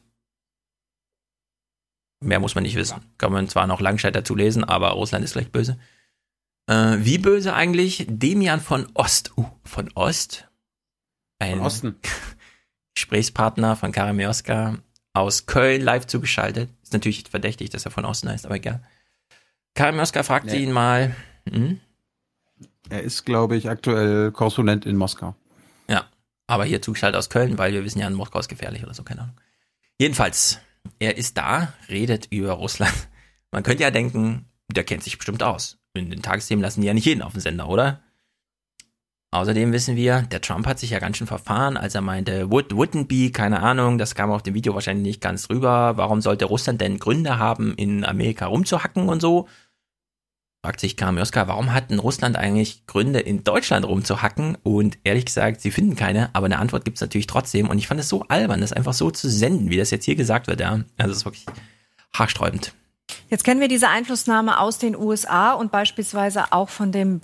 Mehr muss man nicht wissen. Kann man zwar noch Langscheid dazu lesen, aber Russland ist gleich böse. Wie böse eigentlich? Demian von Ost. Von Ost? Ein Osten. Gesprächspartner von Karim Joska aus Köln live zugeschaltet. Ist natürlich verdächtig, dass er von Osten heißt, aber egal. Karim Joska fragte ihn mal... Er ist, glaube ich, aktuell Korrespondent in Moskau. Ja, aber hier zugeschaltet aus Köln, weil wir wissen ja, in Moskau ist gefährlich oder so, keine Ahnung. Jedenfalls, er ist da, redet über Russland. Man könnte ja denken, der kennt sich bestimmt aus. In den Tagesthemen lassen die ja nicht jeden auf den Sender, oder? Außerdem wissen wir, der Trump hat sich ja ganz schön verfahren, als er meinte, wouldn't be, keine Ahnung, das kam auf dem Video wahrscheinlich nicht ganz rüber. Warum sollte Russland denn Gründe haben, in Amerika rumzuhacken und so? Fragt sich Karim Joska, warum hat denn Russland eigentlich Gründe, in Deutschland rumzuhacken? Und ehrlich gesagt, sie finden keine, aber eine Antwort gibt es natürlich trotzdem. Und ich fand es so albern, das einfach so zu senden, wie das jetzt hier gesagt wird. Ja, also es ist wirklich haarsträubend. Jetzt kennen wir diese Einflussnahme aus den USA und beispielsweise auch von dem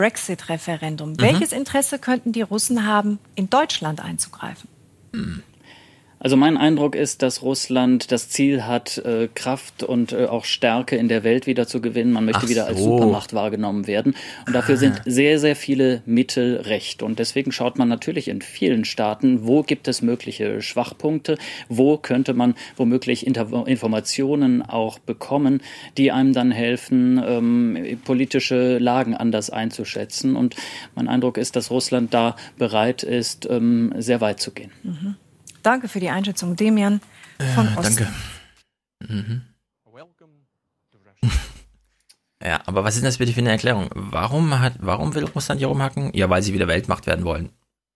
Brexit-Referendum. Welches Interesse könnten die Russen haben, in Deutschland einzugreifen? Also mein Eindruck ist, dass Russland das Ziel hat, Kraft und auch Stärke in der Welt wieder zu gewinnen. Man möchte wieder als Supermacht wahrgenommen werden. Und dafür sind sehr, sehr viele Mittel recht. Und deswegen schaut man natürlich in vielen Staaten, wo gibt es mögliche Schwachpunkte, wo könnte man womöglich Informationen auch bekommen, die einem dann helfen, politische Lagen anders einzuschätzen. Und mein Eindruck ist, dass Russland da bereit ist, sehr weit zu gehen. Mhm. Danke für die Einschätzung, Demian von Osten. Danke. Ja, aber was ist das bitte für eine Erklärung? Warum will Russland hier rumhacken? Ja, weil sie wieder Weltmacht werden wollen.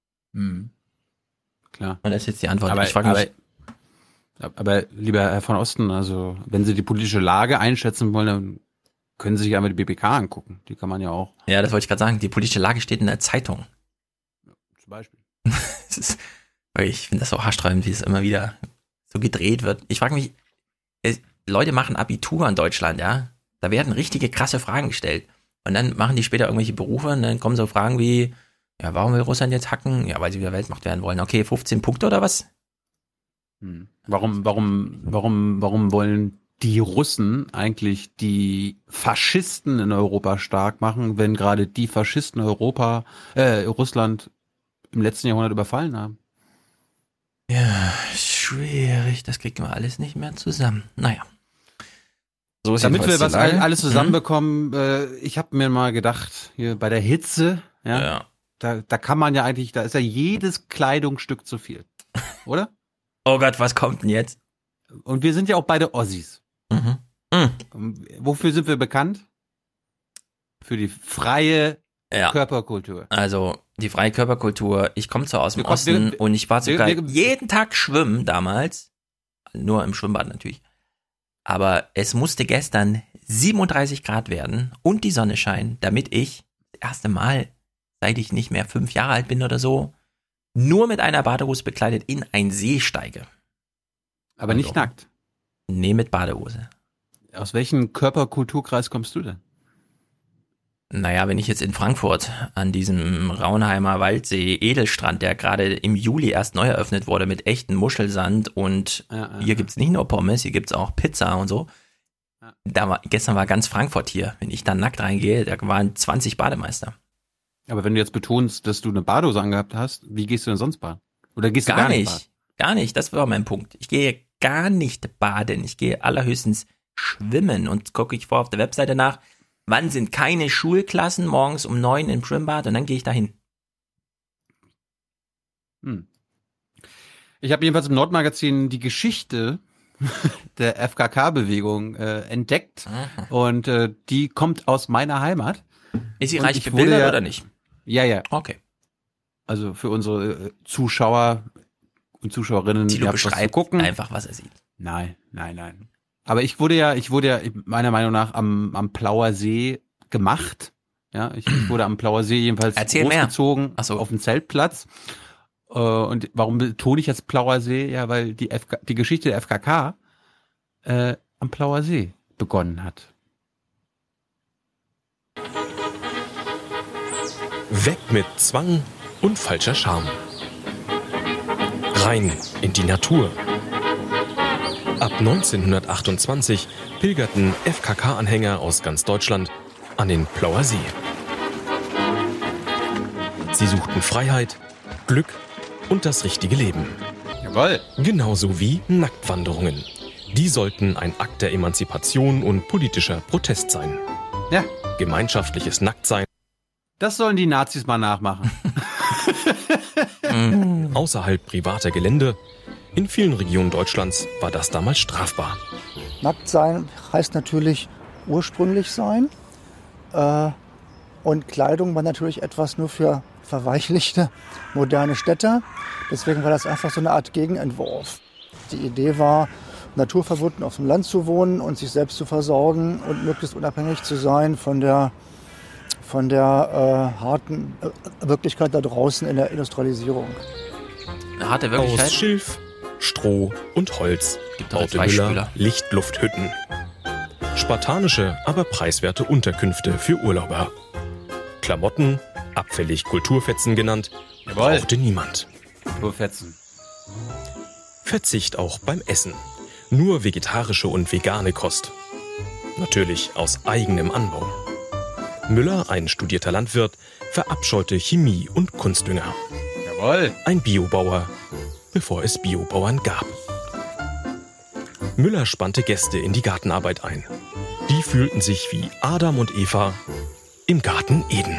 Klar. Und das ist jetzt die Antwort. Aber lieber Herr von Osten, also wenn Sie die politische Lage einschätzen wollen, dann können Sie sich einmal die BBK angucken. Die kann man ja auch. Ja, das wollte ich gerade sagen. Die politische Lage steht in der Zeitung. Zum Beispiel. Ich finde das so haarsträubend, wie es immer wieder so gedreht wird. Ich frage mich, Leute machen Abitur in Deutschland, ja? Da werden richtige krasse Fragen gestellt. Und dann machen die später irgendwelche Berufe und dann kommen so Fragen wie, ja, warum will Russland jetzt hacken? Ja, weil sie wieder Weltmacht werden wollen. Okay, 15 Punkte oder was? Warum wollen die Russen eigentlich die Faschisten in Europa stark machen, wenn gerade die Faschisten Russland im letzten Jahrhundert überfallen haben? Ja, schwierig. Das kriegt man alles nicht mehr zusammen. Naja. So ist damit wir was alles zusammenbekommen, ich habe mir mal gedacht, hier bei der Hitze, da kann man ja eigentlich, da ist ja jedes Kleidungsstück zu viel. Oder? Oh Gott, was kommt denn jetzt? Und wir sind ja auch beide Ossis. Wofür sind wir bekannt? Für die freie Körperkultur. Also die freie Körperkultur. Ich komme zwar aus dem Osten und ich war sogar jeden Tag schwimmen damals. Nur im Schwimmbad natürlich. Aber es musste gestern 37 Grad werden und die Sonne scheinen, damit ich das erste Mal, seit ich nicht mehr 5 Jahre alt bin oder so, nur mit einer Badehose bekleidet in einen See steige. Aber nicht nackt? Nee, mit Badehose. Aus welchem Körperkulturkreis kommst du denn? Naja, wenn ich jetzt in Frankfurt an diesem Raunheimer Waldsee Edelstrand, der gerade im Juli erst neu eröffnet wurde mit echtem Muschelsand und hier gibt's nicht nur Pommes, hier gibt's auch Pizza und so. Gestern war ganz Frankfurt hier. Wenn ich dann nackt reingehe, da waren 20 Bademeister. Aber wenn du jetzt betonst, dass du eine Badehose angehabt hast, wie gehst du denn sonst baden? Oder gehst du gar nicht baden? Gar nicht, das war mein Punkt. Ich gehe gar nicht baden. Ich gehe allerhöchstens schwimmen und gucke ich vor auf der Webseite nach, wann sind keine Schulklassen morgens um 9 im Schwimmbad und dann gehe ich dahin. Ich habe jedenfalls im Nordmagazin die Geschichte der FKK-Bewegung entdeckt und die kommt aus meiner Heimat. Ist sie reich gebildet oder nicht? Ja. Okay. Also für unsere Zuschauer und Zuschauerinnen, die beschreibt gucken. Einfach, was er sieht. Nein. Aber ich wurde ja meiner Meinung nach am Plauer See gemacht. Ja, ich wurde am Plauer See jedenfalls großgezogen auf dem Zeltplatz. Und warum betone ich jetzt Plauer See? Ja, weil die Geschichte der FKK am Plauer See begonnen hat. Weg mit Zwang und falscher Scham. Rein in die Natur. Ab 1928 pilgerten FKK-Anhänger aus ganz Deutschland an den Plauer See. Sie suchten Freiheit, Glück und das richtige Leben. Jawohl. Genauso wie Nacktwanderungen. Die sollten ein Akt der Emanzipation und politischer Protest sein. Ja. Gemeinschaftliches Nacktsein. Das sollen die Nazis mal nachmachen. Außerhalb privater Gelände. In vielen Regionen Deutschlands war das damals strafbar. Nackt sein heißt natürlich ursprünglich sein. Und Kleidung war natürlich etwas nur für verweichlichte, moderne Städter. Deswegen war das einfach so eine Art Gegenentwurf. Die Idee war, naturverbunden auf dem Land zu wohnen und sich selbst zu versorgen und möglichst unabhängig zu sein von der harten Wirklichkeit da draußen in der Industrialisierung. Eine harte Wirklichkeit? Aus Schilf, Stroh und Holz baute Müller Lichtlufthütten. Spartanische, aber preiswerte Unterkünfte für Urlauber. Klamotten, abfällig Kulturfetzen genannt, brauchte niemand. Kulturfetzen. Verzicht auch beim Essen. Nur vegetarische und vegane Kost. Natürlich aus eigenem Anbau. Müller, ein studierter Landwirt, verabscheute Chemie und Kunstdünger. Jawohl. Ein Biobauer, bevor es Biobauern gab. Müller spannte Gäste in die Gartenarbeit ein. Die fühlten sich wie Adam und Eva im Garten Eden.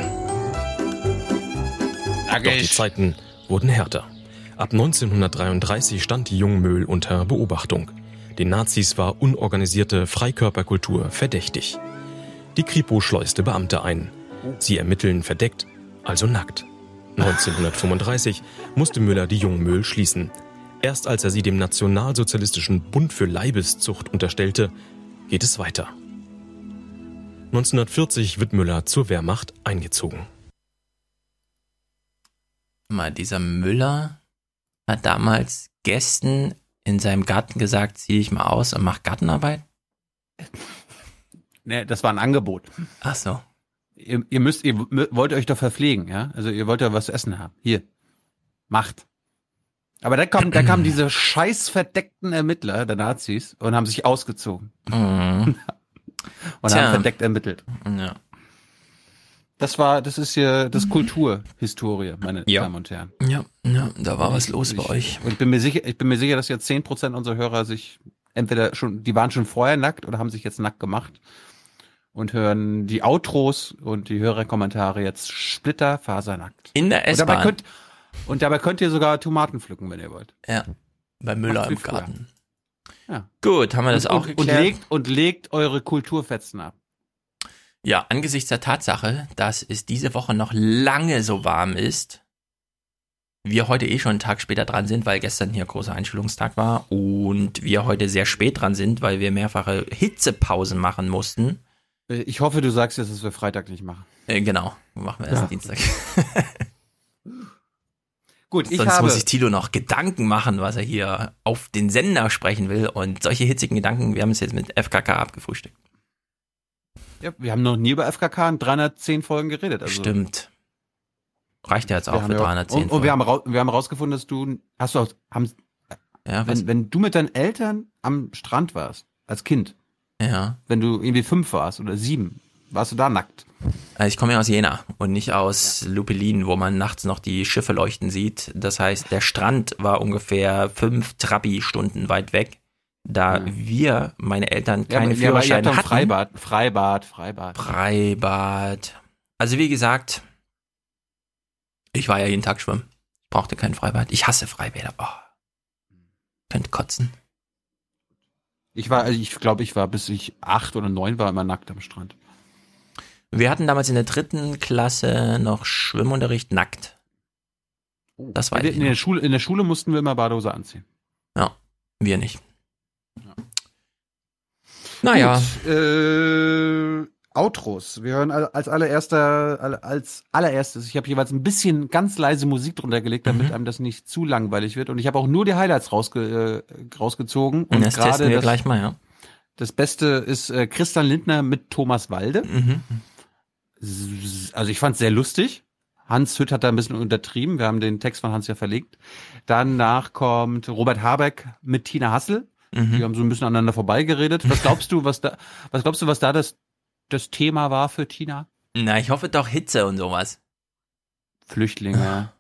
Doch die Zeiten wurden härter. Ab 1933 stand die Jungmühl unter Beobachtung. Den Nazis war unorganisierte Freikörperkultur verdächtig. Die Kripo schleuste Beamte ein. Sie ermitteln verdeckt, also nackt. 1935 musste Müller die Jungmühl schließen. Erst als er sie dem Nationalsozialistischen Bund für Leibeszucht unterstellte, geht es weiter. 1940 wird Müller zur Wehrmacht eingezogen. Mal, dieser Müller hat damals Gästen in seinem Garten gesagt, zieh dich mal aus und mach Gartenarbeit? Nee, das war ein Angebot. Ach so. Ihr wollt euch doch verpflegen, ja? Also ihr wollt ja was zu essen haben. Hier, macht. Aber da kamen diese scheiß verdeckten Ermittler der Nazis und haben sich ausgezogen. Mhm. Und haben verdeckt ermittelt. Ja. Das ist hier das Kulturhistorie, meine Damen und Herren. Ja, da war was los bei euch. Und ich bin mir sicher, dass jetzt 10% unserer Hörer sich die waren schon vorher nackt oder haben sich jetzt nackt gemacht und hören die Outros und die Hörerkommentare jetzt splitterfasernackt. In der S-Bahn. Und dabei könnt ihr sogar Tomaten pflücken, wenn ihr wollt. Ja, bei Müller im Garten. Ja. Gut, haben wir das auch geklärt. Und legt eure Kulturfetzen ab. Ja, angesichts der Tatsache, dass es diese Woche noch lange so warm ist, wir heute schon einen Tag später dran sind, weil gestern hier großer Einschulungstag war und wir heute sehr spät dran sind, weil wir mehrfache Hitzepausen machen mussten. Ich hoffe, du sagst jetzt, dass wir Freitag nicht machen. Genau, machen wir erst Dienstag. Gut, Sonst muss sich Thilo noch Gedanken machen, was er hier auf den Sender sprechen will. Und solche hitzigen Gedanken, wir haben es jetzt mit FKK abgefrühstückt. Ja, wir haben noch nie über FKK in 310 Folgen geredet. Also Stimmt. Reicht ja jetzt auch für 310 Folgen. Und wir haben rausgefunden, dass wenn du mit deinen Eltern am Strand warst, als Kind, wenn du irgendwie 5 warst oder 7, warst du da nackt? Ich komme ja aus Jena und nicht aus Lupelin, wo man nachts noch die Schiffe leuchten sieht. Das heißt, der Strand war ungefähr 5 Trabi-Stunden weit weg. Da wir, meine Eltern, keine Führerschein hatten. Freibad. Also wie gesagt, ich war ja jeden Tag schwimmen. Ich brauchte kein Freibad. Ich hasse Freibäder. Könnte kotzen. Ich glaube, ich war bis ich 8 oder 9 war immer nackt am Strand. Wir hatten damals in der 3. Klasse noch Schwimmunterricht nackt. Das war in der Schule mussten wir immer Badehose anziehen. Ja, wir nicht. Ja. Naja. Gut, Outros. Wir hören als allererstes, ich habe jeweils ein bisschen ganz leise Musik drunter gelegt, damit einem das nicht zu langweilig wird. Und ich habe auch nur die Highlights rausgezogen. Und das testen wir gleich mal, ja. Das Beste ist Christian Lindner mit Thomas Walde. Also ich fand es sehr lustig. Hans Hütt hat da ein bisschen untertrieben. Wir haben den Text von Hans ja verlegt. Danach kommt Robert Habeck mit Tina Hassel. Die haben so ein bisschen aneinander vorbeigeredet. Was glaubst du, was da das Thema war für Tina? Na, ich hoffe doch Hitze und sowas. Flüchtlinge.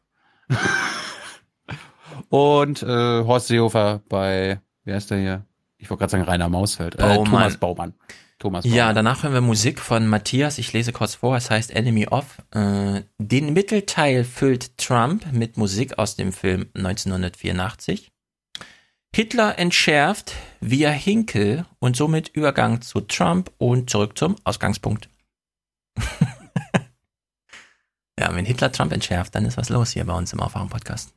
Und Horst Seehofer bei, wer ist der hier? Ich wollte gerade sagen Rainer Mausfeld. Thomas Baumann. Ja, danach hören wir Musik von Matthias. Ich lese kurz vor, es heißt Enemy of. Den Mittelteil füllt Trump mit Musik aus dem Film 1984. Hitler entschärft via Hinkel und somit Übergang zu Trump und zurück zum Ausgangspunkt. Ja, wenn Hitler Trump entschärft, dann ist was los hier bei uns im Aufwachen-Podcast.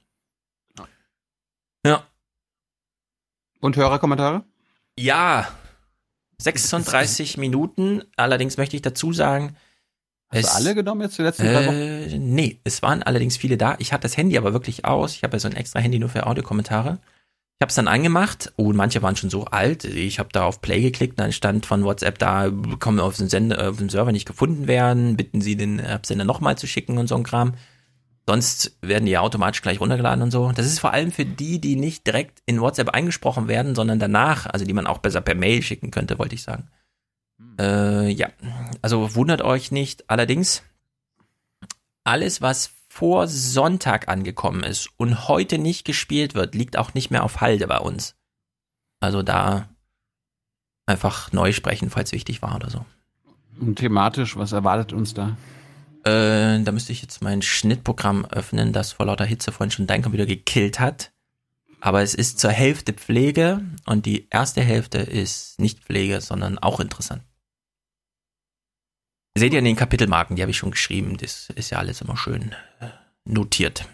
Ja. Und Hörerkommentare? Ja. 36 Minuten. Allerdings möchte ich dazu sagen, Hast du alle genommen jetzt die letzten 3 Wochen? Nee, es waren allerdings viele da. Ich hatte das Handy aber wirklich aus. Ich habe ja so ein extra Handy nur für Audiokommentare. Ich habe es dann angemacht und manche waren schon so alt. Ich habe da auf Play geklickt, dann stand von WhatsApp da, kommen auf dem Server nicht gefunden werden, bitten Sie den Absender nochmal zu schicken und so ein Kram. Sonst werden die ja automatisch gleich runtergeladen und so. Das ist vor allem für die nicht direkt in WhatsApp eingesprochen werden, sondern danach, also die man auch besser per Mail schicken könnte, wollte ich sagen. Ja, also wundert euch nicht. Allerdings, alles, was vor Sonntag angekommen ist und heute nicht gespielt wird, liegt auch nicht mehr auf Halde bei uns. Also da einfach neu sprechen, falls wichtig war oder so. Und thematisch, was erwartet uns da? Da müsste ich jetzt mein Schnittprogramm öffnen, das vor lauter Hitze vorhin schon dein Computer gekillt hat. Aber es ist zur Hälfte Pflege und die erste Hälfte ist nicht Pflege, sondern auch interessant. Seht ihr in den Kapitelmarken, die habe ich schon geschrieben. Das ist ja alles immer schön notiert.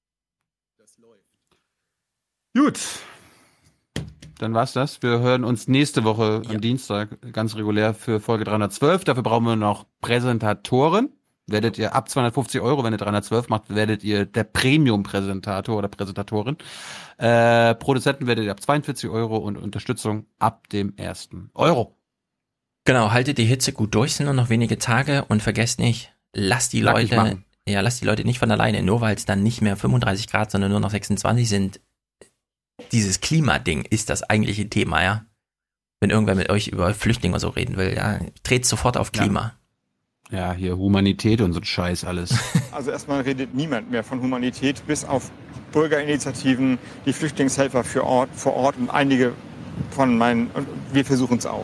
Gut. Dann war's das. Wir hören uns nächste Woche am Dienstag ganz regulär für Folge 312. Dafür brauchen wir noch Präsentatoren. Werdet ihr ab 250 €, wenn ihr 312 macht, werdet ihr der Premium-Präsentator oder Präsentatorin. Produzenten werdet ihr ab 42 € und Unterstützung ab dem 1. Euro. Genau, haltet die Hitze gut durch, sind nur noch wenige Tage und vergesst nicht, lasst die Leute nicht von alleine, nur weil es dann nicht mehr 35 Grad, sondern nur noch 26 sind. Dieses Klimading ist das eigentliche Thema, ja. Wenn irgendwer mit euch über Flüchtlinge oder so reden will, ja, dreht sofort auf Klima. Ja, hier Humanität und so ein Scheiß alles. Also erstmal redet niemand mehr von Humanität, bis auf Bürgerinitiativen, die Flüchtlingshelfer vor Ort und einige von meinen, und wir versuchen es auch.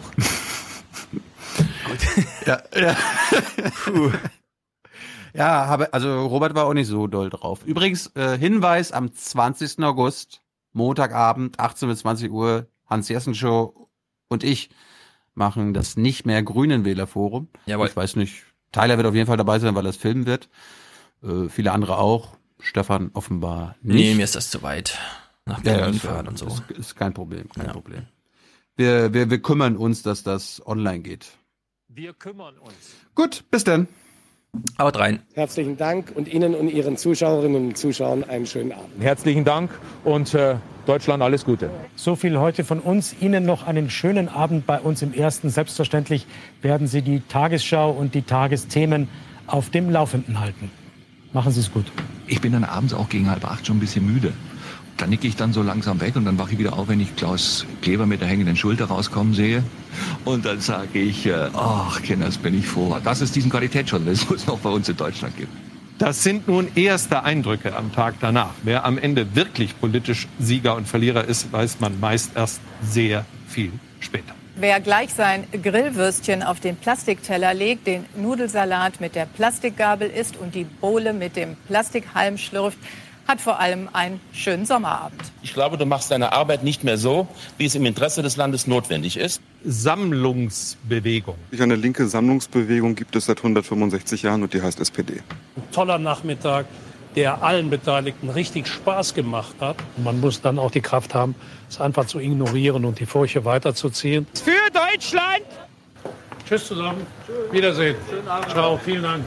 Gut. Ja. Puh. Ja, also Robert war auch nicht so doll drauf. Übrigens, Hinweis, am 20. August, Montagabend, 18 bis 20 Uhr, Hans-Jessen-Show und ich machen das nicht mehr Grünen-Wähler-Forum. Jawohl. Ich weiß nicht, Tyler wird auf jeden Fall dabei sein, weil er es filmen wird. Viele andere auch. Stefan offenbar nicht. Nee, mir ist das zu weit. Nach Berlin fahren und so. Ist kein Problem, Problem. Wir kümmern uns, dass das online geht. Wir kümmern uns. Gut, bis dann. Haut rein. Herzlichen Dank und Ihnen und Ihren Zuschauerinnen und Zuschauern einen schönen Abend. Herzlichen Dank und Deutschland alles Gute. So viel heute von uns. Ihnen noch einen schönen Abend bei uns im Ersten. Selbstverständlich werden Sie die Tagesschau und die Tagesthemen auf dem Laufenden halten. Machen Sie es gut. Ich bin dann abends auch gegen 7:30 schon ein bisschen müde. Da nicke ich dann so langsam weg und dann wache ich wieder auf, wenn ich Klaus Kleber mit der hängenden Schulter rauskommen sehe. Und dann sage ich, ach Kinders, bin ich froh, dass es diesen Qualitätsjournalismus noch bei uns in Deutschland gibt. Das sind nun erste Eindrücke am Tag danach. Wer am Ende wirklich politisch Sieger und Verlierer ist, weiß man meist erst sehr viel später. Wer gleich sein Grillwürstchen auf den Plastikteller legt, den Nudelsalat mit der Plastikgabel isst und die Bowle mit dem Plastikhalm schlürft, hat vor allem einen schönen Sommerabend. Ich glaube, du machst deine Arbeit nicht mehr so, wie es im Interesse des Landes notwendig ist. Sammlungsbewegung. Eine linke Sammlungsbewegung gibt es seit 165 Jahren und die heißt SPD. Ein toller Nachmittag, der allen Beteiligten richtig Spaß gemacht hat. Man muss dann auch die Kraft haben, es einfach zu ignorieren und die Furche weiterzuziehen. Für Deutschland! Tschüss zusammen. Wiedersehen. Schönen Abend. Ciao, vielen Dank.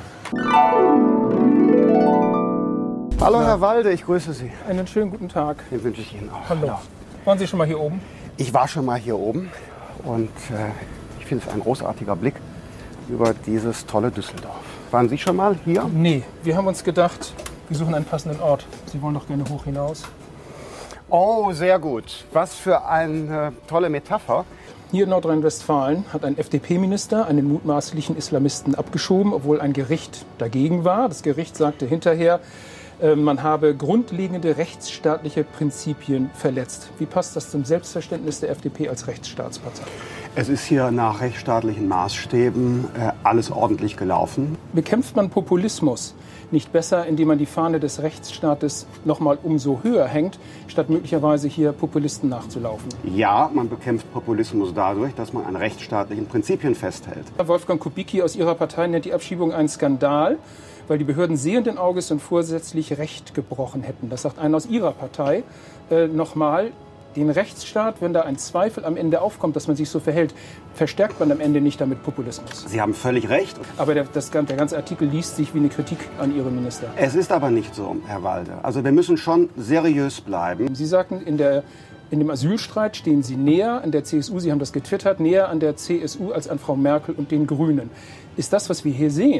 Hallo Herr Walde, ich grüße Sie. Einen schönen guten Tag. Den wünsche ich Ihnen auch. Hallo. Waren Sie schon mal hier oben? Ich war schon mal hier oben und ich finde es ein großartiger Blick über dieses tolle Düsseldorf. Waren Sie schon mal hier? Nee, wir haben uns gedacht, wir suchen einen passenden Ort. Sie wollen doch gerne hoch hinaus. Oh, sehr gut. Was für eine tolle Metapher. Hier in Nordrhein-Westfalen hat ein FDP-Minister einen mutmaßlichen Islamisten abgeschoben, obwohl ein Gericht dagegen war. Das Gericht sagte hinterher, man habe grundlegende rechtsstaatliche Prinzipien verletzt. Wie passt das zum Selbstverständnis der FDP als Rechtsstaatspartei? Es ist hier nach rechtsstaatlichen Maßstäben alles ordentlich gelaufen. Bekämpft man Populismus nicht besser, indem man die Fahne des Rechtsstaates noch mal umso höher hängt, statt möglicherweise hier Populisten nachzulaufen? Ja, man bekämpft Populismus dadurch, dass man an rechtsstaatlichen Prinzipien festhält. Wolfgang Kubicki aus Ihrer Partei nennt die Abschiebung einen Skandal, weil die Behörden sehenden Auges und vorsätzlich Recht gebrochen hätten. Das sagt einer aus Ihrer Partei. Nochmal, den Rechtsstaat, wenn da ein Zweifel am Ende aufkommt, dass man sich so verhält, verstärkt man am Ende nicht damit Populismus. Sie haben völlig recht. Aber der ganze Artikel liest sich wie eine Kritik an Ihren Minister. Es ist aber nicht so, Herr Walde. Also wir müssen schon seriös bleiben. Sie sagten, in dem Asylstreit stehen Sie näher an der CSU, Sie haben das getwittert, näher an der CSU als an Frau Merkel und den Grünen. Ist das, was wir hier sehen,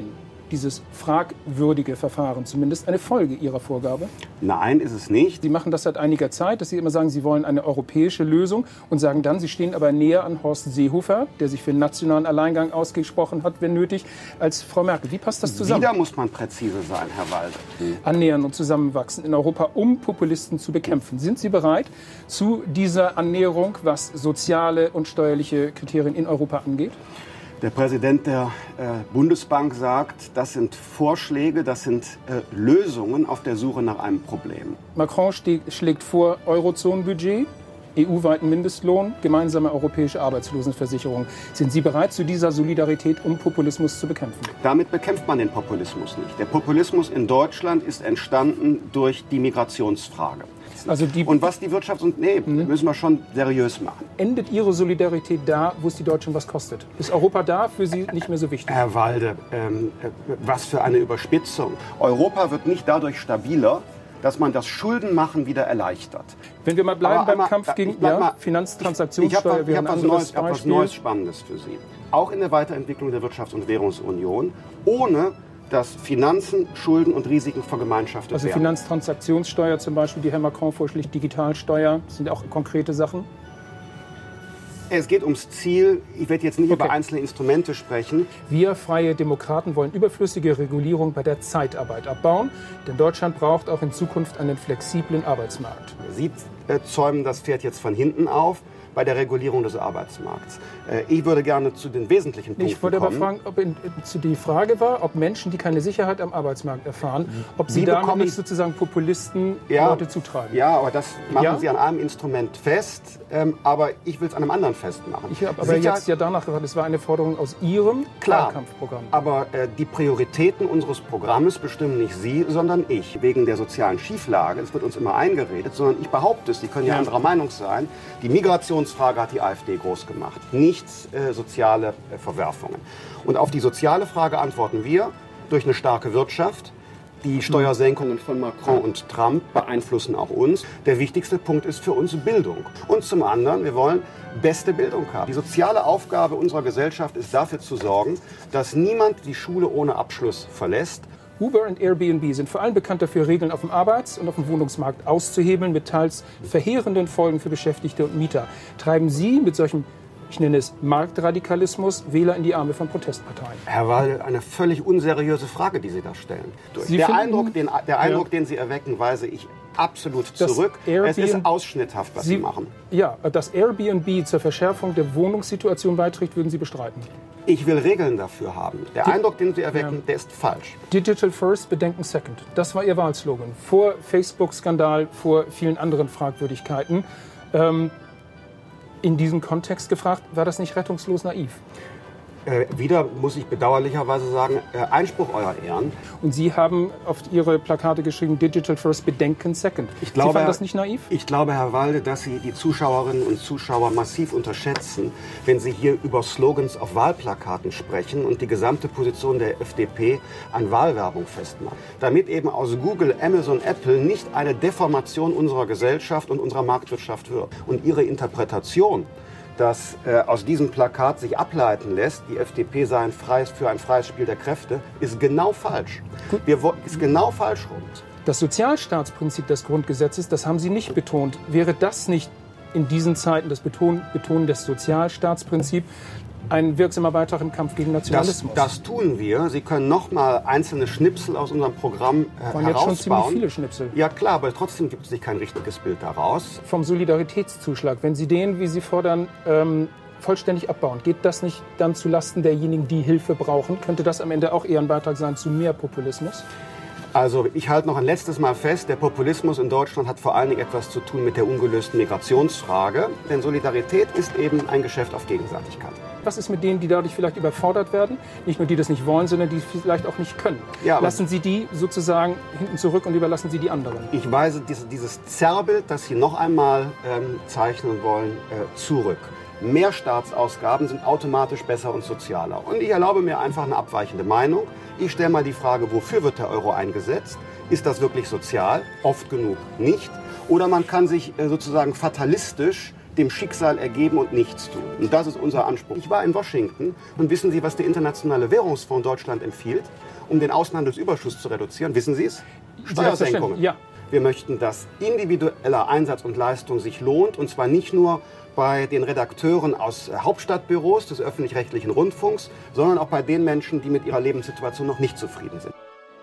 dieses fragwürdige Verfahren zumindest eine Folge Ihrer Vorgabe? Nein, ist es nicht. Sie machen das seit einiger Zeit, dass Sie immer sagen, Sie wollen eine europäische Lösung und sagen dann, Sie stehen aber näher an Horst Seehofer, der sich für einen nationalen Alleingang ausgesprochen hat, wenn nötig, als Frau Merkel. Wie passt das zusammen? Wieder muss man präzise sein, Herr Walde. Annähern und zusammenwachsen in Europa, um Populisten zu bekämpfen. Sind Sie bereit zu dieser Annäherung, was soziale und steuerliche Kriterien in Europa angeht? Der Präsident der Bundesbank sagt, das sind Vorschläge, das sind Lösungen auf der Suche nach einem Problem. Macron schlägt vor Eurozonenbudget, EU-weiten Mindestlohn, gemeinsame europäische Arbeitslosenversicherung. Sind Sie bereit zu dieser Solidarität, um Populismus zu bekämpfen? Damit bekämpft man den Populismus nicht. Der Populismus in Deutschland ist entstanden durch die Migrationsfrage. Und was die Wirtschaft müssen wir schon seriös machen. Endet Ihre Solidarität da, wo es die Deutschen was kostet? Ist Europa da für Sie nicht mehr so wichtig? Herr Walde, was für eine Überspitzung. Europa wird nicht dadurch stabiler, dass man das Schuldenmachen wieder erleichtert. Wenn wir mal bleiben beim Kampf gegen Finanztransaktionssteuer, ich habe was Neues, Spannendes für Sie. Auch in der Weiterentwicklung der Wirtschafts- und Währungsunion, ohne dass Finanzen, Schulden und Risiken vergemeinschaftet werden. Also Finanztransaktionssteuer zum Beispiel, die Herr Macron vorschlägt, Digitalsteuer, das sind auch konkrete Sachen? Es geht ums Ziel. Ich werde jetzt nicht über einzelne Instrumente sprechen. Wir Freie Demokraten wollen überflüssige Regulierung bei der Zeitarbeit abbauen. Denn Deutschland braucht auch in Zukunft einen flexiblen Arbeitsmarkt. Sie zäumen das Pferd jetzt von hinten auf bei der Regulierung des Arbeitsmarkts. Ich würde gerne zu den wesentlichen Punkten kommen. Ich wollte aber fragen, ob die Frage war, ob Menschen, die keine Sicherheit am Arbeitsmarkt erfahren, ob sie damit nicht sozusagen Populisten Leute zutreiben. Ja, aber das machen Sie an einem Instrument fest, aber ich will es an einem anderen festmachen. Ich habe aber jetzt danach gefragt, es war eine Forderung aus Ihrem Wahlkampfprogramm. Aber die Prioritäten unseres Programmes bestimmen nicht Sie, sondern ich. Wegen der sozialen Schieflage, das wird uns immer eingeredet, sondern ich behaupte es, die können ja anderer Meinung sein, die Migrationsfrage hat die AfD groß gemacht. Nichts soziale Verwerfungen. Und auf die soziale Frage antworten wir durch eine starke Wirtschaft. Die Steuersenkungen von Macron und Trump beeinflussen auch uns. Der wichtigste Punkt ist für uns Bildung. Und zum anderen, wir wollen beste Bildung haben. Die soziale Aufgabe unserer Gesellschaft ist dafür zu sorgen, dass niemand die Schule ohne Abschluss verlässt. Uber und Airbnb sind vor allem bekannt dafür, Regeln auf dem Arbeits- und auf dem Wohnungsmarkt auszuhebeln, mit teils verheerenden Folgen für Beschäftigte und Mieter. Treiben Sie mit solchem, ich nenne es Marktradikalismus, Wähler in die Arme von Protestparteien? Herr Walde, eine völlig unseriöse Frage, die Sie da stellen. Der Eindruck, den Sie erwecken, weise ich absolut zurück. Es ist ausschnitthaft, was Sie machen. Ja, dass Airbnb zur Verschärfung der Wohnungssituation beiträgt, würden Sie bestreiten? Ich will Regeln dafür haben. Der Eindruck, den Sie erwecken, der ist falsch. Digital first, Bedenken second. Das war Ihr Wahlslogan. Vor Facebook-Skandal, vor vielen anderen Fragwürdigkeiten. In diesem Kontext gefragt, war das nicht rettungslos naiv? Wieder muss ich bedauerlicherweise sagen, Einspruch, Euer Ehren. Und Sie haben auf Ihre Plakate geschrieben, Digital first, Bedenken second. Sie fanden das nicht naiv? Ich glaube, Herr Walde, dass Sie die Zuschauerinnen und Zuschauer massiv unterschätzen, wenn Sie hier über Slogans auf Wahlplakaten sprechen und die gesamte Position der FDP an Wahlwerbung festmachen. Damit eben aus Google, Amazon, Apple nicht eine Deformation unserer Gesellschaft und unserer Marktwirtschaft wird. Und Ihre Interpretation, dass aus diesem Plakat sich ableiten lässt, die FDP sei für ein freies Spiel der Kräfte, ist genau falsch. Ist genau falsch rum. Das Sozialstaatsprinzip des Grundgesetzes, das haben Sie nicht betont. Wäre das nicht in diesen Zeiten, das Betonen des Sozialstaatsprinzips, ein wirksamer Beitrag im Kampf gegen Nationalismus? Das tun wir. Sie können noch mal einzelne Schnipsel aus unserem Programm herausbauen. Jetzt schon ziemlich viele Schnipsel. Ja klar, aber trotzdem gibt es nicht kein richtiges Bild daraus. Vom Solidaritätszuschlag, wenn Sie den, wie Sie fordern, vollständig abbauen, geht das nicht dann zulasten derjenigen, die Hilfe brauchen? Könnte das am Ende auch eher ein Beitrag sein zu mehr Populismus? Also ich halte noch ein letztes Mal fest, der Populismus in Deutschland hat vor allen Dingen etwas zu tun mit der ungelösten Migrationsfrage. Denn Solidarität ist eben ein Geschäft auf Gegenseitigkeit. Was ist mit denen, die dadurch vielleicht überfordert werden? Nicht nur die das nicht wollen, sondern die vielleicht auch nicht können. Ja, lassen Sie die sozusagen hinten zurück und überlassen Sie die anderen? Ich weise dieses Zerrbild, das Sie noch einmal zeichnen wollen, zurück. Mehr Staatsausgaben sind automatisch besser und sozialer. Und ich erlaube mir einfach eine abweichende Meinung. Ich stelle mal die Frage, wofür wird der Euro eingesetzt? Ist das wirklich sozial? Oft genug nicht. Oder man kann sich sozusagen fatalistisch dem Schicksal ergeben und nichts tun. Und das ist unser Anspruch. Ich war in Washington und wissen Sie, was der Internationale Währungsfonds Deutschland empfiehlt, um den Außenhandelsüberschuss zu reduzieren? Wissen Sie es? Steuersenkungen. Ja. Wir möchten, dass individueller Einsatz und Leistung sich lohnt, und zwar nicht nur bei den Redakteuren aus Hauptstadtbüros des öffentlich-rechtlichen Rundfunks, sondern auch bei den Menschen, die mit ihrer Lebenssituation noch nicht zufrieden sind.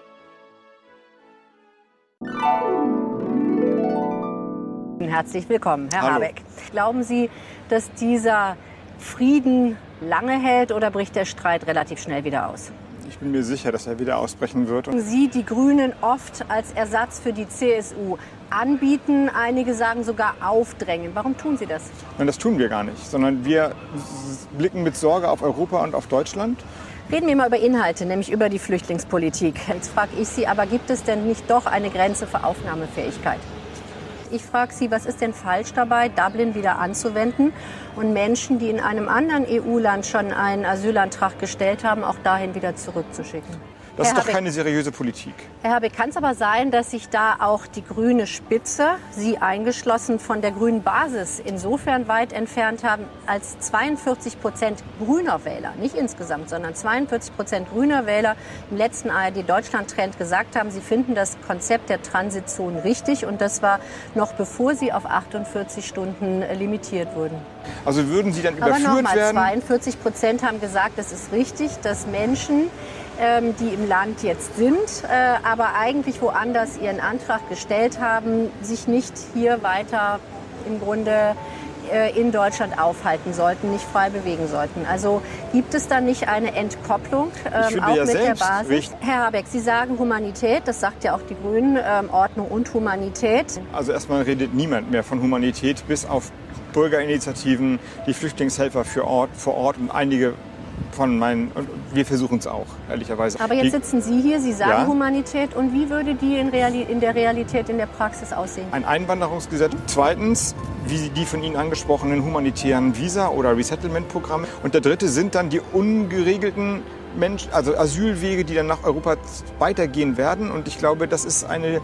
Herzlich willkommen, Herr Hallo. Habeck. Glauben Sie, dass dieser Frieden lange hält oder bricht der Streit relativ schnell wieder aus? Ich bin mir sicher, dass er wieder ausbrechen wird. Sie die Grünen oft als Ersatz für die CSU anbieten, einige sagen sogar aufdrängen. Warum tun Sie das? Nein, das tun wir gar nicht, sondern wir blicken mit Sorge auf Europa und auf Deutschland. Reden wir mal über Inhalte, nämlich über die Flüchtlingspolitik. Jetzt frage ich Sie, aber gibt es denn nicht doch eine Grenze für Aufnahmefähigkeit? Ich frage Sie, was ist denn falsch dabei, Dublin wieder anzuwenden und Menschen, die in einem anderen EU-Land schon einen Asylantrag gestellt haben, auch dahin wieder zurückzuschicken? Das ist doch keine seriöse Politik. Herr Habeck, kann es aber sein, dass sich da auch die grüne Spitze, Sie eingeschlossen, von der grünen Basis insofern weit entfernt haben, als 42% grüner Wähler, nicht insgesamt, sondern 42% grüner Wähler im letzten ARD-Deutschland-Trend gesagt haben, sie finden das Konzept der Transitzone richtig, und das war noch bevor sie auf 48 Stunden limitiert wurden. Also würden Sie dann überführt aber nochmal, werden? 42% haben gesagt, es ist richtig, dass Menschen, die im Land jetzt sind, aber eigentlich woanders ihren Antrag gestellt haben, sich nicht hier weiter im Grunde in Deutschland aufhalten sollten, nicht frei bewegen sollten. Also gibt es da nicht eine Entkopplung auch mit der Basis? Herr Habeck, Sie sagen Humanität, das sagt ja auch die Grünen, Ordnung und Humanität. Also erstmal redet niemand mehr von Humanität, bis auf Bürgerinitiativen, die Flüchtlingshelfer vor Ort und einige von meinen, und wir versuchen es auch, ehrlicherweise. Aber jetzt sitzen Sie hier, Sie sagen Humanität, und wie würde die in der Realität, in der Praxis aussehen? Ein Einwanderungsgesetz. Zweitens, wie die von Ihnen angesprochenen humanitären Visa- oder Resettlement-Programme. Und der dritte sind dann die ungeregelten also Asylwege, die dann nach Europa weitergehen werden. Und ich glaube, das ist eine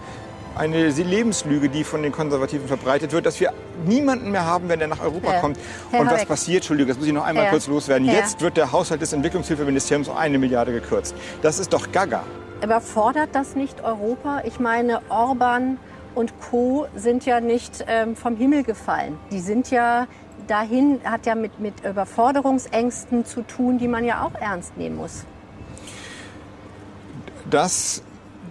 Lebenslüge, die von den Konservativen verbreitet wird, dass wir niemanden mehr haben, wenn der nach Europa kommt. Und was passiert, Entschuldigung, das muss ich noch einmal kurz loswerden. Jetzt wird der Haushalt des Entwicklungshilfeministeriums um 1 Milliarde gekürzt. Das ist doch Gaga. Aber fordert das nicht Europa? Ich meine, Orban und Co. sind ja nicht vom Himmel gefallen. Die sind ja dahin, hat ja mit Überforderungsängsten zu tun, die man ja auch ernst nehmen muss. Das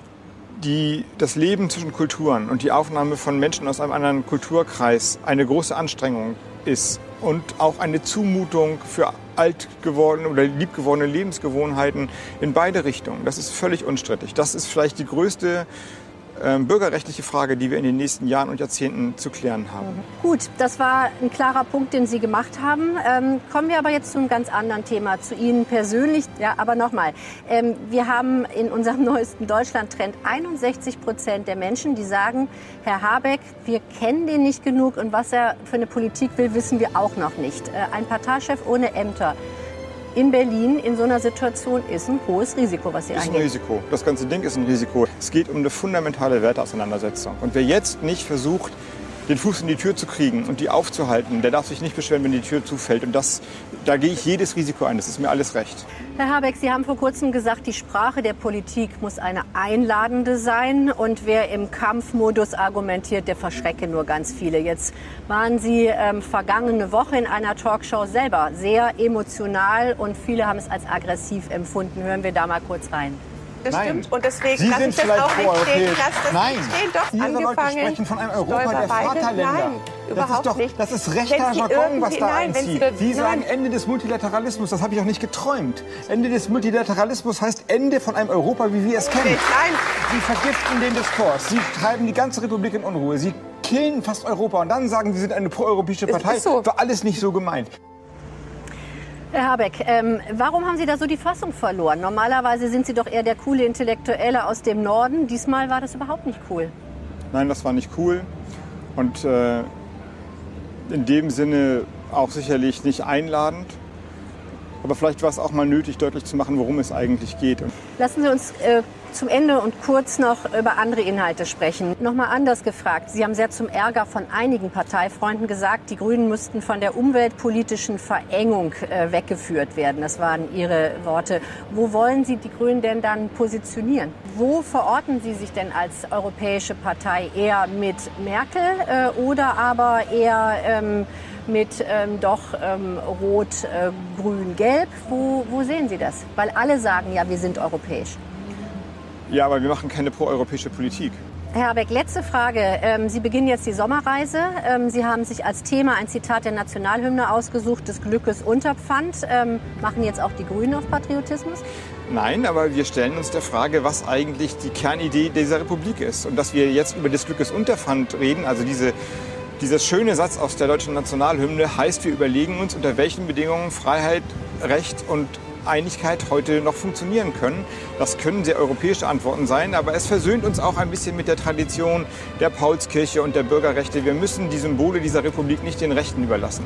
Leben zwischen Kulturen und die Aufnahme von Menschen aus einem anderen Kulturkreis eine große Anstrengung ist und auch eine Zumutung für alt gewordene oder liebgewordene Lebensgewohnheiten in beide Richtungen. Das ist völlig unstrittig. Das ist vielleicht die größte bürgerrechtliche Frage, die wir in den nächsten Jahren und Jahrzehnten zu klären haben. Gut, das war ein klarer Punkt, den Sie gemacht haben. Kommen wir aber jetzt zu einem ganz anderen Thema, zu Ihnen persönlich. Ja, aber nochmal, wir haben in unserem neuesten Deutschland-Trend 61% der Menschen, die sagen, Herr Habeck, wir kennen den nicht genug und was er für eine Politik will, wissen wir auch noch nicht. Ein Parteichef ohne Ämter in Berlin in so einer Situation ist ein hohes Risiko, was Sie eingehen. Ist ein Risiko. Das ganze Ding ist ein Risiko. Es geht um eine fundamentale Werteauseinandersetzung. Und wer jetzt nicht versucht, den Fuß in die Tür zu kriegen und die aufzuhalten, der darf sich nicht beschweren, wenn die Tür zufällt. Und da gehe ich jedes Risiko ein. Das ist mir alles recht. Herr Habeck, Sie haben vor kurzem gesagt, die Sprache der Politik muss eine einladende sein. Und wer im Kampfmodus argumentiert, der verschrecke nur ganz viele. Jetzt waren Sie vergangene Woche in einer Talkshow selber sehr emotional und viele haben es als aggressiv empfunden. Hören wir da mal kurz rein. Das Nein. stimmt. Und deswegen Sie lasse sind ich das vielleicht auch nicht stehen. pro-europäisch. Lass das nicht stehen. Doch, Ihre Leute angefangen. sprechen von einem Europa der Vaterländer. Nein, überhaupt nicht. Das ist Wenn rechter Sie Jargon, was da nein, wenn einzieht. Sie sagen Ende des Multilateralismus. Das habe ich auch nicht geträumt. Ende des Multilateralismus heißt Ende von einem Europa, wie wir es kennen. Nein. Sie vergiften den Diskurs. Sie treiben die ganze Republik in Unruhe. Sie killen fast Europa. Und dann sagen, Sie sind eine proeuropäische Partei. Ist so. War alles nicht so gemeint. Herr Habeck, warum haben Sie da so die Fassung verloren? Normalerweise sind Sie doch eher der coole Intellektuelle aus dem Norden. Diesmal war das überhaupt nicht cool. Nein, das war nicht cool. Und in dem Sinne auch sicherlich nicht einladend. Aber vielleicht war es auch mal nötig, deutlich zu machen, worum es eigentlich geht. Lassen Sie uns zum Ende und kurz noch über andere Inhalte sprechen. Nochmal anders gefragt. Sie haben sehr zum Ärger von einigen Parteifreunden gesagt, die Grünen müssten von der umweltpolitischen Verengung weggeführt werden. Das waren Ihre Worte. Wo wollen Sie die Grünen denn dann positionieren? Wo verorten Sie sich denn als europäische Partei? Eher mit Merkel oder aber eher mit Rot, Grün, Gelb? Wo sehen Sie das? Weil alle sagen ja, wir sind europäisch. Ja, aber wir machen keine proeuropäische Politik. Herr Habeck, letzte Frage. Sie beginnen jetzt die Sommerreise. Sie haben sich als Thema ein Zitat der Nationalhymne ausgesucht, des Glückes Unterpfand. Machen jetzt auch die Grünen auf Patriotismus? Nein, aber wir stellen uns der Frage, was eigentlich die Kernidee dieser Republik ist. Und dass wir jetzt über das Glückes Unterpfand reden, also dieser schöne Satz aus der deutschen Nationalhymne, heißt, wir überlegen uns, unter welchen Bedingungen Freiheit, Recht und Einigkeit heute noch funktionieren können. Das können sehr europäische Antworten sein, aber es versöhnt uns auch ein bisschen mit der Tradition der Paulskirche und der Bürgerrechte. Wir müssen die Symbole dieser Republik nicht den Rechten überlassen.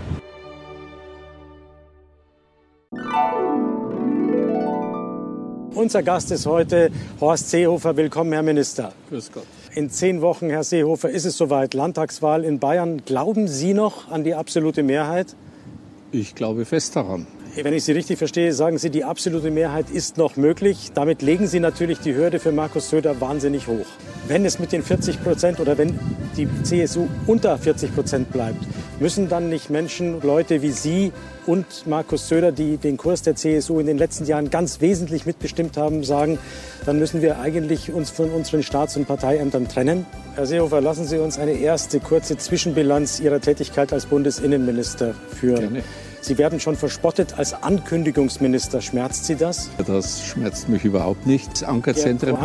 Unser Gast ist heute Horst Seehofer. Willkommen, Herr Minister. Grüß Gott. In 10 Wochen, Herr Seehofer, ist es soweit. Landtagswahl in Bayern. Glauben Sie noch an die absolute Mehrheit? Ich glaube fest daran. Wenn ich Sie richtig verstehe, sagen Sie, die absolute Mehrheit ist noch möglich. Damit legen Sie natürlich die Hürde für Markus Söder wahnsinnig hoch. Wenn es mit den 40% oder wenn die CSU unter 40% bleibt, müssen dann nicht Menschen, Leute wie Sie und Markus Söder, die den Kurs der CSU in den letzten Jahren ganz wesentlich mitbestimmt haben, sagen, dann müssen wir eigentlich uns von unseren Staats- und Parteiämtern trennen? Herr Seehofer, lassen Sie uns eine erste kurze Zwischenbilanz Ihrer Tätigkeit als Bundesinnenminister führen. Gerne. Sie werden schon verspottet als Ankündigungsminister. Schmerzt Sie das? Das schmerzt mich überhaupt nicht. Ankerzentren.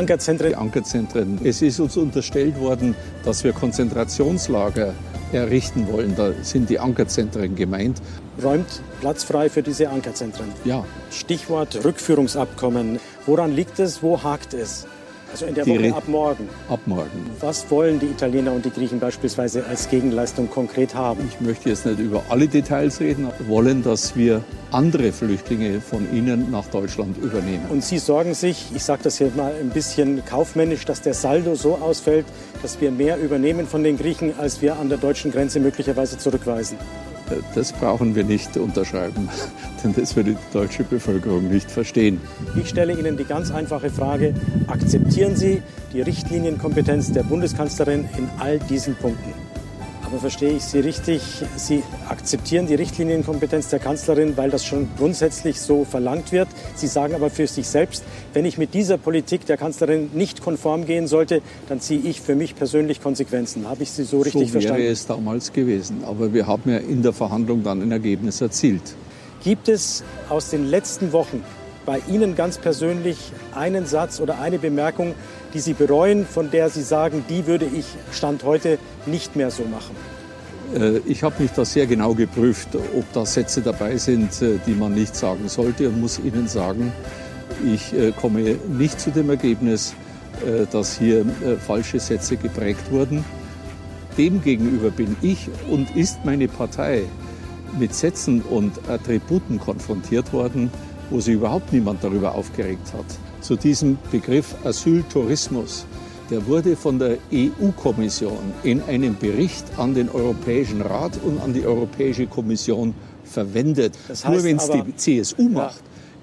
Es ist uns unterstellt worden, dass wir Konzentrationslager errichten wollen. Da sind die Ankerzentren gemeint. Räumt Platz frei für diese Ankerzentren? Ja. Stichwort Rückführungsabkommen. Woran liegt es? Wo hakt es? Also in der Woche ab morgen. Ab morgen. Was wollen die Italiener und die Griechen beispielsweise als Gegenleistung konkret haben? Ich möchte jetzt nicht über alle Details reden, aber wollen, dass wir andere Flüchtlinge von ihnen nach Deutschland übernehmen. Und Sie sorgen sich, ich sage das hier mal ein bisschen kaufmännisch, dass der Saldo so ausfällt, dass wir mehr übernehmen von den Griechen, als wir an der deutschen Grenze möglicherweise zurückweisen. Das brauchen wir nicht unterschreiben, denn das würde die deutsche Bevölkerung nicht verstehen. Ich stelle Ihnen die ganz einfache Frage, akzeptieren Sie die Richtlinienkompetenz der Bundeskanzlerin in all diesen Punkten? Aber verstehe ich Sie richtig, Sie akzeptieren die Richtlinienkompetenz der Kanzlerin, weil das schon grundsätzlich so verlangt wird. Sie sagen aber für sich selbst, wenn ich mit dieser Politik der Kanzlerin nicht konform gehen sollte, dann ziehe ich für mich persönlich Konsequenzen. Habe ich Sie so richtig verstanden? So wäre es damals gewesen. Aber wir haben ja in der Verhandlung dann ein Ergebnis erzielt. Gibt es aus den letzten Wochen bei Ihnen ganz persönlich einen Satz oder eine Bemerkung, die Sie bereuen, von der Sie sagen, die würde ich Stand heute nicht mehr so machen? Ich habe mich da sehr genau geprüft, ob da Sätze dabei sind, die man nicht sagen sollte, und muss Ihnen sagen, ich komme nicht zu dem Ergebnis, dass hier falsche Sätze geprägt wurden. Demgegenüber bin ich und ist meine Partei mit Sätzen und Attributen konfrontiert worden, wo sich überhaupt niemand darüber aufgeregt hat. Zu diesem Begriff Asyltourismus, der wurde von der EU-Kommission in einem Bericht an den Europäischen Rat und an die Europäische Kommission verwendet. Das heißt, nur wenn es die CSU macht,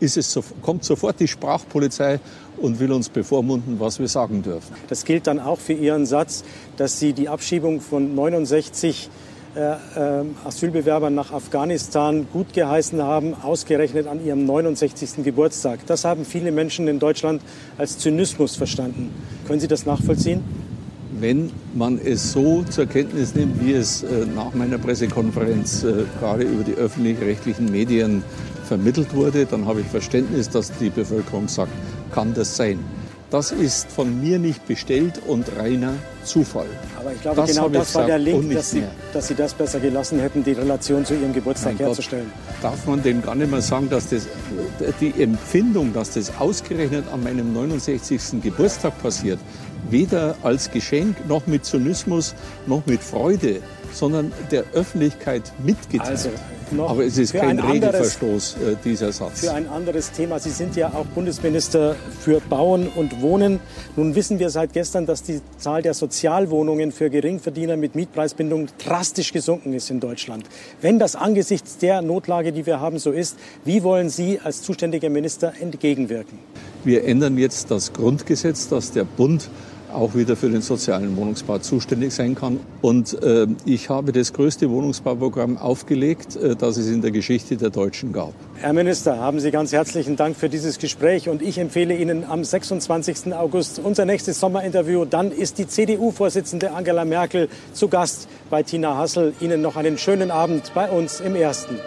kommt sofort die Sprachpolizei und will uns bevormunden, was wir sagen dürfen. Das gilt dann auch für Ihren Satz, dass Sie die Abschiebung von 69 Asylbewerbern nach Afghanistan gut geheißen haben, ausgerechnet an ihrem 69. Geburtstag. Das haben viele Menschen in Deutschland als Zynismus verstanden. Können Sie das nachvollziehen? Wenn man es so zur Kenntnis nimmt, wie es nach meiner Pressekonferenz gerade über die öffentlich-rechtlichen Medien vermittelt wurde, dann habe ich Verständnis, dass die Bevölkerung sagt, kann das sein? Das ist von mir nicht bestellt und reiner Zufall. Aber ich glaube, genau das war der Link, dass Sie das besser gelassen hätten, die Relation zu Ihrem Geburtstag herzustellen. Darf man denn gar nicht mehr sagen, dass die Empfindung, dass das ausgerechnet an meinem 69. Geburtstag passiert, weder als Geschenk noch mit Zynismus noch mit Freude, sondern der Öffentlichkeit mitgeteilt. Also aber es ist kein Regelverstoß, dieser Satz. Für ein anderes Thema. Sie sind ja auch Bundesminister für Bauen und Wohnen. Nun wissen wir seit gestern, dass die Zahl der Sozialwohnungen für Geringverdiener mit Mietpreisbindung drastisch gesunken ist in Deutschland. Wenn das angesichts der Notlage, die wir haben, so ist, wie wollen Sie als zuständiger Minister entgegenwirken? Wir ändern jetzt das Grundgesetz, dass der Bund auch wieder für den sozialen Wohnungsbau zuständig sein kann. Und ich habe das größte Wohnungsbauprogramm aufgelegt, das es in der Geschichte der Deutschen gab. Herr Minister, haben Sie ganz herzlichen Dank für dieses Gespräch. Und ich empfehle Ihnen am 26. August unser nächstes Sommerinterview. Dann ist die CDU-Vorsitzende Angela Merkel zu Gast bei Tina Hassel. Ihnen noch einen schönen Abend bei uns im Ersten.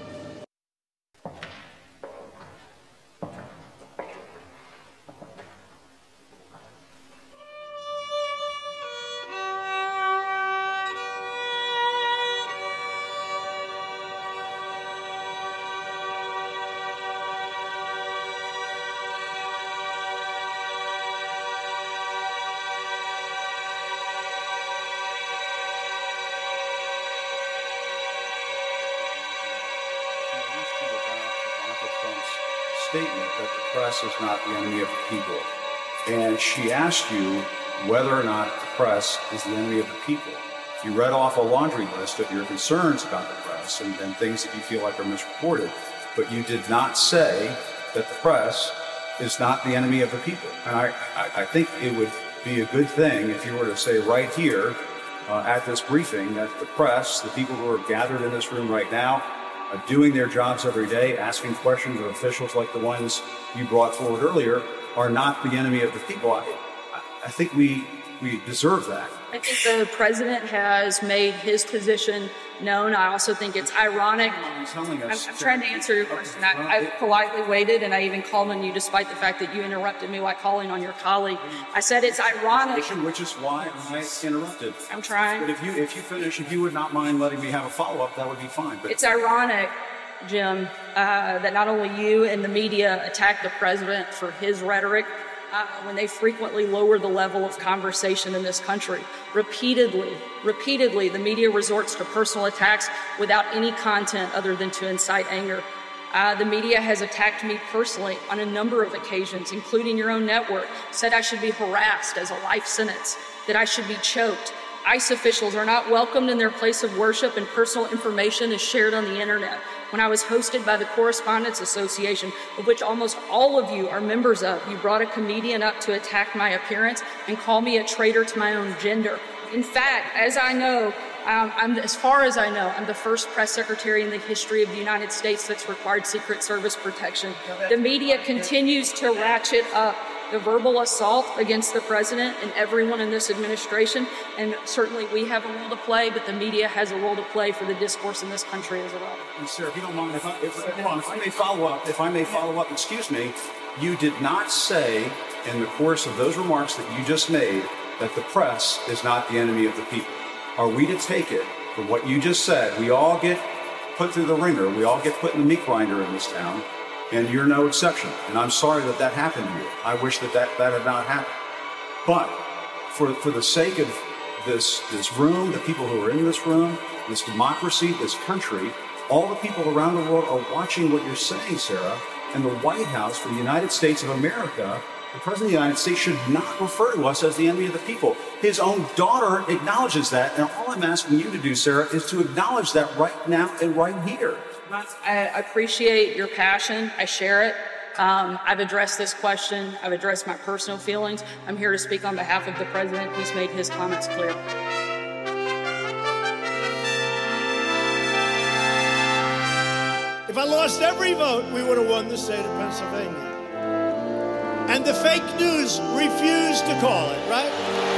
Statement that the press is not the enemy of the people. And she asked you whether or not the press is the enemy of the people. You read off a laundry list of your concerns about the press and things that you feel like are misreported, but you did not say that the press is not the enemy of the people. And I think it would be a good thing if you were to say right here at this briefing that the press, the people who are gathered in this room right now, doing their jobs every day, asking questions of officials like the ones you brought forward earlier, are not the enemy of the people. I think we deserve that. I think the president has made his position known. I also think it's ironic. I'm trying to answer your question. I politely waited, and I even called on you despite the fact that you interrupted me while calling on your colleague. I said it's ironic. Which is why I interrupted. I'm trying. But if you finish, if you would not mind letting me have a follow-up, that would be fine. But it's ironic, Jim, that not only you and the media attack the president for his rhetoric, when they frequently lower the level of conversation in this country. Repeatedly, the media resorts to personal attacks without any content other than to incite anger. The media has attacked me personally on a number of occasions, including your own network, said I should be harassed as a life sentence, that I should be choked. ICE officials are not welcomed in their place of worship, and personal information is shared on the internet. When I was hosted by the Correspondents Association, of which almost all of you are members of, you brought a comedian up to attack my appearance and call me a traitor to my own gender. In fact, as I know, as far as I know, I'm the first press secretary in the history of the United States that's required Secret Service protection. The media continues to ratchet up the verbal assault against the president and everyone in this administration, and certainly we have a role to play, but the media has a role to play for the discourse in this country as well. And sir, if you don't mind, if I may follow up, excuse me, you did not say in the course of those remarks that you just made that the press is not the enemy of the people. Are we to take it from what you just said? We all get put through the ringer. We all get put in the meat grinder in this town. And you're no exception. And I'm sorry that that happened to you. I wish that had not happened. But for the sake of this room, the people who are in this room, this democracy, this country, all the people around the world are watching what you're saying, Sarah. And the White House for the United States of America, the President of the United States should not refer to us as the enemy of the people. His own daughter acknowledges that. And all I'm asking you to do, Sarah, is to acknowledge that right now and right here. I appreciate your passion. I share it. I've addressed this question. I've addressed my personal feelings. I'm here to speak on behalf of the president. He's made his comments clear. If I lost every vote, we would have won the state of Pennsylvania. And the fake news refused to call it, right?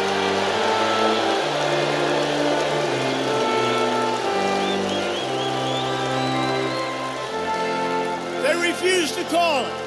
They refused to call it.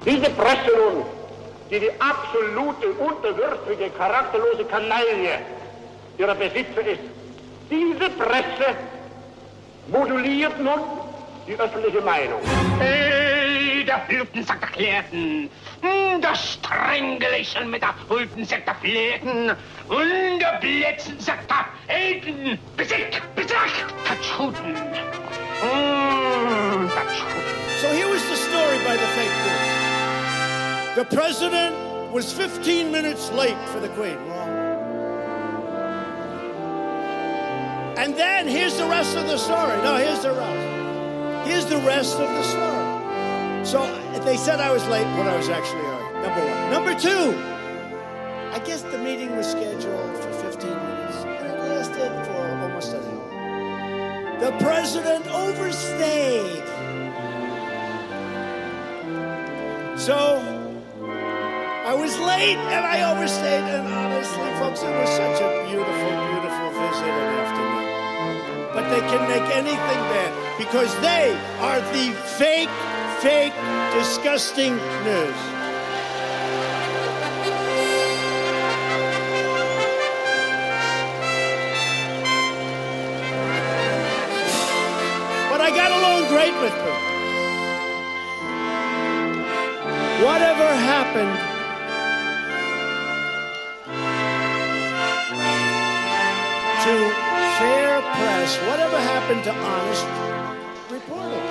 Diese Presse nun, die absolute, unterwürfige, charakterlose Kanaille ihrer Besitzer ist, diese Presse moduliert nun die öffentliche Meinung. Der Blütensack der Klärten, das strenge Lächeln mit der Blütensack der Fleten und der Blätzensack der Elten, Besick, Tatschuten. So here was the story by the fake news. The president was 15 minutes late for the Queen. Wrong. And then here's the rest of the story. No, here's the rest. Here's the rest of the story. So they said I was late when I was actually early. Number one. Number two, I guess the meeting was scheduled for 15 minutes and it lasted for almost an hour. The president overstayed. So I was late and I overstayed, and honestly, folks, it was such a beautiful, beautiful visit and afternoon. But they can make anything bad because they are the fake, disgusting news. But I got along great with them. Whatever happened to fair press, whatever happened to honest reporting?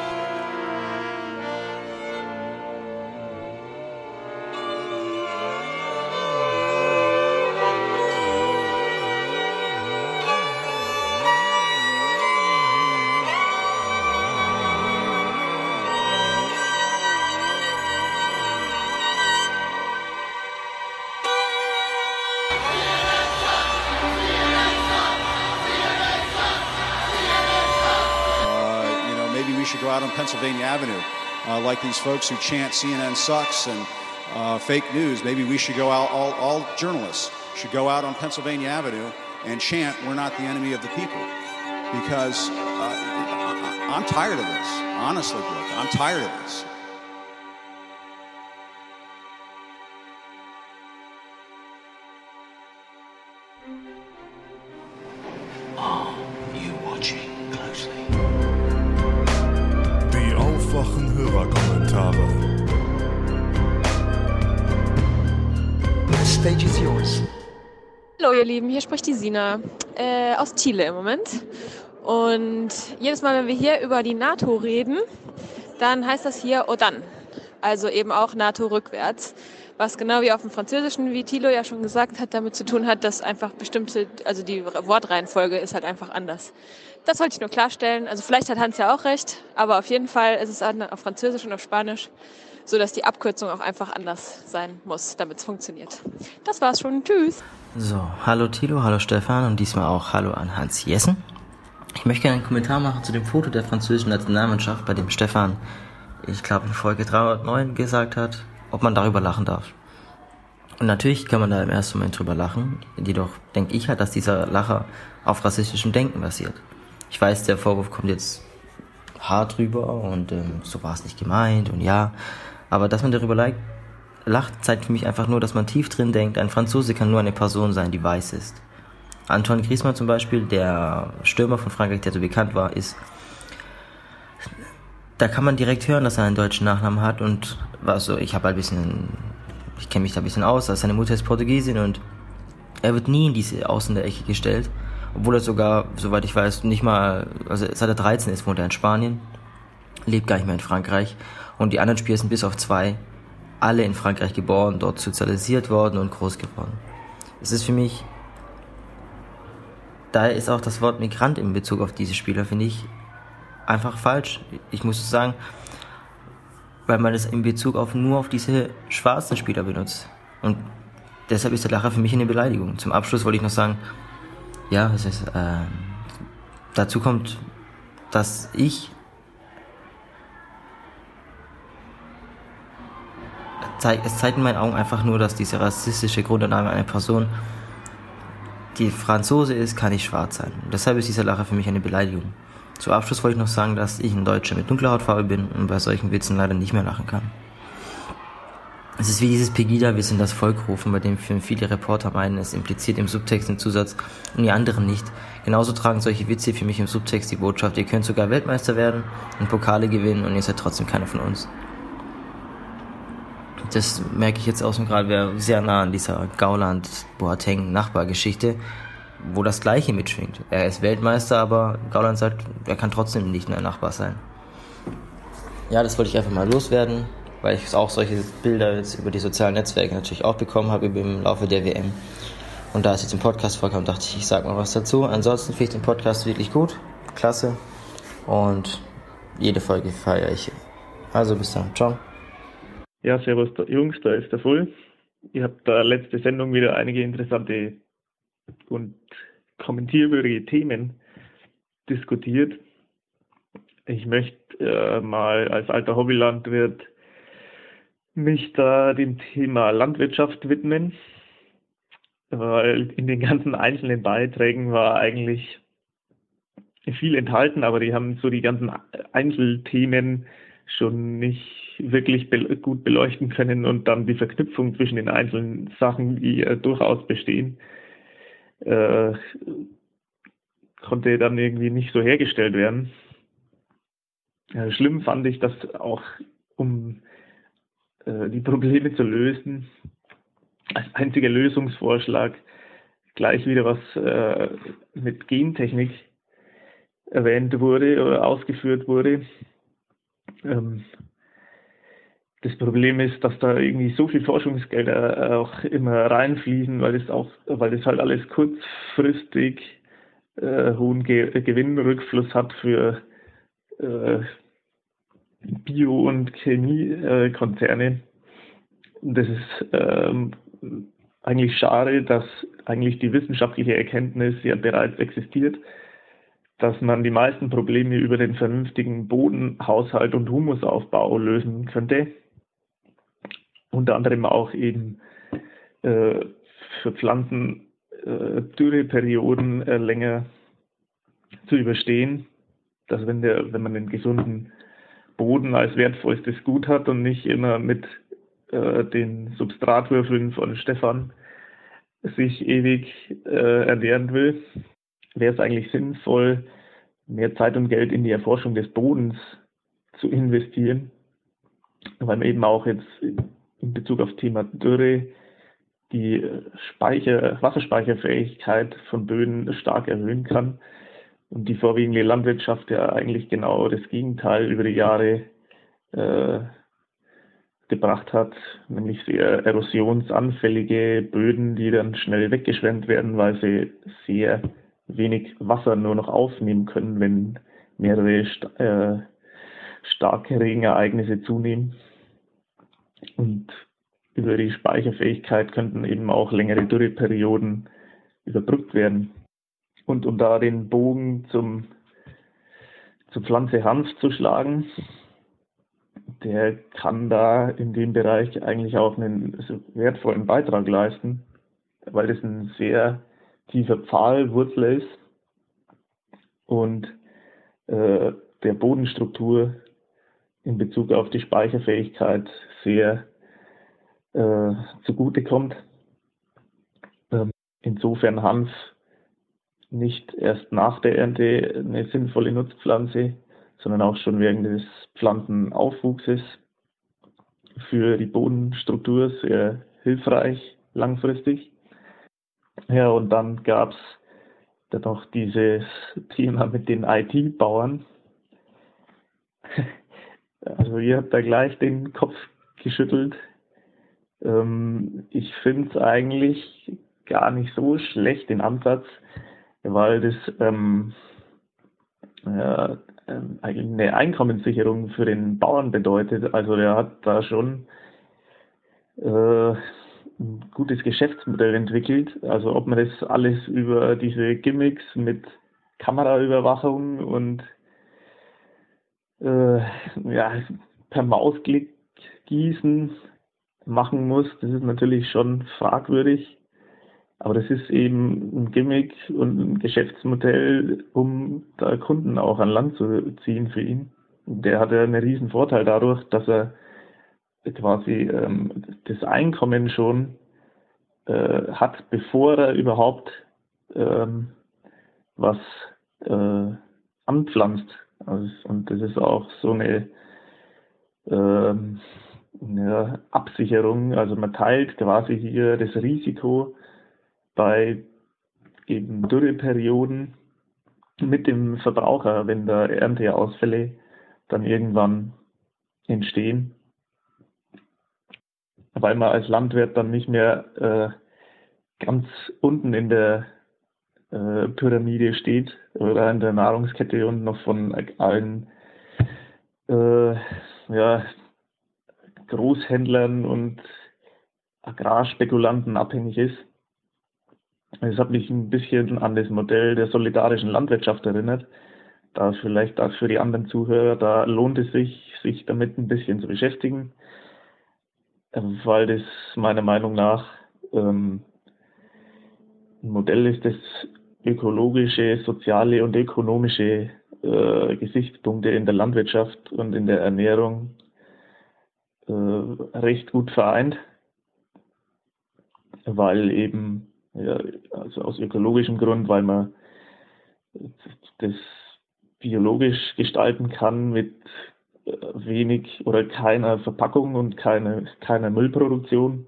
Out on Pennsylvania Avenue, like these folks who chant CNN sucks and fake news. Maybe we should go out, all journalists should go out on Pennsylvania Avenue and chant, we're not the enemy of the people. Because I'm tired of this. Honestly, Brooke, I'm tired of this. Are you watching closely? Aufwachen Hörerkommentare. The stage is yours. Hallo ihr Lieben, hier spricht die Sina aus Chile im Moment. Und jedes Mal, wenn wir hier über die NATO reden, dann heißt das hier OTAN. Also eben auch NATO rückwärts. Was genau wie auf dem Französischen, wie Thilo ja schon gesagt hat, damit zu tun hat, dass einfach bestimmte, also die Wortreihenfolge ist halt einfach anders. Das wollte ich nur klarstellen. Also vielleicht hat Hans ja auch recht, aber auf jeden Fall ist es auf Französisch und auf Spanisch so, dass die Abkürzung auch einfach anders sein muss, damit es funktioniert. Das war's schon. Tschüss. So, hallo Thilo, hallo Stefan und diesmal auch hallo an Hans Jessen. Ich möchte gerne einen Kommentar machen zu dem Foto der französischen Nationalmannschaft, bei dem Stefan, ich glaube in Folge 309 gesagt hat, ob man darüber lachen darf. Und natürlich kann man da im ersten Moment drüber lachen, jedoch denke ich halt, dass dieser Lacher auf rassistischem Denken basiert. Ich weiß, der Vorwurf kommt jetzt hart rüber und so war es nicht gemeint und ja, aber dass man darüber lacht, zeigt für mich einfach nur, dass man tief drin denkt, ein Franzose kann nur eine Person sein, die weiß ist. Antoine Griezmann zum Beispiel, der Stürmer von Frankreich, der so bekannt war, da kann man direkt hören, dass er einen deutschen Nachnamen hat und also ich kenne mich da ein bisschen aus, seine Mutter ist Portugiesin und er wird nie in diese Außenecke gestellt. Obwohl er sogar, soweit ich weiß, nicht mal, also seit er 13 ist, wohnt er in Spanien, lebt gar nicht mehr in Frankreich. Und die anderen Spieler sind bis auf 2 alle in Frankreich geboren, dort sozialisiert worden und groß geworden. Es ist für mich, daher ist auch das Wort Migrant in Bezug auf diese Spieler, finde ich, einfach falsch. Ich muss es sagen, weil man es in Bezug nur auf diese schwarzen Spieler benutzt. Und deshalb ist der Lacher für mich eine Beleidigung. Zum Abschluss wollte ich noch sagen, ja, dazu kommt, dass es zeigt in meinen Augen einfach nur, dass diese rassistische Grundannahme einer Person, die Franzose ist, kann nicht schwarz sein. Und deshalb ist dieser Lacher für mich eine Beleidigung. Zum Abschluss wollte ich noch sagen, dass ich ein Deutscher mit dunkler Hautfarbe bin und bei solchen Witzen leider nicht mehr lachen kann. Es ist wie dieses Pegida, wir sind das Volk rufen, bei dem viele Reporter meinen, es impliziert im Subtext den Zusatz und die anderen nicht. Genauso tragen solche Witze für mich im Subtext die Botschaft, ihr könnt sogar Weltmeister werden und Pokale gewinnen und ihr seid trotzdem keiner von uns. Das merke ich jetzt aus dem Grad, wäre sehr nah an dieser Gauland-Boateng-Nachbargeschichte, wo das Gleiche mitschwingt. Er ist Weltmeister, aber Gauland sagt, er kann trotzdem nicht mehr Nachbar sein. Ja, das wollte ich einfach mal loswerden, weil ich auch solche Bilder jetzt über die sozialen Netzwerke natürlich auch bekommen habe im Laufe der WM. Und da es jetzt im Podcast vorkam, dachte ich sag mal was dazu. Ansonsten finde ich den Podcast wirklich gut, klasse und jede Folge feiere ich. Also bis dann, ciao. Ja, servus Jungs, da ist der Full. Ihr habt da letzte Sendung wieder einige interessante und kommentierwürdige Themen diskutiert. Ich möchte mal als alter Hobbylandwirt mich da dem Thema Landwirtschaft widmen, weil in den ganzen einzelnen Beiträgen war eigentlich viel enthalten, aber die haben so die ganzen Einzelthemen schon nicht wirklich gut beleuchten können und dann die Verknüpfung zwischen den einzelnen Sachen, die durchaus bestehen, konnte dann irgendwie nicht so hergestellt werden. Schlimm fand ich, dass auch um die Probleme zu lösen, als einziger Lösungsvorschlag gleich wieder was mit Gentechnik erwähnt wurde oder ausgeführt wurde. Das Problem ist, dass da irgendwie so viel Forschungsgelder auch immer reinfließen, weil das halt alles kurzfristig hohen Gewinnrückfluss hat für Bio- und Chemiekonzerne. Das ist eigentlich schade, dass eigentlich die wissenschaftliche Erkenntnis ja bereits existiert, dass man die meisten Probleme über den vernünftigen Bodenhaushalt und Humusaufbau lösen könnte. Unter anderem auch eben für Pflanzen Dürreperioden länger zu überstehen, dass wenn man den gesunden Boden als wertvollstes Gut hat und nicht immer mit den Substratwürfeln von Stefan sich ewig ernähren will, wäre es eigentlich sinnvoll, mehr Zeit und Geld in die Erforschung des Bodens zu investieren, weil man eben auch jetzt in Bezug auf Thema Dürre die Wasserspeicherfähigkeit von Böden stark erhöhen kann und die vorwiegende Landwirtschaft ja eigentlich genau das Gegenteil über die Jahre gebracht hat, nämlich sehr erosionsanfällige Böden, die dann schnell weggeschwemmt werden, weil sie sehr wenig Wasser nur noch aufnehmen können, wenn mehrere starke Regenereignisse zunehmen. Und über die Speicherfähigkeit könnten eben auch längere Dürreperioden überbrückt werden. Und um da den Bogen zur Pflanze Hanf zu schlagen, der kann da in dem Bereich eigentlich auch einen wertvollen Beitrag leisten, weil das ein sehr tiefer Pfahlwurzel ist und der Bodenstruktur in Bezug auf die Speicherfähigkeit sehr zugutekommt. Insofern Hanf nicht erst nach der Ernte eine sinnvolle Nutzpflanze, sondern auch schon während des Pflanzenaufwuchses für die Bodenstruktur sehr hilfreich langfristig. Ja, und dann gab es dann noch dieses Thema mit den IT-Bauern. Also ihr habt da gleich den Kopf geschüttelt. Ich finde es eigentlich gar nicht so schlecht, den Ansatz, weil das eigentlich eine Einkommenssicherung für den Bauern bedeutet. Also der hat da schon ein gutes Geschäftsmodell entwickelt. Also ob man das alles über diese Gimmicks mit Kameraüberwachung und per Mausklick gießen machen muss, das ist natürlich schon fragwürdig. Aber das ist eben ein Gimmick und ein Geschäftsmodell, um da Kunden auch an Land zu ziehen für ihn. Der hat ja einen riesen Vorteil dadurch, dass er quasi das Einkommen schon hat, bevor er überhaupt was anpflanzt. Also, und das ist auch so eine Absicherung. Also man teilt quasi hier das Risiko bei eben Dürreperioden mit dem Verbraucher, wenn da Ernteausfälle dann irgendwann entstehen, weil man als Landwirt dann nicht mehr ganz unten in der Pyramide steht oder in der Nahrungskette und noch von allen Großhändlern und Agrarspekulanten abhängig ist. Es hat mich ein bisschen an das Modell der solidarischen Landwirtschaft erinnert. Da vielleicht auch für die anderen Zuhörer, da lohnt es sich damit ein bisschen zu beschäftigen, weil das meiner Meinung nach ein Modell ist, das ökologische, soziale und ökonomische Gesichtspunkte in der Landwirtschaft und in der Ernährung recht gut vereint, weil eben, also aus ökologischem Grund, weil man das biologisch gestalten kann mit wenig oder keiner Verpackung und keiner Müllproduktion.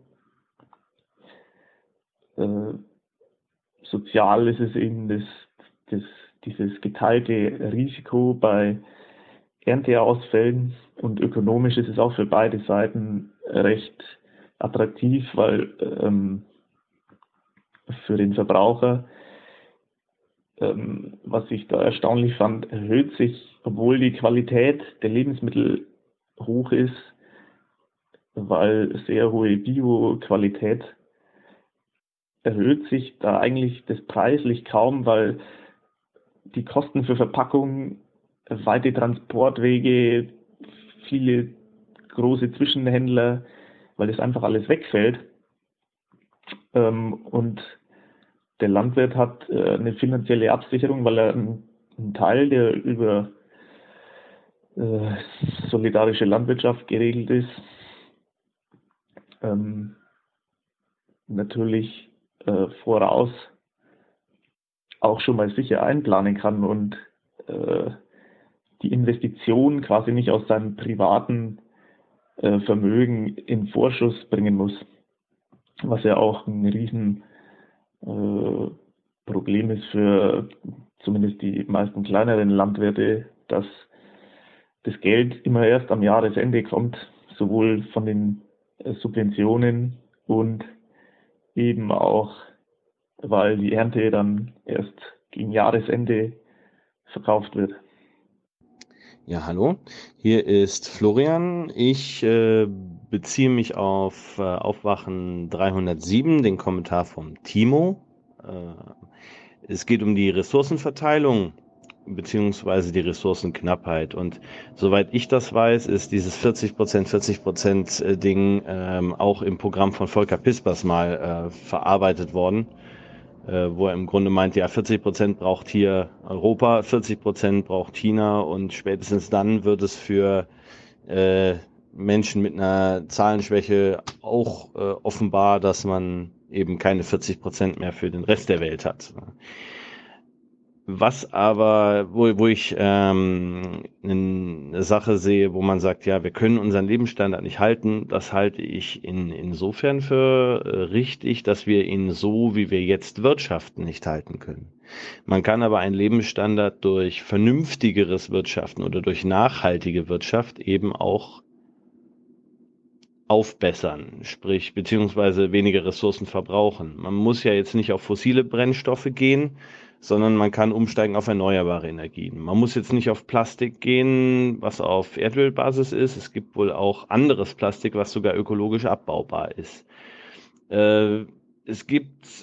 Sozial ist es eben dieses geteilte Risiko bei Ernteausfällen, und ökonomisch ist es auch für beide Seiten recht attraktiv, weil für den Verbraucher, was ich da erstaunlich fand, erhöht sich, obwohl die Qualität der Lebensmittel hoch ist, weil sehr hohe Bio-Qualität, erhöht sich da eigentlich das preislich kaum, weil die Kosten für Verpackung, weite Transportwege, viele große Zwischenhändler, weil das einfach alles wegfällt. Und der Landwirt hat eine finanzielle Absicherung, weil er einen Teil, der über solidarische Landwirtschaft geregelt ist, natürlich voraus auch schon mal sicher einplanen kann und die Investition quasi nicht aus seinem privaten Vermögen in Vorschuss bringen muss, was ja auch ein riesen Problem ist für zumindest die meisten kleineren Landwirte, dass das Geld immer erst am Jahresende kommt, sowohl von den Subventionen und eben auch, weil die Ernte dann erst gegen Jahresende verkauft wird. Ja, hallo, hier ist Florian. Ich beziehe mich auf Aufwachen 307, den Kommentar vom Timo. Es geht um die Ressourcenverteilung beziehungsweise die Ressourcenknappheit. Und soweit ich das weiß, ist dieses 40% Ding auch im Programm von Volker Pispers mal verarbeitet worden, wo er im Grunde meint, ja, 40% braucht hier Europa, 40% braucht China, und spätestens dann wird es für Menschen mit einer Zahlenschwäche auch offenbar, dass man eben keine 40% mehr für den Rest der Welt hat. Was aber, wo ich eine Sache sehe, wo man sagt, ja, wir können unseren Lebensstandard nicht halten, das halte ich insofern für richtig, dass wir ihn so, wie wir jetzt wirtschaften, nicht halten können. Man kann aber einen Lebensstandard durch vernünftigeres Wirtschaften oder durch nachhaltige Wirtschaft eben auch aufbessern, sprich beziehungsweise weniger Ressourcen verbrauchen. Man muss ja jetzt nicht auf fossile Brennstoffe gehen, sondern man kann umsteigen auf erneuerbare Energien. Man muss jetzt nicht auf Plastik gehen, was auf Erdölbasis ist. Es gibt wohl auch anderes Plastik, was sogar ökologisch abbaubar ist. Es gibt,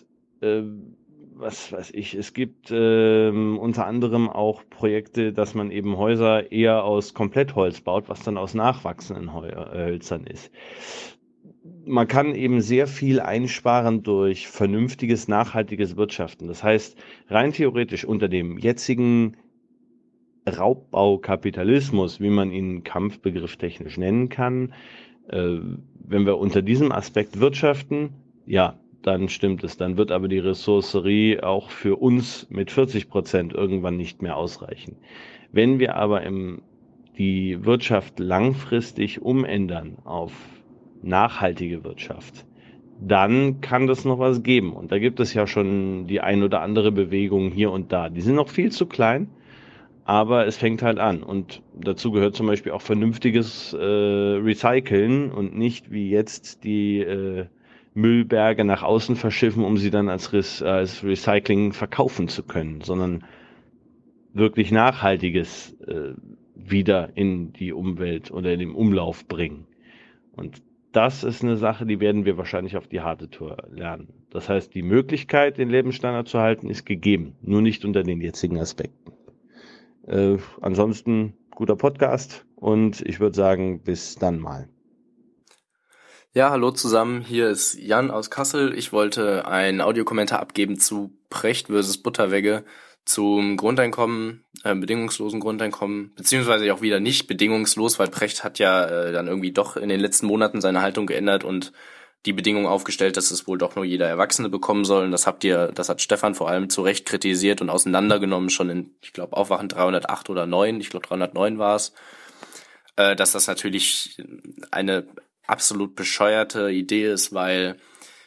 unter anderem auch Projekte, dass man eben Häuser eher aus Komplettholz baut, was dann aus nachwachsenden Hölzern ist. Man kann eben sehr viel einsparen durch vernünftiges, nachhaltiges Wirtschaften. Das heißt, rein theoretisch unter dem jetzigen Raubbaukapitalismus, wie man ihn kampfbegrifftechnisch nennen kann, Wenn wir unter diesem Aspekt wirtschaften, ja, dann stimmt es. Dann wird aber die Ressourcerie auch für uns mit 40% irgendwann nicht mehr ausreichen. Wenn wir aber die Wirtschaft langfristig umändern auf nachhaltige Wirtschaft, dann kann das noch was geben. Und da gibt es ja schon die ein oder andere Bewegung hier und da. Die sind noch viel zu klein, aber es fängt halt an. Und dazu gehört zum Beispiel auch vernünftiges Recyceln und nicht wie jetzt die Müllberge nach außen verschiffen, um sie dann als Recycling verkaufen zu können, sondern wirklich Nachhaltiges wieder in die Umwelt oder in den Umlauf bringen. Und das ist eine Sache, die werden wir wahrscheinlich auf die harte Tour lernen. Das heißt, die Möglichkeit, den Lebensstandard zu halten, ist gegeben, nur nicht unter den jetzigen Aspekten. Ansonsten guter Podcast und ich würde sagen, bis dann mal. Ja, hallo zusammen, hier ist Jan aus Kassel. Ich wollte einen Audiokommentar abgeben zu Precht versus Butterwegge zum Grundeinkommen, bedingungslosen Grundeinkommen, beziehungsweise auch wieder nicht bedingungslos, weil Precht hat ja dann irgendwie doch in den letzten Monaten seine Haltung geändert und die Bedingung aufgestellt, dass es wohl doch nur jeder Erwachsene bekommen soll. Und das hat Stefan vor allem zu Recht kritisiert und auseinandergenommen, schon in, ich glaube, Aufwachen 308 oder 9, ich glaube 309 war es, dass das natürlich eine absolut bescheuerte Idee ist, weil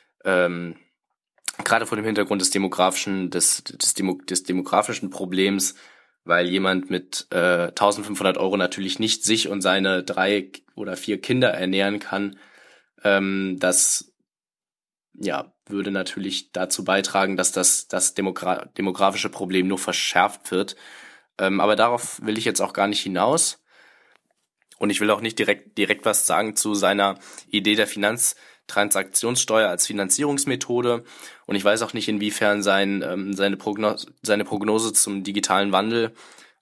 gerade vor dem Hintergrund des demografischen Problems, weil jemand mit 1.500 Euro natürlich nicht sich und seine 3 oder 4 Kinder ernähren kann, das würde natürlich dazu beitragen, dass das demografische Problem nur verschärft wird. Aber darauf will ich jetzt auch gar nicht hinaus. Und ich will auch nicht direkt was sagen zu seiner Idee der Finanztransaktionssteuer als Finanzierungsmethode. Und ich weiß auch nicht, inwiefern seine Prognose zum digitalen Wandel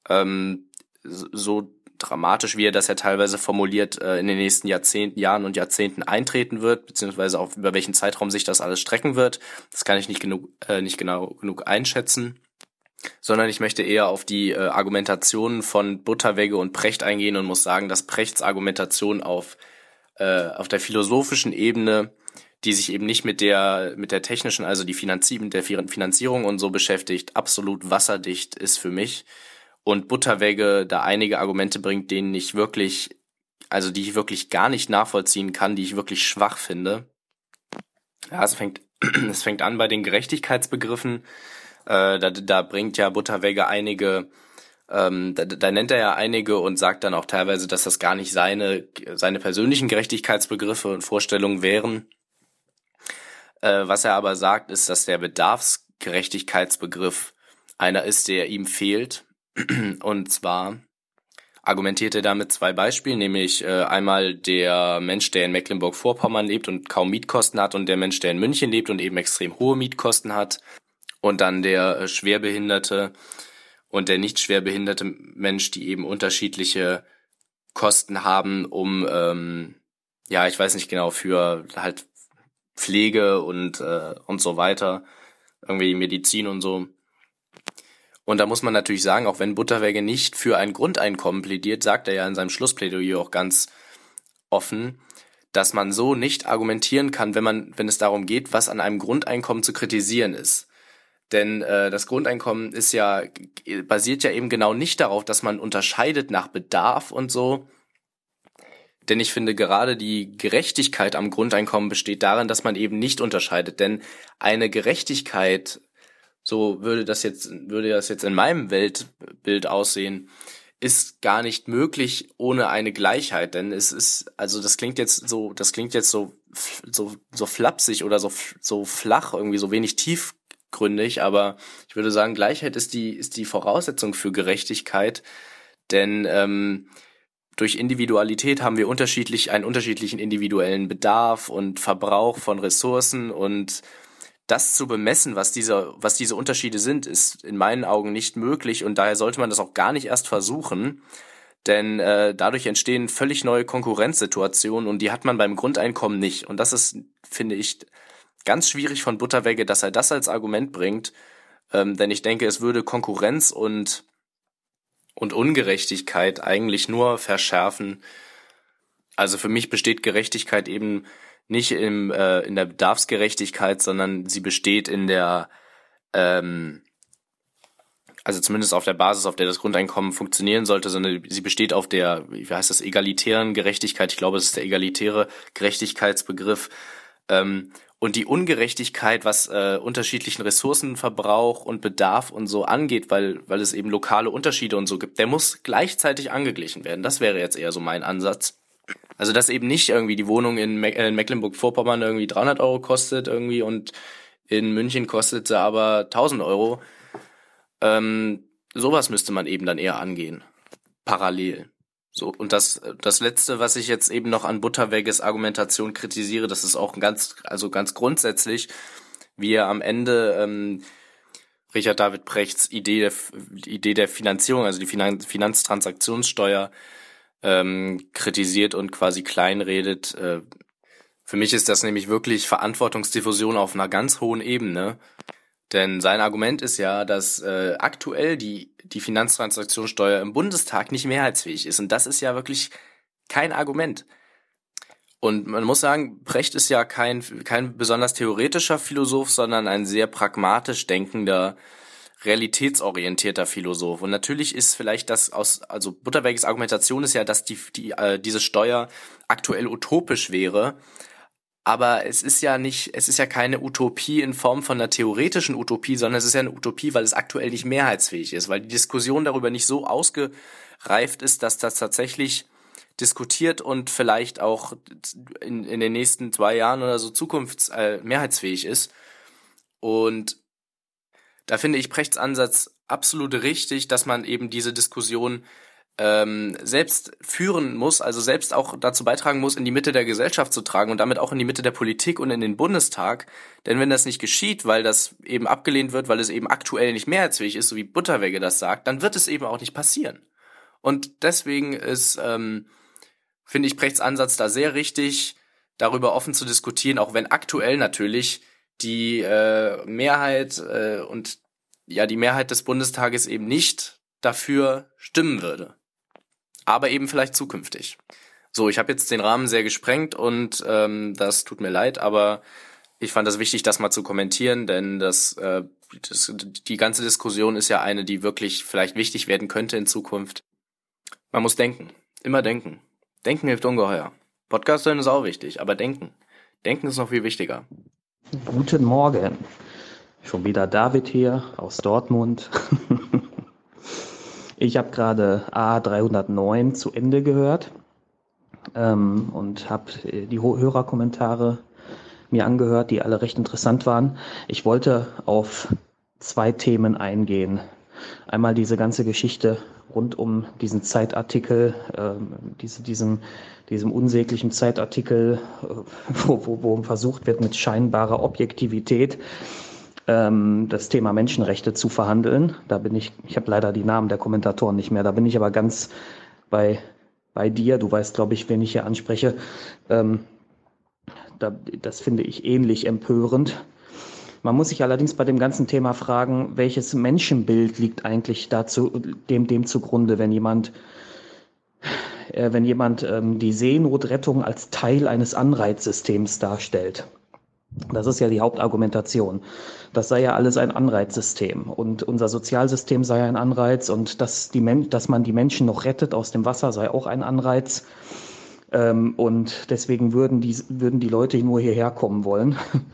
so dramatisch, wie er das ja teilweise formuliert, in den nächsten Jahren und Jahrzehnten eintreten wird, beziehungsweise auch über welchen Zeitraum sich das alles strecken wird. Das kann ich nicht genau genug einschätzen. Sondern ich möchte eher auf die Argumentationen von Butterwegge und Precht eingehen und muss sagen, dass Prechts Argumentation auf der philosophischen Ebene, die sich eben nicht mit der technischen, also mit der Finanzierung und so beschäftigt, absolut wasserdicht ist für mich. Und Butterwegge da einige Argumente bringt, die ich wirklich gar nicht nachvollziehen kann, die ich wirklich schwach finde. Ja, es fängt an bei den Gerechtigkeitsbegriffen. Da bringt ja Butterwegge einige, da nennt er ja einige und sagt dann auch teilweise, dass das gar nicht seine persönlichen Gerechtigkeitsbegriffe und Vorstellungen wären. Was er aber sagt, ist, dass der Bedarfsgerechtigkeitsbegriff einer ist, der ihm fehlt. Und zwar argumentiert er da mit 2 Beispielen, nämlich einmal der Mensch, der in Mecklenburg-Vorpommern lebt und kaum Mietkosten hat, und der Mensch, der in München lebt und eben extrem hohe Mietkosten hat. Und dann der schwerbehinderte und der nicht schwerbehinderte Mensch, die eben unterschiedliche Kosten haben, um, ich weiß nicht genau, für halt Pflege und so weiter, irgendwie Medizin und so. Und da muss man natürlich sagen, auch wenn Butterwegge nicht für ein Grundeinkommen plädiert, sagt er ja in seinem Schlussplädoyer auch ganz offen, dass man so nicht argumentieren kann, wenn es darum geht, was an einem Grundeinkommen zu kritisieren ist. Denn das Grundeinkommen basiert ja eben genau nicht darauf, dass man unterscheidet nach Bedarf und so. Denn ich finde, gerade die Gerechtigkeit am Grundeinkommen besteht darin, dass man eben nicht unterscheidet. Denn eine Gerechtigkeit, so würde das jetzt in meinem Weltbild aussehen, ist gar nicht möglich ohne eine Gleichheit. Denn es ist, also das klingt jetzt so flapsig oder so flach, irgendwie so wenig tiefgründig, aber ich würde sagen, Gleichheit ist die Voraussetzung für Gerechtigkeit, denn durch Individualität haben wir einen unterschiedlichen individuellen Bedarf und Verbrauch von Ressourcen, und das zu bemessen, was diese Unterschiede sind, ist in meinen Augen nicht möglich, und daher sollte man das auch gar nicht erst versuchen, denn dadurch entstehen völlig neue Konkurrenzsituationen, und die hat man beim Grundeinkommen nicht, und das ist, finde ich, ganz schwierig von Butterwegge, dass er das als Argument bringt, denn ich denke, es würde Konkurrenz und Ungerechtigkeit eigentlich nur verschärfen. Also für mich besteht Gerechtigkeit eben nicht in der Bedarfsgerechtigkeit, sondern sie besteht in der, also zumindest auf der Basis, auf der das Grundeinkommen funktionieren sollte, sondern sie besteht auf der, wie heißt das, egalitären Gerechtigkeit. Ich glaube, es ist der egalitäre Gerechtigkeitsbegriff. Und die Ungerechtigkeit, was unterschiedlichen Ressourcenverbrauch und Bedarf und so angeht, weil es eben lokale Unterschiede und so gibt, der muss gleichzeitig angeglichen werden. Das wäre jetzt eher so mein Ansatz. Also dass eben nicht irgendwie die Wohnung in Mecklenburg-Vorpommern irgendwie 300 Euro kostet irgendwie und in München kostet sie aber 1000 Euro. Sowas müsste man eben dann eher angehen. Parallel. So, und das Letzte, was ich jetzt eben noch an Butterwegges Argumentation kritisiere, das ist auch ganz grundsätzlich, wie er am Ende Richard David Prechts Idee der Finanzierung, also die Finanztransaktionssteuer kritisiert und quasi kleinredet. Für mich ist das nämlich wirklich Verantwortungsdiffusion auf einer ganz hohen Ebene. Denn sein Argument ist ja, dass aktuell die Finanztransaktionssteuer im Bundestag nicht mehrheitsfähig ist. Und das ist ja wirklich kein Argument. Und man muss sagen, Precht ist ja kein besonders theoretischer Philosoph, sondern ein sehr pragmatisch denkender, realitätsorientierter Philosoph. Und natürlich ist vielleicht also Butterwegges Argumentation ist ja, dass diese Steuer aktuell utopisch wäre. Aber es ist ja keine Utopie in Form von einer theoretischen Utopie, sondern es ist ja eine Utopie, weil es aktuell nicht mehrheitsfähig ist, weil die Diskussion darüber nicht so ausgereift ist, dass das tatsächlich diskutiert und vielleicht auch in den nächsten 2 Jahren oder so mehrheitsfähig ist. Und da finde ich Prechts Ansatz absolut richtig, dass man eben diese Diskussion selbst führen muss, also selbst auch dazu beitragen muss, in die Mitte der Gesellschaft zu tragen und damit auch in die Mitte der Politik und in den Bundestag. Denn wenn das nicht geschieht, weil das eben abgelehnt wird, weil es eben aktuell nicht mehrheitsfähig ist, so wie Butterwegge das sagt, dann wird es eben auch nicht passieren. Und deswegen ist, finde ich Prechts Ansatz da sehr richtig, darüber offen zu diskutieren, auch wenn aktuell natürlich die Mehrheit und ja die Mehrheit des Bundestages eben nicht dafür stimmen würde. Aber eben vielleicht zukünftig. So, ich habe jetzt den Rahmen sehr gesprengt und das tut mir leid, aber ich fand das wichtig, das mal zu kommentieren, denn die ganze Diskussion ist ja eine, die wirklich vielleicht wichtig werden könnte in Zukunft. Man muss denken, immer denken. Denken hilft ungeheuer. Podcast hören ist auch wichtig, aber denken. Denken ist noch viel wichtiger. Guten Morgen. Schon wieder David hier aus Dortmund. Ich habe gerade A309 zu Ende gehört und habe die Hörerkommentare mir angehört, die alle recht interessant waren. Ich wollte auf 2 Themen eingehen. Einmal diese ganze Geschichte rund um diesen Zeitartikel, diesem unsäglichen Zeitartikel, wo versucht wird, mit scheinbarer Objektivität das Thema Menschenrechte zu verhandeln. Ich habe leider die Namen der Kommentatoren nicht mehr, da bin ich aber ganz bei dir. Du weißt, glaube ich, wen ich hier anspreche. Das finde ich ähnlich empörend. Man muss sich allerdings bei dem ganzen Thema fragen, welches Menschenbild liegt eigentlich dem zugrunde, wenn jemand die Seenotrettung als Teil eines Anreizsystems darstellt. Das ist ja die Hauptargumentation. Das sei ja alles ein Anreizsystem und unser Sozialsystem sei ein Anreiz und dass man die Menschen noch rettet aus dem Wasser sei auch ein Anreiz. Und deswegen würden die Leute nur hierher kommen wollen.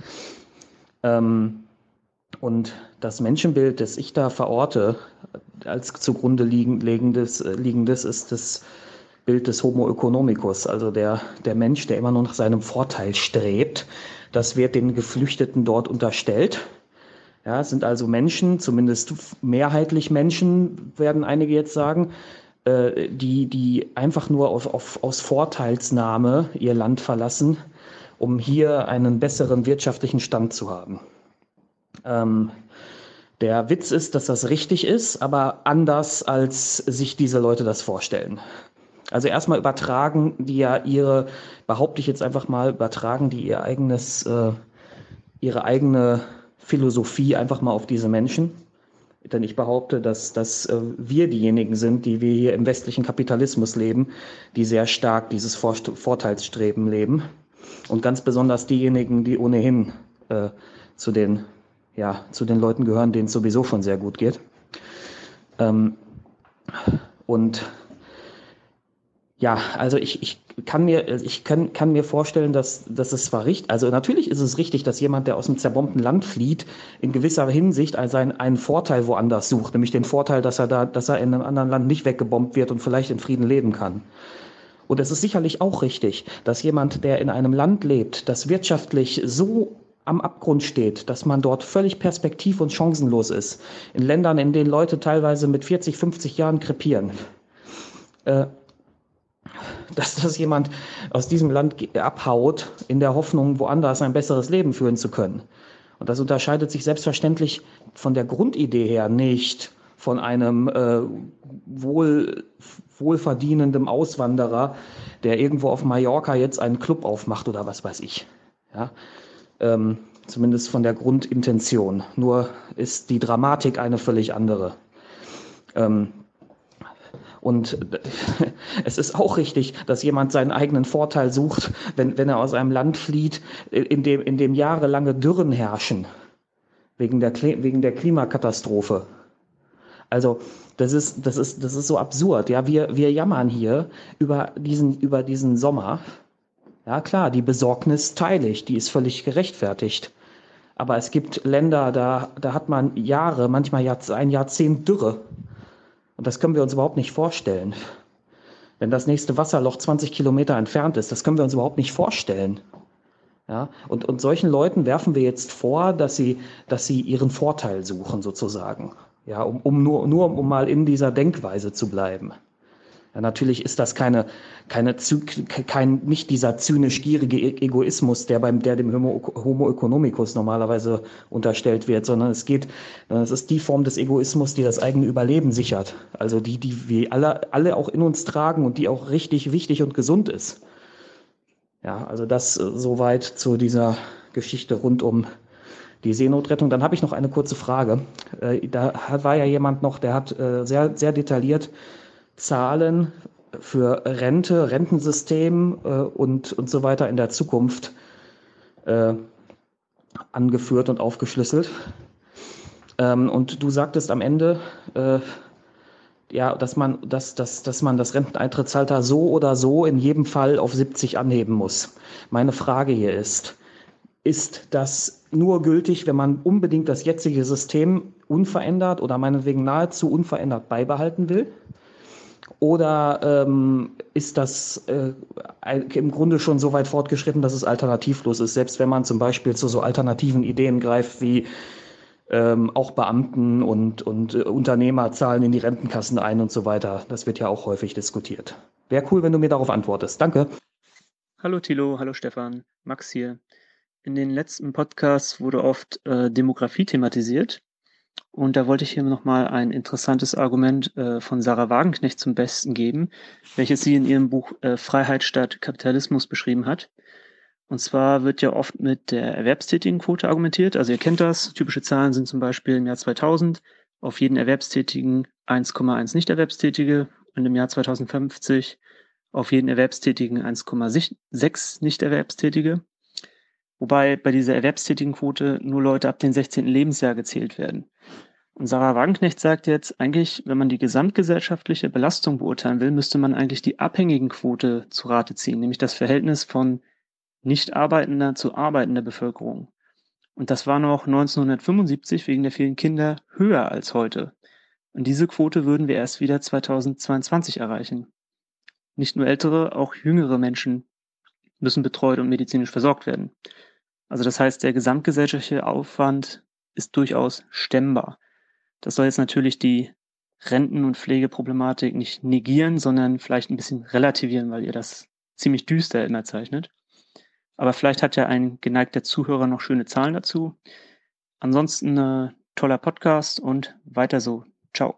Und das Menschenbild, das ich da verorte, als zugrunde liegendes ist das Bild des Homo economicus, also der Mensch, der immer nur nach seinem Vorteil strebt. Das wird den Geflüchteten dort unterstellt. Ja, es sind also Menschen, zumindest mehrheitlich Menschen, werden einige jetzt sagen, die einfach nur aus Vorteilsnahme ihr Land verlassen, um hier einen besseren wirtschaftlichen Stand zu haben. Der Witz ist, dass das richtig ist, aber anders, als sich diese Leute das vorstellen. Also erstmal übertragen die ja ihre eigene Philosophie einfach mal auf diese Menschen. Denn ich behaupte, dass wir diejenigen sind, die wir hier im westlichen Kapitalismus leben, die sehr stark dieses Vorteilsstreben leben. Und ganz besonders diejenigen, die ohnehin zu den Leuten gehören, denen es sowieso schon sehr gut geht. Also ich kann mir vorstellen, dass es zwar richtig, also natürlich ist es richtig, dass jemand, der aus einem zerbombten Land flieht, in gewisser Hinsicht einen Vorteil woanders sucht, nämlich den Vorteil, dass er in einem anderen Land nicht weggebombt wird und vielleicht in Frieden leben kann. Und es ist sicherlich auch richtig, dass jemand, der in einem Land lebt, das wirtschaftlich so am Abgrund steht, dass man dort völlig perspektiv- und chancenlos ist, in Ländern, in denen Leute teilweise mit 40, 50 Jahren krepieren, dass jemand aus diesem Land abhaut, in der Hoffnung, woanders ein besseres Leben führen zu können. Und das unterscheidet sich selbstverständlich von der Grundidee her nicht von einem wohlverdienendem Auswanderer, der irgendwo auf Mallorca jetzt einen Club aufmacht oder was weiß ich. Ja? Zumindest von der Grundintention. Nur ist die Dramatik eine völlig andere. Und es ist auch richtig, dass jemand seinen eigenen Vorteil sucht, wenn er aus einem Land flieht, in dem jahrelange Dürren herrschen, wegen der Klimakatastrophe. Also das ist so absurd. Ja, wir jammern hier über diesen Sommer. Ja klar, die Besorgnis teile ich, die ist völlig gerechtfertigt. Aber es gibt Länder, da hat man Jahre, manchmal ein Jahrzehnt Dürre. Und das können wir uns überhaupt nicht vorstellen. Wenn das nächste Wasserloch 20 Kilometer entfernt ist, das können wir uns überhaupt nicht vorstellen. Ja? Und solchen Leuten werfen wir jetzt vor, dass sie ihren Vorteil suchen sozusagen. Ja, um mal in dieser Denkweise zu bleiben. Ja, natürlich ist das nicht dieser zynisch-gierige Egoismus, der dem Homo economicus normalerweise unterstellt wird, sondern es ist die Form des Egoismus, die das eigene Überleben sichert. Also die wir alle auch in uns tragen und die auch richtig wichtig und gesund ist. Ja, also das soweit zu dieser Geschichte rund um die Seenotrettung. Dann habe ich noch eine kurze Frage. Da war ja jemand noch, der hat sehr, sehr detailliert Zahlen für Rente, Rentensystem und so weiter in der Zukunft angeführt und aufgeschlüsselt. Und du sagtest am Ende, dass man das Renteneintrittsalter so oder so in jedem Fall auf 70 anheben muss. Meine Frage hier ist das nur gültig, wenn man unbedingt das jetzige System unverändert oder meinetwegen nahezu unverändert beibehalten will? Oder ist das im Grunde schon so weit fortgeschritten, dass es alternativlos ist, selbst wenn man zum Beispiel zu so alternativen Ideen greift, wie auch Beamten und Unternehmer zahlen in die Rentenkassen ein und so weiter. Das wird ja auch häufig diskutiert. Wäre cool, wenn du mir darauf antwortest. Danke. Hallo Thilo, hallo Stefan, Max hier. In den letzten Podcasts wurde oft Demografie thematisiert. Und da wollte ich hier nochmal ein interessantes Argument von Sarah Wagenknecht zum Besten geben, welches sie in ihrem Buch Freiheit statt Kapitalismus beschrieben hat. Und zwar wird ja oft mit der Erwerbstätigenquote argumentiert. Also ihr kennt das. Typische Zahlen sind zum Beispiel im Jahr 2000 auf jeden Erwerbstätigen 1,1 Nichterwerbstätige und im Jahr 2050 auf jeden Erwerbstätigen 1,6 Nichterwerbstätige. Wobei bei dieser Erwerbstätigenquote nur Leute ab dem 16. Lebensjahr gezählt werden. Und Sarah Wagenknecht sagt jetzt, eigentlich, wenn man die gesamtgesellschaftliche Belastung beurteilen will, müsste man eigentlich die Abhängigenquote zu Rate ziehen, nämlich das Verhältnis von nicht arbeitender zu arbeitender Bevölkerung. Und das war noch 1975 wegen der vielen Kinder höher als heute. Und diese Quote würden wir erst wieder 2022 erreichen. Nicht nur ältere, auch jüngere Menschen müssen betreut und medizinisch versorgt werden. Also das heißt, der gesamtgesellschaftliche Aufwand ist durchaus stemmbar. Das soll jetzt natürlich die Renten- und Pflegeproblematik nicht negieren, sondern vielleicht ein bisschen relativieren, weil ihr das ziemlich düster immer zeichnet. Aber vielleicht hat ja ein geneigter Zuhörer noch schöne Zahlen dazu. Ansonsten toller Podcast und weiter so. Ciao.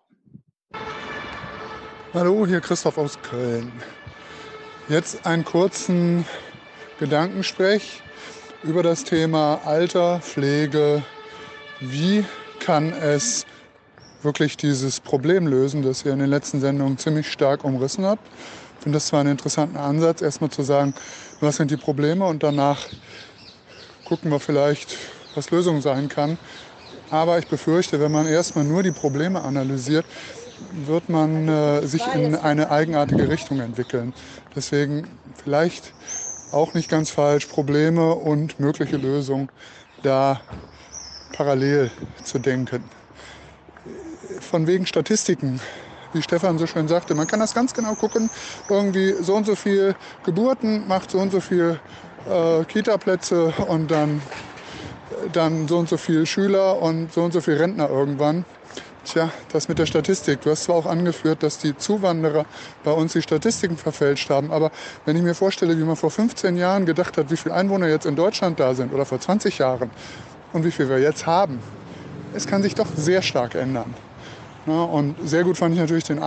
Hallo, hier Christoph aus Köln. Jetzt einen kurzen Gedankensprech über das Thema Alter, Pflege. Wie kann es wirklich dieses Problem lösen, das ihr in den letzten Sendungen ziemlich stark umrissen habt. Ich finde das zwar einen interessanten Ansatz, erstmal zu sagen, was sind die Probleme und danach gucken wir vielleicht, was Lösung sein kann. Aber ich befürchte, wenn man erstmal nur die Probleme analysiert, wird man sich in eine eigenartige Richtung entwickeln. Deswegen vielleicht auch nicht ganz falsch, Probleme und mögliche Lösungen da parallel zu denken. Von wegen Statistiken, wie Stefan so schön sagte, man kann das ganz genau gucken, irgendwie so und so viel Geburten macht so und so viel Kita-Plätze und dann so und so viel Schüler und so viel Rentner irgendwann. Tja, das mit der Statistik. Du hast zwar auch angeführt, dass die Zuwanderer bei uns die Statistiken verfälscht haben, aber wenn ich mir vorstelle, wie man vor 15 Jahren gedacht hat, wie viele Einwohner jetzt in Deutschland da sind oder vor 20 Jahren und wie viel wir jetzt haben, es kann sich doch sehr stark ändern. Ja, und sehr gut fand ich natürlich den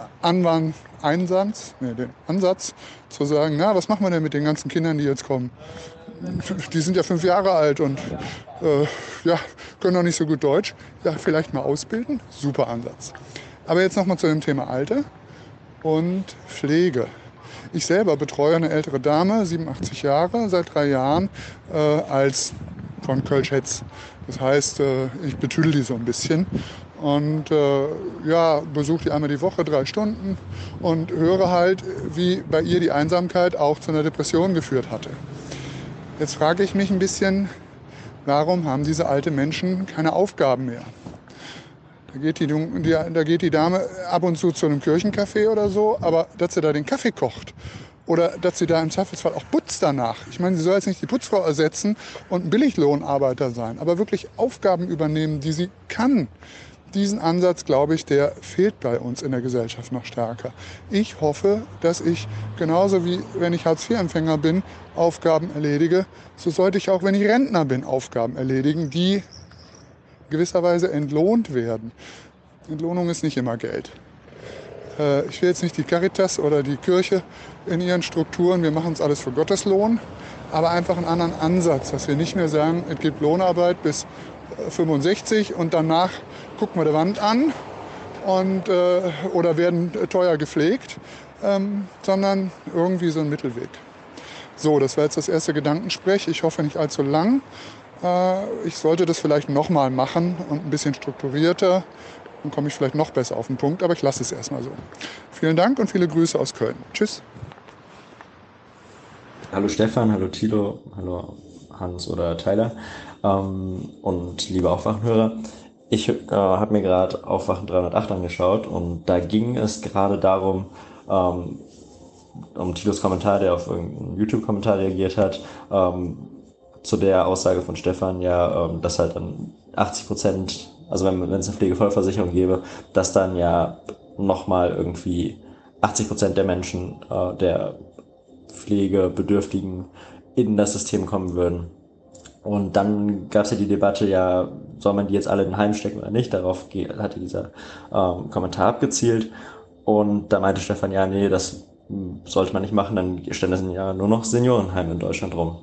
Ansatz zu sagen, na, was machen wir denn mit den ganzen Kindern, die jetzt kommen? Die sind ja 5 Jahre alt und können noch nicht so gut Deutsch. Ja, vielleicht mal ausbilden. Super Ansatz. Aber jetzt nochmal zu dem Thema Alter und Pflege. Ich selber betreue eine ältere Dame, 87 Jahre, seit 3 Jahren als von Kölsch-Hetz. Das heißt, ich betüdel die so ein bisschen und besuche die einmal die Woche 3 Stunden und höre halt, wie bei ihr die Einsamkeit auch zu einer Depression geführt hatte. Jetzt frage ich mich ein bisschen, warum haben diese alten Menschen keine Aufgaben mehr? Da geht die Dame ab und zu einem Kirchencafé oder so, aber dass sie da den Kaffee kocht oder dass sie da im Zweifelsfall auch putzt danach. Ich meine, sie soll jetzt nicht die Putzfrau ersetzen und ein Billiglohnarbeiter sein, aber wirklich Aufgaben übernehmen, die sie kann. Diesen Ansatz, glaube ich, der fehlt bei uns in der Gesellschaft noch stärker. Ich hoffe, dass ich, genauso wie wenn ich Hartz-IV-Empfänger bin, Aufgaben erledige, so sollte ich auch, wenn ich Rentner bin, Aufgaben erledigen, die gewisserweise entlohnt werden. Entlohnung ist nicht immer Geld. Ich will jetzt nicht die Caritas oder die Kirche in ihren Strukturen, wir machen es alles für Gotteslohn, aber einfach einen anderen Ansatz, dass wir nicht mehr sagen, es gibt Lohnarbeit bis 65 und danach gucken wir die Wand an oder werden teuer gepflegt, sondern irgendwie so ein Mittelweg. So, das war jetzt das erste Gedankensprech. Ich hoffe nicht allzu lang. Ich sollte das vielleicht nochmal machen und ein bisschen strukturierter. Dann komme ich vielleicht noch besser auf den Punkt, aber ich lasse es erstmal so. Vielen Dank und viele Grüße aus Köln. Tschüss. Hallo Stefan, hallo Thilo, hallo Hans oder Tyler und liebe Aufwachenhörer. Ich habe mir gerade Aufwachen 308 angeschaut und da ging es gerade darum, um Thilos Kommentar, der auf irgendeinen YouTube-Kommentar reagiert hat, zu der Aussage von Stefan, dass halt dann 80%, also wenn es eine Pflegevollversicherung gäbe, dass dann ja nochmal irgendwie 80% der Menschen, der Pflegebedürftigen in das System kommen würden. Und dann gab es ja die Debatte, soll man die jetzt alle in ein Heim stecken oder nicht? Darauf hatte dieser Kommentar abgezielt. Und da meinte Stefan, nee, das sollte man nicht machen, dann stehen ja nur noch Seniorenheime in Deutschland rum.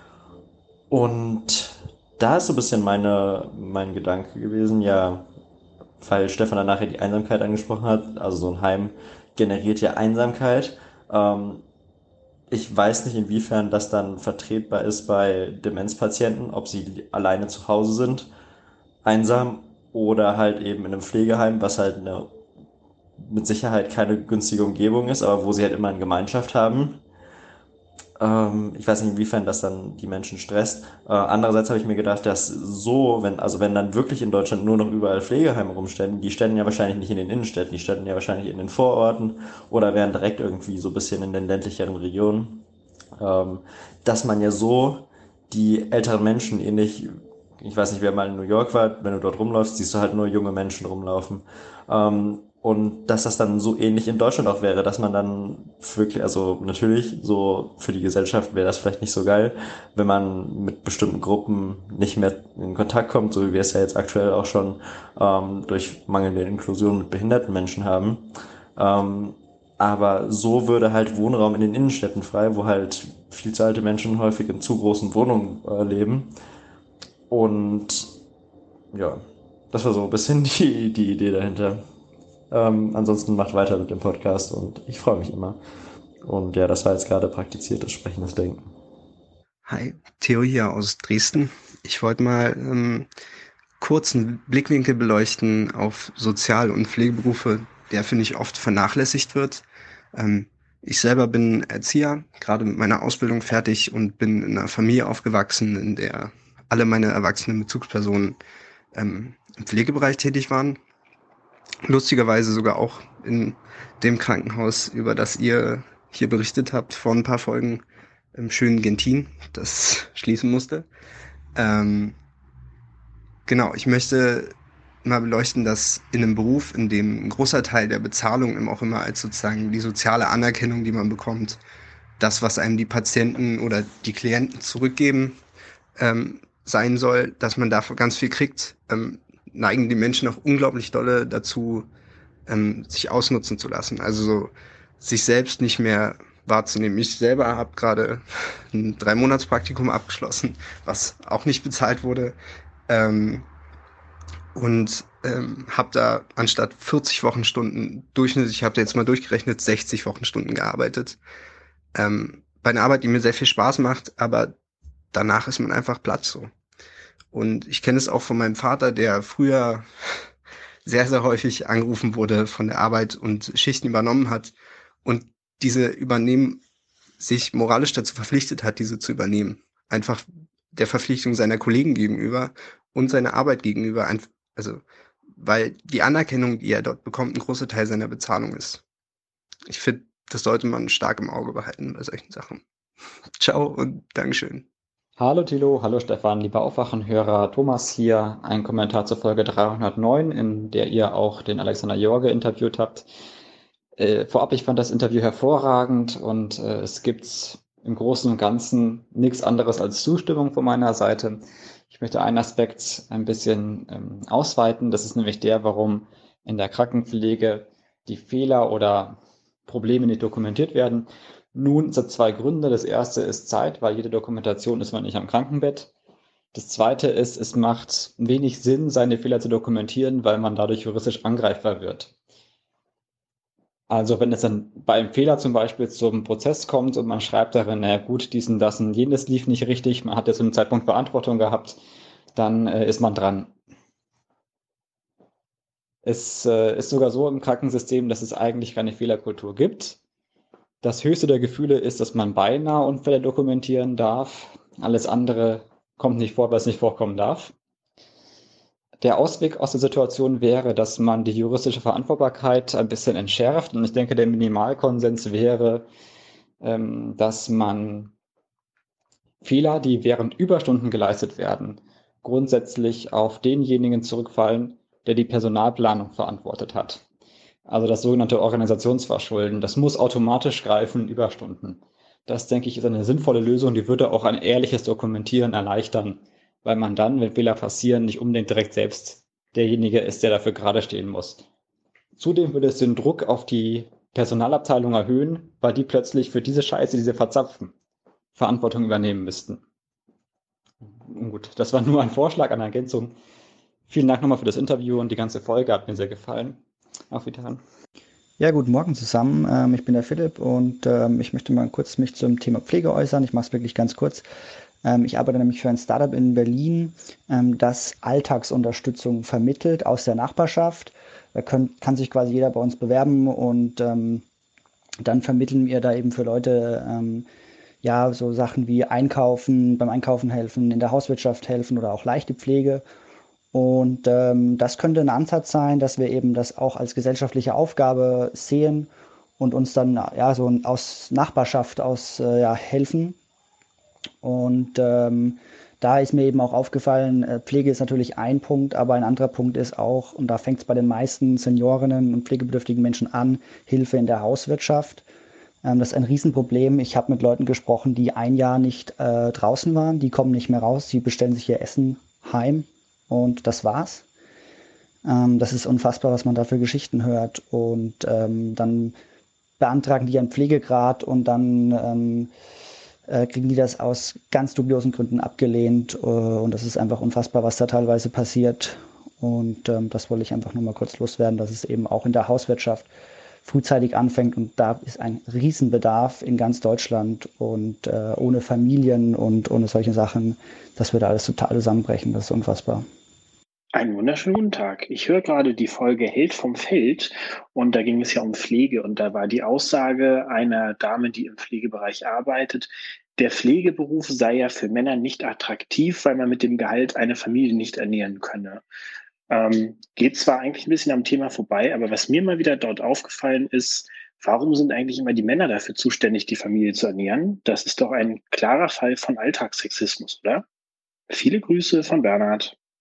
Und da ist so ein bisschen mein Gedanke gewesen, weil Stefan danach die Einsamkeit angesprochen hat, also so ein Heim generiert ja Einsamkeit. Ich weiß nicht, inwiefern das dann vertretbar ist bei Demenzpatienten, ob sie alleine zu Hause sind, einsam oder halt eben in einem Pflegeheim, was halt mit Sicherheit keine günstige Umgebung ist, aber wo sie halt immer eine Gemeinschaft haben. Ich weiß nicht, inwiefern das dann die Menschen stresst. Andererseits habe ich mir gedacht, dass wenn dann wirklich in Deutschland nur noch überall Pflegeheime rumstehen, die stehen ja wahrscheinlich nicht in den Innenstädten, die stehen ja wahrscheinlich in den Vororten oder wären direkt irgendwie so ein bisschen in den ländlicheren Regionen. Dass man ja so die älteren Menschen ähnlich, ich weiß nicht, wer mal in New York war, wenn du dort rumläufst, siehst du halt nur junge Menschen rumlaufen. Und dass das dann so ähnlich in Deutschland auch wäre, dass man dann wirklich, also natürlich so für die Gesellschaft wäre das vielleicht nicht so geil, wenn man mit bestimmten Gruppen nicht mehr in Kontakt kommt, so wie wir es ja jetzt aktuell auch schon durch mangelnde Inklusion mit behinderten Menschen haben. Aber so würde halt Wohnraum in den Innenstädten frei, wo halt viel zu alte Menschen häufig in zu großen Wohnungen leben. Und Das war so ein bisschen die Idee dahinter. Ansonsten macht weiter mit dem Podcast und ich freue mich immer. Und ja, das war jetzt gerade praktiziertes sprechendes Denken. Hi, Theo hier aus Dresden. Ich wollte mal kurz einen Blickwinkel beleuchten auf Sozial- und Pflegeberufe, der, finde ich, oft vernachlässigt wird. Ich selber bin Erzieher, gerade mit meiner Ausbildung fertig und bin in einer Familie aufgewachsen, in der alle meine erwachsenen Bezugspersonen im Pflegebereich tätig waren. Lustigerweise sogar auch in dem Krankenhaus, über das ihr hier berichtet habt, vor ein paar Folgen im schönen Gentin, das schließen musste. Genau, ich möchte mal beleuchten, dass in einem Beruf, in dem ein großer Teil der Bezahlung auch immer als sozusagen die soziale Anerkennung, die man bekommt, das, was einem die Patienten oder die Klienten zurückgeben, sein soll, dass man dafür ganz viel kriegt, neigen die Menschen auch unglaublich dolle dazu, sich ausnutzen zu lassen. Also so, sich selbst nicht mehr wahrzunehmen. Ich selber habe gerade ein 3-Monats-Praktikum abgeschlossen, was auch nicht bezahlt wurde. Und habe da anstatt 40 Wochenstunden durchschnittlich, ich habe jetzt mal durchgerechnet, 60 Wochenstunden gearbeitet. Bei einer Arbeit, die mir sehr viel Spaß macht, aber danach ist man einfach platt so. Und ich kenne es auch von meinem Vater, der früher sehr, sehr häufig angerufen wurde von der Arbeit und Schichten übernommen hat und diese übernehmen, sich moralisch dazu verpflichtet hat, diese zu übernehmen. Einfach der Verpflichtung seiner Kollegen gegenüber und seiner Arbeit gegenüber, also weil die Anerkennung, die er dort bekommt, ein großer Teil seiner Bezahlung ist. Ich finde, das sollte man stark im Auge behalten bei solchen Sachen. Ciao und Dankeschön. Hallo Thilo, hallo Stefan, lieber Aufwachenhörer, Thomas hier. Ein Kommentar zur Folge 309, in der ihr auch den Alexander Jorge interviewt habt. Vorab, ich fand das Interview hervorragend und es gibt im Großen und Ganzen nichts anderes als Zustimmung von meiner Seite. Ich möchte einen Aspekt ein bisschen ausweiten. Das ist nämlich der, warum in der Krankenpflege die Fehler oder Probleme nicht dokumentiert werden. Nun, es hat 2 Gründe. Das erste ist Zeit, weil jede Dokumentation ist man nicht am Krankenbett. Das zweite ist, es macht wenig Sinn, seine Fehler zu dokumentieren, weil man dadurch juristisch angreifbar wird. Also wenn es dann bei einem Fehler zum Beispiel zum Prozess kommt und man schreibt darin, naja gut, dies und das und jenes lief nicht richtig, man hat ja zu einem Zeitpunkt Verantwortung gehabt, dann ist man dran. Es ist sogar so im Krankensystem, dass es eigentlich keine Fehlerkultur gibt. Das höchste der Gefühle ist, dass man beinahe Unfälle dokumentieren darf. Alles andere kommt nicht vor, weil es nicht vorkommen darf. Der Ausweg aus der Situation wäre, dass man die juristische Verantwortbarkeit ein bisschen entschärft. Und ich denke, der Minimalkonsens wäre, dass man Fehler, die während Überstunden geleistet werden, grundsätzlich auf denjenigen zurückfallen, der die Personalplanung verantwortet hat. Also das sogenannte Organisationsverschulden. Das muss automatisch greifen in Überstunden. Das, denke ich, ist eine sinnvolle Lösung. Die würde auch ein ehrliches Dokumentieren erleichtern, weil man dann, wenn Fehler passieren, nicht unbedingt direkt selbst derjenige ist, der dafür gerade stehen muss. Zudem würde es den Druck auf die Personalabteilung erhöhen, weil die plötzlich für diese Scheiße, diese Verzapfen, Verantwortung übernehmen müssten. Und gut, das war nur ein Vorschlag, eine Ergänzung. Vielen Dank nochmal für das Interview und die ganze Folge hat mir sehr gefallen. Auf Wiedersehen. Ja, guten Morgen zusammen. Ich bin der Philipp und ich möchte mal kurz mich zum Thema Pflege äußern. Ich mache es wirklich ganz kurz. Ich arbeite nämlich für ein Startup in Berlin, das Alltagsunterstützung vermittelt aus der Nachbarschaft. Da kann sich quasi jeder bei uns bewerben und dann vermitteln wir da eben für Leute ja so Sachen wie Einkaufen, beim Einkaufen helfen, in der Hauswirtschaft helfen oder auch leichte Pflege. Und das könnte ein Ansatz sein, dass wir eben das auch als gesellschaftliche Aufgabe sehen und uns dann ja so aus Nachbarschaft aus helfen. Und da ist mir eben auch aufgefallen, Pflege ist natürlich ein Punkt, aber ein anderer Punkt ist auch, und da fängt es bei den meisten Seniorinnen und pflegebedürftigen Menschen an, Hilfe in der Hauswirtschaft. Das ist ein Riesenproblem. Ich habe mit Leuten gesprochen, die ein Jahr nicht draußen waren, die kommen nicht mehr raus, sie bestellen sich ihr Essen heim. Und das war's. Das ist unfassbar, was man da für Geschichten hört. Und dann beantragen die einen Pflegegrad und dann kriegen die das aus ganz dubiosen Gründen abgelehnt. Und das ist einfach unfassbar, was da teilweise passiert. Und das wollte ich einfach nur mal kurz loswerden, dass es eben auch in der Hauswirtschaft frühzeitig anfängt. Und da ist ein Riesenbedarf in ganz Deutschland. Und ohne Familien und ohne solche Sachen, das würde alles total zusammenbrechen. Das ist unfassbar. Einen wunderschönen guten Tag. Ich höre gerade die Folge Held vom Feld und da ging es ja um Pflege und da war die Aussage einer Dame, die im Pflegebereich arbeitet, der Pflegeberuf sei ja für Männer nicht attraktiv, weil man mit dem Gehalt eine Familie nicht ernähren könne. Geht zwar eigentlich ein bisschen am Thema vorbei, aber was mir mal wieder dort aufgefallen ist, warum sind eigentlich immer die Männer dafür zuständig, die Familie zu ernähren? Das ist doch ein klarer Fall von Alltagssexismus, oder? Viele Grüße von Bernhard.